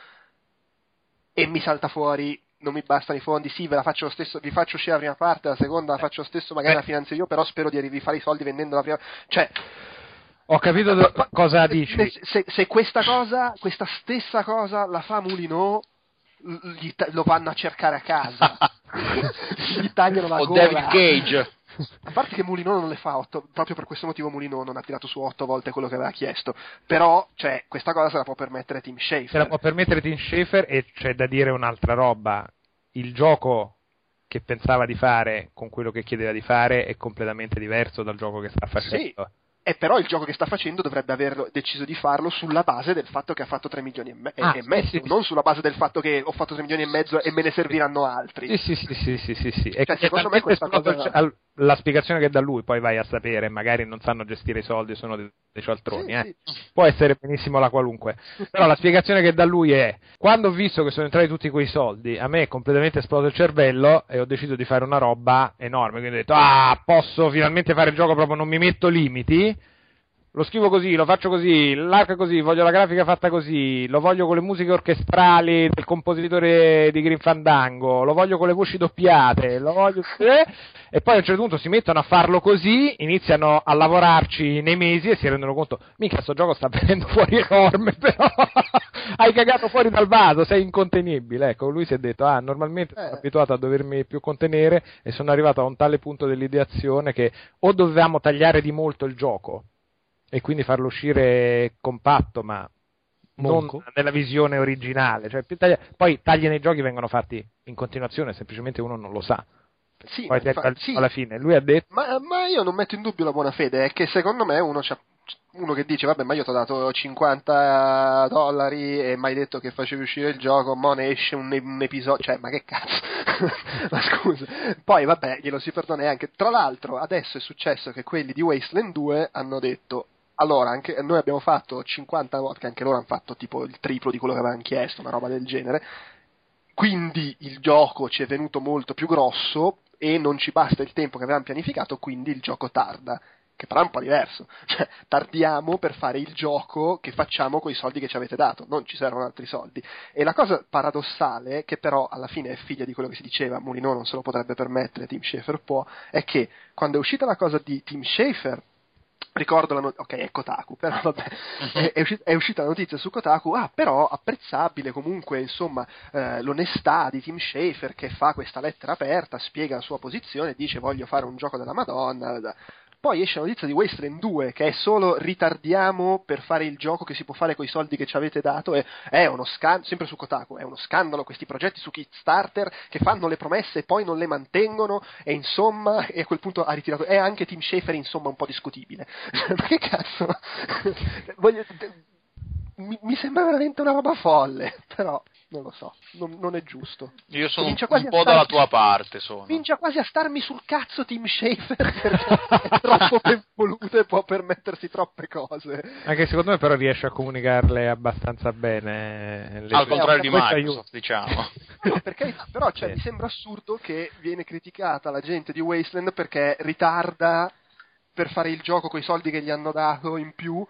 e mi salta fuori non mi bastano i fondi, sì ve la faccio lo stesso, vi faccio uscire la prima parte, la seconda la faccio lo stesso, magari la finanzio io, però spero di rifare i soldi vendendo la prima, cioè Ho capito do- cosa dici. se, se, se questa cosa, questa stessa cosa la fa Moulinot, gli ta- lo vanno a cercare a casa. Gli tagliano la O gola. David Cage. A parte che Moulinot non le fa otto, proprio per questo motivo Moulinot non ha tirato su otto volte quello che aveva chiesto. Però, cioè, questa cosa se la può permettere Tim Schafer. Se la può permettere Tim Schafer e c'è da dire un'altra roba. Il gioco che pensava di fare con quello che chiedeva di fare è completamente diverso dal gioco che sta facendo. Sì. E però il gioco che sta facendo dovrebbe aver deciso di farlo sulla base del fatto che ha fatto tre milioni e, me- Ah, e mezzo, sì, sì. non sulla base del fatto che ho fatto tre milioni e mezzo e me ne serviranno altri. Sì, sì, sì, sì, sì, sì, sì. È Cioè, che secondo me questa proprio cosa- al- la spiegazione che dà lui, poi vai a sapere, magari non sanno gestire i soldi, sono dei, dei cialtroni, Sì, eh. sì. Può essere benissimo la qualunque. Però la spiegazione che dà lui è: quando ho visto che sono entrati tutti quei soldi, a me è completamente esploso il cervello e ho deciso di fare una roba enorme. Quindi ho detto: ah, posso finalmente fare il gioco, proprio non mi metto limiti. Lo scrivo così, lo faccio così, l'arca così, voglio la grafica fatta così, lo voglio con le musiche orchestrali del compositore di Grim Fandango, lo voglio con le voci doppiate, lo voglio... Eh? E poi a un certo punto si mettono a farlo così, iniziano a lavorarci nei mesi e si rendono conto, mica sto gioco sta venendo fuori enorme, però hai cagato fuori dal vaso, sei incontenibile. Ecco, lui si è detto, ah, normalmente sono Eh. abituato a dovermi più contenere e sono arrivato a un tale punto dell'ideazione che o dovevamo tagliare di molto il gioco, e quindi farlo uscire compatto, ma Monco. non nella visione originale. Cioè, più taglia- poi tagli nei giochi vengono fatti in continuazione, semplicemente uno non lo sa. Sì, Poi ma ti arriva infa- sì. alla fine. Lui ha detto: Ma, ma io non metto in dubbio la buona fede, è che secondo me uno c'ha, uno che dice vabbè ma io ti ho dato cinquanta dollari e mi hai detto che facevi uscire il gioco, mo ne esce un, un episodio, cioè ma che cazzo. Ma scusa, poi vabbè glielo si perdona anche. Tra l'altro adesso è successo che quelli di Wasteland due hanno detto allora anche noi abbiamo fatto cinquanta volte, anche loro hanno fatto tipo il triplo di quello che avevano chiesto, una roba del genere, quindi il gioco ci è venuto molto più grosso e non ci basta il tempo che avevamo pianificato, quindi il gioco tarda, che però è un po' diverso, cioè tardiamo per fare il gioco che facciamo con i soldi che ci avete dato, non ci servono altri soldi. E la cosa paradossale, che però alla fine è figlia di quello che si diceva, Moulinot non se lo potrebbe permettere, Tim Schafer può, è che quando è uscita la cosa di Tim Schafer, ricordo la notizia, ok è Kotaku, però vabbè, è, è, uscita, è uscita la notizia su Kotaku, ah però apprezzabile comunque insomma eh, l'onestà di Tim Schafer che fa questa lettera aperta, spiega la sua posizione, dice voglio fare un gioco della Madonna. Poi esce la notizia di Wasteland due che è solo ritardiamo per fare il gioco che si può fare con i soldi che ci avete dato, e è uno scandalo, sempre su Kotaku, è uno scandalo questi progetti su Kickstarter che fanno le promesse e poi non le mantengono, e insomma, e a quel punto ha ritirato, è anche Tim Schafer insomma un po' discutibile. Ma che cazzo? Voglio, mi, mi sembra veramente una roba folle, però non lo so, non, non è giusto. Io sono un, un po' dalla tua parte, sono. Comincia quasi a starmi sul cazzo Tim Schafer perché è troppo ben voluto e può permettersi troppe cose. Anche secondo me però riesce a comunicarle abbastanza bene. Al contrario di Microsoft, diciamo. No, perché, però cioè, sì. Mi sembra assurdo che viene criticata la gente di Wasteland perché ritarda per fare il gioco con i soldi che gli hanno dato in più,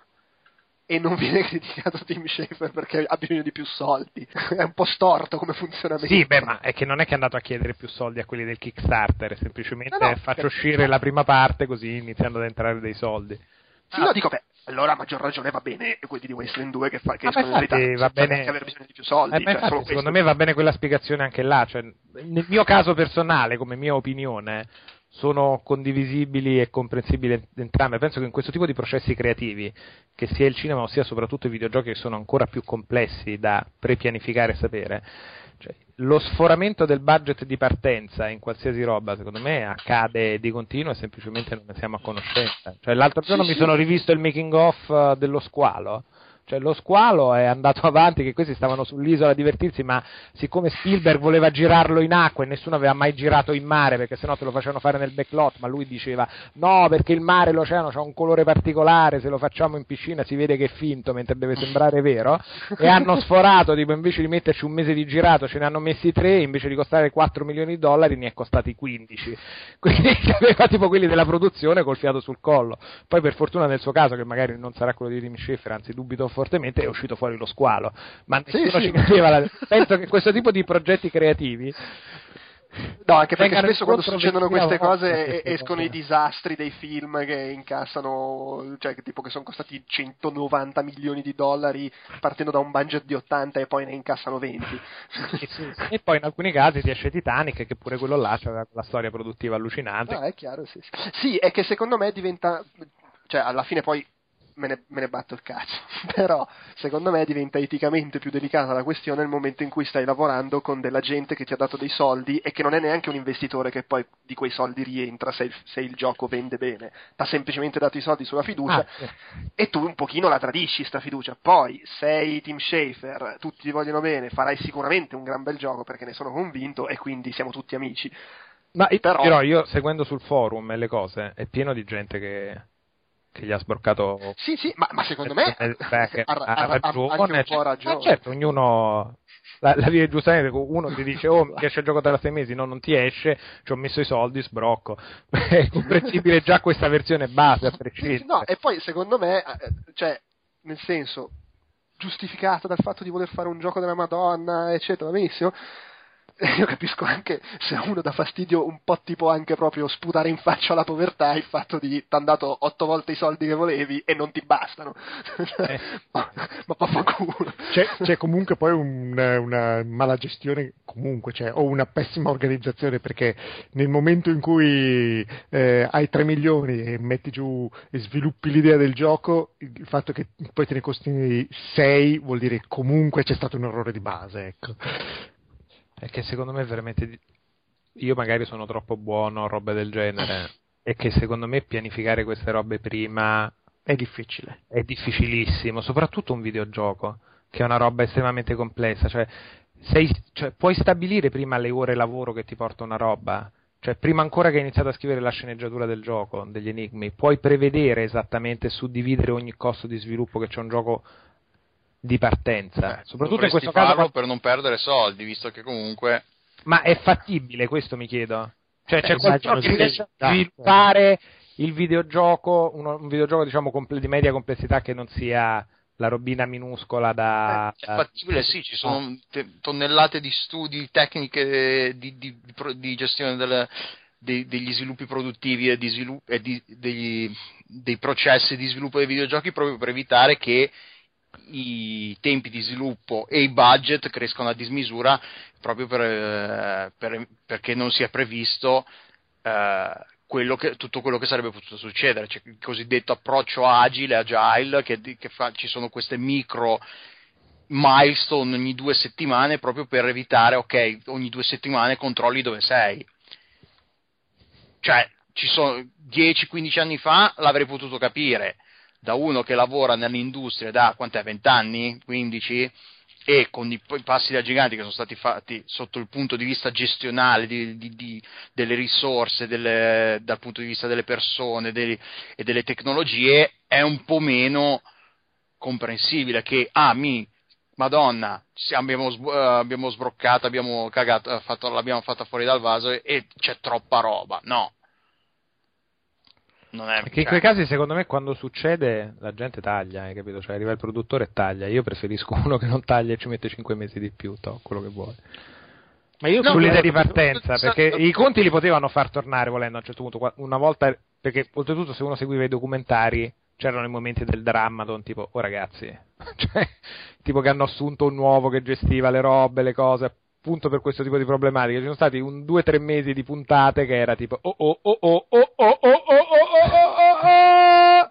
e non viene criticato Tim Schafer perché ha bisogno di più soldi. È un po' storto come funzionamento. Sì, beh, ma è che non è che è andato a chiedere più soldi a quelli del Kickstarter, è semplicemente no, no, faccio perché... uscire la prima parte così iniziando ad entrare dei soldi. Sì, ah. no, dico, beh, allora a maggior ragione va bene quelli di Wasteland due che, fa, che ah, escono in ritardo, va bene... che avere bisogno di più soldi. Eh, cioè, infatti, solo secondo questo. me va bene quella spiegazione anche là, cioè, nel mio caso personale, come mia opinione, sono condivisibili e comprensibili entrambe. Penso che in questo tipo di processi creativi, che sia il cinema o sia soprattutto i videogiochi, che sono ancora più complessi da prepianificare e sapere, cioè, lo sforamento del budget di partenza in qualsiasi roba secondo me accade di continuo e semplicemente non ne siamo a conoscenza. Cioè, l'altro giorno sì, mi sì. sono rivisto il making of dello Squalo. Cioè, lo Squalo è andato avanti, che questi stavano sull'isola a divertirsi, ma siccome Spielberg voleva girarlo in acqua e nessuno aveva mai girato in mare, perché sennò te lo facevano fare nel backlot, ma lui diceva no, perché il mare e l'oceano c'ha un colore particolare, se lo facciamo in piscina si vede che è finto mentre deve sembrare vero, e hanno sforato, tipo invece di metterci un mese di girato ce ne hanno messi tre, invece di costare quattro milioni di dollari ne è costati quindici, quindi aveva tipo quelli della produzione col fiato sul collo. Poi per fortuna nel suo caso, che magari non sarà quello di Tim Schafer, anzi dubito fortemente, è uscito fuori lo Squalo, ma nessuno sì, ci sì. credeva. La... penso che questo tipo di progetti creativi, no, anche perché spesso quando succedono queste cose no, escono i disastri dei film che incassano, cioè che tipo che sono costati centonovanta milioni di dollari partendo da un budget di ottanta e poi ne incassano venti. Sì, sì, sì. E poi in alcuni casi ti esce Titanic, che pure quello là c'era la storia produttiva allucinante. No, è chiaro, sì, sì. Sì, è che secondo me diventa, cioè alla fine poi Me ne, me ne batto il cazzo, però secondo me diventa eticamente più delicata la questione nel momento in cui stai lavorando con della gente che ti ha dato dei soldi e che non è neanche un investitore che poi di quei soldi rientra se il, se il gioco vende bene, ti ha semplicemente dato i soldi sulla fiducia, ah, sì. E tu un pochino la tradisci sta fiducia, poi sei Tim Schafer, tutti ti vogliono bene, farai sicuramente un gran bel gioco perché ne sono convinto e quindi siamo tutti amici. Ma però, però io seguendo sul forum e le cose è pieno di gente che che gli ha sbroccato. Sì, sì, ma, ma secondo me beh, ha, ha, ha ragione, anche un po' cioè, ragione. Certo, ognuno la, la vive giustamente, uno ti dice oh mi piace il gioco da sei mesi, no, non ti esce, ci ho messo i soldi, sbrocco. È comprensibile già questa versione base a prescindere. No, e poi secondo me, cioè, nel senso, giustificata dal fatto di voler fare un gioco della Madonna, eccetera, benissimo. Io capisco anche se a uno dà fastidio un po' tipo anche proprio sputare in faccia alla povertà il fatto di t'han dato otto volte i soldi che volevi e non ti bastano. Eh. ma, ma vaffanculo. C'è, c'è comunque poi un, una mala gestione comunque, cioè, o una pessima organizzazione, perché nel momento in cui eh, hai tre milioni e metti giù e sviluppi l'idea del gioco, il fatto che poi te ne costi sei vuol dire comunque c'è stato un errore di base, ecco. È che secondo me veramente io magari sono troppo buono, robe del genere, e che secondo me pianificare queste robe prima È difficile. È difficilissimo, soprattutto un videogioco, che è una roba estremamente complessa, cioè, sei, cioè puoi stabilire prima le ore lavoro che ti porta una roba, cioè prima ancora che hai iniziato a scrivere la sceneggiatura del gioco, degli enigmi, puoi prevedere esattamente, suddividere ogni costo di sviluppo che c'è un gioco di partenza, eh, soprattutto in questo caso farlo per non perdere soldi, visto che comunque... Ma è fattibile, questo mi chiedo? Cioè c'è eh, qualcuno che riesce a sviluppare il videogioco, uno, un videogioco diciamo comple- di media complessità che non sia la robina minuscola da... Eh, è fattibile, sì, ci sono te- tonnellate di studi, tecniche di, di, di, di gestione del, dei, degli sviluppi produttivi e, di svilupp- e di, degli, dei processi di sviluppo dei videogiochi proprio per evitare che i tempi di sviluppo e i budget crescono a dismisura proprio per, per, perché non si è previsto eh, quello che, tutto quello che sarebbe potuto succedere. C'è il cosiddetto approccio agile, agile, che, che fa, ci sono queste micro milestone ogni due settimane proprio per evitare, ok, ogni due settimane controlli dove sei. Cioè, ci sono dieci quindici anni fa l'avrei potuto capire da uno che lavora nell'industria da quant'è, venti anni, quindici, e con i passi da giganti che sono stati fatti sotto il punto di vista gestionale di, di, di, delle risorse, delle, dal punto di vista delle persone dei, e delle tecnologie, è un po' meno comprensibile che, ah, mi, madonna, abbiamo, uh, abbiamo sbroccato, abbiamo cagato, fatto, l'abbiamo fatta fuori dal vaso e, e c'è troppa roba, no. Non è, perché in quei casi secondo me quando succede la gente taglia, hai capito? Cioè arriva il produttore e taglia. Io preferisco uno che non taglia e ci mette cinque mesi di più, to, quello che vuole. Ma io no, sull'idea di partenza, perché i conti li potevano far tornare volendo a un certo punto, una volta, perché oltretutto se uno seguiva i documentari c'erano i momenti del drammaton, tipo, oh ragazzi, cioè, tipo che hanno assunto un nuovo che gestiva le robe, le cose, appunto per questo tipo di problematiche. Ci sono stati un due o tre mesi di puntate che era tipo oh oh oh oh oh oh oh oh oh oh oh.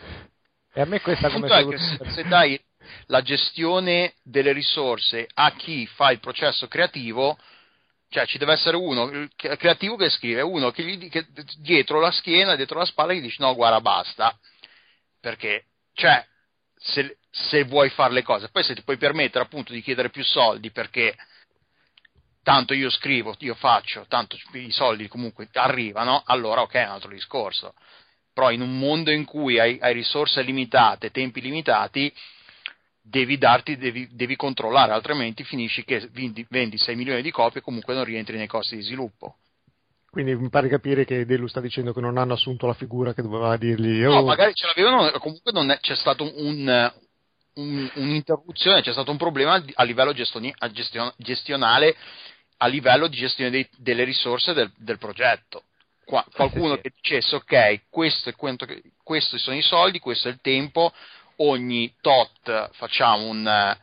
E a me questa come soluzione, se dai la gestione delle risorse a chi fa il processo creativo, cioè ci deve essere uno creativo che scrive, uno che, gli, che dietro la schiena, dietro la spalla gli dice no guarda basta, perché cioè se, se vuoi fare le cose, poi se ti puoi permettere appunto di chiedere più soldi perché tanto io scrivo, io faccio, tanto i soldi comunque arrivano, allora ok, è un altro discorso. Però in un mondo in cui hai, hai risorse limitate, tempi limitati, devi darti, devi, devi controllare, altrimenti finisci che vendi, vendi sei milioni di copie e comunque non rientri nei costi di sviluppo. Quindi mi pare capire che Delu sta dicendo che non hanno assunto la figura che doveva dirgli. Oh. No, magari ce l'avevano, comunque non è, c'è stato un... Un, un'interruzione, c'è stato un problema a livello gestioni, a gestion, gestionale, a livello di gestione dei, delle risorse del, del progetto. Qua, qualcuno sì, sì. che dicesse ok, questo è quanto, questi sono i soldi, questo è il tempo, ogni tot facciamo un,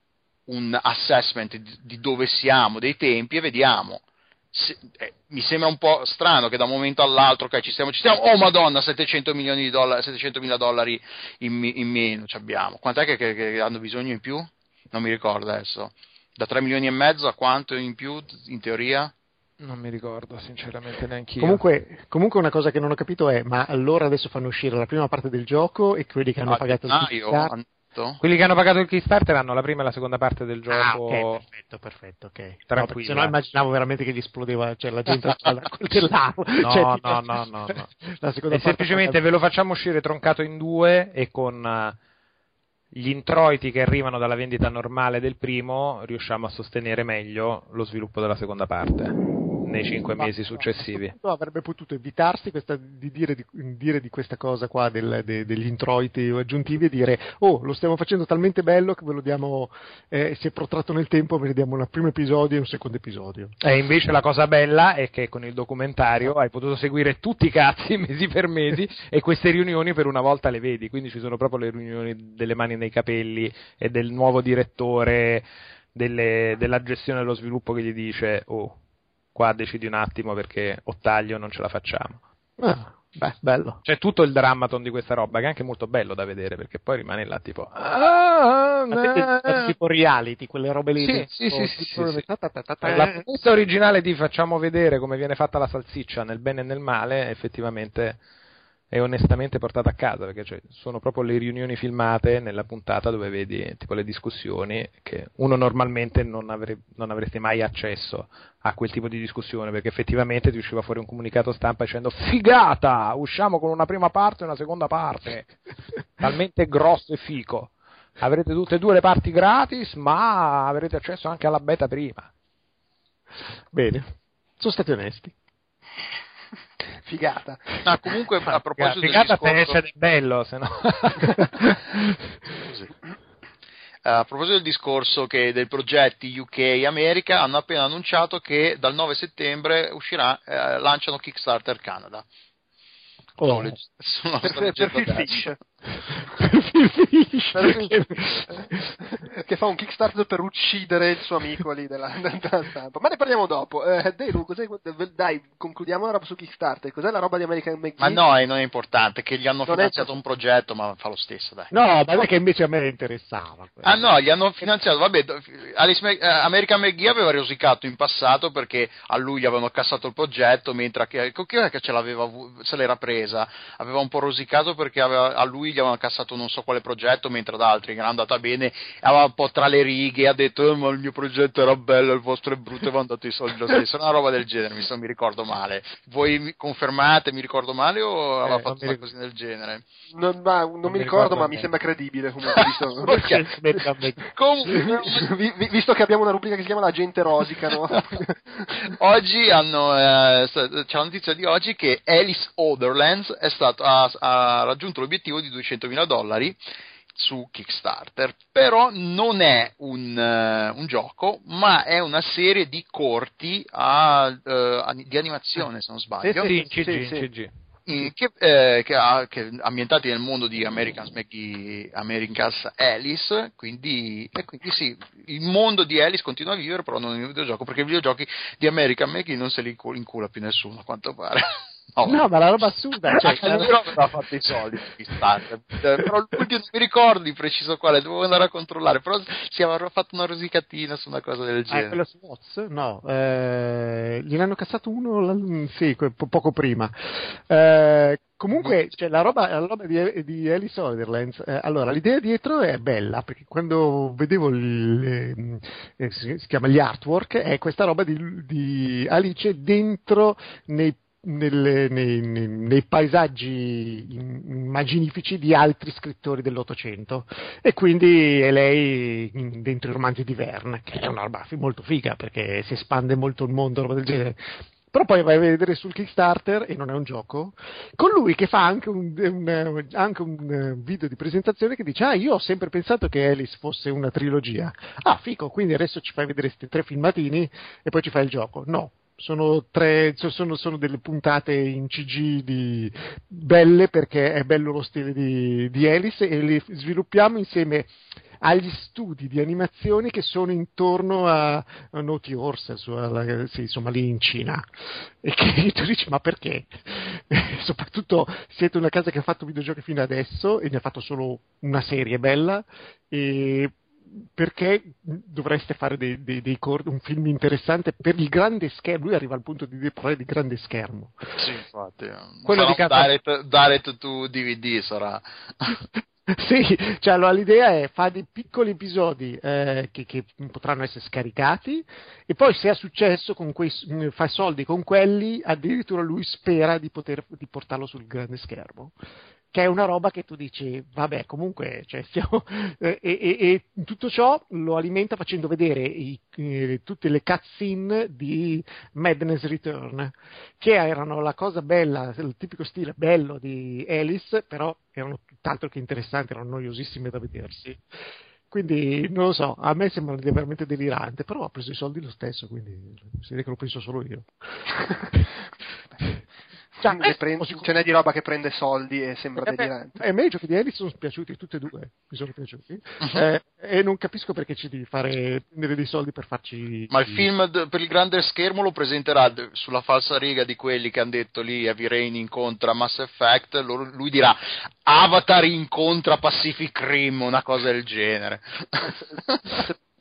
un assessment di, di dove siamo, dei tempi e vediamo. Se, eh, mi sembra un po' strano che da un momento all'altro okay, ci stiamo, ci stiamo oh madonna settecento milioni di dollari, settecentomila dollari in, in meno ci abbiamo. Quant'è che, che, che hanno bisogno in più? Non mi ricordo adesso, da tre milioni e mezzo a quanto in più in teoria? Non mi ricordo sinceramente neanche io. Comunque, comunque una cosa che non ho capito è ma allora adesso fanno uscire la prima parte del gioco e quelli che hanno no, pagato il Kickstarter quelli che hanno pagato il Kickstarter hanno la prima e la seconda parte del gioco. Ah, ok, perfetto, perfetto, ok. Tranquillo. No, se no immaginavo veramente che gli esplodeva, cioè la gente da coltellavo. No, cioè, no, tipo, no, no, no, no. La seconda e semplicemente ve lo facciamo uscire troncato in due e con uh, gli introiti che arrivano dalla vendita normale del primo riusciamo a sostenere meglio lo sviluppo della seconda parte nei cinque ma, mesi successivi. No, avrebbe potuto evitarsi questa, di dire di, dire di questa cosa qua del, de, degli introiti aggiuntivi e dire oh lo stiamo facendo talmente bello che ve lo diamo, eh, si è protratto nel tempo, ve ne diamo un primo episodio e un secondo episodio. E invece la cosa bella è che con il documentario hai potuto seguire tutti i cazzi mesi per mesi e queste riunioni per una volta le vedi, quindi ci sono proprio le riunioni delle mani nei capelli e del nuovo direttore delle, della gestione dello sviluppo che gli dice oh qua decidi un attimo perché o taglio non ce la facciamo. Ah, beh, bello. C'è tutto il drammaton di questa roba che è anche molto bello da vedere perché poi rimane là tipo ah, ah, tipo reality, quelle robe lì. Sì, sì, sì, sì, sì, sì. La promessa originale di facciamo vedere come viene fatta la salsiccia nel bene e nel male effettivamente è onestamente portata a casa, perché cioè, sono proprio le riunioni filmate nella puntata dove vedi tipo le discussioni che uno normalmente non, avre- non avresti mai accesso a quel tipo di discussione, perché effettivamente ti usciva fuori un comunicato stampa dicendo figata, usciamo con una prima parte e una seconda parte talmente grosso e fico, avrete tutte e due le parti gratis ma avrete accesso anche alla beta prima. Bene, sono stati onesti. Figata. No, comunque a proposito figata del discorso... se esce del bello, se no... Scusi. A proposito del discorso che dei progetti U K e America, hanno appena annunciato che dal nove settembre uscirà, eh, lanciano Kickstarter Canada. Oh. Sono legge- sono Per, per, per Phil Fish. Per Che fa un Kickstarter per uccidere il suo amico lì della, della stampa. Ma ne parliamo dopo. Eh, Delu, cos'è, dai, concludiamo la roba su Kickstarter. Cos'è la roba di American McGee? Ma no, eh, non è importante, che gli hanno Non è- finanziato un progetto, ma fa lo stesso, dai. No, ma non è che invece a me interessava. Ah no, gli hanno finanziato, vabbè, Alice Mac- eh, American McGee aveva rosicato in passato perché a lui gli avevano cassato il progetto, mentre che, chi era che ce l'aveva, avu- se l'era presa, aveva un po' rosicato perché aveva, a lui gli avevano cassato non so quale progetto, mentre ad altri che era andata bene, aveva un po' tra le righe, ha detto eh, ma il mio progetto era bello, il vostro è brutto, e vi hanno dato i soldi lo stesso, una roba del genere, mi, so, mi ricordo male. Voi mi confermate, mi ricordo male o aveva Eh, fatto non una mi- cosa del genere? Non, ma, non mi mi ricordo, ricordo ma mi bene. sembra credibile comunque, visto, Ok. Comunque, vi- vi- visto che abbiamo una rubrica che si chiama La gente rosica, no? oggi hanno eh, sta- c'è la notizia di oggi che Alice Otherlands è stato, ha, ha raggiunto l'obiettivo di duecentomila dollari su Kickstarter, però non è un, eh, un gioco, ma è una serie di corti a, eh, a- di animazione, se non sbaglio, Sì, in C G, Sì, in sì. C G. in- che, eh, che ha- che ambientati nel mondo di American McGee, American's Alice, quindi, e quindi sì, il mondo di Alice continua a vivere, però non in un videogioco, perché i videogiochi di American McGee non se li incu- incula più nessuno, a quanto pare. No, No, ma la roba assurda, cioè, anche lui non aveva fatto i soldi su Kickstarter. Eh, però l'ultimo non mi ricordo di preciso quale, dovevo andare a controllare, però si aveva fatto una rosicatina su una cosa del Ah, è genere. quello su Oz? No, eh, gliene cassato uno la- sì, que- po- poco prima. Eh, comunque, cioè, la roba, la roba di, di Alice Otherlands, eh, allora, l'idea dietro è bella, perché quando vedevo il, eh, si, si chiama gli artwork, è questa roba di, di Alice dentro nei Nelle, nei, nei, nei paesaggi immaginifici di altri scrittori dell'Ottocento, e quindi è lei in- dentro i romanzi di Verne, che è una roba fi- molto figa perché si espande molto il mondo, roba del genere. Però poi vai a vedere sul Kickstarter e non è un gioco, con lui che fa anche un, un- anche un video di presentazione che dice: ah, io ho sempre pensato che Alice fosse una trilogia. Ah, fico, quindi adesso ci fai vedere questi tre filmatini e poi ci fai il gioco. No, sono tre, sono, sono delle puntate in C G di, belle, perché è bello lo stile di, di Alice, e le sviluppiamo insieme agli studi di animazione che sono intorno a, a Naughty Horse, su- alla- sì, insomma lì in Cina, e che tu dici: ma perché? Soprattutto siete una casa che ha fatto videogiochi fino adesso e ne ha fatto solo una serie bella, e perché dovreste fare dei, dei, dei cor- un film interessante per il grande schermo? Lui arriva al punto di parlare di grande schermo. Sì, infatti. Quello Sarà di un casa- direct, direct to D V D sarà. Sì, cioè allora l'idea è fare dei piccoli episodi eh, che, che potranno essere scaricati, e poi, se ha successo con quei, fa soldi con quelli, addirittura lui spera di poter di portarlo sul grande schermo, che è una roba che tu dici: vabbè, comunque, cioè, stiamo, eh, e, e, e tutto ciò lo alimenta facendo vedere i, eh, tutte le cutscene di Madness Return, che erano la cosa bella, il tipico stile bello di Alice, però erano tutt'altro che interessanti, erano noiosissime da vedersi. Quindi non lo so, a me sembra veramente delirante, però ha preso i soldi lo stesso, quindi si vede che lo penso solo io. Cioè, Ne eh, prende- posso- ce n'è di roba che prende soldi e sembra Eh beh, delirante. eh, a me i giochi di Alice sono piaciuti tutti e due, mi sono piaciuti, eh, e non capisco perché ci devi fare prendere dei soldi per farci. Ma il film d- per il grande schermo lo presenterà d- sulla falsa riga di quelli che hanno detto lì Heavy Rain incontra Mass Effect, loro- lui dirà Avatar incontra Pacific Rim, una cosa del genere.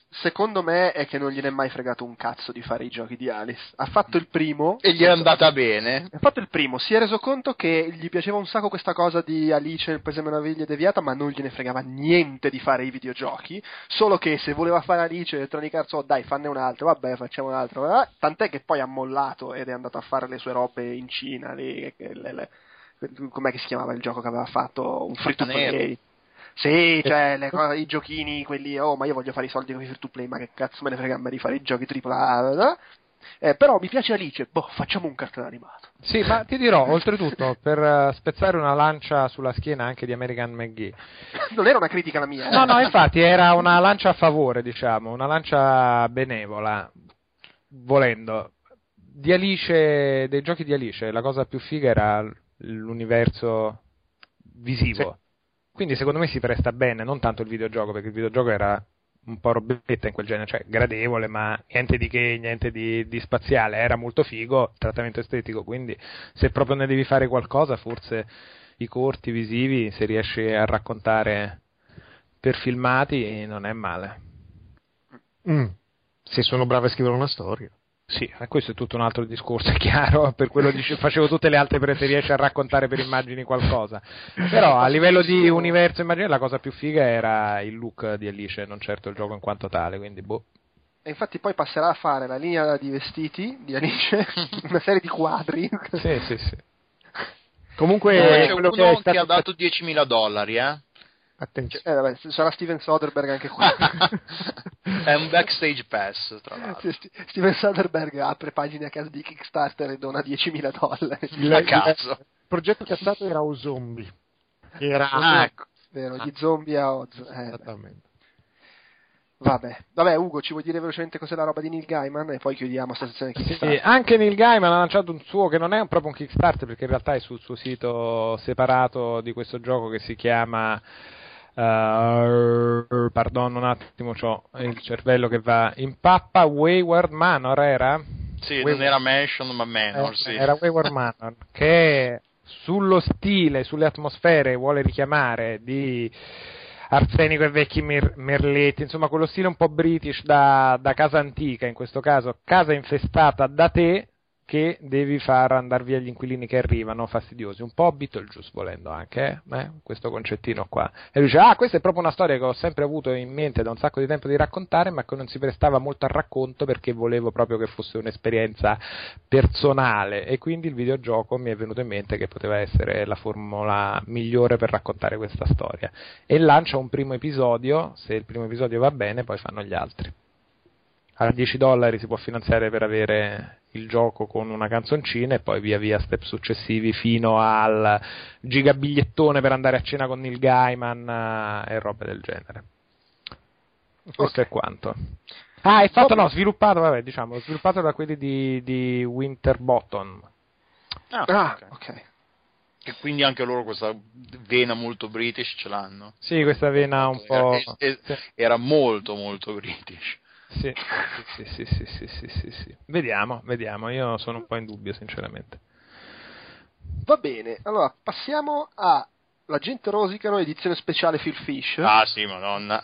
secondo me è che non gliene è mai fregato un cazzo di fare i giochi di Alice. Ha fatto il primo e gli è andata bene. Ha fatto il primo, si è reso conto che gli piaceva un sacco questa cosa di Alice nel Paese Meraviglie deviata, ma non gliene fregava niente di fare i videogiochi, solo che se voleva fare Alice Electronic Arts, oh dai, fanne un altro, vabbè, facciamo un altro, eh? Tant'è che poi ha mollato ed è andato a fare le sue robe in Cina lì, le, le, com'è che si chiamava il gioco che aveva fatto? Un free to play. Sì, cioè le cose, i giochini, quelli, oh ma io voglio fare i soldi con i free to play, ma che cazzo me ne frega a me di fare i giochi tripla A, eh, però mi piace Alice, boh, facciamo un cartone animato. Sì, ma ti dirò, oltretutto, per uh, spezzare una lancia sulla schiena anche di American McGee. Non era una critica la mia. Eh. No, no, infatti era una lancia a favore, diciamo, una lancia benevola, volendo. Di Alice, dei giochi di Alice, la cosa più figa era l'universo visivo. Sì. Quindi secondo me si presta bene, non tanto il videogioco, perché il videogioco era un po' robetta in quel genere, cioè gradevole, ma niente di che, niente di, di spaziale, era molto figo, trattamento estetico, quindi se proprio ne devi fare qualcosa, forse i corti visivi, se riesci a raccontare per filmati, non è male. Mm. Se sono bravo a scrivere una storia. Sì, questo è tutto un altro discorso, è chiaro, per quello dice, facevo tutte le altre per se riesci a raccontare per immagini qualcosa, però a livello di universo immagine la cosa più figa era il look di Alice, non certo il gioco in quanto tale, quindi boh. E infatti poi passerà a fare la linea di vestiti di Alice, una serie di quadri. Sì, sì, sì. Comunque eh, c'è uno che, che ha dato diecimila dollari, eh? Attenzione. Eh, vabbè, sarà Steven Soderbergh anche qua. È un backstage pass, tra l'altro. Sì, Steven Soderbergh apre pagine a casa di Kickstarter e dona diecimila dollari. Il, a caso. Il progetto cazzato era o zombie. Era ah, ecco. Vero, gli zombie a Oz. Eh, esattamente. Vabbè. Vabbè, Ugo, ci vuoi dire velocemente cos'è la roba di Neil Gaiman e poi chiudiamo sta sezione Kickstarter. Sì, anche Neil Gaiman ha lanciato un suo che non è proprio un Kickstarter, perché in realtà è sul suo sito separato di questo gioco che si chiama Uh, pardon, un attimo, c'ho il cervello che va in pappa. Wayward Manor era? Sì, Wayward... non era Mansion ma Manor, eh, sì. Era Wayward Manor, che sullo stile, sulle atmosfere vuole richiamare di Arsenico e vecchi mer- merletti, insomma quello stile un po' british da, da casa antica, in questo caso casa infestata da te, che devi far andare via gli inquilini che arrivano fastidiosi, un po' Beetlejuice volendo anche, eh? Eh? Questo concettino qua. E lui dice, ah, questa è proprio una storia che ho sempre avuto in mente da un sacco di tempo di raccontare, ma che non si prestava molto al racconto perché volevo proprio che fosse un'esperienza personale, e quindi il videogioco mi è venuto in mente che poteva essere la formula migliore per raccontare questa storia. E lancia un primo episodio, se il primo episodio va bene poi fanno gli altri. A dieci dollari si può finanziare per avere il gioco con una canzoncina e poi via via step successivi fino al gigabigliettone per andare a cena con Neil Gaiman e robe del genere. Questo okay. È quanto. Ah, è fatto, no, sviluppato, vabbè, diciamo, sviluppato da quelli di, di Winterbottom. Ah, ah ok. okay. E quindi anche loro questa vena molto british ce l'hanno. Sì, questa vena un po'... Era, era, era molto molto british. Sì, sì, sì, sì, sì, sì, sì, sì. Vediamo, vediamo, io sono un po' in dubbio sinceramente. Va bene, allora passiamo a L'Agente Rosicano edizione speciale Phil Fish. Ah sì, madonna.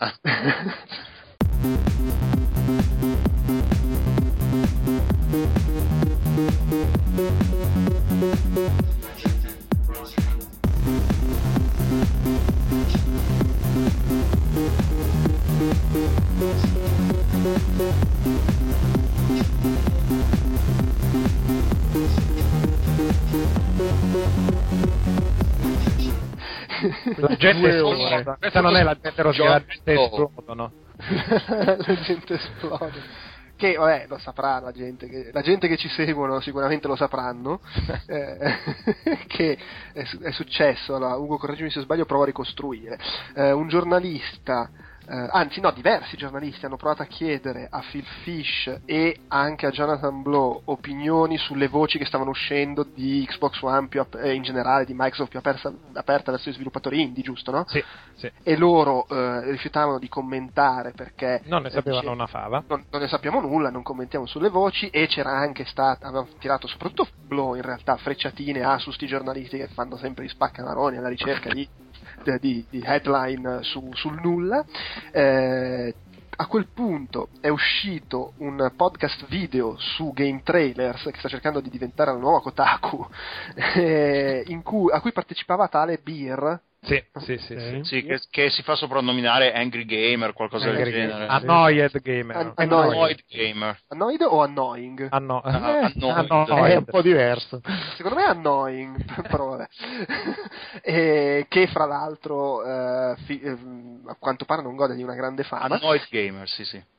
La gente esplode. Questa non è la gente rosicana, la gente esplodono. La gente esplode. Che vabbè, lo saprà la gente, che, la gente che ci seguono sicuramente lo sapranno, eh, che è, è successo, allora, Ugo correggimi se sbaglio, provo a ricostruire, eh, un giornalista, eh, anzi no, diversi giornalisti hanno provato a chiedere a Phil Fish e anche a Jonathan Blow opinioni sulle voci che stavano uscendo di Xbox One più ap- eh, in generale di Microsoft più aperta, aperta verso gli sviluppatori indie, giusto, no? Sì, sì. E loro eh, rifiutavano di commentare perché non ne sapevano dice, una fava, non, non ne sappiamo nulla, non commentiamo sulle voci, e c'era anche stato, avevano tirato soprattutto Blow in realtà frecciatine a su sti giornalisti che fanno sempre gli spaccanaroni alla ricerca di Di, di headline su, sul nulla, eh, a quel punto è uscito un podcast video su Game Trailers che sta cercando di diventare la nuova Kotaku, eh, in cui, a cui partecipava tale Beer. Sì, sì, sì, sì. Sì, che, che si fa soprannominare Angry Gamer, qualcosa Angry del genere. Annoyed Gamer. An- Annoyed, Annoyed Gamer. Annoyed o Annoying? Anno- Ah, eh, annoyed. annoyed. È un po' diverso. Secondo me è Annoying, però vabbè. E che fra l'altro eh, fi- eh, a quanto pare non gode di una grande fama. Annoyed Gamer, sì, sì.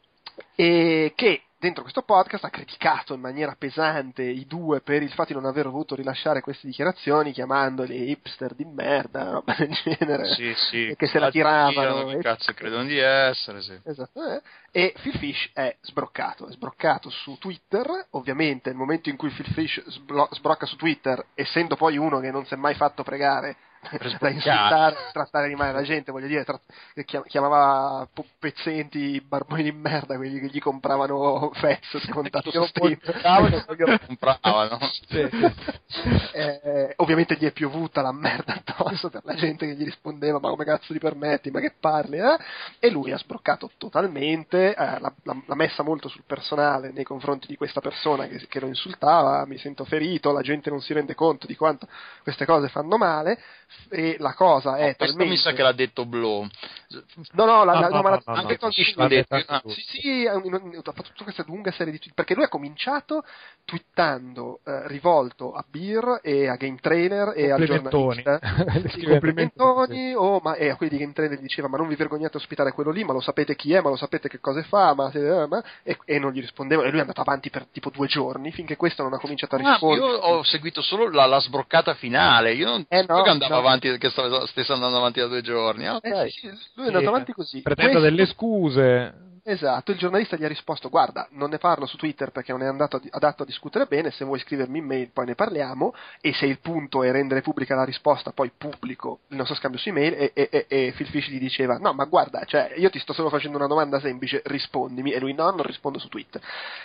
E che dentro questo podcast ha criticato in maniera pesante i due per il fatto di non aver voluto rilasciare queste dichiarazioni, chiamandoli hipster di merda, roba del genere, Sì, sì. e che se la tiravano. Che e... cazzo credono di essere, sì. Esatto, eh. E Phil Fish è sbroccato, è sbroccato su Twitter. Ovviamente nel momento in cui Phil Fish sblo- sbrocca su Twitter, essendo poi uno che non si è mai fatto pregare da insultare, trattare di male la gente, voglio dire, tra- chiamava pezzenti i barboni di merda quelli che gli compravano Fez scontato su Steam. compravano. Sì, sì. eh, ovviamente gli è piovuta la merda addosso per la gente che gli rispondeva: ma come cazzo ti permetti, ma che parli, eh? E lui ha sbroccato totalmente, eh, l'ha, l'ha messa molto sul personale nei confronti di questa persona che, che lo insultava. Mi sento ferito, la gente non si rende conto di quanto queste cose fanno male. E la cosa è oh, questo talmente... mi sa che l'ha detto Blow. No, no, la, No, la, no, no, ma no, l'ha no, anche no, anche sì, lui. l'ha detto. Ah, sì, sì, ha fatto tutta questa lunga serie di tweet, perché lui ha cominciato twittando eh, rivolto a Beer e a Game Trailer e al Complimentoni. giornalista. Sì, complimentoni, oh, ma, e a quelli di Game Trailer diceva: ma non vi vergognate a ospitare quello lì, ma lo sapete chi è, ma lo sapete che cosa fa, ma, ma... E, e non gli rispondeva, e lui è andato avanti per tipo due giorni finché questo non ha cominciato a rispondere. Ah, io ho seguito solo la, la sbroccata finale, io non Eh, so no, che andava no. avanti, che stava, stesse andando avanti da due giorni. Ah, Eh, ok. sì, sì, lui è andato avanti così. Pretendo Questo- delle scuse. Esatto, il giornalista gli ha risposto: guarda, non ne parlo su Twitter perché non è andato adatto a discutere bene, se vuoi scrivermi in mail poi ne parliamo, e se il punto è rendere pubblica la risposta poi pubblico il nostro scambio su email. E, e, e, e Phil Fish gli diceva: no, ma guarda, cioè io ti sto solo facendo una domanda semplice, rispondimi. E lui: no, non rispondo su Twitter.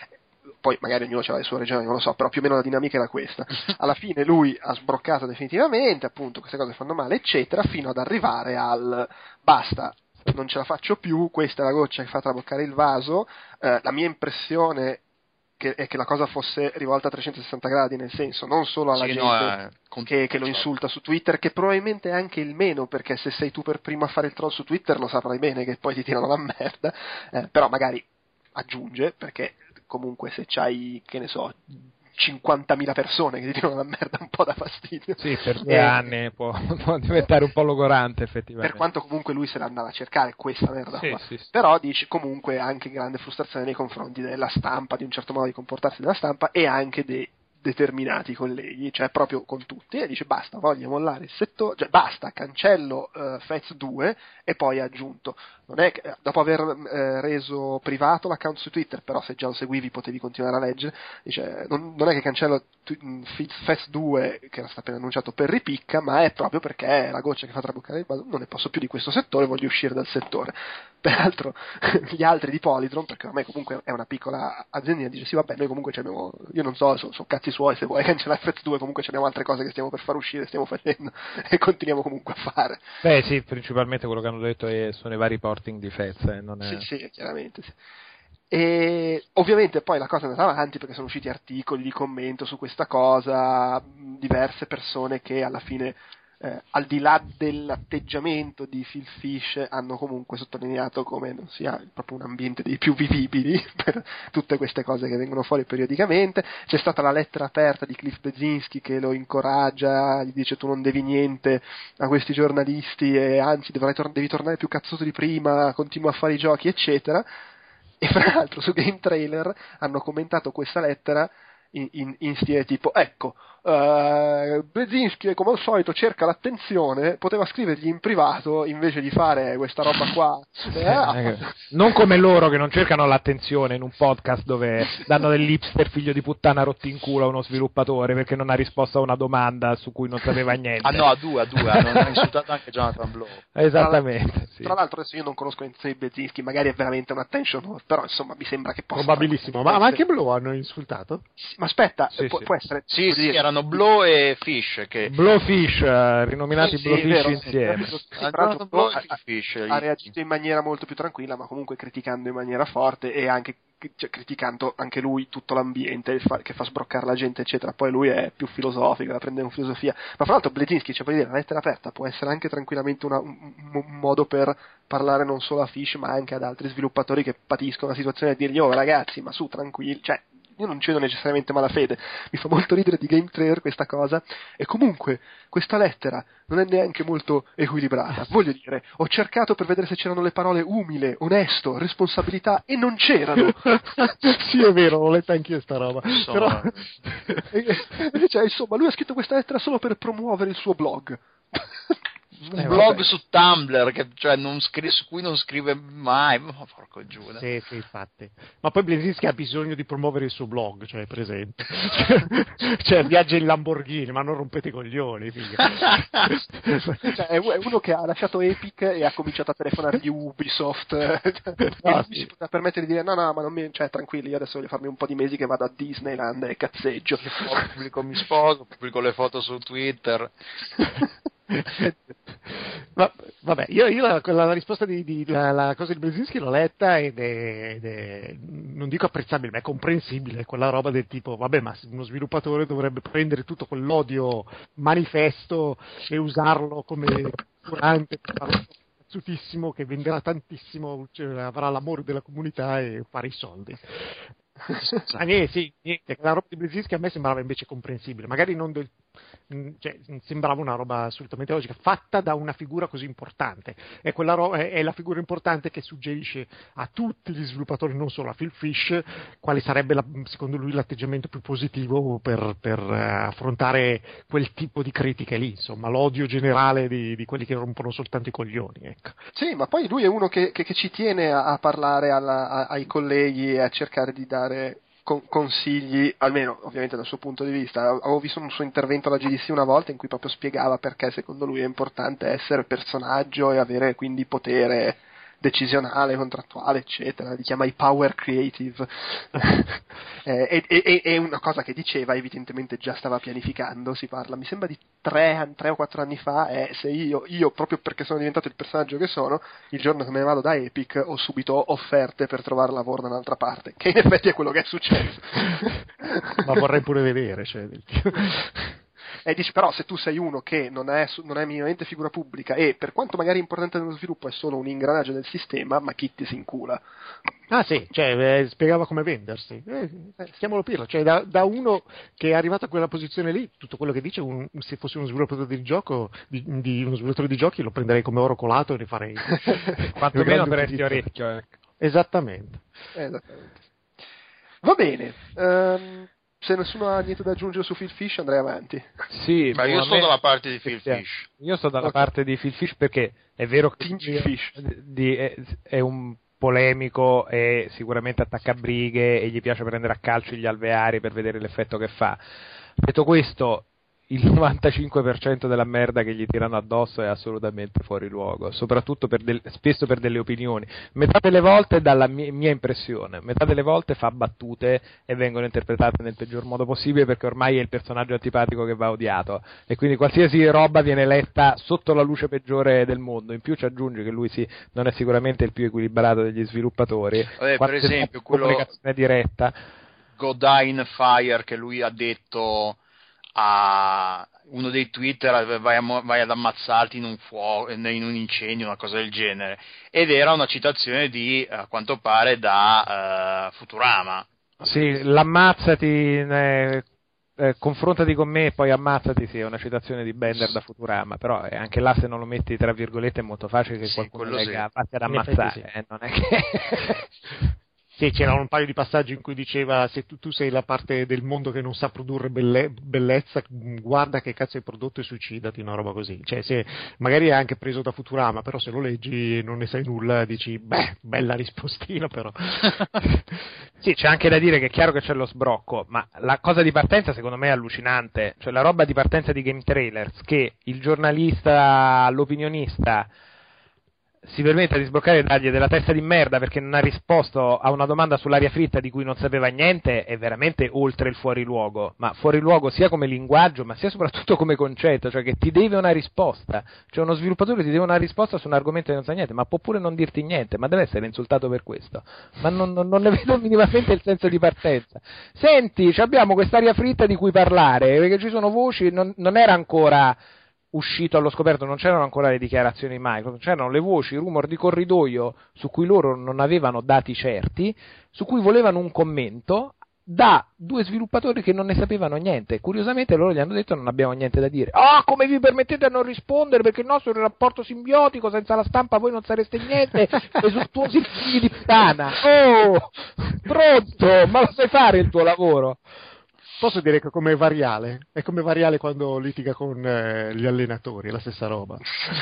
Poi magari ognuno ha le sue ragioni, non lo so, però più o meno la dinamica era questa. Alla fine lui ha sbroccato definitivamente, appunto, queste cose fanno male, eccetera, fino ad arrivare al basta, non ce la faccio più, questa è la goccia che fa traboccare il vaso. Eh, la mia impressione che, è che la cosa fosse rivolta a trecentosessanta gradi, nel senso non solo alla Sì, gente no, eh, con- che, che lo insulta su Twitter, che probabilmente è anche il meno, perché se sei tu per primo a fare il troll su Twitter lo saprai bene che poi ti tirano la merda, eh, però magari aggiunge, perché comunque se c'hai, che ne so, cinquantamila persone che ti tirano la merda, un po' da fastidio. Sì, per due Eh, anni può, può diventare un po' logorante effettivamente. per quanto comunque lui se la andava a cercare questa merda Sì, qua. sì, sì. Però dice comunque anche grande frustrazione nei confronti della stampa, di un certo modo di comportarsi della stampa, e anche dei determinati colleghi, cioè proprio con tutti, e dice: basta, voglio mollare il settore, cioè basta, cancello uh, Fez due. E poi ha aggiunto: non è che, dopo aver eh, reso privato l'account su Twitter, però se già lo seguivi potevi continuare a leggere, dice: non, non è che cancello tu, Fez due, che era stato appena annunciato, per ripicca, ma è proprio perché è la goccia che fa traboccare il vaso, non ne posso più di questo settore, voglio uscire dal settore. Peraltro gli altri di Polytron, perché ormai comunque è una piccola azienda, dice: sì, vabbè, noi comunque abbiamo, io non so, sono so cazzi suoi, se vuoi cancellare Fez due, comunque abbiamo altre cose che stiamo per far uscire, stiamo facendo e continuiamo comunque a fare. Beh sì, principalmente quello che hanno detto è, sono i vari porting di Fez, eh, non è... Sì, sì, chiaramente sì. E ovviamente poi la cosa è andata avanti perché sono usciti articoli di commento su questa cosa, diverse persone che alla fine, eh, al di là dell'atteggiamento di Phil Fish, hanno comunque sottolineato come non sia proprio un ambiente dei più vivibili per tutte queste cose che vengono fuori periodicamente. C'è stata la lettera aperta di Cliff Bezinski che lo incoraggia, gli dice: tu non devi niente a questi giornalisti e anzi dovrai tor- devi tornare più cazzoso di prima, continua a fare i giochi, eccetera. E fra l'altro su Game Trailer hanno commentato questa lettera in, in, in stile tipo: ecco, uh, Bezinski come al solito cerca l'attenzione, poteva scrivergli in privato invece di fare questa roba qua. Eh, non come loro che non cercano l'attenzione in un podcast dove danno dell'hipster figlio di puttana rotti in culo a uno sviluppatore perché non ha risposto a una domanda su cui non sapeva niente. Ah no, a due, a due, hanno insultato anche Jonathan Blow. Esattamente, sì. Tra l'altro adesso io non conosco l'intenzione di Bezinski, magari è veramente un attention whore, però insomma mi sembra che possa... Probabilissimo, ma, ma anche Blow hanno insultato? Ma aspetta, Sì, può, sì. può essere... Sì, voglio sì, dire, erano c'erano Blow e Fish che... Blowfish, uh, rinominati sì, Blowfish vero, insieme. Sì, Ah, tra l'altro, Blow ha, e Fish, ha reagito in maniera molto più tranquilla, ma comunque criticando in maniera forte e anche cioè, criticando anche lui tutto l'ambiente fa, che fa sbroccare la gente eccetera. Poi lui è più filosofico, la prende con filosofia, ma fra l'altro Blesinski, cioè, per dire, la lettera aperta può essere anche tranquillamente una, un, un modo per parlare non solo a Fish ma anche ad altri sviluppatori che patiscono la situazione e dirgli: oh ragazzi, ma su, tranquilli, cioè io non cedo necessariamente malafede, mi fa molto ridere di Game Trailer questa cosa, e comunque questa lettera non è neanche molto equilibrata. Voglio dire, ho cercato per vedere se c'erano le parole umile, onesto, responsabilità, e non c'erano. Sì, è vero, l'ho letta anch'io sta roba. Insomma. Però cioè, insomma, lui ha scritto questa lettera solo per promuovere il suo blog. un Eh, blog vabbè. su Tumblr che, cioè, non scri- su cui non scrive mai, ma porco Giuda. Sì, sì, infatti. Ma poi Blesinski ha bisogno di promuovere il suo blog, cioè, per esempio. Cioè, cioè, viaggia in Lamborghini, ma non rompete i coglioni, figa. Cioè, è è uno che ha lasciato Epic e ha cominciato a telefonare di Ubisoft. E Ah, lui sì. si poteva permettere di dire: no, no, ma non mi, cioè, tranquilli, io adesso voglio farmi un po' di mesi che vado a Disneyland e cazzeggio. Pubblico mi sposo, pubblico le foto su Twitter. Ma, vabbè, io, io la, la, la risposta di, di la, la cosa di Blesinski l'ho letta ed è, ed è, non dico apprezzabile, ma è comprensibile, quella roba del tipo: vabbè, ma uno sviluppatore dovrebbe prendere tutto quell'odio manifesto e usarlo come curante per fare un cazzutissimo che venderà tantissimo, cioè, avrà l'amore della comunità e fare i soldi. Ah, niente, sì, niente. La roba di Blesinski a me sembrava invece comprensibile, magari non del, cioè, sembrava una roba assolutamente logica, fatta da una figura così importante. È, quella ro- è la figura importante che suggerisce a tutti gli sviluppatori, non solo a Phil Fish, quale sarebbe la, secondo lui l'atteggiamento più positivo per, per uh, affrontare quel tipo di critiche lì, insomma, l'odio generale di, di quelli che rompono soltanto i coglioni, ecco. Sì, ma poi lui è uno che, che, che ci tiene a, a parlare alla, a, ai colleghi e a cercare di dare con, consigli, almeno ovviamente dal suo punto di vista. Avevo visto un suo intervento alla G D C una volta in cui proprio spiegava perché secondo lui è importante essere personaggio e avere quindi potere decisionale, contrattuale, eccetera. Li chiama i power creative. eh, e, e, e una cosa che diceva, evidentemente già stava pianificando, si parla, mi sembra di tre, tre o quattro anni fa, è se io, io, proprio perché sono diventato il personaggio che sono, il giorno che me ne vado da Epic ho subito offerte per trovare lavoro da un'altra parte, che in effetti è quello che è successo. Ma vorrei pure vedere, cioè, del tipo. E dici, però, se tu sei uno che non è, non è minimamente figura pubblica e per quanto magari importante nello sviluppo è solo un ingranaggio del sistema, ma chi ti si incula? Ah sì, cioè, eh, spiegava come vendersi. Eh, eh, stiamolo pirla, cioè da, da uno che è arrivato a quella posizione lì, tutto quello che dice, un, se fossi uno sviluppatore di gioco, di, di uno sviluppatore di giochi, lo prenderei come oro colato e ne farei Quantomeno presti orecchio, ecco. Esattamente. Esattamente. Va bene. Um, se nessuno ha niente da aggiungere su Phil Fish, andrei avanti. Sì, Ma io sto me- dalla parte di Phil Fish. Io sto dalla Ok. parte di Phil Fish perché è vero che Tingy Fish. di- è, è un polemico e sicuramente attacca brighe e gli piace prendere a calcio gli alveari per vedere l'effetto che fa. Detto questo, il novantacinque per cento della merda che gli tirano addosso è assolutamente fuori luogo, soprattutto per del, spesso per delle opinioni. Metà delle volte, dalla mia, mia impressione, metà delle volte fa battute e vengono interpretate nel peggior modo possibile perché ormai è il personaggio antipatico che va odiato e quindi qualsiasi roba viene letta sotto la luce peggiore del mondo. In più ci aggiunge che lui sì, non è sicuramente il più equilibrato degli sviluppatori. Vabbè, per esempio, quello comunicazione diretta. Godine Fire che lui ha detto a uno dei Twitter: vai, a, vai ad ammazzarti in un fuoco, in un incendio, una cosa del genere, ed era una citazione di, a quanto pare, da uh, Futurama. Sì, l'ammazzati, eh, eh, confrontati con me e poi ammazzati, sì, è una citazione di Bender da Futurama, però eh, anche là se non lo metti tra virgolette è molto facile che Sì, qualcuno quello legga sì. vatti ad In effetti ammazzare, sì. eh, non è che... Sì, c'erano un paio di passaggi in cui diceva: se tu, tu sei la parte del mondo che non sa produrre belle, bellezza, guarda che cazzo hai prodotto e suicidati, una roba così. Cioè, se magari è anche preso da Futurama, però se lo leggi e non ne sai nulla, dici: beh, bella rispostina però. Sì, c'è anche da dire che è chiaro che c'è lo sbrocco, ma la cosa di partenza secondo me è allucinante, cioè la roba di partenza di Game Trailers, che il giornalista, l'opinionista si permetta di sbloccare e dargli della testa di merda perché non ha risposto a una domanda sull'aria fritta di cui non sapeva niente è veramente oltre il fuori luogo, ma fuori luogo sia come linguaggio ma sia soprattutto come concetto, cioè che ti deve una risposta, cioè uno sviluppatore ti deve una risposta su un argomento che non sa niente, ma può pure non dirti niente, ma deve essere insultato per questo, ma non, non, non ne vedo minimamente il senso di partenza. Senti, abbiamo quest'aria fritta di cui parlare, perché ci sono voci, non, non era ancora uscito allo scoperto, non c'erano ancora le dichiarazioni di Microsoft, c'erano le voci, i rumor di corridoio su cui loro non avevano dati certi, su cui volevano un commento da due sviluppatori che non ne sapevano niente. Curiosamente loro gli hanno detto non abbiamo niente da dire. Ah, oh, come vi permettete a non rispondere perché il nostro è un rapporto simbiotico, senza la stampa voi non sareste niente, esultuosi figli di puttana. Oh, pronto, ma lo sai fare il tuo lavoro? Posso dire che come Variale, è come Variale quando litiga con eh, gli allenatori, è la stessa roba.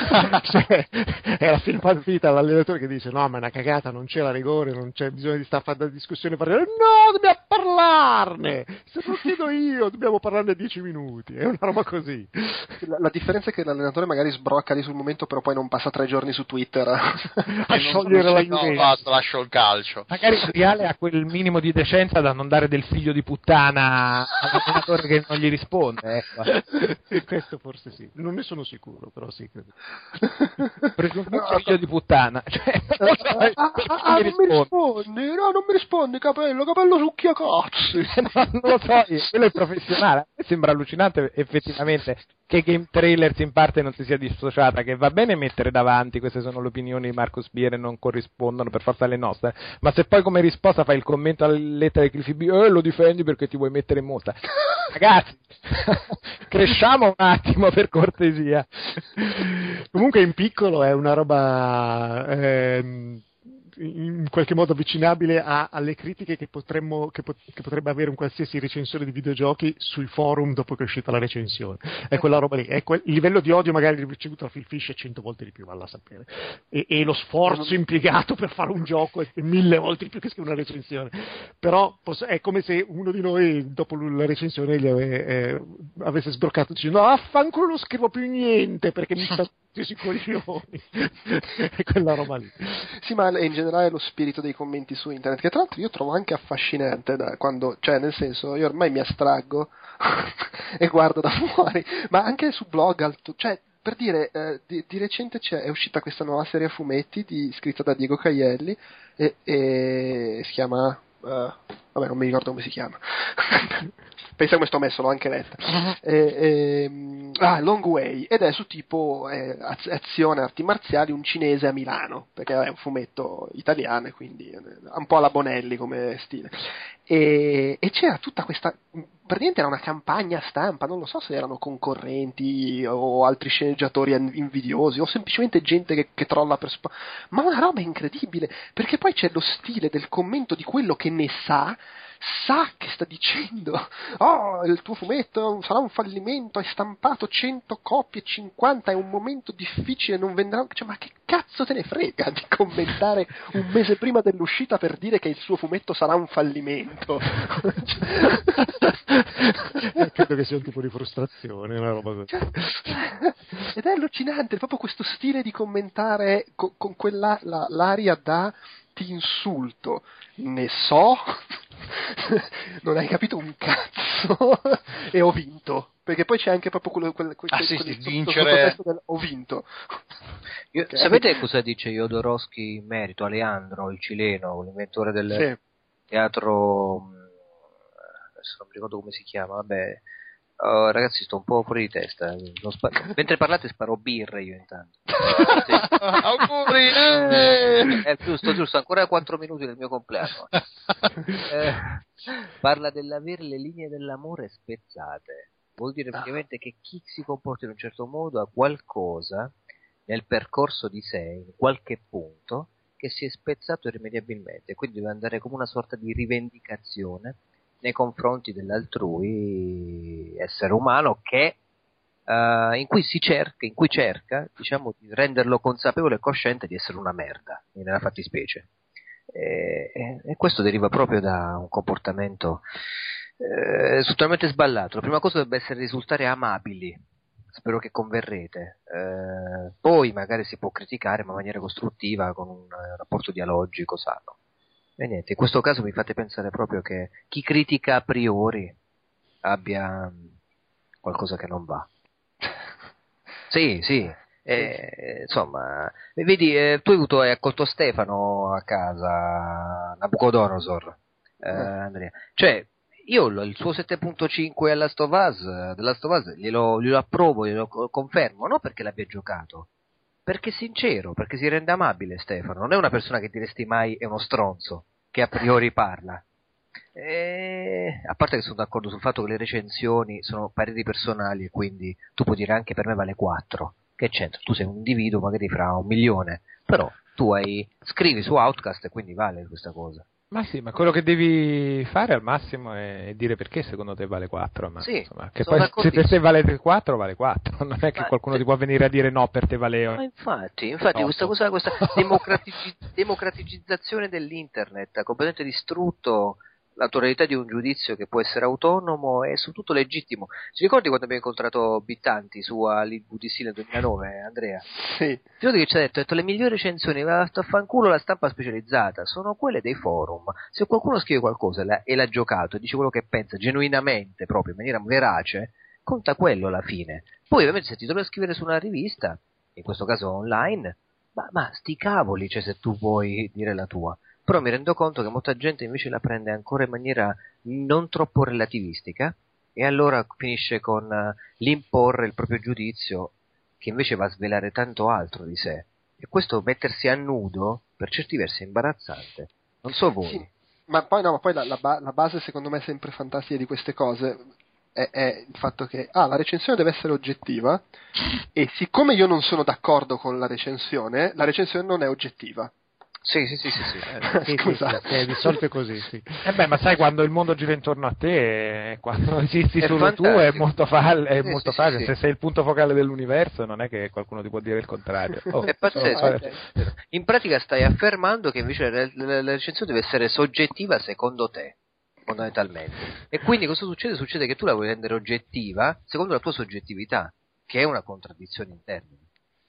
Cioè, è la fine partita l'allenatore che dice no ma è una cagata, non c'è la rigore, non c'è bisogno di stare a fare la discussione, parlare. No, dobbiamo parlarne, se lo chiedo io dobbiamo parlarne dieci minuti, è una roba così. La, la differenza è che l'allenatore magari sbrocca lì sul momento però poi non passa tre giorni su Twitter a, a sciogliere la Juventus. No, basta, lascio il calcio. Magari Variale ha quel minimo di decenza da non dare del figlio di puttana all'allenatore che non gli risponde, ecco. Questo forse sì, non ne sono sicuro, però sì, credo. Presumibilmente figlio di puttana, cioè, non so, ah, ah, ah, non mi rispondi, no, non mi rispondi, capello, capello succhia cazzi. No, non lo so, quello è professionale. A me sembra allucinante effettivamente che Game Trailers in parte non si sia dissociata, che va bene mettere davanti queste sono le opinioni di Marcus Bier e non corrispondono per forza alle nostre, ma se poi come risposta fai il commento alla lettera di Cliffy B, eh, lo difendi perché ti vuoi mettere in mostra. Ragazzi, cresciamo un attimo per cortesia. Comunque in piccolo è una roba ehm, in qualche modo avvicinabile a, alle critiche che potremmo che, pot- che potrebbe avere un qualsiasi recensore di videogiochi sui forum dopo che è uscita la recensione. È quella roba lì, è quel, il livello di odio magari ricevuto da Phil Fish è cento volte di più, valla a sapere, e, e lo sforzo impiegato per fare un gioco è mille volte di più che scrivere una recensione. Però posso, è come se uno di noi dopo la recensione gli ave, eh, avesse sbroccato dicendo no, affanculo non scrivo più niente perché mi sta sui coglioni. È quella roba lì. Sì, ma in generale lo spirito dei commenti su internet, che tra l'altro io trovo anche affascinante da quando, cioè nel senso io ormai mi astraggo e guardo da fuori, ma anche su blog alto, cioè per dire eh, di, di recente c'è, è uscita questa nuova serie a fumetti di, scritta da Diego Caielli e, e si chiama uh, vabbè non mi ricordo come si chiama pensa come sto messo, l'ho anche letta. Uh-huh. E, e, ah, Long Way, ed è su tipo eh, azione, arti marziali, un cinese a Milano, perché è un fumetto italiano, quindi è un po' alla Bonelli come stile. E, e c'era tutta questa, praticamente era una campagna stampa, non lo so se erano concorrenti o altri sceneggiatori invidiosi o semplicemente gente che, che trolla per sp- ma una roba incredibile, perché poi c'è lo stile del commento di quello che ne sa, sa che sta dicendo oh il tuo fumetto sarà un fallimento, hai stampato cento copie, cinquanta, è un momento difficile, non venderà, cioè, ma che cazzo te ne frega di commentare un mese prima dell'uscita per dire che il suo fumetto sarà un fallimento. Credo che sia un tipo di frustrazione, una roba così. Cioè, ed è allucinante proprio questo stile di commentare con, con quella la, l'aria da ti insulto, ne so, non hai capito un cazzo e ho vinto, perché poi c'è anche proprio quello, quello, quello, ah, sì, quello sì, vincere del ho vinto. Io, okay. Sapete cosa dice Jodorowsky in merito a Leandro, il cileno, l'inventore del sì. teatro, adesso non mi ricordo come si chiama, vabbè. Oh, ragazzi, sto un po' fuori di testa. Sparo... Mentre parlate sparo birre io intanto. Sì. Auguri! Eh! È giusto, giusto, ancora quattro minuti del mio compleanno. Eh, parla dell'avere le linee dell'amore spezzate. Vuol dire praticamente che chi si comporta in un certo modo ha qualcosa nel percorso di sé, in qualche punto, che si è spezzato irrimediabilmente. Quindi deve andare come una sorta di rivendicazione nei confronti dell'altrui essere umano che uh, in cui si cerca, in cui cerca, diciamo, di renderlo consapevole e cosciente di essere una merda nella fattispecie. E, e, e questo deriva proprio da un comportamento eh, assolutamente sballato. La prima cosa dovrebbe essere risultare amabili, spero che converrete. Eh, poi magari si può criticare, ma in maniera costruttiva, con un eh, rapporto dialogico sano. E niente, in questo caso mi fate pensare proprio che chi critica a priori abbia qualcosa che non va. Sì, sì. Eh, insomma, vedi, eh, tu hai avuto, hai accolto Stefano a casa, Nabucodonosor, eh, Andrea. Cioè, io il suo sette virgola cinque alla Last of Us, The Last of Us glielo, glielo approvo, glielo confermo, non perché l'abbia giocato, perché è sincero, perché si rende amabile Stefano, non è una persona che diresti mai è uno stronzo, che a priori parla. E, a parte che sono d'accordo sul fatto che le recensioni sono pareri personali e quindi tu puoi dire anche per me vale quattro. Che c'entra? Tu sei un individuo magari fra un milione, però tu hai scrivi su Outcast e quindi vale questa cosa. Ma sì, ma quello che devi fare al massimo è dire perché secondo te vale quattro, ma sì, insomma, che poi se per te vale quattro vale quattro, non è che ma qualcuno te... ti può venire a dire no, per te vale. Ma infatti, infatti questa cosa, questa democratici... democraticizzazione dell'internet ha completamente distrutto l'autorità di un giudizio che può essere autonomo e su tutto legittimo. Ci ricordi quando abbiamo incontrato Bittanti su all'U D C nel duemilanove, Andrea? Sì. Ti ricordi che ci ha detto, ha detto le migliori recensioni, va a fanculo la stampa specializzata, sono quelle dei forum. Se qualcuno scrive qualcosa e l'ha, e l'ha giocato e dice quello che pensa genuinamente, proprio in maniera verace, conta quello alla fine. Poi ovviamente se ti trovi a scrivere su una rivista, in questo caso online, ma, ma sti cavoli, cioè se tu vuoi dire la tua. Però mi rendo conto che molta gente invece la prende ancora in maniera non troppo relativistica e allora finisce con uh, l'imporre il proprio giudizio che invece va a svelare tanto altro di sé. E questo mettersi a nudo per certi versi è imbarazzante. Non so voi. Sì, ma poi no, ma poi la, la, ba- la base secondo me sempre fantastica di queste cose è, è il fatto che ah, la recensione deve essere oggettiva e siccome io non sono d'accordo con la recensione, la recensione non è oggettiva. Sì, sì, sì, sì, sì. Eh, sì, Scusa. sì, sì, di solito è così, sì. Eh beh, ma sai, quando il mondo gira intorno a te, quando esisti È solo tu, fantastico. è molto, fa- è Sì, molto sì, facile. sì, Se sì. sei il punto focale dell'universo, non è che qualcuno ti può dire il contrario. Oh, È pazzesco. oh, È in pratica stai affermando che invece la, la, la recensione deve essere soggettiva secondo te, fondamentalmente. E quindi cosa succede? Succede che tu la vuoi rendere oggettiva secondo la tua soggettività, che è una contraddizione in termini.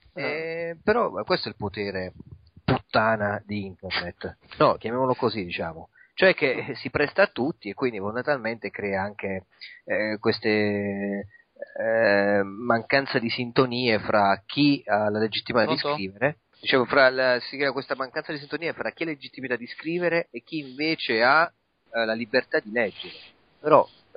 Eh, però questo è il potere puttana di internet, no, chiamiamolo così, diciamo, cioè che si presta a tutti e quindi fondamentalmente crea anche eh, queste eh, mancanza di sintonie fra chi ha la legittimità di Pronto? scrivere, dicevo, fra la, si crea questa mancanza di sintonia fra chi ha legittimità di scrivere e chi invece ha eh, la libertà di leggere. Però eh,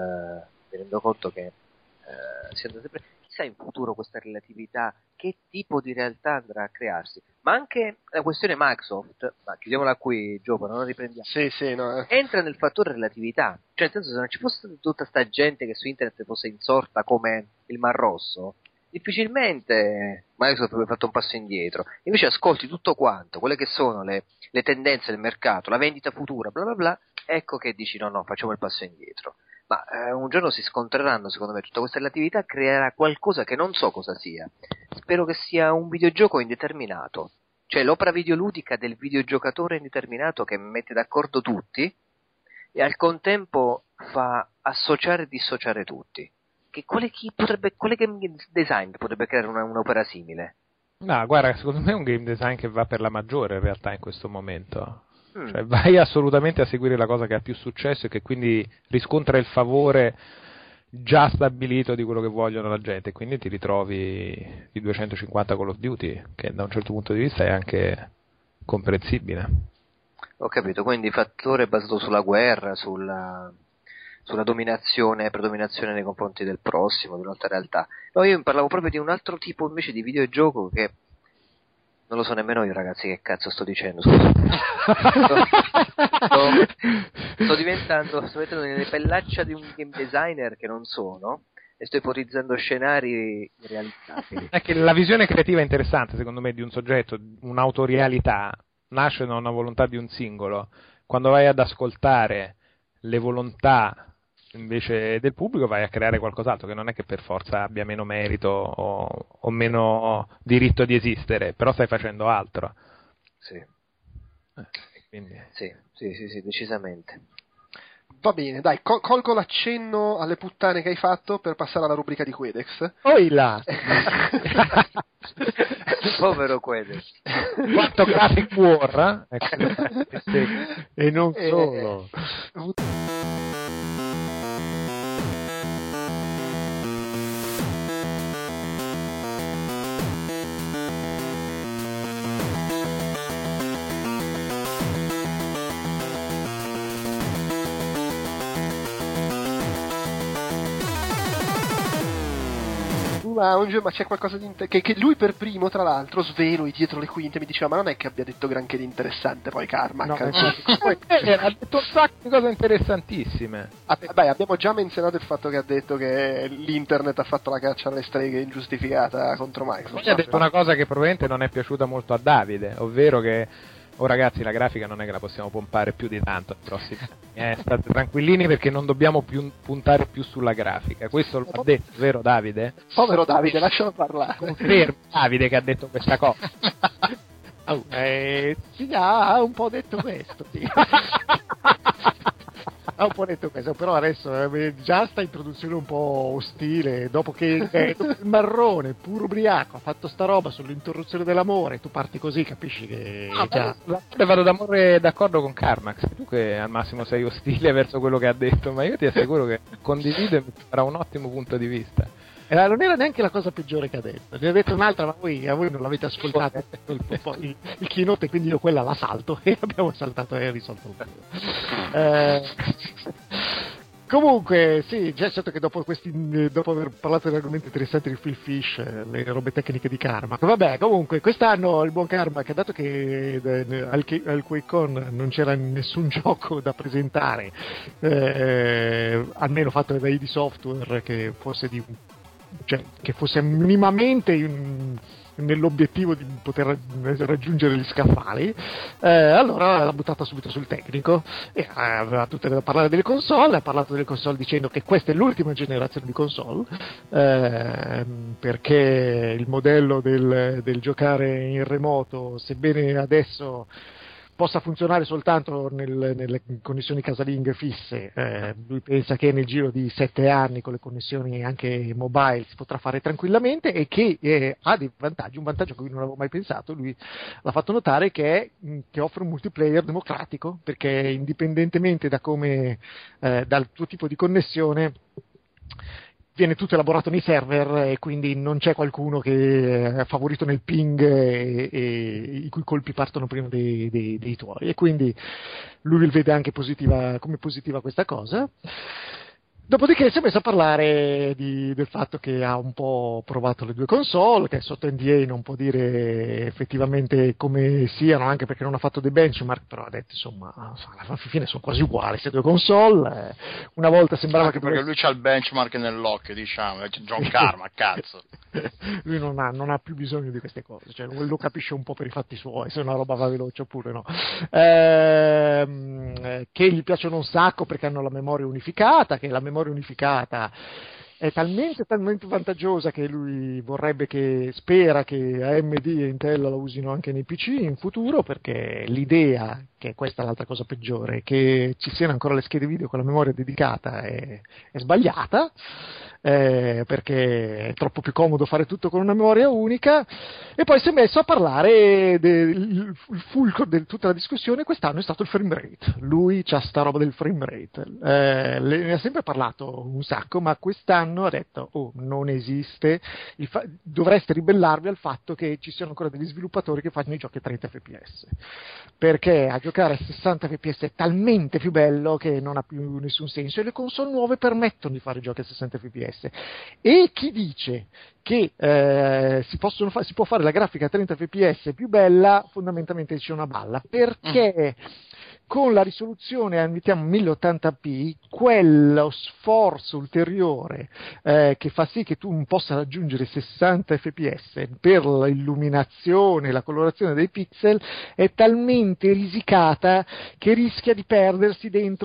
mi rendo conto che eh, si andrà sempre chissà in futuro questa relatività che tipo di realtà andrà a crearsi, ma anche la questione Microsoft, ma chiudiamola qui, Giovanni, non riprendiamo. Sì, sì, no. eh. Entra nel fattore relatività, cioè nel senso, se non ci fosse tutta sta gente che su internet fosse insorta come il Mar Rosso, difficilmente Microsoft avrebbe fatto un passo indietro. Invece ascolti tutto quanto, quelle che sono le, le tendenze del mercato, la vendita futura, bla bla bla, ecco che dici no no, facciamo il passo indietro. Ma eh, un giorno si scontreranno, secondo me, tutta questa relatività creerà qualcosa che non so cosa sia. Spero che sia un videogioco indeterminato, cioè l'opera videoludica del videogiocatore indeterminato che mette d'accordo tutti e al contempo fa associare e dissociare tutti. Che quale, chi potrebbe, quale game design potrebbe creare una, un'opera simile? no, guarda, secondo me è un game design che va per la maggiore in realtà in questo momento. Mm. Cioè, vai assolutamente a seguire la cosa che ha più successo e che quindi riscontra il favore già stabilito di quello che vogliono la gente, quindi ti ritrovi di duecentocinquanta Call of Duty, che da un certo punto di vista è anche comprensibile. Ho capito, quindi fattore basato sulla guerra, sulla, sulla dominazione, predominazione nei confronti del prossimo, di un'altra realtà. No, io parlavo proprio di un altro tipo invece di videogioco che non lo so nemmeno io, ragazzi, che cazzo sto dicendo, scusa. sto, sto, sto diventando, sto mettendo nelle pellaccia di un game designer che non sono e sto ipotizzando scenari irrealizzabili. È che la visione creativa interessante, secondo me, di un soggetto, un'autorialità, nasce da una volontà di un singolo. Quando vai ad ascoltare le volontà invece del pubblico, vai a creare qualcos'altro che non è che per forza abbia meno merito o, o meno diritto di esistere, però stai facendo altro. Sì. Eh, quindi... Sì, sì, sì, sì, decisamente. Va bene, dai, col- colgo l'accenno alle puttane che hai fatto per passare alla rubrica di Quedex. Poi là! Povero Quedex. Quanto Graphic War, eh? E non solo. Lounge, ma c'è qualcosa di inter- che, che lui per primo, tra l'altro, svelo dietro le quinte, mi diceva ma non è che abbia detto granché di interessante poi Carmack. No, poi, eh, ha detto un sacco di cose interessantissime. Ah, beh, abbiamo già menzionato il fatto che ha detto che l'internet ha fatto la caccia alle streghe ingiustificata contro Microsoft. Poi ha detto una cosa che probabilmente non è piaciuta molto a Davide, ovvero che oh ragazzi, la grafica non è che la possiamo pompare più di tanto ai prossimi anni. Eh, state tranquillini perché non dobbiamo più puntare più sulla grafica. Questo lo ha detto, vero Davide? Povero Davide, lascialo parlare. Confermo Davide che ha detto questa cosa. Oh, eh, sì, ha un po' detto questo, sì. Ha un po' detto questo, però adesso eh, già sta introduzione un po' ostile, dopo che eh, dopo il marrone, puro ubriaco, ha fatto sta roba sull'interruzione dell'amore, tu parti così, capisci che Ah, già... vado d'amore d'accordo con Carmax, tu che al massimo sei ostile verso quello che ha detto, ma io ti assicuro che condivido e mi farà un ottimo punto di vista. Eh, non era neanche la cosa peggiore che ha detto, ne ha detto un'altra, ma voi, a voi non l'avete ascoltata il, il, il keynote, quindi io quella la salto e abbiamo saltato e risolto il problema. Eh, comunque, sì, già è certo che dopo, questi, dopo aver parlato degli argomenti interessanti di Phil Fish, le robe tecniche di Karma, vabbè, comunque, quest'anno il buon Karma, che dato che al, al QuakeCon non c'era nessun gioco da presentare, eh, almeno fatto da I D Software, che fosse di cioè che fosse minimamente in, nell'obiettivo di poter raggiungere gli scaffali, eh, allora l'ha buttata subito sul tecnico e eh, aveva tutte da parlare delle console, ha parlato delle console dicendo che questa è l'ultima generazione di console, eh, perché il modello del, del giocare in remoto, sebbene adesso possa funzionare soltanto nel, nelle connessioni casalinghe fisse, eh, lui pensa che nel giro di sette anni con le connessioni anche mobile si potrà fare tranquillamente e che eh, ha dei vantaggi, un vantaggio a cui non avevo mai pensato, lui l'ha fatto notare, che è che offre un multiplayer democratico, perché indipendentemente da come eh, dal tuo tipo di connessione viene tutto elaborato nei server e quindi non c'è qualcuno che è favorito nel ping e, e i cui colpi partono prima dei, dei, dei tuoi, e quindi lui vede anche positiva, come positiva questa cosa. Dopodiché si è messo a parlare di, del fatto che ha un po' provato le due console, che è sotto N D A non può dire effettivamente come siano, anche perché non ha fatto dei benchmark, però ha detto insomma alla fine sono quasi uguali queste due console. Una volta sembrava anche che perché dovesse... lui c'ha il benchmark nell'occhio, diciamo, è John Karma, cazzo. Lui non ha, non ha più bisogno di queste cose, cioè lo capisce un po' per i fatti suoi, se una roba va veloce oppure no. Ehm, che gli piacciono un sacco perché hanno la memoria unificata, che la memoria unificata è talmente talmente vantaggiosa che lui vorrebbe, che spera che A M D e Intel la usino anche nei P C in futuro, perché l'idea, che questa è l'altra cosa peggiore, che ci siano ancora le schede video con la memoria dedicata è, è sbagliata, eh, perché è troppo più comodo fare tutto con una memoria unica. E poi si è messo a parlare del il fulcro di tutta la discussione quest'anno è stato il frame rate. Lui c'ha sta roba del frame rate, eh, ne ha sempre parlato un sacco, ma quest'anno ha detto oh, non esiste, il fa- dovreste ribellarvi al fatto che ci siano ancora degli sviluppatori che fanno i giochi a trenta F P S, perché a giocare a sessanta F P S è talmente più bello che non ha più nessun senso, e le console nuove permettono di fare giochi a sessanta F P S. E chi dice che eh, si, possono fa- si può fare la grafica a trenta F P S più bella, fondamentalmente dice una balla, perché con la risoluzione mettiamo mille ottanta p, quello sforzo ulteriore eh, che fa sì che tu non possa raggiungere sessanta F P S per l'illuminazione e la colorazione dei pixel è talmente risicata che rischia di perdersi dentro la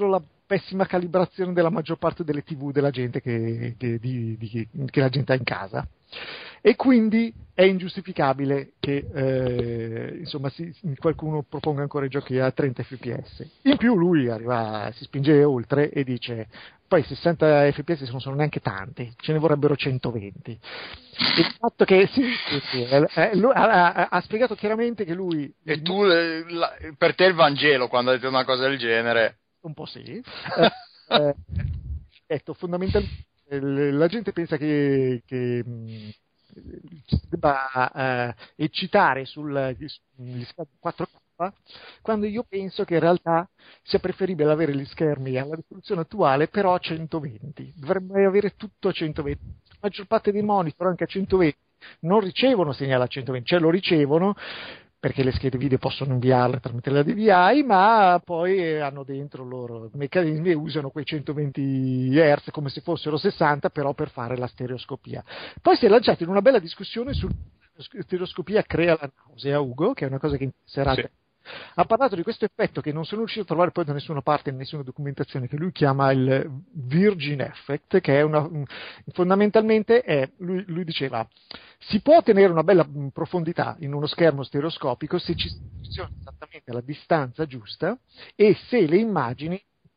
pessima calibrazione della maggior parte delle tivù della gente che, che, di, di, che la gente ha in casa. E quindi è ingiustificabile che eh, insomma si, qualcuno proponga ancora i giochi a trenta effe pi esse. In più lui arriva, si spinge oltre e dice poi sessanta effe pi esse non sono neanche tanti, ce ne vorrebbero centoventi. Il fatto che sì, sì, sì, eh, lui ha, ha, ha spiegato chiaramente che lui e tu eh, la, per te il Vangelo quando ha detto una cosa del genere un po' sì eh, eh, detto fondamentalmente la gente pensa che, che mh, si debba eh, eccitare sugli schermi quattro K, quando io penso che in realtà sia preferibile avere gli schermi alla risoluzione attuale però a centoventi, dovremmo avere tutto a centoventi. La maggior parte dei monitor anche a centoventi non ricevono segnale a centoventi, cioè lo ricevono perché le schede video possono inviarle tramite la D V I, ma poi hanno dentro loro meccanismi e usano quei centoventi hertz come se fossero sessanta, però per fare la stereoscopia. Poi si è lanciato in una bella discussione su stereoscopia crea la nausea, Ugo, che è una cosa che interesserà sì. te. Ha parlato di questo effetto che non sono riuscito a trovare poi da nessuna parte in nessuna documentazione, che lui chiama il Virgin Effect, che è una, fondamentalmente è, lui, lui diceva, si può ottenere una bella profondità in uno schermo stereoscopico se ci si posiziona esattamente alla distanza giusta e se le immagini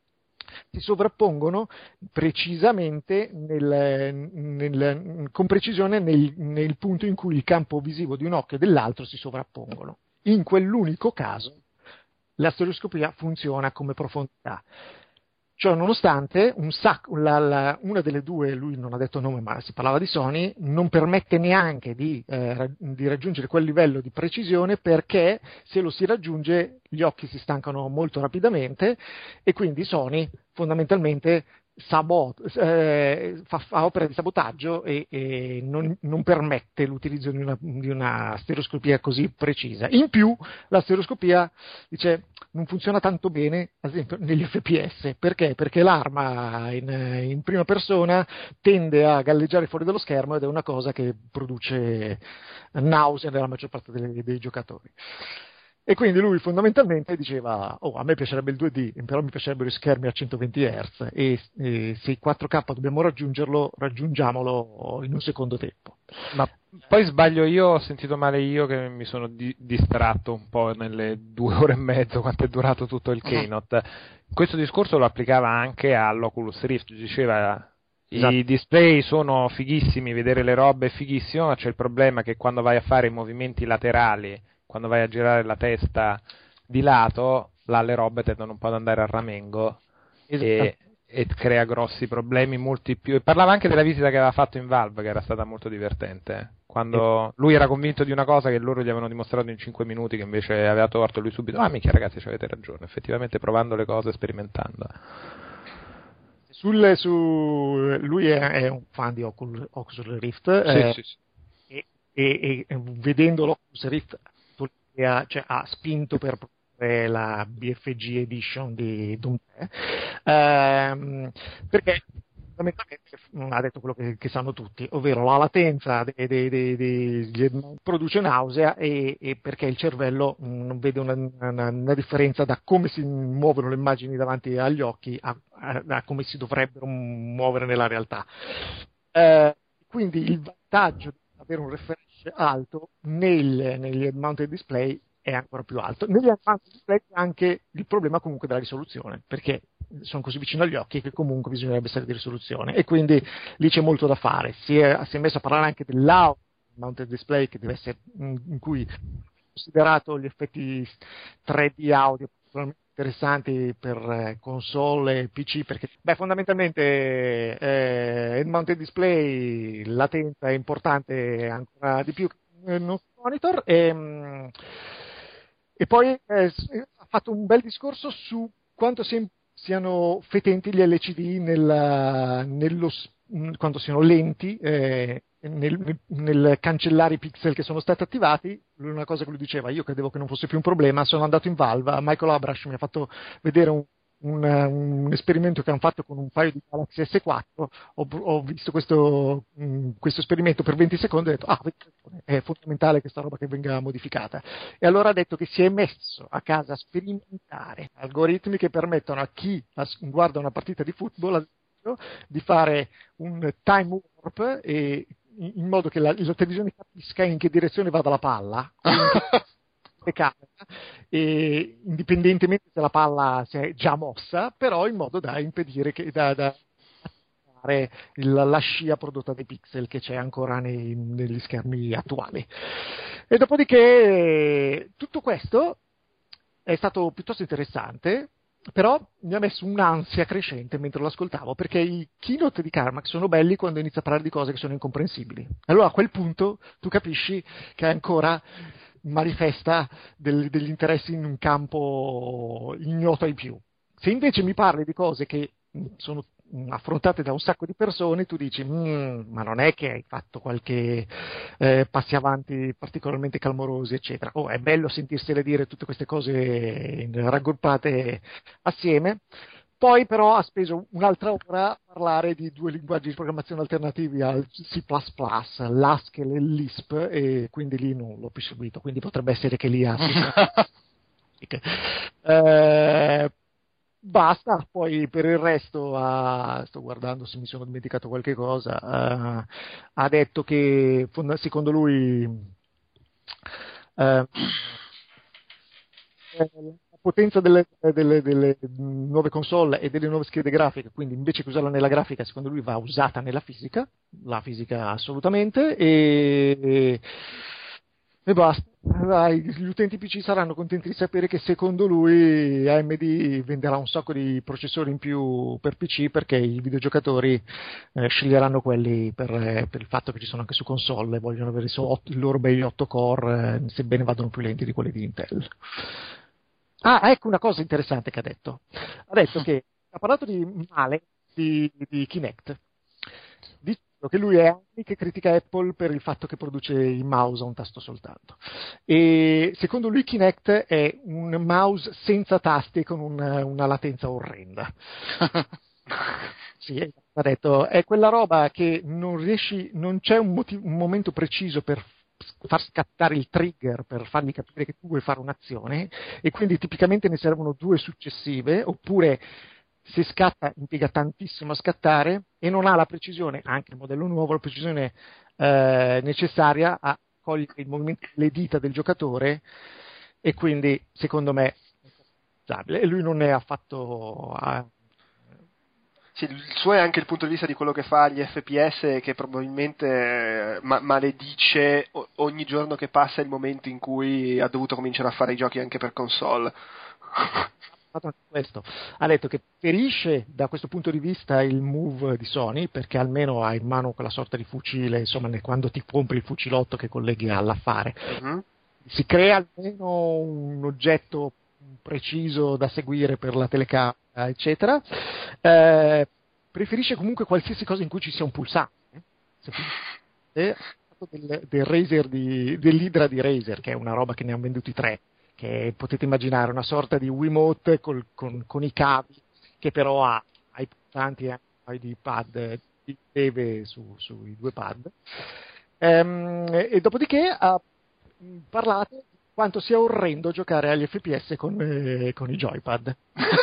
si sovrappongono precisamente nel, nel, con precisione nel, nel punto in cui il campo visivo di un occhio e dell'altro si sovrappongono. In quell'unico caso la stereoscopia funziona come profondità. Ciò nonostante, un sacco, la, la, una delle due, lui non ha detto nome ma si parlava di Sony, non permette neanche di, eh, di raggiungere quel livello di precisione perché se lo si raggiunge gli occhi si stancano molto rapidamente e quindi Sony fondamentalmente Sabot, eh, fa, fa opera di sabotaggio e, e non, non permette l'utilizzo di una, di una stereoscopia così precisa. In più la stereoscopia dice non funziona tanto bene ad esempio negli effe pi esse. Perché? Perché l'arma in, in prima persona tende a galleggiare fuori dallo schermo ed è una cosa che produce nausea nella maggior parte dei, dei giocatori. E quindi lui fondamentalmente diceva, oh, a me piacerebbe il due D, però mi piacerebbero i schermi a centoventi hertz e, e se il quattro K dobbiamo raggiungerlo, raggiungiamolo in un secondo tempo. Ma poi sbaglio io, ho sentito male io che mi sono di- distratto un po' nelle due ore e mezzo quanto è durato tutto il keynote. Questo discorso lo applicava anche all'Oculus Rift, diceva esatto. I display sono fighissimi, vedere le robe è fighissimo, ma c'è il problema che quando vai a fare i movimenti laterali, quando vai a girare la testa di lato, là le robe tendono un po' ad andare a ramengo e, e crea grossi problemi, molti più. E parlava anche della visita che aveva fatto in Valve, che era stata molto divertente, quando lui era convinto di una cosa che loro gli avevano dimostrato in cinque minuti, che invece aveva torto, e lui subito, ah minchia ragazzi, ci avete ragione, effettivamente provando le cose, sperimentando. Sul, su, lui è, è un fan di Oculus, Oculus Rift, sì, eh, sì, sì. E, e, e vedendo l'Oculus Rift Ha, cioè, ha spinto per produrre la B F G Edition di Doom tre ehm, perché fondamentalmente ha detto quello che, che sanno tutti, ovvero la latenza de, de, de, de, de, produce nausea e, e perché il cervello non vede una, una, una differenza da come si muovono le immagini davanti agli occhi a, a, a come si dovrebbero muovere nella realtà. Eh, quindi il vantaggio di avere un refresh alto nel, negli head-mounted display è ancora più alto. Negli head-mounted display c'è anche il problema comunque della risoluzione, perché sono così vicino agli occhi che comunque bisognerebbe essere di risoluzione e quindi lì c'è molto da fare. Si è, si è messo a parlare anche dell'audio mounted display che deve essere in, in cui considerato gli effetti tre D audio interessanti per eh, console e P C, perché beh, fondamentalmente eh, il mounted display, latenza è importante ancora di più nel nostro monitor e, e poi eh, ha fatto un bel discorso su quanto si, siano fetenti gli L C D nella, nello, quanto siano lenti eh, Nel, nel cancellare i pixel che sono stati attivati. Una cosa che lui diceva, io credevo che non fosse più un problema, sono andato in Valve, Michael Abrash mi ha fatto vedere un, un, un esperimento che hanno fatto con un paio di Galaxy S quattro, ho, ho visto questo, mh, questo esperimento per venti secondi e ho detto, ah, è fondamentale questa roba che venga modificata. E allora ha detto che si è messo a casa a sperimentare algoritmi che permettono a chi guarda una partita di football di fare un time warp e in modo che la, la televisione capisca in che direzione vada la palla e indipendentemente se la palla si è già mossa, però in modo da impedire che da, da il, la scia prodotta dai pixel che c'è ancora nei, negli schermi attuali. E dopodiché tutto questo è stato piuttosto interessante, però mi ha messo un'ansia crescente mentre lo ascoltavo, perché i keynote di Carmack sono belli quando inizia a parlare di cose che sono incomprensibili. Allora a quel punto tu capisci che ancora manifesta del, degli interessi in un campo ignoto ai più. Se invece mi parli di cose che sono affrontate da un sacco di persone, tu dici mmm, ma non è che hai fatto qualche eh, passi avanti particolarmente clamorosi eccetera. Oh, è bello sentirsele dire tutte queste cose raggruppate assieme. Poi però ha speso un'altra ora a parlare di due linguaggi di programmazione alternativi al C plus plus, l'Haskell e il Lisp, e quindi lì non l'ho più seguito, quindi potrebbe essere che lì ha eh, basta. Poi per il resto ha, sto guardando se mi sono dimenticato qualche cosa, ha, ha detto che secondo lui eh, la potenza delle, delle, delle nuove console e delle nuove schede grafiche, quindi invece che usarla nella grafica secondo lui va usata nella fisica, la fisica assolutamente, e, e basta. Dai, gli utenti P C saranno contenti di sapere che secondo lui A M D venderà un sacco di processori in più per P C, perché i videogiocatori eh, sceglieranno quelli per, eh, per il fatto che ci sono anche su console e vogliono avere i loro bei otto core, eh, sebbene vadano più lenti di quelli di Intel. Ah, ecco una cosa interessante che ha detto. Ha detto che ha parlato di male di, di Kinect, dicendo che lui è anni che critica Apple per il fatto che produce i mouse a un tasto soltanto. E secondo lui Kinect è un mouse senza tasti e con una, una latenza orrenda. Sì, ha detto, è quella roba che non riesci, non c'è un, motivo, un momento preciso per far scattare il trigger per fargli capire che tu vuoi fare un'azione, e quindi tipicamente ne servono due successive, oppure se scatta impiega tantissimo a scattare e non ha la precisione, anche il modello nuovo, la precisione eh, necessaria a cogliere il movimento delle dita del giocatore, e quindi secondo me e lui non è affatto eh, Sì, il suo è anche il punto di vista di quello che fa agli F P S, che probabilmente ma- maledice ogni giorno che passa il momento in cui ha dovuto cominciare a fare i giochi anche per console. Questo. Ha detto che ferisce da questo punto di vista il move di Sony, perché almeno ha in mano quella sorta di fucile, insomma, quando ti compri il fucilotto che colleghi all'affare. Mm-hmm. Si crea almeno un oggetto preciso da seguire per la telecamera, eccetera. Eh, preferisce comunque qualsiasi cosa in cui ci sia un pulsante. Eh, del, del Razer di, dell'Hydra di Razer, che è una roba che ne hanno venduti tre, che potete immaginare una sorta di Wiimote col, con, con i cavi, che però ha, ha i pulsanti e ha i pad di leve su, sui due pad. Ehm, e dopodiché ha parlato di quanto sia orrendo giocare agli F P S con, eh, con i joypad.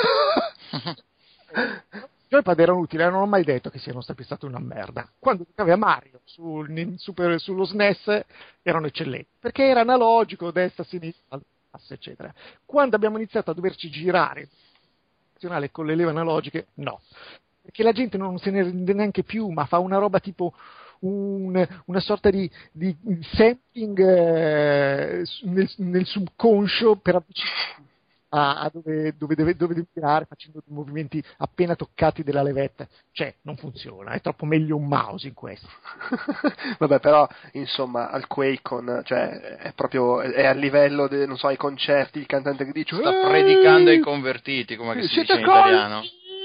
I joypad erano utili, non ho mai detto che siano stati stati una merda. Quando giocavi a Mario sul, super, sullo S N E S erano eccellenti, perché era analogico, destra, sinistra, eccetera. Quando abbiamo iniziato a doverci girare con le leve analogiche, no, perché la gente non se ne rende neanche più, ma fa una roba tipo un, una sorta di, di sampling eh, nel, nel subconscio per avvicinarsi a, a dove, dove, deve, dove deve tirare, facendo dei movimenti appena toccati della levetta. Cioè, non funziona, è troppo meglio un mouse in questo. Vabbè, però, insomma, al QuakeCon, cioè, è proprio, è a livello, de, non so, ai concerti, il cantante che dice sta predicando ai convertiti, come che si dice in italiano.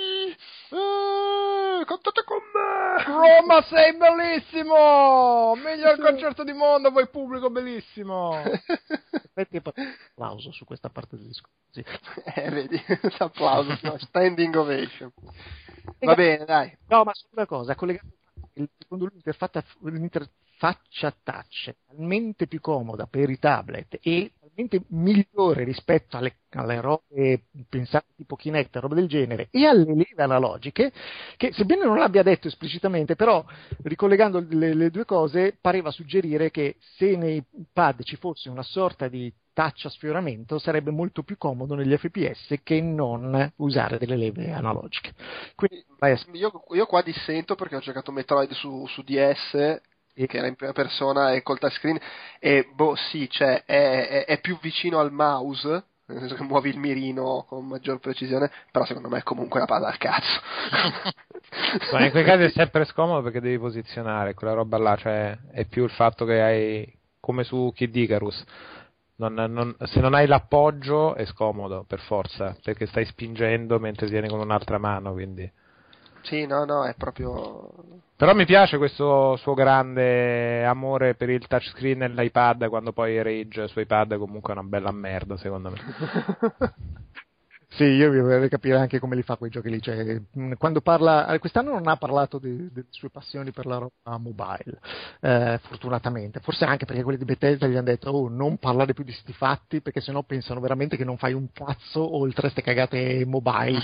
Eh, cantate con me! Roma, sei bellissimo! Miglior concerto di mondo, voi pubblico bellissimo! aspetti applauso su questa parte del discorso. Sì. Eh, vedi, applauso, no, standing ovation. Va bene, dai. No, ma solo una cosa, collegato, secondo lui l'interfaccia, l'interfaccia touch è talmente più comoda per i tablet e talmente migliore rispetto alle, alle robe pensate tipo Kinect, robe del genere, e alle leve analogiche, che sebbene non l'abbia detto esplicitamente, però ricollegando le, le due cose pareva suggerire che se nei pad ci fosse una sorta di touch a sfioramento sarebbe molto più comodo negli F P S che non usare delle leve analogiche. Quindi, io, io qua dissento perché ho giocato Metroid su, su D S, che era in prima persona e col touchscreen, e boh sì, cioè è, è, è più vicino al mouse, nel senso che muovi il mirino con maggior precisione, però secondo me è comunque una palla al cazzo. Ma in quei casi è sempre scomodo perché devi posizionare quella roba là, cioè è più il fatto che hai, come su Kid Icarus, non, non, se non hai l'appoggio è scomodo per forza, perché stai spingendo mentre tieni con un'altra mano, quindi... Sì, no, no, è proprio... Però mi piace questo suo grande amore per il touchscreen e l'iPad, quando poi Rage su iPad comunque è una bella merda, secondo me. Sì, io vorrei capire anche come li fa quei giochi lì, cioè, quando parla, quest'anno non ha parlato de, delle sue passioni per la roba mobile, eh, fortunatamente, forse anche perché quelli di Bethesda gli hanno detto oh, non parlare più di sti fatti, perché sennò pensano veramente che non fai un cazzo oltre a ste cagate mobile.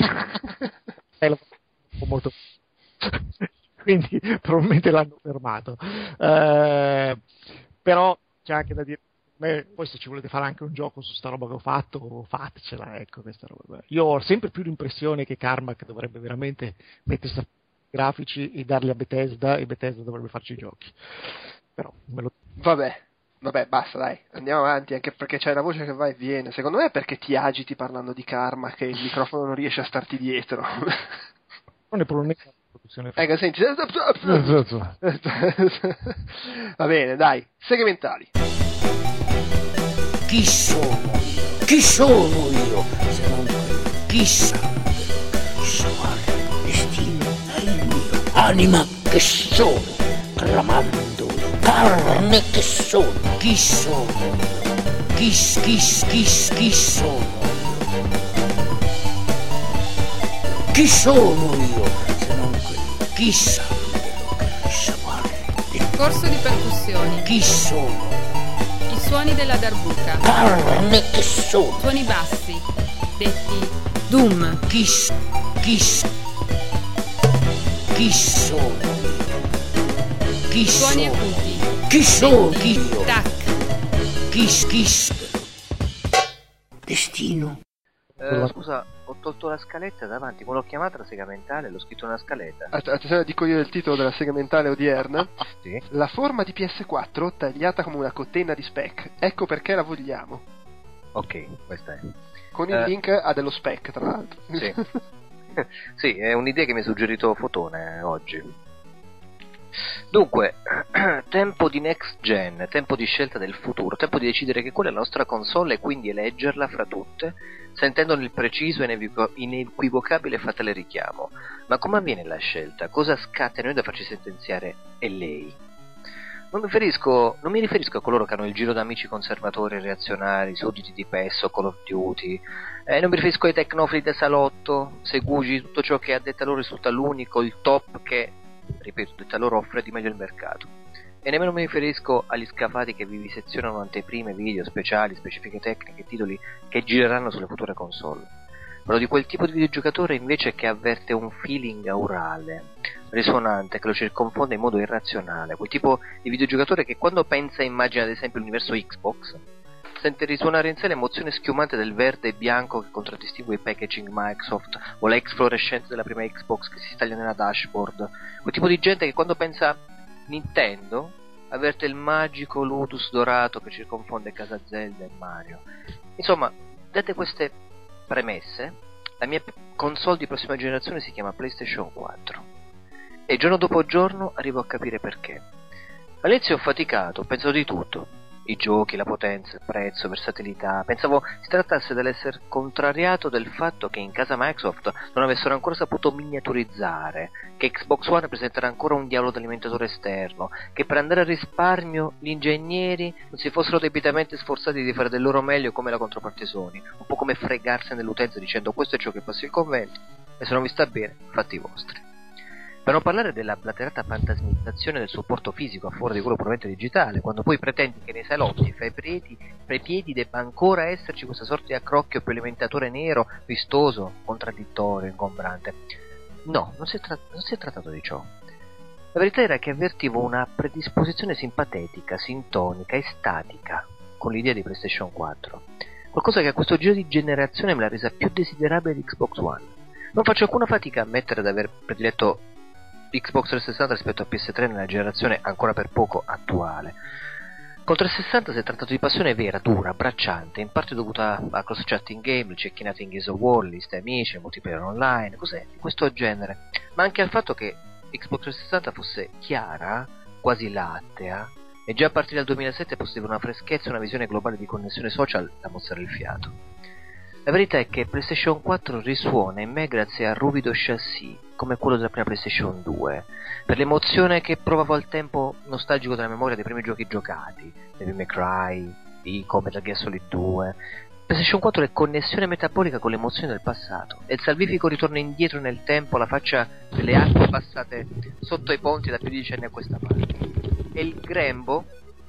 Molto... quindi probabilmente l'hanno fermato, eh, però c'è anche da dire, beh, poi se ci volete fare anche un gioco su sta roba che ho fatto, fatecela, ecco, questa roba. Io ho sempre più l'impressione che Carmack dovrebbe veramente mettersi a grafici e darli a Bethesda, e Bethesda dovrebbe farci i giochi, però me lo... vabbè Vabbè, basta, dai, andiamo avanti, anche perché c'è la voce che va e viene. Secondo me è perché ti agiti parlando di Karma che il microfono non riesce a starti dietro. Non è probabilmente la produzione. Ecco, senti. Va bene, dai, segmentali. Chi sono io? Chi sono io? Se non chi sa? Chissà quale destino è il mio. Anima che sono, clamando carne che sono. Chi sono io? Chi, chi, chi, chi sono io? Chi sono io? Se non quello, chi sa? Chissà quale. Corso di percussioni. Chi sono? I suoni della darbuka. Carne che sono. Suoni bassi, detti Doom. Chi, chi, chi sono io? Chi Suoni sono? acuti. Chi sono io? Tac. Chi, chi, destino. Eh, scusa, ho tolto la scaletta davanti, quando l'ho chiamata la sega mentale, l'ho scritto una scaletta. Attenzione, dico io il titolo della sega mentale odierna. Sì. La forma di P S quattro tagliata come una cotenna di spec. Ecco perché la vogliamo. Ok, questa è. Con il eh, link a dello spec, tra l'altro. Sì. Sì, è un'idea che mi ha suggerito Fotone oggi. Dunque, tempo di next gen, tempo di scelta del futuro, tempo di decidere che quella è la nostra console e quindi eleggerla fra tutte, sentendone il preciso e inequivocabile e fatale richiamo. Ma come avviene la scelta? Cosa scatta in noi da farci sentenziare è lei? Non mi, riferisco, non mi riferisco a coloro che hanno il giro d'amici conservatori e reazionari, sudditi di P E S o Call of Duty, eh, non mi riferisco ai tecnofili da salotto, segugi, tutto ciò che a detta loro risulta l'unico, il top che, ripeto, detta loro offre di meglio il mercato. E nemmeno mi riferisco agli scafati che vivisezionano anteprime, video, speciali, specifiche tecniche e titoli che gireranno sulle future console. Parlo di quel tipo di videogiocatore invece che avverte un feeling aurale, risonante, che lo circonfonde in modo irrazionale, quel tipo di videogiocatore che quando pensa e immagina ad esempio l'universo Xbox, sente risuonare in sé l'emozione schiumante del verde e bianco che contraddistingue i packaging Microsoft o la X fluorescente della prima Xbox che si staglia nella dashboard, quel tipo di gente che quando pensa Nintendo avverte il magico Lotus dorato che circonfonde casa Zelda e Mario. Insomma, date queste premesse, la mia console di prossima generazione si chiama PlayStation quattro e giorno dopo giorno arrivo a capire perché. All'inizio ho faticato, ho pensato di tutto, I giochi, la potenza, il prezzo, versatilità. Pensavo si trattasse dell'essere contrariato del fatto che in casa Microsoft non avessero ancora saputo miniaturizzare, che Xbox One presenterà ancora un diavolo d'alimentatore esterno, che per andare a risparmio gli ingegneri non si fossero debitamente sforzati di fare del loro meglio come la controparte Sony, un po' come fregarsi dell'utenza dicendo questo è ciò che passa il convento e se non vi sta bene, fatti i vostri. Per non parlare della blaterata fantasmizzazione del supporto fisico a fuori di quello puramente digitale, quando poi pretendi che nei salotti fra i piedi, fra i piedi debba ancora esserci questa sorta di accrocchio più alimentatore nero, vistoso, contraddittorio, ingombrante. No, non si, è tra- non si è trattato di ciò. La verità era che avvertivo una predisposizione simpatetica, sintonica e statica con l'idea di PlayStation quattro. Qualcosa che a questo giro di generazione me l'ha resa più desiderabile di Xbox One. Non faccio alcuna fatica a ammettere di aver prediletto Xbox trecentosessanta rispetto a P S tre nella generazione ancora per poco attuale. Con trecentosessanta si è trattato di passione vera, dura, abbracciante, in parte dovuta a cross-chatting game, il cecchinate in Gears of War, liste amici, multiplayer online, cos'è di questo genere, ma anche al fatto che Xbox trecentosessanta fosse chiara, quasi lattea, e già a partire dal duemilasette possedeva una freschezza e una visione globale di connessione social da mostrare il fiato. La verità è che PlayStation quattro risuona in me grazie al ruvido chassis, come quello della prima PlayStation due, per l'emozione che provavo al tempo nostalgico della memoria dei primi giochi giocati, Devil May Cry, Ico, Metal Gear Solid due. PlayStation quattro è connessione metabolica con le emozioni del passato, è il salvifico ritorno indietro nel tempo alla faccia delle acque passate sotto i ponti da più di decenni a questa parte. È il grembo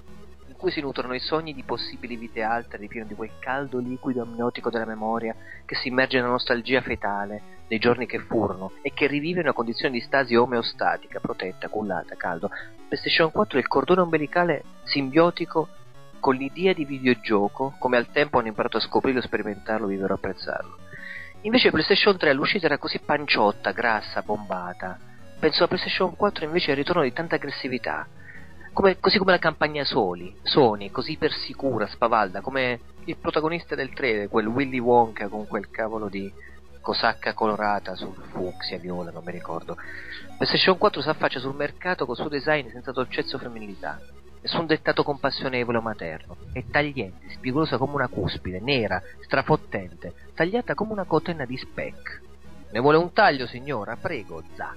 in cui si nutrono i sogni di possibili vite altre, ripieno di quel caldo liquido amniotico della memoria che si immerge nella nostalgia fetale dei giorni che furono e che rivive in una condizione di stasi omeostatica, protetta, cullata, caldo. PlayStation quattro è il cordone ombelicale simbiotico con l'idea di videogioco, come al tempo hanno imparato a scoprirlo, sperimentarlo, vivere e apprezzarlo. Invece PlayStation tre all'uscita era così panciotta, grassa, bombata. Penso a PlayStation quattro invece al ritorno di tanta aggressività. Come, così come la campagna Sony, Sony, così ipersicura, spavalda, come il protagonista del tre, quel Willy Wonka con quel cavolo di cosacca colorata sul fucsia viola, non mi ricordo. PlayStation quattro si affaccia sul mercato col suo design senza dolcezza o femminilità, nessun dettato compassionevole o materno, è tagliente, spigolosa come una cuspide, nera, strafottente, tagliata come una cotenna di speck. Ne vuole un taglio, signora? Prego, zac.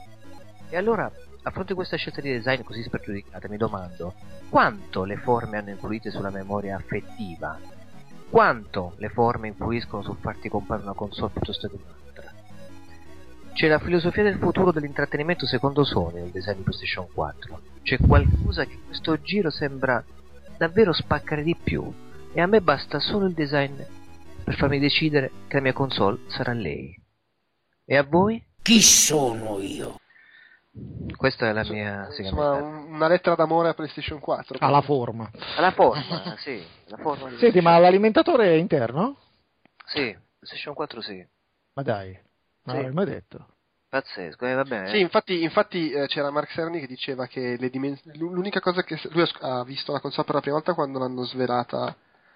E allora, a fronte di questa scelta di design così spregiudicata, mi domando quanto le forme hanno influito sulla memoria affettiva, quanto le forme influiscono sul farti comprare una console piuttosto che un'altra. C'è la filosofia del futuro dell'intrattenimento secondo Sony nel design di PlayStation quattro, c'è qualcosa che questo giro sembra davvero spaccare di più e a me basta solo il design per farmi decidere che la mia console sarà lei. E a voi? Chi sono io? Questa è la mia insomma un, una lettera d'amore a PlayStation quattro alla forma alla forma sì la forma di senti ma l'alimentatore è interno? Sì, PlayStation quattro sì. Ma dai, non sì. l'avevi mai detto? Pazzesco, eh, va bene. Sì, infatti, infatti eh, c'era Mark Cerny che diceva che le dimens- l'unica cosa che lui ha visto la console per la prima volta quando l'hanno svelata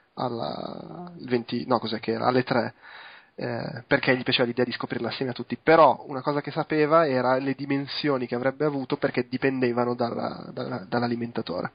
alla il venti no cos'è che era alle tre. Eh, perché gli piaceva l'idea di scoprirla assieme a tutti, però una cosa che sapeva era le dimensioni che avrebbe avuto perché dipendevano dalla, dalla, dall'alimentatore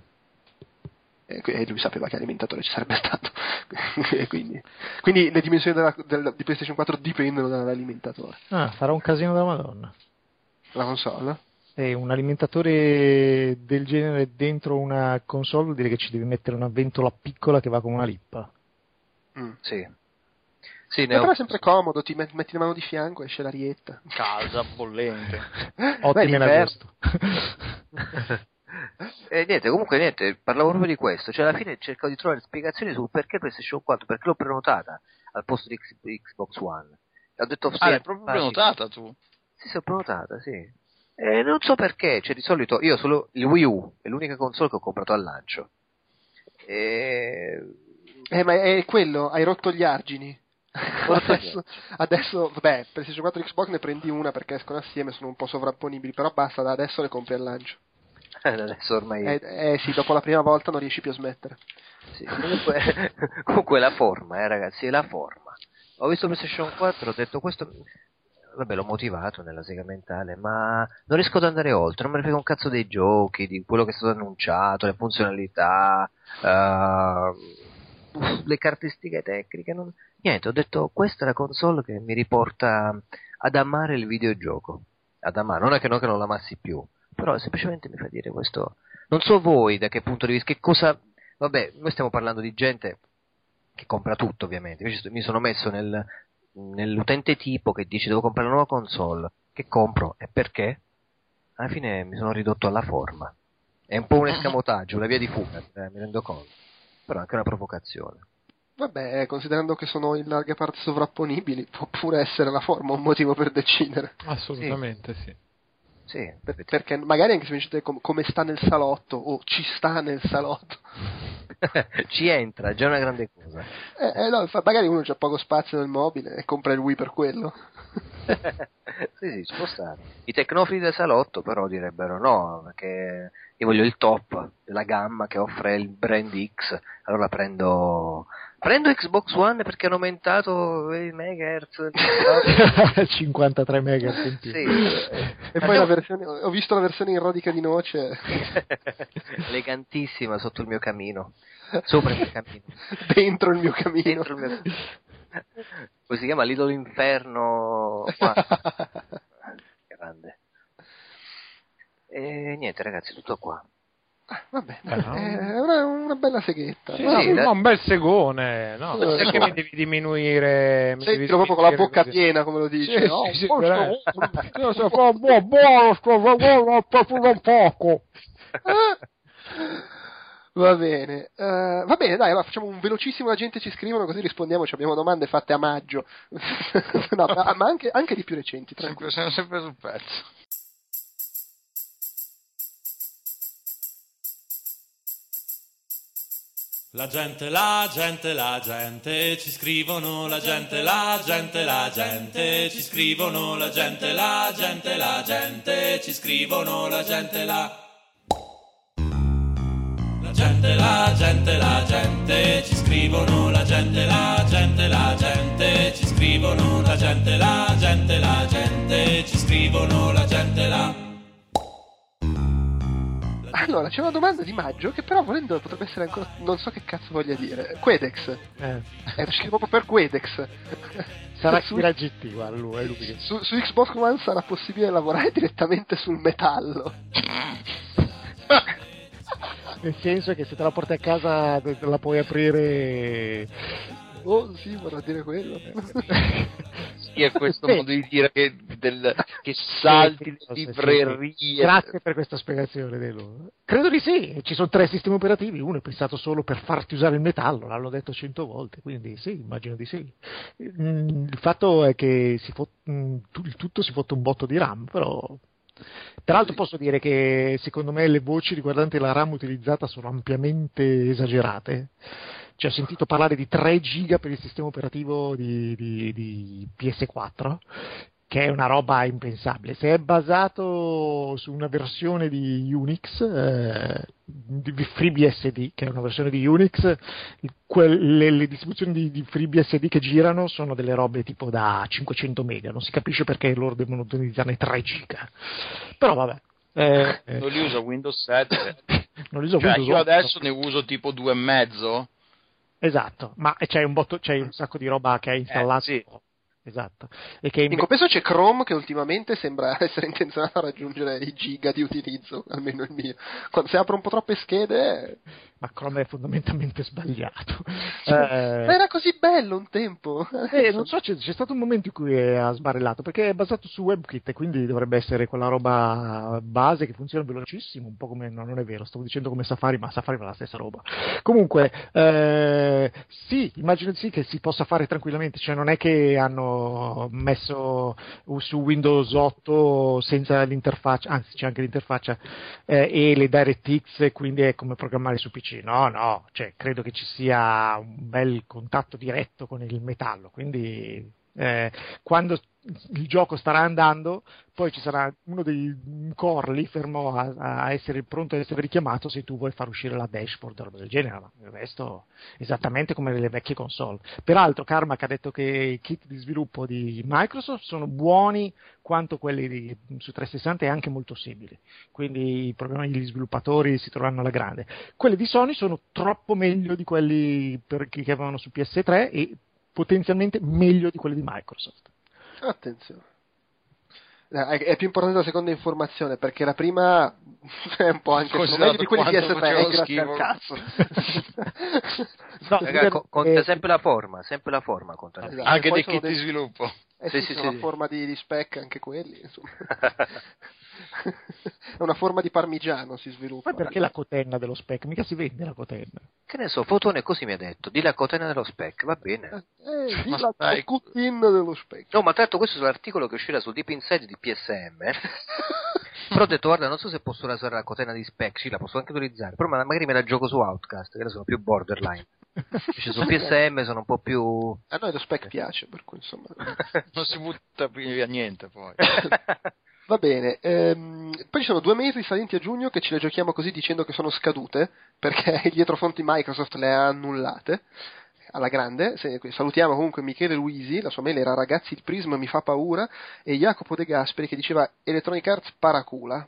e, e lui sapeva che alimentatore ci sarebbe stato e quindi, quindi le dimensioni della, del, di PlayStation quattro dipendono dall'alimentatore. Ah, sarà un casino della Madonna la console? E un alimentatore del genere dentro una console vuol dire che ci devi mettere una ventola piccola che va come una lippa. Mm. Sì. Sì, però ho... è sempre comodo, ti metti, metti la mano di fianco e esce l'arietta. Calda, bollente. Ottimo in agosto. E niente, comunque niente, parlavo proprio di questo, cioè alla fine cercavo di trovare spiegazioni sul perché PlayStation quattro, perché l'ho prenotata al posto di X- Xbox One. Ho detto, sì, ah, l'hai proprio prenotata tu? Sì, sì, ho prenotata, sì. E non so perché, cioè di solito io solo il Wii U è l'unica console che ho comprato al lancio. E... Eh, ma è quello, hai rotto gli argini. adesso, adesso vabbè, PlayStation quattro e Xbox ne prendi una perché escono assieme, sono un po' sovrapponibili, però basta, da adesso le compri al lancio. Adesso ormai eh, eh sì, dopo la prima volta non riesci più a smettere. Sì, comunque, comunque la forma, eh ragazzi, è la forma. Ho visto PlayStation quattro, ho detto questo vabbè, l'ho motivato nella sega mentale, ma non riesco ad andare oltre, non me ne frega un cazzo dei giochi, di quello che è stato annunciato, le funzionalità, uh, le caratteristiche tecniche, non... niente, ho detto questa è la console che mi riporta ad amare il videogioco, ad amare, non è che, no, che non l'amassi più, però semplicemente mi fa dire questo, non so voi da che punto di vista, che cosa, vabbè, noi stiamo parlando di gente che compra tutto ovviamente, invece mi sono messo nel... nell'utente tipo che dice devo comprare una nuova console, che compro e perché? Alla fine mi sono ridotto alla forma, è un po' un escamotaggio, una via di fuga, eh, mi rendo conto, però anche una provocazione. Vabbè, considerando che sono in larga parte sovrapponibili, può pure essere la forma un motivo per decidere. Assolutamente sì, sì. Sì, per, perché magari anche semplicemente com- come sta nel salotto o ci sta nel salotto. Ci entra, già una grande cosa. Eh, eh, no, magari uno c'ha poco spazio nel mobile e compra il Wii per quello. Sì, sì, ci può stare. I tecnofili del salotto però direbbero no, perché io voglio il top della gamma che offre il brand X, allora prendo prendo Xbox One perché hanno aumentato i megahertz cinquantatré megahertz in più. Sì. E poi la versione, ho visto la versione in radica di noce elegantissima sotto il mio camino, sopra il mio camino, dentro il mio camino, dentro il mio... come si chiama? l'idolo inferno qua. Grande. E niente ragazzi, tutto qua. Ah, vabbè, eh, no. è una, una bella seghetta. Sì, no, sì, da... un bel segone, no? Eh, Perché no. mi devi diminuire? Mi devi Sentilo proprio con la diminuire bocca così. piena, come lo dice. Sì, No, sì, sì, forse- veramente. Se fa buono, buono, sto facendo proprio un poco. Va bene, uh, va bene, dai, allora facciamo un velocissimo, la gente ci scrivono così rispondiamo, ci abbiamo domande fatte a maggio, no, ma ma anche, anche di più recenti, tranquillo. Sempre, siamo sempre sul pezzo. La gente, la gente, la gente, ci scrivono, la gente, la gente, la gente, ci scrivono, la gente, la gente, la gente, ci scrivono, la gente, la... La gente, la gente, la gente, ci scrivono, la gente, la gente, la gente, ci scrivono, la gente, la gente, la gente, ci scrivono, la gente, la... Allora, c'è una domanda di Maggio che però volendo potrebbe essere ancora, non so che cazzo voglia dire, Quedex, Eh. è scritto proprio per Quedex. Sarà su, Kira G T, guarda, lui, è lui che... su, su Xbox One sarà possibile lavorare direttamente sul metallo. Nel senso che se te la porti a casa te la puoi aprire. Oh sì, vorrà dire quello. Sì, è questo Sì. modo di dire che, del, che salti Sì, le sì, sì, librerie. sì. Grazie per questa spiegazione, Delo. Credo di sì, ci sono tre sistemi operativi, uno è pensato solo per farti usare il metallo, l'hanno detto cento volte, quindi sì, immagino di sì. Mm, Il fatto è che si fot- mm, tu- il tutto si fotte un botto di RAM, però... Peraltro posso dire che secondo me le voci riguardanti la RAM utilizzata sono ampiamente esagerate. Cioè, ho sentito parlare di tre giga per il sistema operativo di, di, di P S quattro, che è una roba impensabile. Se è basato su una versione di Unix, eh, di FreeBSD, che è una versione di Unix, quelle, le distribuzioni di, di FreeBSD che girano sono delle robe tipo da cinquecento mega, non si capisce perché loro devono utilizzarne tre giga. Però vabbè. Eh, eh, Non li uso Windows sette. non li uso Cioè, Windows io otto. adesso ne uso tipo due e mezzo. Esatto, ma c'è un, botto, c'è un sacco di roba che hai installato. Eh, sì. Esatto. E che In compenso c'è Chrome che ultimamente sembra essere intenzionato a raggiungere i giga di utilizzo, almeno il mio. Quando si apre un po' troppe schede... Ma Chrome è fondamentalmente sbagliato. Ma Eh, era così bello un tempo. eh, non so, c'è, c'è stato un momento in cui ha sbarellato, perché è basato su WebKit e quindi dovrebbe essere quella roba base che funziona velocissimo, un po' come, no, non è vero, stavo dicendo come Safari, ma Safari fa la stessa roba. Comunque, eh, sì, immagino di sì che si possa fare tranquillamente, cioè non è che hanno messo su Windows otto senza l'interfaccia, anzi c'è anche l'interfaccia eh, e le DirectX, e quindi è come programmare su P C. No, no, cioè credo che ci sia un bel contatto diretto con il metallo, quindi Eh, quando il gioco starà andando, poi ci sarà uno dei un core lì fermo a, a essere pronto ad essere richiamato se tu vuoi far uscire la dashboard o roba del genere, ma il resto esattamente come le vecchie console. Peraltro Carmack ha detto che i kit di sviluppo di Microsoft sono buoni quanto quelli di, su trecentosessanta e anche molto simili, quindi i problemi degli sviluppatori si troveranno alla grande. Quelli di Sony sono troppo meglio di quelli per chi che avevano su P S tre e potenzialmente meglio di quelli di Microsoft. Attenzione, è più importante la seconda informazione, perché la prima è un po' anche meglio di quelli di P S tre, grazie al cazzo. No, raga, co- conta sempre la forma, sempre la forma conta. Esatto. Anche dei kit dei... di sviluppo. Eh sì, sì, sì, una sì. forma di, di spec anche quelli, insomma. È una forma di parmigiano, si sviluppa. Ma perché la cotenna dello spec? Mica si vende la cotenna. Che ne so, Fotone così mi ha detto, di la cotenna dello spec, va bene. Eh, di la cotenna dello spec. No, ma tra l'altro questo è l'articolo che uscirà sul Deep Inside di P S M. Però ho detto, guarda, non so se posso usare la cotenna di spec, sì, la posso anche utilizzare, però magari me la gioco su Outcast, che sono più borderline. Cioè, su P S M sono un po' più... A noi lo spec piace, per cui insomma... non si butta via niente poi. Va bene, ehm, poi ci sono due mail risalenti a giugno che ce le giochiamo così dicendo che sono scadute, perché i dietrofonti Microsoft le ha annullate alla grande. Se, salutiamo comunque Michele Luisi, la sua mail era ragazzi il Prism mi fa paura, e Jacopo De Gasperi che diceva Electronic Arts paracula.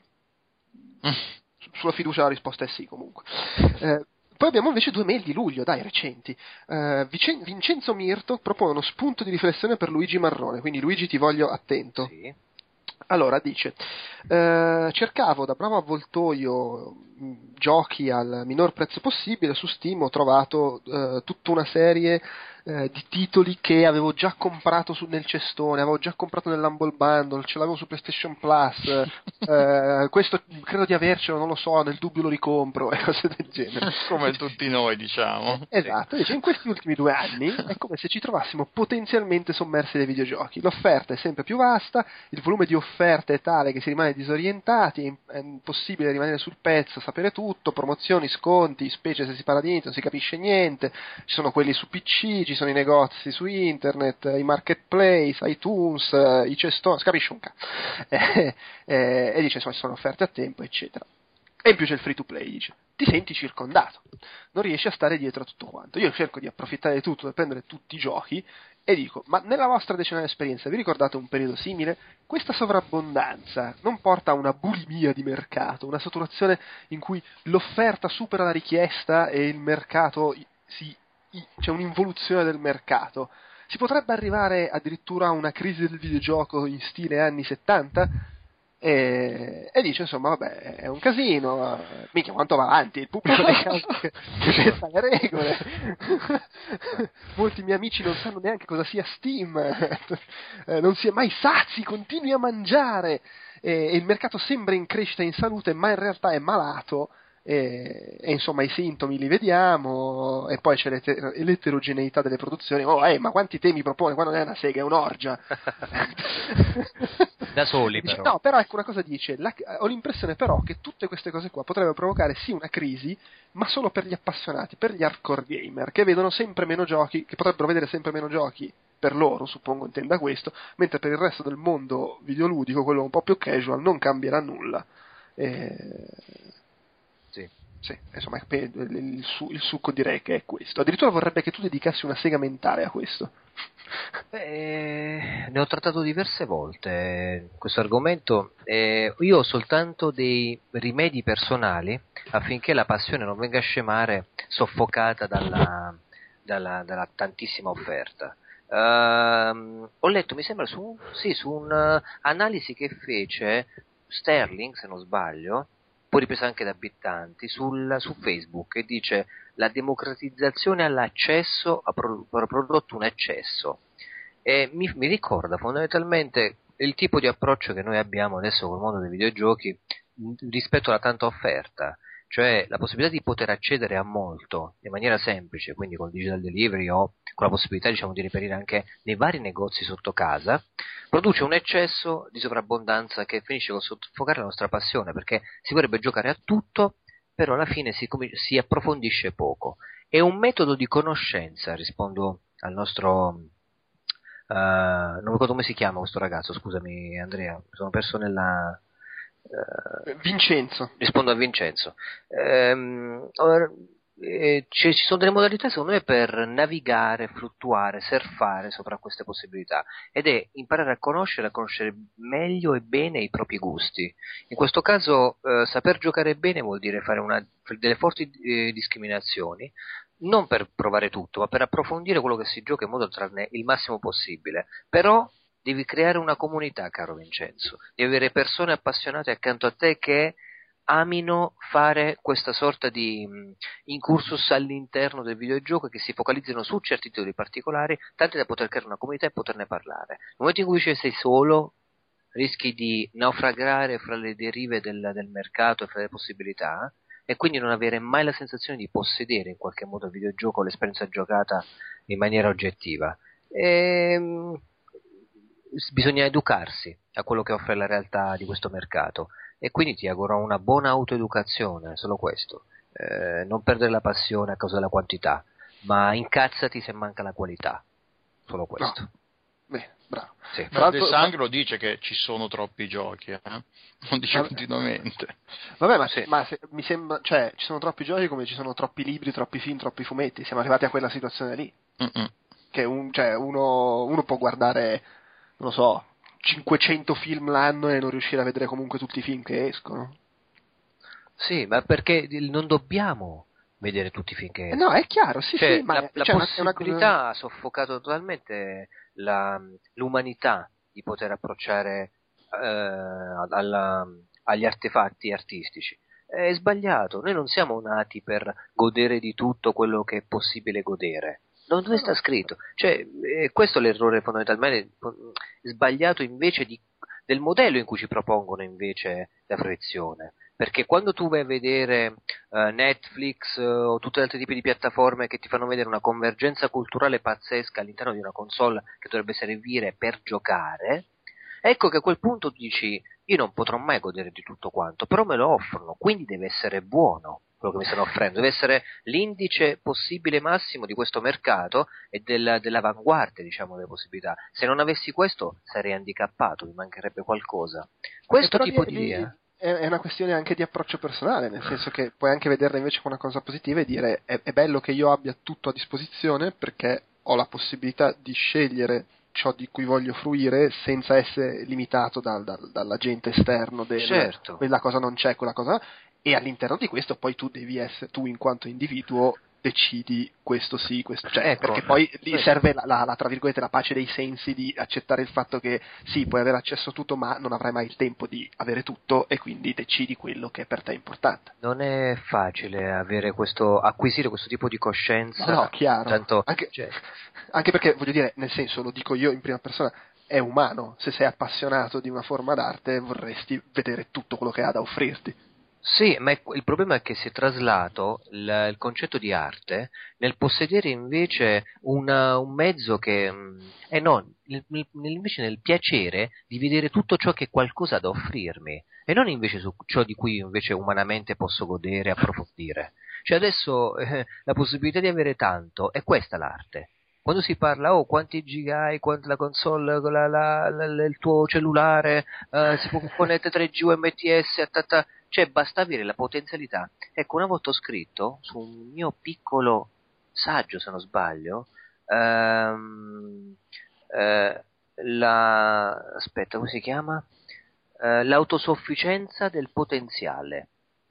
Sulla fiducia la risposta è sì comunque. Eh, Poi abbiamo invece due mail di luglio, dai, recenti. Uh, Vicen- Vincenzo Mirto propone uno spunto di riflessione per Luigi Marrone, quindi Luigi ti voglio attento. Sì. Allora, dice, uh, cercavo da bravo avvoltoio mh, giochi al minor prezzo possibile, su Steam ho trovato uh, tutta una serie uh, di titoli che avevo già comprato su, nel cestone, avevo già comprato nell'Humble Bundle, ce l'avevo su PlayStation Plus, uh, questo credo di avercelo, non lo so, nel dubbio lo ricompro e cose del genere. Come tutti noi, diciamo. Esatto, dice, in questi ultimi due anni è come se ci trovassimo potenzialmente sommersi dai videogiochi. L'offerta è sempre più vasta, il volume di offerte è tale che si rimane disorientati, è impossibile rimanere sul pezzo, sapere tutto, promozioni, sconti, specie se si parla di internet, non si capisce niente, ci sono quelli su P C, ci sono i negozi su internet, i marketplace, iTunes, i cestoni, si capisce un cazzo. Eh, eh, e dice, insomma, ci sono offerte a tempo, eccetera. E in più c'è il free to play, dice. Ti senti circondato, non riesci a stare dietro a tutto quanto. Io cerco di approfittare di tutto per prendere tutti i giochi e dico, ma nella vostra decennale esperienza vi ricordate un periodo simile? Questa sovrabbondanza non porta a una bulimia di mercato, una saturazione in cui l'offerta supera la richiesta e il mercato si... c'è un'involuzione del mercato? Si potrebbe arrivare addirittura a una crisi del videogioco in stile anni settanta? E, e dice insomma vabbè è un casino, mica quanto va avanti il pubblico dei casi che rispetta le regole. Molti miei amici non sanno neanche cosa sia Steam, eh, non si è mai sazi, continui a mangiare, e, e il mercato sembra in crescita e in salute ma in realtà è malato. E, e insomma i sintomi li vediamo, e poi c'è l'eter- l'eterogeneità delle produzioni. Oh, eh, ma quanti temi propone? Qua non è una sega, è un'orgia. Da soli dice, però. No, però ecco una cosa dice, la, ho l'impressione però che tutte queste cose qua potrebbero provocare sì una crisi, ma solo per gli appassionati, per gli hardcore gamer, che vedono sempre meno giochi, che potrebbero vedere sempre meno giochi per loro, suppongo intenda questo, mentre per il resto del mondo videoludico, quello un po' più casual, non cambierà nulla. E... Sì. Sì, insomma, il, il, su, il succo direi che è questo. Addirittura vorrebbe che tu dedicassi una sega mentale a questo. Beh, ne ho trattato diverse volte questo argomento. Eh, io ho soltanto dei rimedi personali affinché la passione non venga a scemare soffocata dalla, dalla, dalla tantissima offerta. Uh, ho letto, mi sembra, su, sì, su un'analisi che fece Sterling, se non sbaglio, poi ripresa anche da Bittanti, sul, su Facebook, e dice la democratizzazione all'accesso ha, pro, ha prodotto un eccesso, e mi, mi ricorda fondamentalmente il tipo di approccio che noi abbiamo adesso col mondo dei videogiochi rispetto alla tanta offerta, cioè la possibilità di poter accedere a molto in maniera semplice, quindi con il digital delivery o con la possibilità, diciamo, di reperire anche nei vari negozi sotto casa, produce un eccesso di sovrabbondanza che finisce con soffocare la nostra passione, perché si vorrebbe giocare a tutto, però alla fine si, si approfondisce poco. È un metodo di conoscenza, rispondo al nostro, non mi ricordo come si chiama questo ragazzo, scusami Andrea, mi sono perso nella... Uh, Vincenzo. Rispondo a Vincenzo. Ehm, or, eh, ci sono delle modalità secondo me per navigare, fluttuare, surfare sopra queste possibilità, ed è imparare a conoscere, a conoscere meglio e bene i propri gusti. In questo caso eh, saper giocare bene vuol dire fare una, delle forti eh, discriminazioni, non per provare tutto, ma per approfondire quello che si gioca in modo da trarne il massimo possibile. Però devi creare una comunità, caro Vincenzo, devi avere persone appassionate accanto a te che amino fare questa sorta di mh, incursus all'interno del videogioco, che si focalizzino su certi titoli particolari, tanto da poter creare una comunità e poterne parlare. Nel momento in cui sei solo, rischi di naufragare fra le derive del, del mercato e fra le possibilità, e quindi non avere mai la sensazione di possedere in qualche modo il videogioco, l'esperienza giocata in maniera oggettiva. E, bisogna educarsi a quello che offre la realtà di questo mercato, e quindi ti auguro una buona autoeducazione, solo questo. Eh, non perdere la passione a causa della quantità, ma incazzati se manca la qualità, solo questo. No. Beh, bravo. Sì. Ma De Sangro dice che ci sono troppi giochi, eh? Non dice Vabbè. continuamente. Vabbè, ma, se, ma se, mi sembra, cioè, ci sono troppi giochi come ci sono troppi libri, troppi film, troppi fumetti. Siamo arrivati a quella situazione lì. Mm-mm. Che un, cioè, uno, uno può guardare, non lo so, cinquecento film l'anno e non riuscire a vedere comunque tutti i film che escono. Sì, ma perché non dobbiamo vedere tutti i film che escono. No, è chiaro, sì, cioè, sì, ma la, la cioè, possibilità una... ha soffocato totalmente la, l'umanità di poter approcciare eh, alla, agli artefatti artistici. È sbagliato, noi non siamo nati per godere di tutto quello che è possibile godere. Non dove sta scritto, cioè eh, questo è l'errore fondamentalmente sbagliato invece di, del modello in cui ci propongono invece la fruizione, perché quando tu vai a vedere uh, Netflix uh, o tutti gli altri tipi di piattaforme che ti fanno vedere una convergenza culturale pazzesca all'interno di una console che dovrebbe servire per giocare, ecco che a quel punto tu dici io non potrò mai godere di tutto quanto, però me lo offrono, quindi deve essere buono quello che mi stanno offrendo, deve essere l'indice possibile massimo di questo mercato e del, dell'avanguardia, diciamo, delle possibilità. Se non avessi questo sarei handicappato, mi mancherebbe qualcosa. Questo tipo di idea è una questione anche di approccio personale, nel senso che puoi anche vederla invece come una cosa positiva e dire è, è bello che io abbia tutto a disposizione perché ho la possibilità di scegliere ciò di cui voglio fruire senza essere limitato dal, dal, dall'agente esterno del certo. quella cosa non c'è, quella cosa, e all'interno di questo poi tu devi essere, tu in quanto individuo decidi questo sì, questo cioè, ecco, perché poi lì serve la, la, la, tra virgolette, la pace dei sensi di accettare il fatto che sì, puoi avere accesso a tutto ma non avrai mai il tempo di avere tutto e quindi decidi quello che per te è importante. Non è facile avere questo, acquisire questo tipo di coscienza. No, chiaro. Tanto, anche, cioè... anche perché, voglio dire, nel senso, lo dico io in prima persona, è umano, se sei appassionato di una forma d'arte vorresti vedere tutto quello che ha da offrirti. Sì, ma il problema è che si è traslato il, il concetto di arte nel possedere invece una, un mezzo che è non, il, il, invece nel piacere di vedere tutto ciò che qualcosa ha da offrirmi e non invece su ciò di cui invece umanamente posso godere e approfondire. Cioè adesso eh, la possibilità di avere tanto è questa l'arte. Quando si parla, oh, quanti giga hai, quanto la console, la, la, la, il tuo cellulare, uh, si può connettere tre G U M T S, tata, cioè basta avere la potenzialità. Ecco, una volta ho scritto su un mio piccolo saggio, se non sbaglio, um, uh, la, aspetta, come si chiama? Uh, l'autosufficienza del potenziale.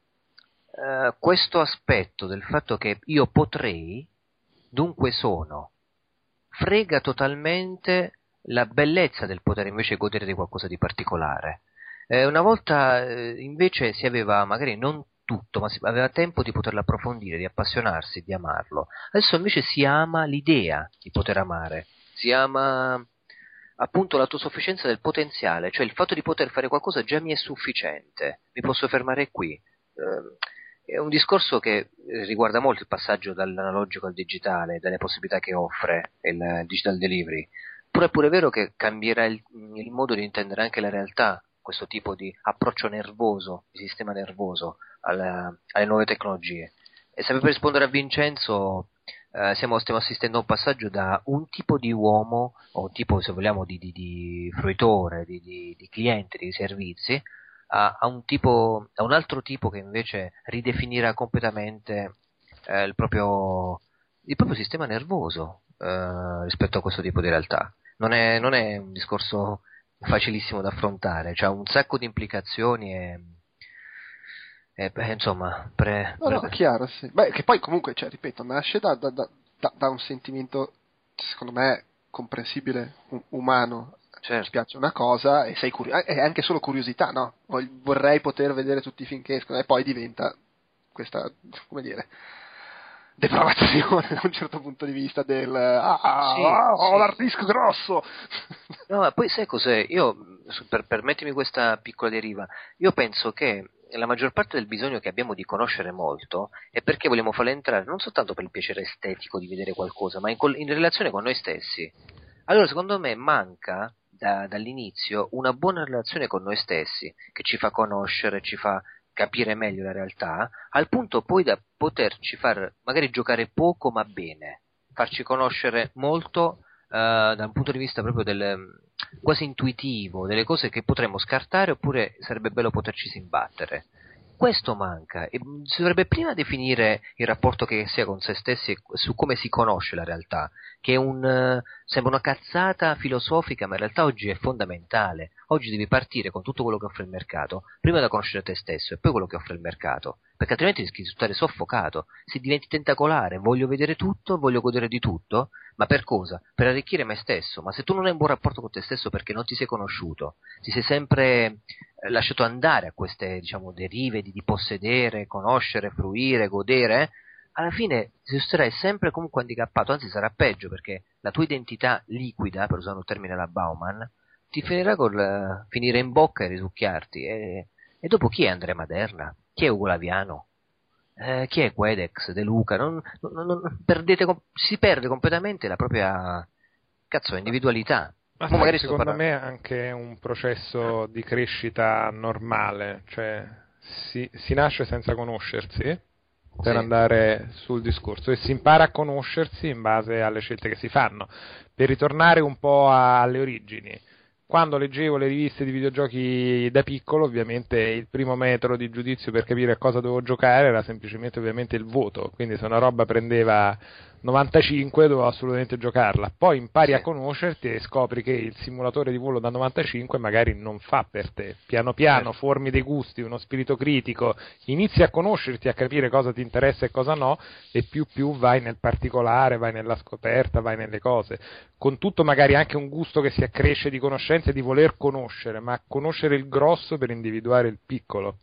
Uh, questo aspetto del fatto che io potrei, dunque sono, frega totalmente la bellezza del poter invece godere di qualcosa di particolare. Eh, una volta eh, invece si aveva magari non tutto, ma si aveva tempo di poterlo approfondire, di appassionarsi, di amarlo. Adesso invece si ama l'idea di poter amare, si ama appunto l'autosufficienza del potenziale, cioè il fatto di poter fare qualcosa già mi è sufficiente, mi posso fermare qui. Eh, È un discorso che riguarda molto il passaggio dall'analogico al digitale, dalle possibilità che offre il digital delivery. Però è pure vero che cambierà il, il modo di intendere anche la realtà, questo tipo di approccio nervoso, di sistema nervoso alla, alle nuove tecnologie. E sempre per rispondere a Vincenzo, Uh, siamo, stiamo assistendo a un passaggio da un tipo di uomo, o un tipo, se vogliamo, di, di, di fruitore, di, di, di cliente, di servizi, a, a, un tipo, a un altro tipo che invece ridefinirà completamente eh, il, proprio, il proprio sistema nervoso eh, rispetto a questo tipo di realtà. Non è, non è un discorso facilissimo da affrontare, c'ha un sacco di implicazioni e... Eh, beh, insomma, pre, no, no, pre... chiaro, sì. Beh, che poi comunque, cioè, ripeto, nasce da, da, da, da un sentimento, secondo me, comprensibile, um, umano. Certo. Ti piace una cosa e sei curioso, è anche solo curiosità, no? Vorrei poter vedere tutti i film che escono, e poi diventa questa, come dire, depravazione da un certo punto di vista del ah, sì, ah ho sì. l'hard disk grosso. No, ma poi sai cos'è? Io, per permettermi questa piccola deriva, io penso che la maggior parte del bisogno che abbiamo di conoscere molto è perché vogliamo farla entrare non soltanto per il piacere estetico di vedere qualcosa, ma in, col- in relazione con noi stessi. Allora, secondo me, manca da, dall'inizio una buona relazione con noi stessi, che ci fa conoscere, ci fa capire meglio la realtà, al punto poi da poterci far magari giocare poco ma bene, farci conoscere molto uh, da un punto di vista proprio del quasi intuitivo, delle cose che potremmo scartare oppure sarebbe bello poterci imbattere. Questo manca e si dovrebbe prima definire il rapporto che si ha con se stessi su come si conosce la realtà, che è un, sembra una cazzata filosofica, ma in realtà oggi è fondamentale. Oggi devi partire con tutto quello che offre il mercato, prima da conoscere te stesso e poi quello che offre il mercato, perché altrimenti rischi di risultare soffocato, se diventi tentacolare, voglio vedere tutto, voglio godere di tutto, ma per cosa? Per arricchire me stesso, ma se tu non hai un buon rapporto con te stesso perché non ti sei conosciuto, ti sei sempre lasciato andare a queste, diciamo, derive di, di possedere, conoscere, fruire, godere, alla fine sarai sempre comunque handicappato, anzi sarà peggio perché la tua identità liquida, per usare un termine alla Bauman, ti finirà col uh, finire in bocca e risucchiarti. E, e dopo chi è Andrea Maderna? Chi è Ugo Laviano? Eh, chi è Quedex, De Luca? Non, non, non, perdete, si perde completamente la propria cazzo individualità. Ma sai, magari secondo me è anche un processo di crescita normale, cioè si, si nasce senza conoscersi per sì. andare sul discorso e si impara a conoscersi in base alle scelte che si fanno. Per ritornare un po' a, alle origini, quando leggevo le riviste di videogiochi da piccolo, ovviamente il primo metro di giudizio per capire a cosa dovevo giocare era semplicemente ovviamente il voto, quindi se una roba prendeva novantacinque dovevo assolutamente giocarla, poi impari sì. a conoscerti e scopri che il simulatore di volo da novantacinque magari non fa per te, piano piano formi dei gusti, uno spirito critico, inizi a conoscerti, a capire cosa ti interessa e cosa no, e più più vai nel particolare, vai nella scoperta, vai nelle cose, con tutto magari anche un gusto che si accresce di conoscenze, di voler conoscere, ma conoscere il grosso per individuare il piccolo.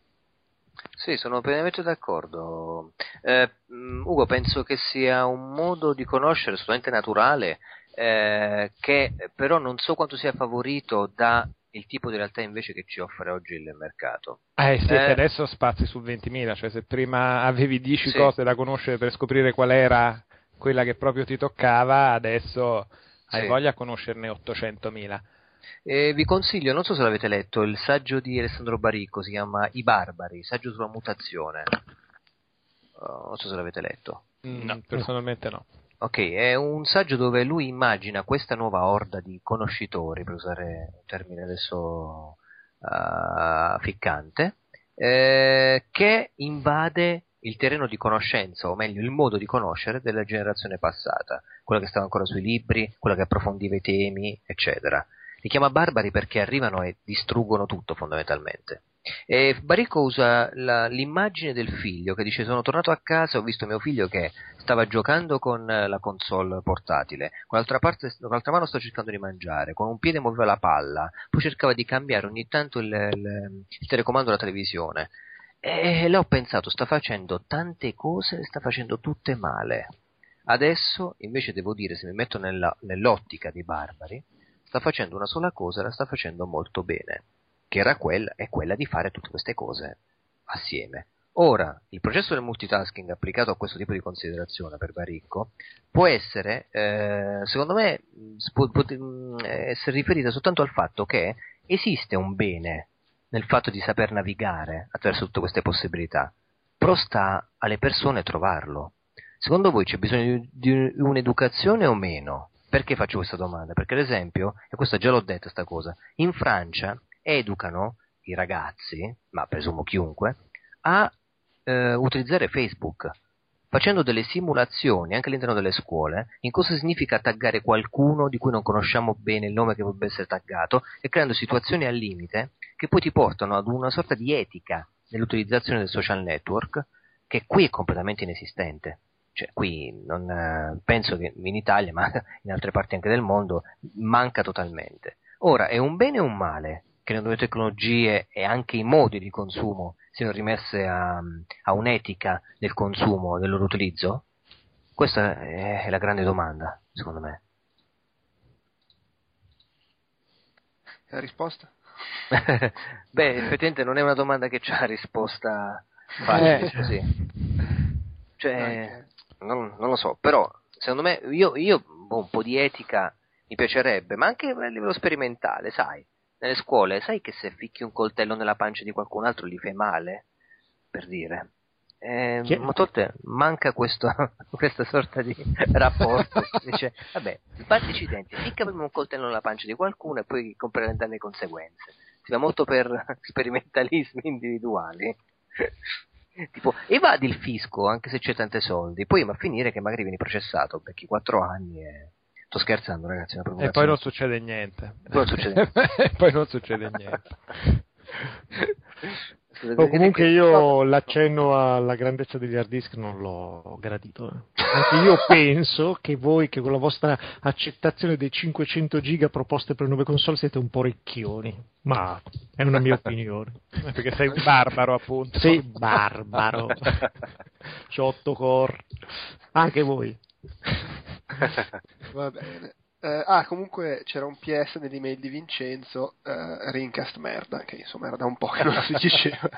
Sì, sono pienamente d'accordo. Eh, Ugo, penso che sia un modo di conoscere assolutamente naturale, eh, che però non so quanto sia favorito da il tipo di realtà invece che ci offre oggi il mercato. Eh sì, eh, adesso spazi su ventimila, cioè se prima avevi dieci sì. cose da conoscere per scoprire qual era quella che proprio ti toccava, adesso hai sì. voglia di conoscerne ottocentomila. Eh, vi consiglio, non so se l'avete letto, il saggio di Alessandro Baricco, si chiama I Barbari, saggio sulla mutazione. Uh, non so se l'avete letto. Mm, no, personalmente no. Ok, è un saggio dove lui immagina questa nuova orda di conoscitori, per usare un termine adesso uh, ficcante, eh, che invade il terreno di conoscenza, o meglio il modo di conoscere della generazione passata, quella che stava ancora sui libri, quella che approfondiva i temi, eccetera. Li chiama barbari perché arrivano e distruggono tutto fondamentalmente. E Baricco usa la, l'immagine del figlio che dice: sono tornato a casa, ho visto mio figlio che stava giocando con la console portatile, con l'altra, parte, con l'altra mano sta cercando di mangiare, con un piede muoveva la palla, poi cercava di cambiare ogni tanto il, il, il telecomando della televisione. E là ho pensato, sta facendo tante cose, le sta facendo tutte male. Adesso invece devo dire, se mi metto nella, nell'ottica dei barbari, sta facendo una sola cosa e la sta facendo molto bene, che era quella, è quella di fare tutte queste cose assieme. Ora, il processo del multitasking applicato a questo tipo di considerazione per Baricco può essere, eh, secondo me, può, può essere riferita soltanto al fatto che esiste un bene nel fatto di saper navigare attraverso tutte queste possibilità, però sta alle persone trovarlo. secondo voi c'è bisogno di, di un'educazione o meno? Perché faccio questa domanda? Perché ad esempio, e questa già l'ho detta sta cosa, in Francia educano i ragazzi, ma presumo chiunque, a eh, utilizzare Facebook, facendo delle simulazioni anche all'interno delle scuole in cosa significa taggare qualcuno di cui non conosciamo bene il nome che potrebbe essere taggato, e creando situazioni al limite che poi ti portano ad una sorta di etica nell'utilizzazione del social network che qui è completamente inesistente. Cioè, qui non eh, penso che in Italia, ma in altre parti anche del mondo, manca totalmente. Ora, è un bene o un male che le nuove tecnologie e anche i modi di consumo siano rimesse a, a un'etica del consumo e del loro utilizzo? Questa è la grande domanda, secondo me. La risposta? Beh, effettivamente non è una domanda che c'ha risposta facile, Eh. così. Cioè, non, non lo so, però secondo me io, io boh, un po' di etica mi piacerebbe, ma anche a livello sperimentale, sai, nelle scuole, sai che se ficchi un coltello nella pancia di qualcun altro gli fai male, per dire. Eh, Che- ma tolte, manca questo, questa sorta di rapporto. Dice, vabbè, sbattici i denti, ficca prima un coltello nella pancia di qualcuno e poi comprendere le conseguenze. Si va molto per sperimentalismi individuali. Tipo, evadi il fisco anche se c'è tanti soldi, poi va a finire che magari vieni processato perché quattro anni e... sto scherzando, ragazzi, è una E provocazione. poi non succede niente. Poi non succede E poi non succede niente. Scusate, O comunque che- io l'accenno alla grandezza degli hard disk non l'ho gradito. eh. Anche io penso che voi, che con la vostra accettazione dei cinquecento giga proposte per le nuove console, siete un po' ricchioni. Ma è una mia opinione. Perché sei un barbaro, appunto. Sei barbaro. C'ho otto core. Anche voi. Va bene. Eh, ah, comunque c'era un P S nell'email di Vincenzo, eh, Rincast merda, che insomma era da un po' che non si diceva.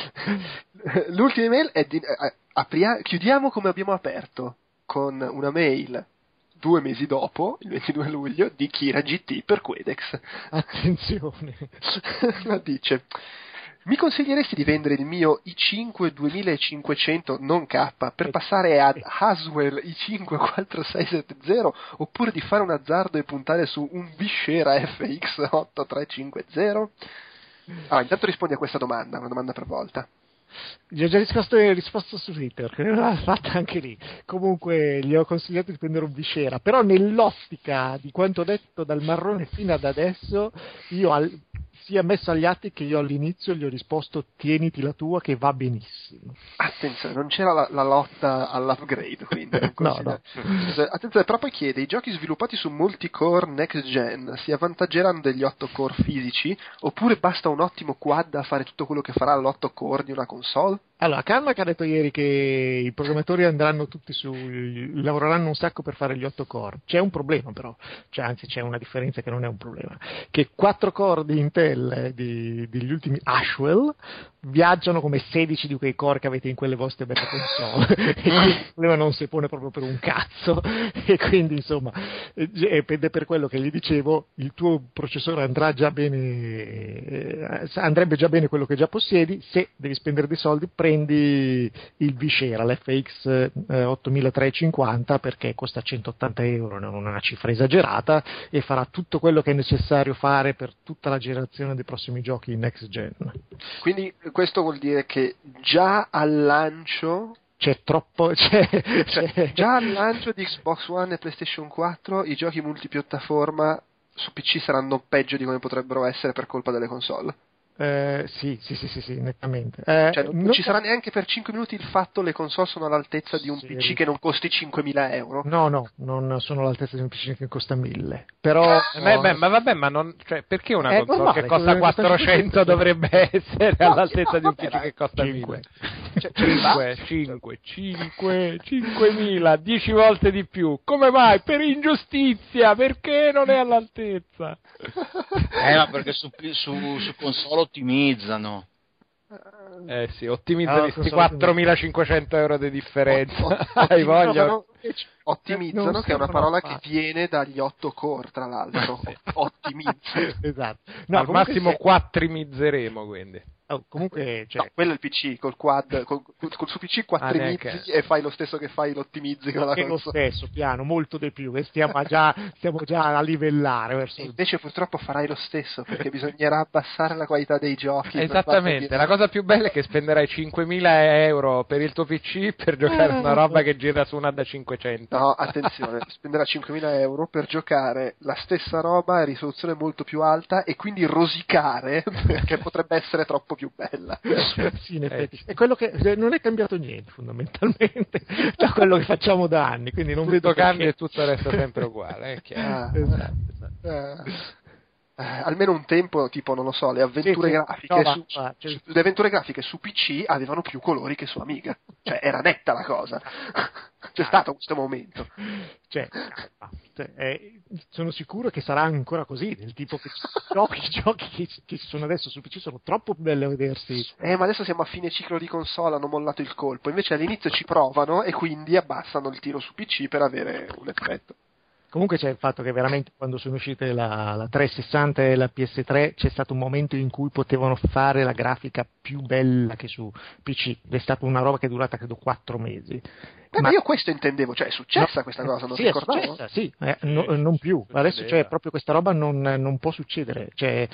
L'ultima email è di, eh, apria- chiudiamo come abbiamo aperto, con una mail due mesi dopo, il ventidue luglio, di Kira G T per Quedex. Attenzione. Ma dice: mi consiglieresti di vendere il mio i cinque duemilacinquecento non K per passare ad Haswell i cinque quattrosei settanta, oppure di fare un azzardo e puntare su un Viscera F X ottantatré cinquanta? Ah, intanto rispondi a questa domanda, una domanda per volta. Gli ho già risposto, risposto su Twitter, che l'ha fatta anche lì. Comunque gli ho consigliato di prendere un Viscera, però nell'ottica di quanto detto dal Marrone fino ad adesso, io al, sia messo agli atti che io all'inizio gli ho risposto tieniti la tua che va benissimo. Attenzione, non c'era la, la lotta all'upgrade, quindi non No, considera- Attenzione, però poi chiede: i giochi sviluppati su multicore next gen si avvantaggeranno degli otto core fisici, oppure basta un ottimo quad a fare tutto quello che farà l'otto core di una console? Allora, Carmack ha detto ieri che i programmatori andranno tutti su, lavoreranno un sacco per fare gli otto core. C'è un problema però, cioè, anzi c'è una differenza che non è un problema, che quattro core di Intel, eh, di, degli ultimi Ashwell, viaggiano come sedici di quei core che avete in quelle vostre belle console, e quindi il problema non si pone proprio per un cazzo, e quindi insomma, ed è per quello che gli dicevo, il tuo processore andrà già bene, eh, andrebbe già bene quello che già possiedi. Se devi spendere dei soldi, prendi il Viscera, l'F X eh, ottomilatrecentocinquanta, perché costa centottanta euro, non una cifra esagerata, e farà tutto quello che è necessario fare per tutta la generazione dei prossimi giochi next gen. Quindi questo vuol dire che già al lancio C'è troppo, c'è, cioè, c'è- già al lancio di Xbox One e PlayStation quattro i giochi multipiattaforma su P C saranno peggio di come potrebbero essere per colpa delle console. eh, sì, sì, sì, sì, sì, nettamente. Eh, Cioè, non non- ci sarà neanche per cinque minuti il fatto che le console sono all'altezza di un Sì. P C che non costi cinquemila euro. No, no, non sono all'altezza di un P C che costa mille. Però Eh, beh, beh, ma vabbè, ma non, cioè, perché una È console normale, che costa costa quattrocento dovrebbe essere No, all'altezza no, di un vabbè, P C che costa cinque. mille? Cioè, cinque, cinque, cinque, cinquemila, dieci volte di più. Come mai? Per ingiustizia, perché non è all'altezza? Eh, ma perché su, su, su console ottimizzano. Eh sì, ottimizzano Ah, questi console quattromilacinquecento euro di differenza. Ot- Hai voglia? ottimizzano, ottimizzano Non che è una sembrano parola affatto. che viene dagli otto core, tra l'altro. Ottimizza. esatto. No, Al comunque massimo se- quattrimizzeremo, quindi. Oh, comunque, cioè... no, quello è il P C col quad, col, col suo P C quattrimizzi ah, e fai lo stesso che fai, lo ottimizzi con la è lo console. stesso piano, molto di più, e stiamo già, stiamo già a livellare verso... E invece purtroppo farai lo stesso, perché bisognerà abbassare la qualità dei giochi. Esattamente, la cosa più bella è che spenderai cinquemila euro per il tuo P C per giocare una roba che gira su una da cinquecento. No, attenzione, spenderà cinquemila euro per giocare la stessa roba a risoluzione molto più alta e quindi rosicare, perché potrebbe essere troppo più bella. Sì, in effetti. È quello che non è cambiato niente fondamentalmente da quello che facciamo da anni, quindi non Tutto vedo cambia perché... e tutto resta sempre uguale, è chiaro. Ah, esatto, esatto. eh. Eh, almeno un tempo, tipo, non lo so, le avventure Sì, sì. grafiche No, va, su, va, cioè... su, le avventure grafiche su P C avevano più colori che su Amiga, cioè era netta la cosa. C'è stato questo momento. Cioè, cioè eh, sono sicuro che sarà ancora così, del tipo che giochi, giochi che, che ci sono adesso su P C sono troppo belli a vedersi. Eh, ma adesso siamo a fine ciclo di console, hanno mollato il colpo, invece all'inizio ci provano e quindi abbassano il tiro su P C per avere un effetto. Comunque c'è il fatto che veramente quando sono uscite la, la trecentosessanta e la P S tre c'è stato un momento in cui potevano fare la grafica più bella che su P C, è stata una roba che è durata credo quattro mesi. Eh, ma, ma io questo intendevo, cioè è successa no, questa cosa, non sì, ricordavo? È successa, sì, eh, no, non più, adesso cioè, proprio questa roba non, non può succedere, cioè,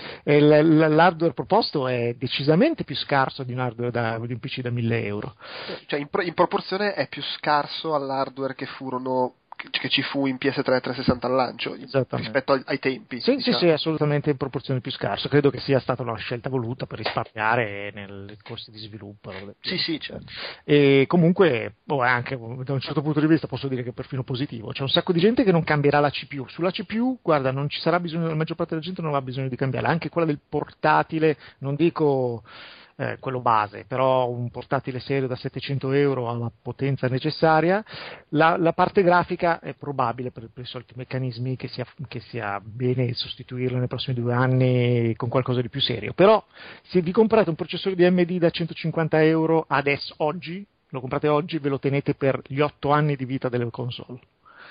l- l'hardware proposto è decisamente più scarso di un hardware da, di un P C da mille euro. Cioè in, pro- in proporzione è più scarso all'hardware che furono che ci fu in P S tre e trecentosessanta al lancio rispetto ai, ai tempi. Sì, diciamo. sì, sì, assolutamente in proporzione più scarso. Credo che sia stata una scelta voluta per risparmiare nei costi di sviluppo. Sì, sì, certo. E comunque, oh, anche da un certo punto di vista posso dire che è perfino positivo. C'è un sacco di gente che non cambierà la C P U. Sulla C P U, guarda, non ci sarà bisogno, la maggior parte della gente non ha bisogno di cambiarla. Anche quella del portatile, non dico... Eh, quello base, però un portatile serio da settecento euro ha la potenza necessaria. La, la parte grafica è probabile per, per i soliti meccanismi che sia, che sia bene sostituirlo nei prossimi due anni con qualcosa di più serio, però se vi comprate un processore di A M D da centocinquanta euro adesso, oggi, lo comprate oggi, ve lo tenete per gli otto anni di vita delle console.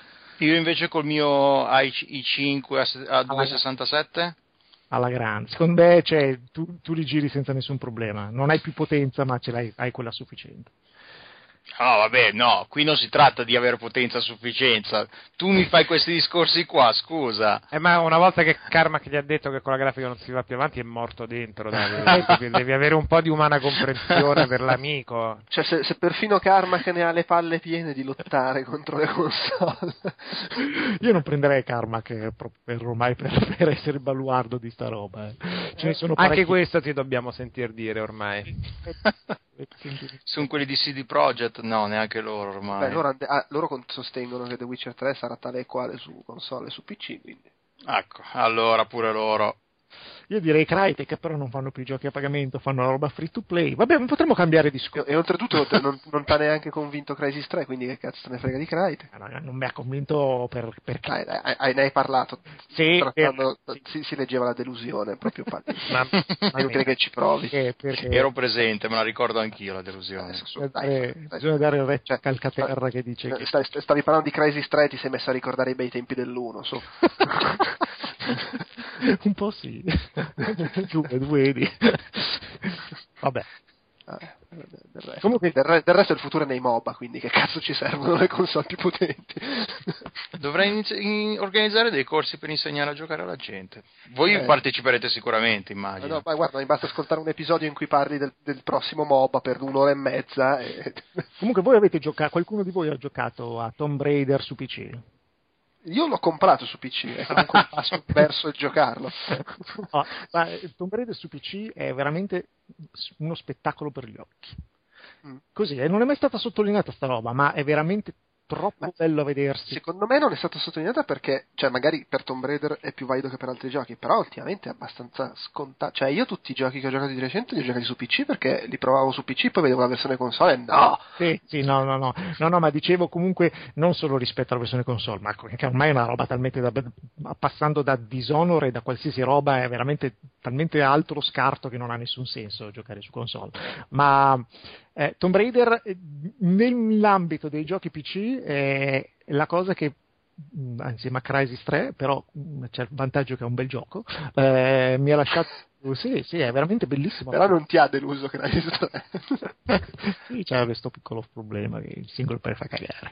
Io invece col mio i cinque a duecentosessantasette alla grande, secondo me cioè, tu, tu li giri senza nessun problema, non hai più potenza ma ce l'hai, hai quella sufficiente. No, vabbè, no, qui non si tratta di avere potenza a sufficienza. Tu mi fai questi discorsi qua, scusa. Eh, ma una volta che Carmack gli ha detto che con la grafica non si va più avanti è morto dentro, dai. devi, devi avere un po' di umana comprensione per l'amico. Cioè, se, se perfino Carmack ne ha le palle piene di lottare contro le console. Io non prenderei Carmack per ormai per, per essere baluardo di sta roba. Eh. Ce ne sono parecchi... Anche questo ti dobbiamo sentir dire ormai. Sono quelli di C D Projekt? No, neanche loro ormai. Beh, loro, ah, loro sostengono che The Witcher tre sarà tale e quale su console e su P C, quindi. Ecco, allora pure loro. Io direi Crytek, però non fanno più giochi a pagamento, fanno la roba free to play. Vabbè, potremmo cambiare discorso. E, e oltretutto non, non ti ha neanche convinto Crysis tre, quindi che cazzo te ne frega di Crytek? No, non mi ha convinto per, perché... Dai, dai, hai, ne hai parlato. Sì, trattando, per... si, si leggeva la delusione, proprio ma, è inutile che ci provi. Perché, perché... Ero presente, me la ricordo anch'io la delusione. Eh, dai, dai, bisogna dare il retto a Calcaterra che dice che... Stavi, stavi parlando di Crysis tre e ti sei messo a ricordare i bei tempi dell'uno, su. Un po' sì. Tu vedi. Vabbè. Ah, del, resto. Comunque, del, re, del resto il futuro è nei MOBA, quindi che cazzo ci servono le console più potenti? Dovrei inizi- organizzare dei corsi per insegnare a giocare alla gente. Voi eh. parteciperete sicuramente, immagino. No, ma guarda, mi basta ascoltare un episodio in cui parli del, del prossimo MOBA per un'ora e mezza. E... Comunque voi avete giocato, qualcuno di voi ha giocato a Tomb Raider su P C? Io l'ho comprato su P C, è comunque un passo verso il giocarlo. Oh, ma Tomb Raider su P C è veramente uno spettacolo per gli occhi. Mm. Così, e non è mai stata sottolineata sta roba, ma è veramente troppo ma bello a vedersi. Secondo me non è stata sottolineata perché, cioè magari per Tomb Raider è più valido che per altri giochi, però ultimamente è abbastanza scontato. Cioè io tutti i giochi che ho giocato di recente li ho giocati su P C perché li provavo su P C, poi vedevo la versione console e no! Sì, sì, no, no, no, no, no, ma dicevo comunque non solo rispetto alla versione console, ma che ormai è una roba talmente da, passando da Dishonored e da qualsiasi roba è veramente talmente alto lo scarto che non ha nessun senso giocare su console. Ma Eh, Tomb Raider nell'ambito dei giochi P C è la cosa che insieme a Crysis tre, però c'è il vantaggio che è un bel gioco, eh, mi ha lasciato Sì, sì, è veramente bellissimo. Però non ti ha deluso Crysis tre. Sì, c'è questo piccolo problema che il single player fa cagare.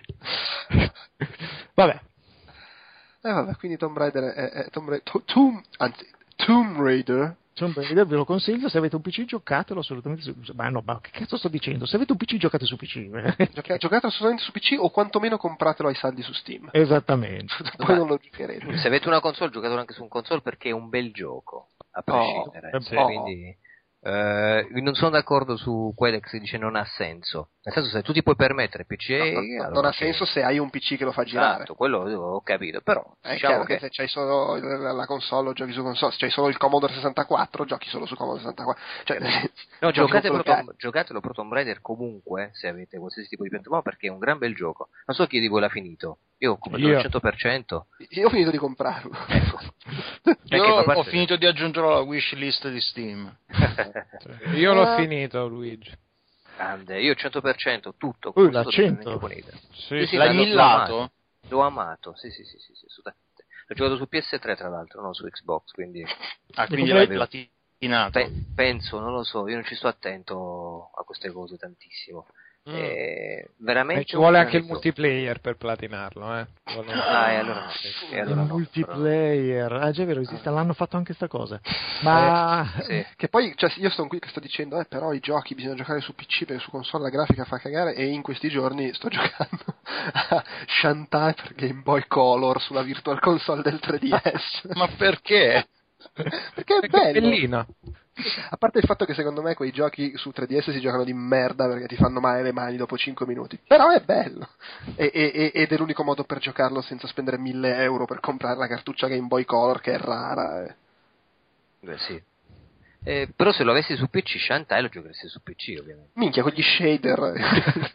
Vabbè. Eh vabbè, quindi Tomb Raider è, è Tomb Raider, Tomb, anzi, Tomb Raider. Tomb Raider ve lo consiglio, se avete un P C giocatelo assolutamente su, ma no, ma che cazzo sto dicendo? Se avete un P C giocate su P C. Gioca- giocate assolutamente su P C o quantomeno compratelo ai saldi su Steam. Esattamente. Poi non lo giocherete. Se avete una console, giocatelo anche su un console perché è un bel gioco, a prescindere. Oh, sì, oh. Quindi eh, non sono d'accordo su quello che si dice non ha senso. Nel senso, se tu ti puoi permettere P C, No, no, allora non ha che... senso se hai un P C che lo fa girare. Esatto, quello ho capito, però È diciamo chiaro che... che se c'hai solo la la console, giochi su console, se c'hai solo il Commodore sessantaquattro, giochi solo su Commodore sessantaquattro. Cioè, No, giochi giocate solo pro per- Tom, giocatelo pro Tomb Raider comunque, se avete qualsiasi tipo di piattaforma, perché è un gran bel gioco. Non so chi di voi l'ha finito. Io ho comprato Io. al cento per cento. Io ho finito di comprarlo. Ecco. Io Anche fa parte ho del- finito di aggiungerlo alla wish list di Steam. Io l'ho Ah. finito, Luigi. Grande, io al cento per cento tutto. Uh, come la sto cento? giapponese. Sì, Sì, sì, L'hai l'ho- l'ho millato? amato. L'ho amato, sì, sì, sì, sì, sì, assolutamente. L'ho giocato su P S tre tra l'altro, non su Xbox, quindi Ah, quindi Come- l'hai platinato. pe- penso, non lo so, io non ci sto attento a queste cose tantissimo. Mm. Eh, veramente E ci vuole un anche il gran multiplayer per platinarlo, eh. Vuole- Ah, e allora no. E allora il no, multiplayer, ah già è vero, esiste, l'hanno fatto anche sta cosa. Ma però- sì. Che poi, cioè, io sto qui che sto dicendo, eh, però i giochi bisogna giocare su P C perché su console la grafica fa cagare, e in questi giorni sto giocando a Shantae per Game Boy Color sulla Virtual Console del tre D S. Ma perché? Perché è Che bello. bellino. A parte il fatto che secondo me quei giochi su tre D S si giocano di merda perché ti fanno male le mani dopo cinque minuti. Però è bello. E, e- e- ed è l'unico modo per giocarlo senza spendere mille euro per comprare la cartuccia Game Boy Color, che è rara. eh. Beh, sì. Eh, però se lo avessi su P C, Shantae lo giocheresti su P C, ovviamente. Minchia, con gli shader.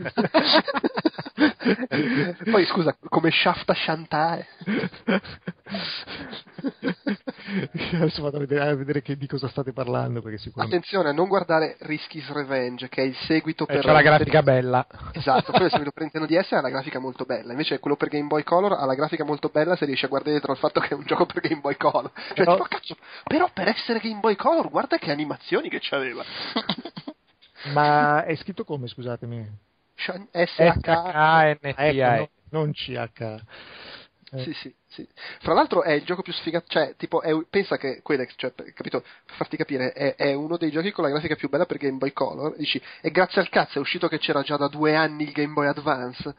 Poi scusa, come Shafta Shantae. adesso vado a vedere, a vedere che, di cosa state parlando, perché sicuramente Attenzione a non guardare Risky's Revenge, che è il seguito E per... c'è la grafica bella. Esatto, quello è il seguito per Nintendo D S, ha la grafica molto bella. Invece quello per Game Boy Color ha la grafica molto bella se riesci a guardare dietro al fatto che è un gioco per Game Boy Color. Cioè, Però- tipo, cazzo, però per essere Game Boy Color, guarda che animazioni che c'aveva. ma è scritto come, scusatemi? Shan- S S H K N T Ah, ecco, I. no, non C H. Eh, Sì, sì, sì. Fra l'altro è il gioco più sfigato, cioè, tipo, è, pensa che Quedex, cioè, per- capito, per farti capire, è, è uno dei giochi con la grafica più bella per Game Boy Color. Dici, e grazie al cazzo è uscito che c'era già da due anni il Game Boy Advance.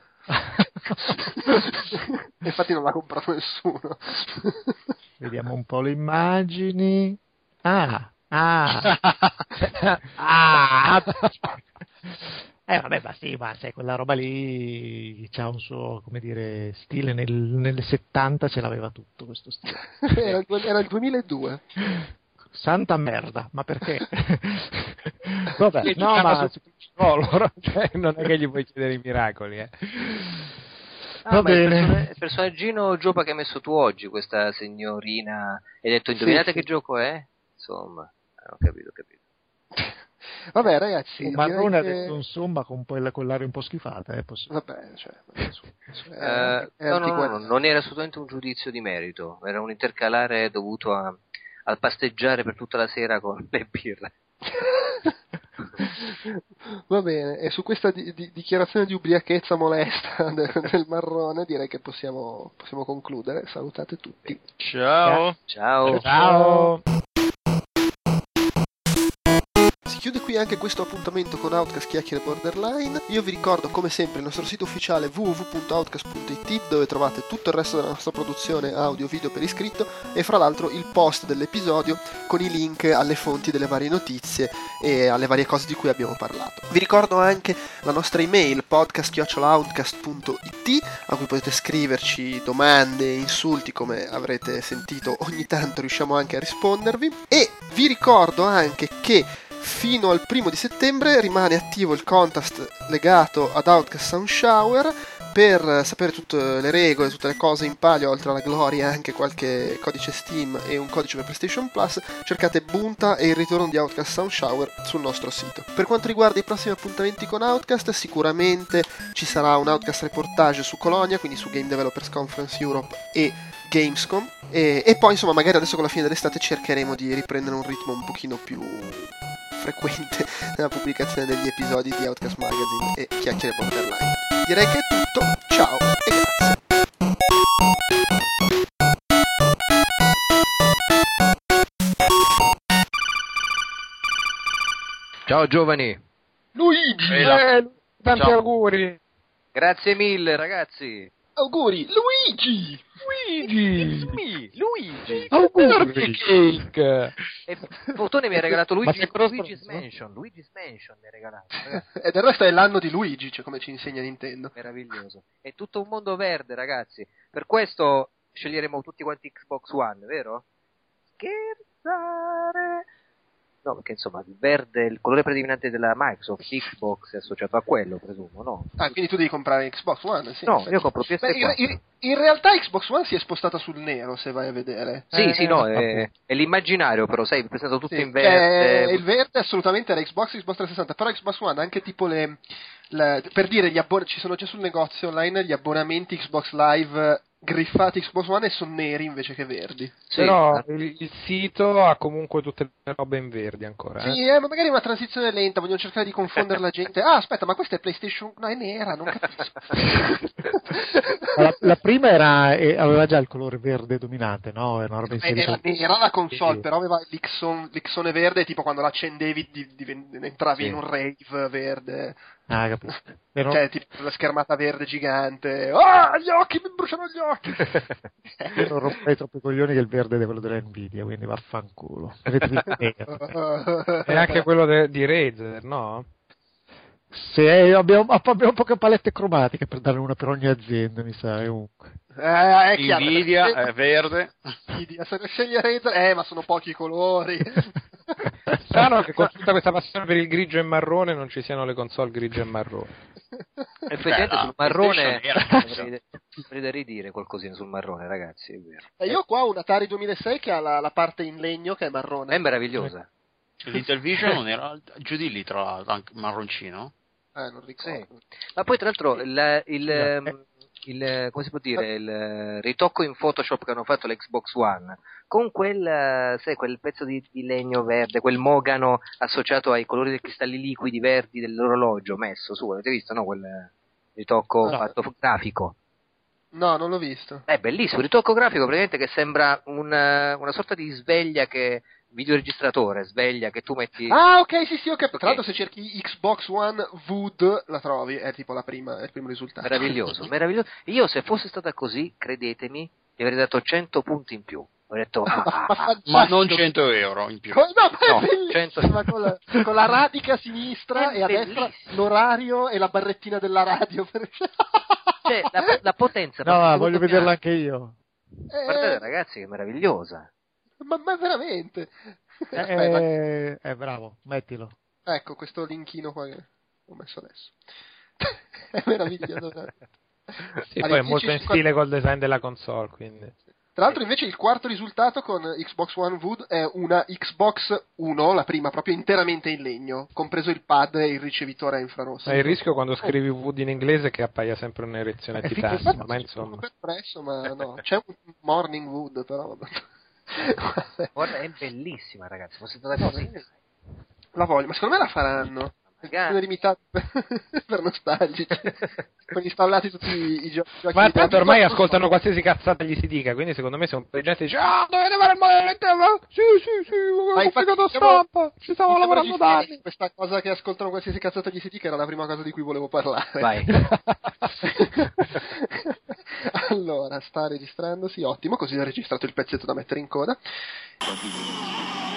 Infatti non l'ha comprato nessuno. Vediamo un po' le immagini. Ah, ah, ah. Eh vabbè, ma sì, ma sai, quella roba lì c'ha un suo, come dire, stile, nel, nelle settanta ce l'aveva tutto questo stile. era, il, due- era il duemiladue. Santa merda, ma perché? Vabbè, Che no, giocava ma su color, cioè, non è che gli puoi chiedere i miracoli, eh. Ah, Va ma il, bene. persona- il personaggino Giopa che hai messo tu oggi, questa signorina, hai detto indovinate Sì, che sì. gioco è? Insomma, eh, ho capito, ho capito. Vabbè, ragazzi, un marrone ha direi che- detto insomma con quella- con l'aria un po' schifata, eh, posso- Vabbè, cioè, vabbè, su- su- è- Eh, è no, no, no, antiguo- no, non era assolutamente un giudizio di merito, era un intercalare dovuto a, al pasteggiare per tutta la sera con le birre. Va bene, e su questa di- di- dichiarazione di ubriachezza molesta del, del marrone direi che possiamo, possiamo concludere. Salutate tutti. Ciao. Ciao. Ciao. Si chiude qui anche questo appuntamento con Outcast Chiacchiere Borderline. Io vi ricordo come sempre il nostro sito ufficiale w w w punto outcast punto i t, dove trovate tutto il resto della nostra produzione audio video per iscritto, e fra l'altro il post dell'episodio con i link alle fonti delle varie notizie e alle varie cose di cui abbiamo parlato. Vi ricordo anche la nostra email podcast chiocciola outcast punto i t, a cui potete scriverci domande, insulti, come avrete sentito ogni tanto riusciamo anche a rispondervi. E vi ricordo anche che fino al primo di settembre rimane attivo il contest legato ad Outcast Sound Shower. Per sapere tutte le regole, tutte le cose in palio, oltre alla gloria anche qualche codice Steam e un codice per PlayStation Plus, cercate Bunta e il ritorno di Outcast Sound Shower sul nostro sito. Per quanto riguarda i prossimi appuntamenti con Outcast, sicuramente ci sarà un Outcast reportage su Colonia, quindi su Game Developers Conference Europe e Gamescom e, e poi insomma magari adesso con la fine dell'estate cercheremo di riprendere un ritmo un pochino più frequente nella pubblicazione degli episodi di Outcast Magazine e Chiacchiere Borderline. Direi che è tutto, ciao e grazie. Ciao giovani. Luigi, Eh, tanti ciao. auguri. Grazie mille ragazzi. Auguri, Luigi! Luigi, Mi, Luigi. auguri. Cake. E Fortune mi ha regalato Ma Luigi, sei quello Luigi's stronzo? Mansion. Luigi's Mansion mi ha regalato. Ragazzi, E del resto è l'anno di Luigi, cioè come ci insegna Nintendo. meraviglioso. È tutto un mondo verde, ragazzi. Per questo sceglieremo tutti quanti Xbox One, vero? Scherzare. No, perché insomma il verde, il colore predominante della Microsoft, Xbox è associato a quello, presumo, no? Ah, quindi tu devi comprare Xbox One? Sì, No, in effetti. io compro P S quattro. Beh, in, in- in realtà Xbox One si è spostata sul nero, se vai a vedere. Sì, Eh, sì, no, eh, è, è l'immaginario, però sai, è presentato tutto Sì, in verde. eh, il verde assolutamente era Xbox, Xbox trecentosessanta, però Xbox One anche tipo le... le- per dire, gli abbon- ci sono già sul negozio online gli abbonamenti Xbox Live griffati Xbox One e sono neri invece che verdi. Sì, Però eh. il, il sito ha comunque tutte le robe in verde ancora. eh. Sì, eh, ma magari è una transizione lenta, vogliono cercare di confondere la gente. Ah, aspetta, ma questa è PlayStation... No, è nera, non capisco. La, la prima era, eh, aveva già il colore verde dominante, no? Era una roba Eh, era inserita. nera la console, Sì. però aveva l'Ixon, l'Ixone verde, tipo quando l'accendevi di, di- entravi Sì. in un rave verde. Ah, capisco. Però- Cioè, tipo la schermata verde gigante. Ah, gli occhi, mi bruciano gli occhi! Io non romperei troppo i coglioni che il verde è quello della Nvidia, quindi vaffanculo. Avete visto nero. E anche quello de- di Razer, no? Se abbiamo, abbiamo poche palette cromatiche per dare una per ogni azienda, mi sa, comunque. Eh, è chiaro. Nvidia se- è verde. Nvidia, se sceglie Razer, eh, ma sono pochi i colori. Strano che con tutta questa passione per il grigio e marrone non ci siano le console grigio e marrone. Effettivamente Beh, sul la marrone PlayStation avrei, avrei da ridire qualcosina sul marrone, ragazzi, è vero. E io qua ho un Atari duemilasei che ha la, la parte in legno che è marrone. È meravigliosa. L'Intellivision non era giù di lì, tra l'altro, anche marroncino. Eh, non ricordo. Ma poi tra l'altro il, il, Eh. ehm, il- come si può dire, il eh, ritocco in Photoshop che hanno fatto l'Xbox One con quel, eh, sai, quel pezzo di, di legno verde, quel mogano associato ai colori dei cristalli liquidi verdi dell'orologio messo su, avete visto, no? Quel ritocco No. fatto grafico. No, non l'ho visto. È bellissimo, ritocco grafico praticamente che sembra un, eh, una sorta di sveglia che videoregistratore, sveglia che tu metti. Ah, ok, sì, sì, ho capito. Tra Ok. l'altro se cerchi Xbox One V O D la trovi, è tipo la prima, è il primo risultato. Meraviglioso, meraviglioso. Io se fosse stata così, credetemi, gli avrei dato cento punti in più. Ho detto, ah, ah, Ma, ah. Ma non cento euro in più. Co- no, ma è No, bellissima, con, la, con la radica a sinistra È e a destra bellissimo. l'orario e la barrettina della radio. Per... Cioè, la, la potenza. No, proprio voglio secondo vederla me- anche io. Guardate Eh, ragazzi, che è meravigliosa. ma, ma veramente. Eh, Aspetta, eh, eh, bravo, mettilo. ecco questo linkino qua che ho messo adesso. È meraviglioso. veramente. Sì, Allora, poi è dieci, molto in cinquanta stile col design della console, quindi. Tra l'altro invece il quarto risultato con Xbox One V O D è una Xbox One, la prima proprio interamente in legno, compreso il pad e il ricevitore a infrarossi. Ma il rischio quando scrivi Wood in inglese è che appaia sempre un'erezione Eh, titanica, Infatti, ma sì, insomma. per presso, ma no, c'è un Morning Wood però. vabbè. Guarda, è bellissima ragazzi, fosse stata così. La voglio, ma secondo me la faranno. Magari. Sono limitati per, per nostalgici. Poi installati tutti i, i gio- giochi. Ma di- tanto ormai ascoltano qualsiasi cazzata gli si dica, quindi secondo me se un po' di gente dice ah, dovete fare il modello interno, sì sì sì, Ma ho infatti complicato siamo- stampa, ci stavo Mi sembra lavorando da registrare anni. questa cosa che ascoltano qualsiasi cazzata gli si dica era la prima cosa di cui volevo parlare. Vai. Allora, sta registrandosi, ottimo, così ho registrato il pezzetto da mettere in coda.